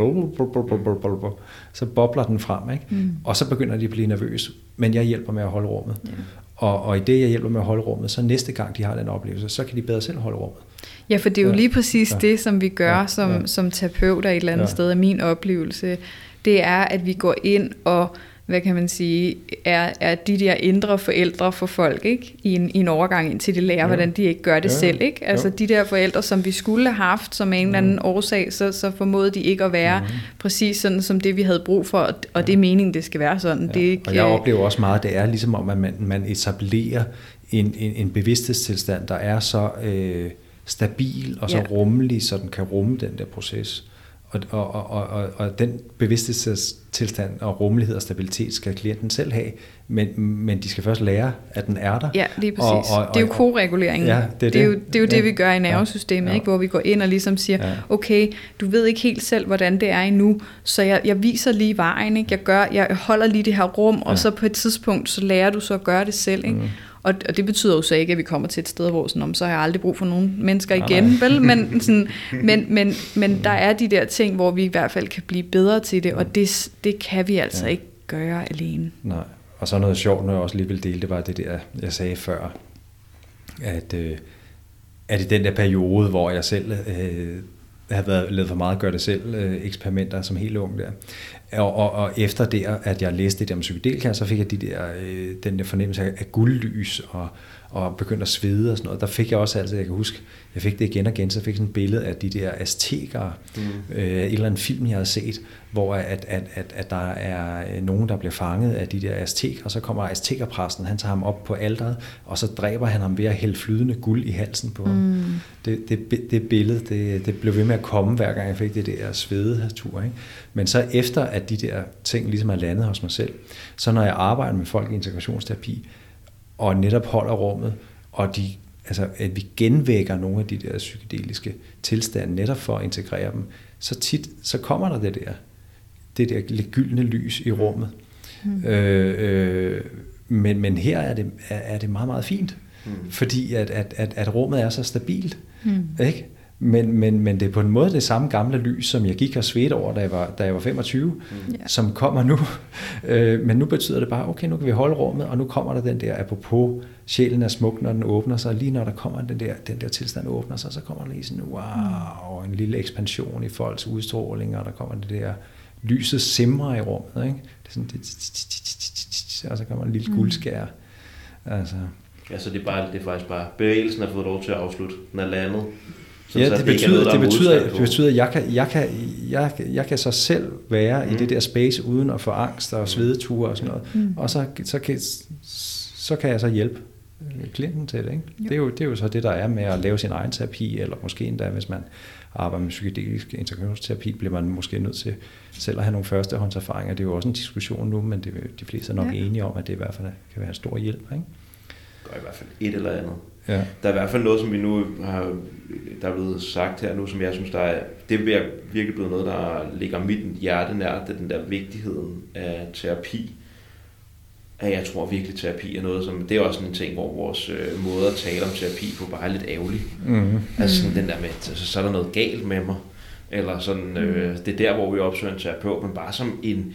Speaker 2: det, så bobler den frem, ikke? Mm. Og så begynder de at blive nervøse, men jeg hjælper med at holde rummet. Yeah. Og, og i det, jeg hjælper med at holde rummet, så næste gang de har den oplevelse, så kan de bedre selv holde rummet.
Speaker 3: Ja, for det er jo lige præcis ja. det, som vi gør ja. som, ja. som terapeuter et eller andet ja. sted af min oplevelse. Det er, at vi går ind og hvad kan man sige, er, er de der indre forældre for folk, ikke? I en, i en overgang, indtil de lærer, ja. hvordan de ikke gør det ja. selv, ikke? Altså jo. de der forældre, som vi skulle have haft, som en eller anden mm. årsag, så, så formåede de ikke at være mm. præcis sådan, som det vi havde brug for, og, og det er meningen, det skal være sådan. Ja. Det ikke,
Speaker 2: og jeg oplever også meget, det er ligesom om, at man, man etablerer en, en, en bevidsthedstilstand, der er så øh, stabil og så ja. rummelig, så den kan rumme den der proces. Og, og, og, og, og den bevidsthedstilstand og rummelighed og stabilitet skal klienten selv have, men, men de skal først lære, at den er der.
Speaker 3: Ja, lige præcis. Og, og, og, det er jo koreguleringen. Ja, det, er det. Det, er jo, det er jo ja. det, vi gør i nervesystemet, ja. ikke? Hvor vi går ind og ligesom siger, ja. okay, du ved ikke helt selv, hvordan det er endnu, så jeg, jeg viser lige vejen, ikke? Jeg, gør, jeg holder lige det her rum, ja. og så på et tidspunkt, så lærer du så at gøre det selv, ikke? Mm. Og, og det betyder jo så ikke, at vi kommer til et sted, hvor sådan, om, så har jeg aldrig brug for nogle mennesker igen, nej, nej. vel? Men, sådan, men, men, men der er de der ting, hvor vi i hvert fald kan blive bedre til det, og det, det kan vi altså ja. ikke gøre alene. Nej,
Speaker 2: og så noget sjovt, når jeg også lige vil dele, det var det der, jeg sagde før, at, øh, at i den der periode, hvor jeg selv øh, havde været lavet for meget gøre det selv øh, eksperimenter som helt ung der, Og, og, og efter det, at jeg læste det der om psykedelika, så fik jeg de der, øh, den der fornemmelse af guldlys og, og begyndte at svede og sådan noget. Der fik jeg også altid, jeg kan huske, jeg fik det igen og igen, så fik jeg sådan et billede af de der aztekere, mm. øh, et eller andet film, jeg havde set, hvor at, at, at, at der er nogen, der bliver fanget af de der azteker, og så kommer aztekerpræsten, han tager ham op på alteret, og så dræber han ham ved at hælde flydende guld i halsen på ham. Mm. Det, det, det billede, det, det blev ved med at komme, hver gang jeg fik det der svedetur, ikke? Men så efter, at de der ting ligesom er landet hos mig selv, så når jeg arbejder med folk i integrationsterapi, og netop holder rummet, og de, altså, at vi genvækker nogle af de der psykedeliske tilstande, netop for at integrere dem, så tit, så kommer der det der, det der lidt gyldne lys i rummet. Mm. Øh, øh, men, men her er det, er, er det meget, meget fint, mm. fordi at, at, at, at rummet er så stabilt, mm. ikke? Men, men, men det er på en måde det samme gamle lys, som jeg gik og svedte over, da jeg var, da jeg var femogtyve, mm. som kommer nu. Øh, men nu betyder det bare, okay, nu kan vi holde rummet, og nu kommer der den der, apropos, sjælen er smuk, når den åbner sig, lige når der kommer den der, den der tilstand åbner sig, så kommer der lige sådan, wow, mm. en lille ekspansion i folks udstråling, og der kommer det der lyset simrer i rummet, ikke? Det er sådan, det, og så kommer en lille guldskær. Altså.
Speaker 1: Ja, så det er, bare, det er faktisk bare, bevægelsen har fået lov til at afslutte, den er landet. Så
Speaker 2: ja,
Speaker 1: så
Speaker 2: det,
Speaker 1: det
Speaker 2: betyder,
Speaker 1: noget,
Speaker 2: det, betyder, det
Speaker 1: på.
Speaker 2: betyder, at jeg kan, jeg, kan, jeg, jeg kan så selv være mm. i det der space, uden at få angst og svedeture og sådan noget. Mm. Og så, så, kan, så kan jeg så hjælpe klienten til det. Ikke? Det, er jo, det er jo så det, der er med at lave sin egen terapi, eller måske endda, hvis man arbejder med psykedelisk integrationsterapi, bliver man måske nødt til selv at have nogle førstehåndserfaringer. Det er jo også en diskussion nu, men det, de fleste er nok ja. enige om, at det i hvert fald kan være en stor hjælp. Ikke?
Speaker 1: Der er i hvert fald et eller andet.
Speaker 2: Ja.
Speaker 1: Der er i hvert fald noget, som vi nu har, der er blevet sagt her nu, som jeg synes, der er, det er virkelig blevet noget, der ligger mit hjerte nær, det er den der vigtigheden af terapi. At jeg tror virkelig, terapi er noget, som, det er også sådan en ting, hvor vores øh, måde at tale om terapi på bare er lidt ærgerlig. Mm-hmm. Altså sådan den der med, altså, så er der noget galt med mig, eller sådan, øh, det er der, hvor vi opsøger en terapeut, men bare som en,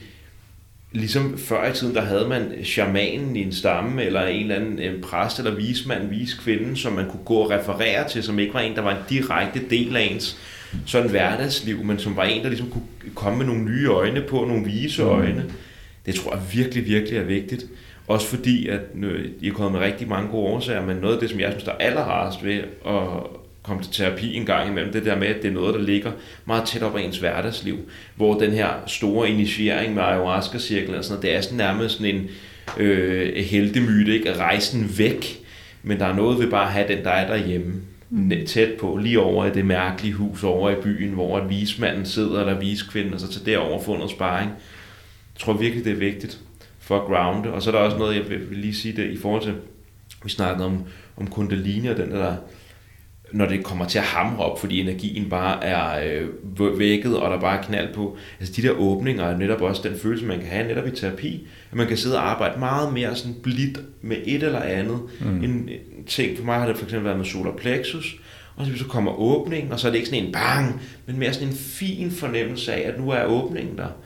Speaker 1: ligesom før i tiden, der havde man shamanen i en stamme, eller en eller anden en præst, eller vismand, viskvinde, som man kunne gå og referere til, som ikke var en, der var en direkte del af ens sådan hverdagsliv, men som var en, der ligesom kunne komme med nogle nye øjne på, nogle vise øjne. Det tror jeg virkelig, virkelig er vigtigt. Også fordi, at I er kommet med rigtig mange gode årsager, men noget af det, som jeg synes, der er allerrarest ved at komme til terapi en gang imellem, det der med, at det er noget, der ligger meget tæt op af ens hverdagsliv, hvor den her store initiering med ayahuasca-cirklen og sådan noget, det er sådan nærmest sådan en øh, heltemyte, ikke? At rejse den væk, men der er noget ved bare at have den, der er derhjemme, mm. tæt på, lige over i det mærkelige hus over i byen, hvor at vismanden sidder, eller viskvinden, og så til derovre få noget sparring. Jeg tror virkelig, det er vigtigt for at grounde. Og så er der også noget, jeg vil lige sige det i forhold til, vi snakkede om, om kundalini og den der, når det kommer til at hamre op, fordi energien bare er øh, vækket, og der bare er knald på. Altså de der åbninger er netop også den følelse, man kan have netop i terapi, at man kan sidde og arbejde meget mere sådan blidt med et eller andet. Mm. En, en ting, for mig har det for eksempel været med solar plexus, og så kommer åbningen, og så er det ikke sådan en bang, men mere sådan en fin fornemmelse af, at nu er åbningen der.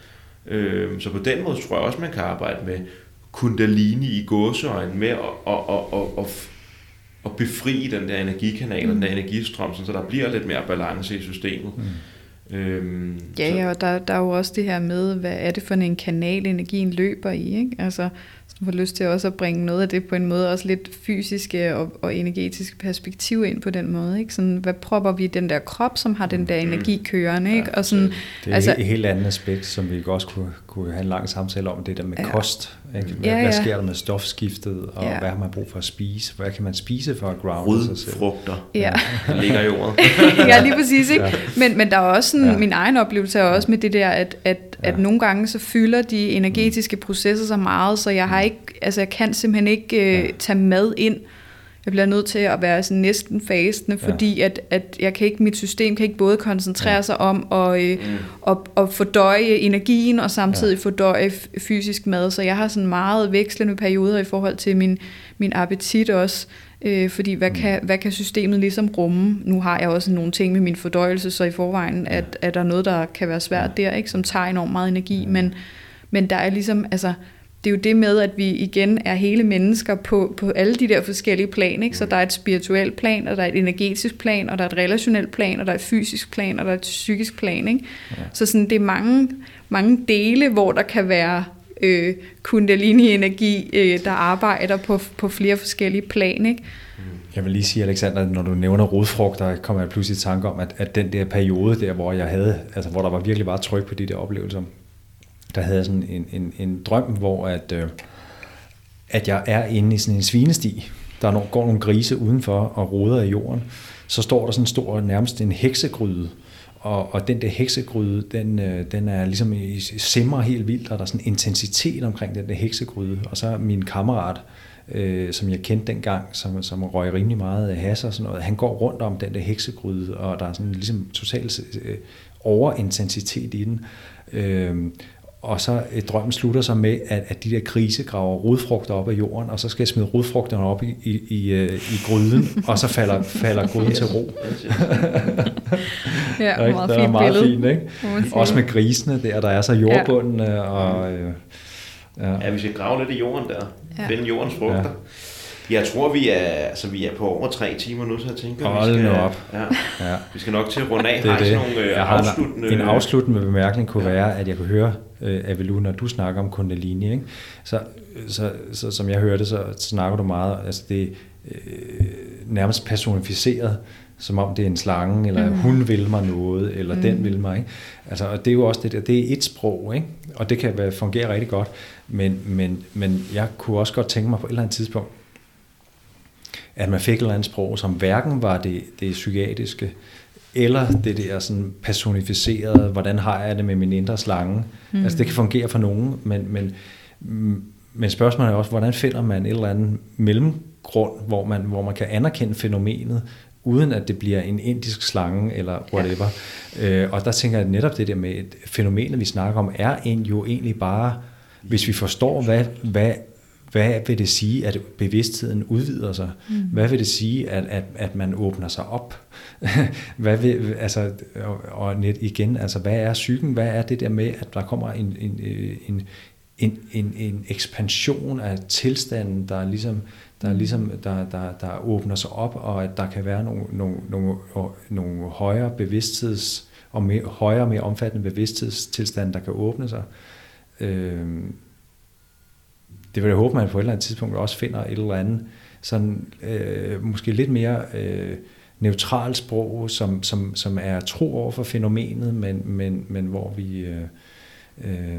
Speaker 1: Så på den måde tror jeg også, man kan arbejde med kundalini i gåseøjne med at, at, at, at, at, at befri den der energikanal, mm. den der energistrøm, så der bliver lidt mere balance i systemet. Mm. Øhm,
Speaker 3: ja, ja, og der, der er jo også det her med, hvad er det for en kanal, energien løber i, ikke? Altså, du får lyst til også at bringe noget af det på en måde, også lidt fysiske og, og energetiske perspektiv ind på den måde, ikke? Sådan, hvad propper vi den der krop, som har den der energi kørende, ikke?
Speaker 2: Ja,
Speaker 3: og sådan,
Speaker 2: det er altså, et helt andet aspekt, som vi også kunne, kunne have en lang samtale om, det der med ja. kost. Ikke? Hvad, ja, ja. hvad sker der med stofskiftet, og ja. hvad har man brug for at spise? Hvad kan man spise for at grounde sig selv?
Speaker 1: Frugter,
Speaker 3: ja.
Speaker 1: der ligger i ordet.
Speaker 3: Ja, lige præcis, ikke? Ja. Men, men der er også sådan, ja. min egen oplevelse er også med det der, at, at, ja. at nogle gange så fylder de energetiske processer så meget, så jeg har ikke, altså jeg kan simpelthen ikke øh, tage mad ind. Jeg bliver nødt til at være sådan næsten fastende, fordi ja. at, at jeg kan ikke, mit system kan ikke både koncentrere ja. sig om at, øh, mm. at, at fordøje energien og samtidig ja. fordøje fysisk mad. Så jeg har sådan meget vekslende perioder i forhold til min, min appetit også. Øh, fordi hvad, mm. kan, hvad kan systemet ligesom rumme? Nu har jeg også nogle ting med min fordøjelse, så i forvejen at, ja. er der noget, der kan være svært der, ikke, som tager enormt meget energi. Men, men der er ligesom, altså det er jo det med, at vi igen er hele mennesker på, på alle de der forskellige plan, ikke? Så der er et spirituelt plan, og der er et energetisk plan, og der er et relationelt plan, og der er et fysisk plan, og der er et psykisk plan, ikke? Ja. Så sådan, det er mange, mange dele, hvor der kan være øh, kundalini-energi, øh, der arbejder på, på flere forskellige plan, ikke?
Speaker 2: Jeg vil lige sige, Alexander, når du nævner rodfrugter, kommer jeg pludselig i tanke om, at, at den der periode der, hvor jeg havde, altså hvor der var virkelig bare tryk på de der oplevelser, der havde jeg sådan en, en, en drøm, hvor at, øh, at jeg er inde i sådan en svinesti. Der nogle, går nogle grise udenfor og roder i jorden. Så står der sådan en stor, nærmest en heksegryde. Og, og den der heksegryde, den, øh, den er ligesom i, simmer helt vildt, og der er sådan en intensitet omkring den der heksegryde. Og så min kammerat, øh, som jeg kendte dengang, som, som røg rimelig meget hash og sådan noget, han går rundt om den der heksegryde, og der er sådan ligesom total øh, overintensitet i den. Øh, Og så et drømmen slutter sig med, at, at de der grise graver rodfrugter op af jorden, og så skal jeg smide rodfrugterne op i, i, i, i gryden, og så falder, falder gryden til ro.
Speaker 3: Ja, meget
Speaker 2: det er
Speaker 3: fint
Speaker 2: meget
Speaker 3: billede.
Speaker 2: Fint, ikke? Også med grisene der, der er så jordbunden. Ja. Og,
Speaker 1: øh, ja. ja, vi skal grave lidt i jorden der. Ja. Finde jordens frugter. Jeg tror, vi er, altså, vi er på over tre timer nu, så jeg tænker,
Speaker 2: Hold
Speaker 1: vi skal,
Speaker 2: nu op.
Speaker 1: Ja, ja. Vi skal nok til at runde af.
Speaker 2: Det er
Speaker 1: har
Speaker 2: det.
Speaker 1: Nogle, øh,
Speaker 2: jeg har
Speaker 1: afsluttende...
Speaker 2: En afsluttende bemærkning kunne
Speaker 1: ja.
Speaker 2: være, at jeg kunne høre, øh, Avilu, når du snakker om Kundalini, ikke? Så, så, så som jeg hørte, så snakker du meget, altså det øh, nærmest personificeret, som om det er en slange, eller mm. hun vil mig noget, eller mm. den vil mig. Ikke? Altså, og det er jo også det der, det er et sprog, ikke? Og det kan være, fungere rigtig godt, men, men, men jeg kunne også godt tænke mig på et eller andet tidspunkt, at man fik et eller andet sprog, som hverken var det, det psykiatriske, eller det der sådan personificerede, hvordan har jeg det med min indre slange. Mm. Altså det kan fungere for nogen, men, men, men spørgsmålet er også, hvordan finder man et eller andet mellemgrund, hvor man, hvor man kan anerkende fænomenet, uden at det bliver en indisk slange, eller whatever. Ja. Øh, og der tænker jeg netop det der med, at fænomenet, vi snakker om, er en, jo egentlig bare, hvis vi forstår, hvad, hvad Hvad vil det sige, at bevidstheden udvider sig? Mm. Hvad vil det sige, at, at, at man åbner sig op? Hvad vil, altså, og, og net igen, altså, hvad er psyken? Hvad er det der med, at der kommer en, en, en, en, en, en ekspansion af tilstanden, der ligesom, der, ligesom der, der, der åbner sig op, og at der kan være nogle, nogle, nogle, nogle højere bevidstheds, og mere, højere, mere omfattende bevidsthedstilstande, der kan åbne sig? Øhm, Det vil jeg håbe, man på et eller andet tidspunkt også finder et eller andet sådan, øh, måske lidt mere øh, neutralt sprog, som, som, som er tro over for fænomenet, men, men, men hvor vi... Øh, øh,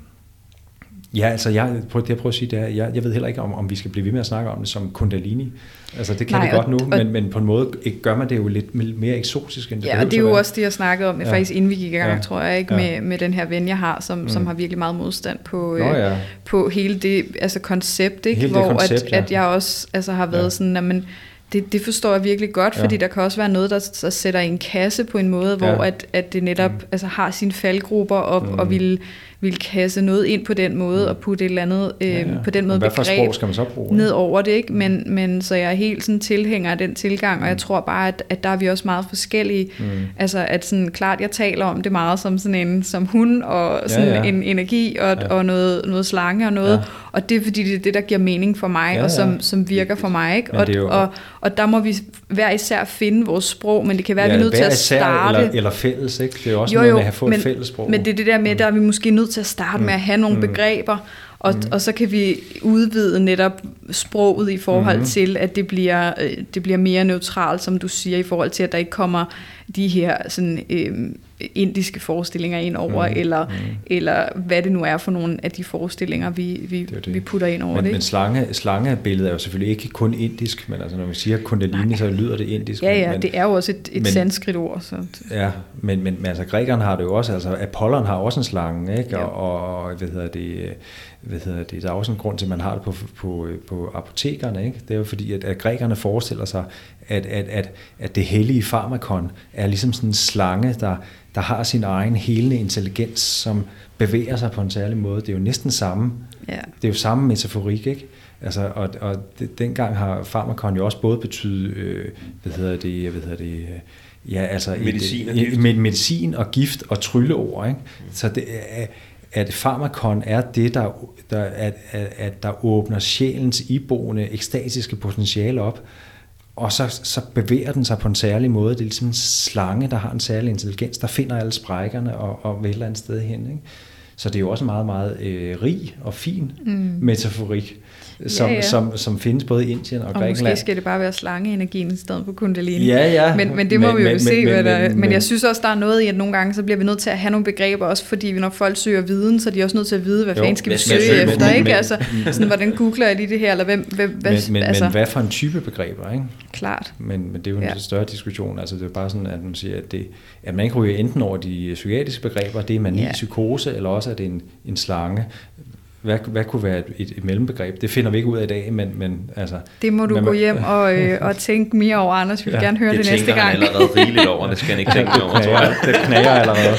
Speaker 2: ja, altså, jeg, det jeg prøver at sige, det er, jeg, jeg ved heller ikke, om, om vi skal blive ved med at snakke om det som Kundalini. Altså, det kan Nej, vi godt nu, og, men, men på en måde gør man det jo lidt mere eksotisk, end det
Speaker 3: ja, og det er jo også det, jeg snakkede om, ja. faktisk inden vi gik i gang, ja. tror jeg, ikke,
Speaker 2: ja.
Speaker 3: med, med den her ven, jeg har, som, mm. som har virkelig meget modstand på,
Speaker 2: Nå, ja.
Speaker 3: øh, på hele det altså koncept, ikke?
Speaker 2: Hele
Speaker 3: hvor
Speaker 2: det koncept,
Speaker 3: at,
Speaker 2: ja.
Speaker 3: at jeg også altså, har været ja. sådan, at man, det, det forstår jeg virkelig godt, fordi ja. der kan også være noget, der, der sætter en kasse på en måde, hvor ja. at, at det netop mm. altså, har sine faldgrupper op mm. og vil vil kaste noget ind på den måde, og putte et eller andet øh, ja, ja. på den måde
Speaker 2: begreb
Speaker 3: sprog
Speaker 2: skal man så bruge,
Speaker 3: ned over det, ikke? Men, men så jeg er helt sådan tilhænger af den tilgang, og jeg tror bare, at, at der er vi også meget forskellige. Mm. Altså, at sådan, klart, jeg taler om det meget som sådan en, som hund, og sådan ja, ja. en energi, og, ja. og noget, noget slange og noget, ja. og det er fordi, det er det, der giver mening for mig, ja, og som, som virker for mig, ikke? Og, jo... og, og der må vi hver især finde vores sprog, men det kan være, ja, at vi er nødt til at starte.
Speaker 2: Eller, eller fælles, ikke? Det er også
Speaker 3: jo,
Speaker 2: noget
Speaker 3: jo,
Speaker 2: med at have fået
Speaker 3: men,
Speaker 2: et fælles sprog.
Speaker 3: Men det er det der med, der er vi måske nødt til at starte mm. med at have nogle mm. begreber, og, mm. og så kan vi udvide netop sproget i forhold mm. til, at det bliver, det bliver mere neutralt, som du siger, i forhold til, at der ikke kommer de her sådan, øh, indiske forestillinger ind over, mm. eller, mm. eller hvad det nu er for nogle af de forestillinger, vi, vi, det det. vi putter ind over
Speaker 2: men,
Speaker 3: det.
Speaker 2: Men slange, slangebilledet er jo selvfølgelig ikke kun indisk, men altså, når vi siger Kundalini, Nej. så lyder det indisk.
Speaker 3: Ja, ja,
Speaker 2: men,
Speaker 3: det er jo også et, et sanskrit ord. Så.
Speaker 2: Ja, men, men, men altså, grækerne har det jo også, altså Apollon har også en slange, ikke? Ja. Og, og hvad hedder det... Hvad hedder det? Der er også en grund til, at man har det på, på, på apotekerne. Ikke? Det er jo fordi, at, at grækerne forestiller sig, at, at, at, at det hellige farmakon er ligesom sådan en slange, der, der har sin egen helende intelligens, som bevæger sig på en særlig måde. Det er jo næsten samme. Ja. Det er jo samme metaforik, ikke? Altså, og, og det, dengang har farmakon jo også både betydet, øh, hvad hedder det, hvad hedder det, ja, altså
Speaker 1: medicin og
Speaker 2: et,
Speaker 1: gift.
Speaker 2: Med, medicin og gift og trylleord, ikke? Mm. Så det er at farmakon er det, der, der, at, at, at der åbner sjælens iboende ekstatiske potentiale op, og så, så bevæger den sig på en særlig måde. Det er ligesom en slange, der har en særlig intelligens, der finder alle sprækkerne og, og vil et eller andet sted hen. Ikke? Så det er jo også en meget, meget øh, rig og fin mm. metaforik, som, ja, ja. Som, som findes både i Indien og, og Grækenland. Og måske skal
Speaker 3: det bare være slangeenergien i stedet for kundalini.
Speaker 2: Ja, ja.
Speaker 3: Men, men det må men, vi jo men, se, men, hvad der men, men jeg synes også, der er noget i, at nogle gange, så bliver vi nødt til at have nogle begreber, også fordi når folk søger viden, så er de også nødt til at vide, hvad fanden skal vi søge men, efter, men, ikke? Men, altså, sådan, hvordan googler jeg lige det her, eller hvem... hvem
Speaker 2: men,
Speaker 3: hvad,
Speaker 2: men,
Speaker 3: altså.
Speaker 2: men hvad for en type begreber, ikke?
Speaker 3: Klart.
Speaker 2: Men, men det er jo en ja. større diskussion. Altså, det er bare sådan, at man siger, at, det, at man ikke ryger enten over de psykiatriske begreber, det er mani, ja. psykose, eller også er det en, en slange. Hvad, hvad kunne være et, et, et mellembegreb? Det finder vi ikke ud af i dag, men, men altså...
Speaker 3: Det må du gå hjem og, øh, og tænke mere over, Anders. Vi vil ja, gerne høre det, det næste gang.
Speaker 1: Det tænker han allerede rigeligt over, det skal han ikke tænke over, tror jeg.
Speaker 2: Det knager allerede.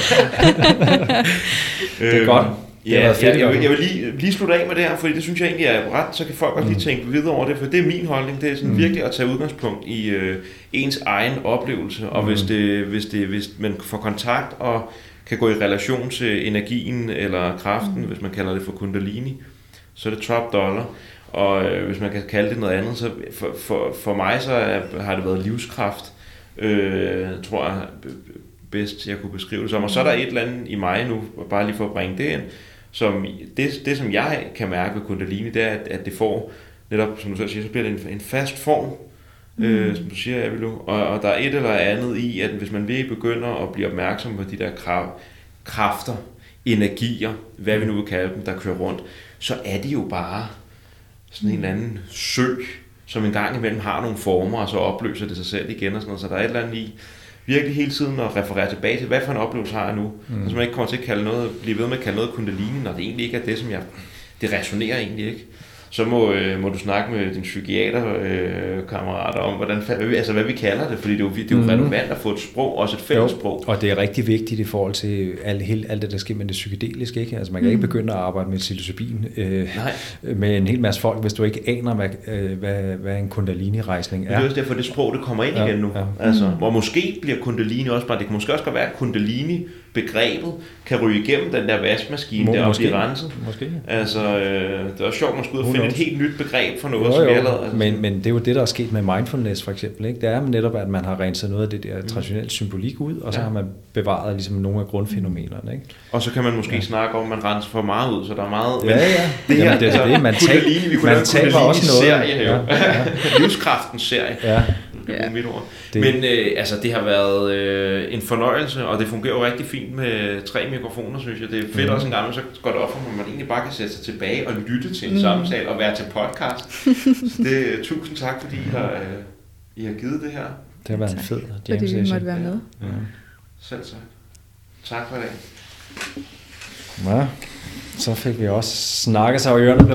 Speaker 2: Det er godt.
Speaker 1: Ja, fedt, jeg, jeg, vil, jeg vil lige, lige slutte af med det her, fordi det synes jeg egentlig er ret, så kan folk også lige tænke videre over det, for det er min holdning, det er sådan mm. virkelig at tage udgangspunkt i øh, ens egen oplevelse, og mm. hvis, det, hvis, det, hvis man får kontakt og kan gå i relation til energien eller kraften, mm. hvis man kalder det for kundalini, så er det top dollar. Og øh, hvis man kan kalde det noget andet, så for, for, for mig så er, har det været livskraft, øh, tror jeg bedst jeg kunne beskrive det som. Og så er der et eller andet i mig nu, bare lige for at bringe det ind, som det, det som jeg kan mærke ved Kundalini, det er, at, at det får, netop som du selv siger, så bliver det en, en fast form, mm. øh, som du siger, jeg vil nu. Og, og der er et eller andet i, at hvis man virkelig begynder at blive opmærksom på de der krav, kræfter, energier, hvad vi nu vil kalde dem, der kører rundt, så er det jo bare sådan en eller anden sø, som en gang imellem har nogle former, og så opløser det sig selv igen og sådan noget. Så der er et eller andet i virkelig hele tiden at referere tilbage til, hvad for en oplevelse har jeg nu? Mm. Så man ikke kommer til at kalde noget, blive ved med at kalde noget Kundalini, når det egentlig ikke er det, som jeg... Det resonerer egentlig ikke. Så må, øh, må du snakke med din psykiater-kammerater øh, om, hvordan, altså, hvad vi kalder det, fordi det er jo, det er jo mm. relevant at få et sprog, også et fælles sprog.
Speaker 2: Og det er rigtig vigtigt i forhold til alt, helt, alt det, der sker med det psykedeliske. Ikke? Altså, man kan mm. ikke begynde at arbejde med psilocybin øh, med en hel masse folk, hvis du ikke aner, hvad, øh, hvad, hvad en kundalini-rejsning er.
Speaker 1: Det er også derfor, det sprog, det kommer ind ja, igen nu. Ja. Altså, hvor måske bliver kundalini også bare, det kan måske også godt være, at kundalini begrebet kan ryge igennem den der vaskemaskine der og blive renset.
Speaker 2: Måske.
Speaker 1: Altså, øh, det er også sjovt, man skal ud og finde et helt nyt begreb for noget, jo, som
Speaker 2: jo.
Speaker 1: jeg lavede. Altså.
Speaker 2: Men, men det er jo det, der er sket med mindfulness for eksempel. Ikke? Det er netop, at man har renset noget af det der traditionelle symbolik ud, og så ja. har man bevaret ligesom nogle af grundfænomenerne. Ikke?
Speaker 1: Og så kan man måske ja. snakke om, at man renser for meget ud, så der er meget...
Speaker 2: Ja, ja. Det, her, det er det. Man, tab, man taber også noget.
Speaker 1: Serie, ja, ja. Livskraftens serie. Ja. Det er mit ord. Det. Men øh, altså, det har været øh, en fornøjelse, og det fungerer jo rigtig fint med tre mikrofoner, synes jeg. Det er fedt mm. også en gang, så går det op for mig, at man egentlig bare kan sætte sig tilbage og lytte til en mm. samtale og være til podcast. Så det, tusind tak, fordi I har, øh, I har givet det her.
Speaker 2: Det har været en fed jam
Speaker 3: fordi vi måtte være med.
Speaker 1: Ja. Ja. Selv tak. Tak for i dag.
Speaker 2: Ja, så fik vi også snakket sig, og ørerne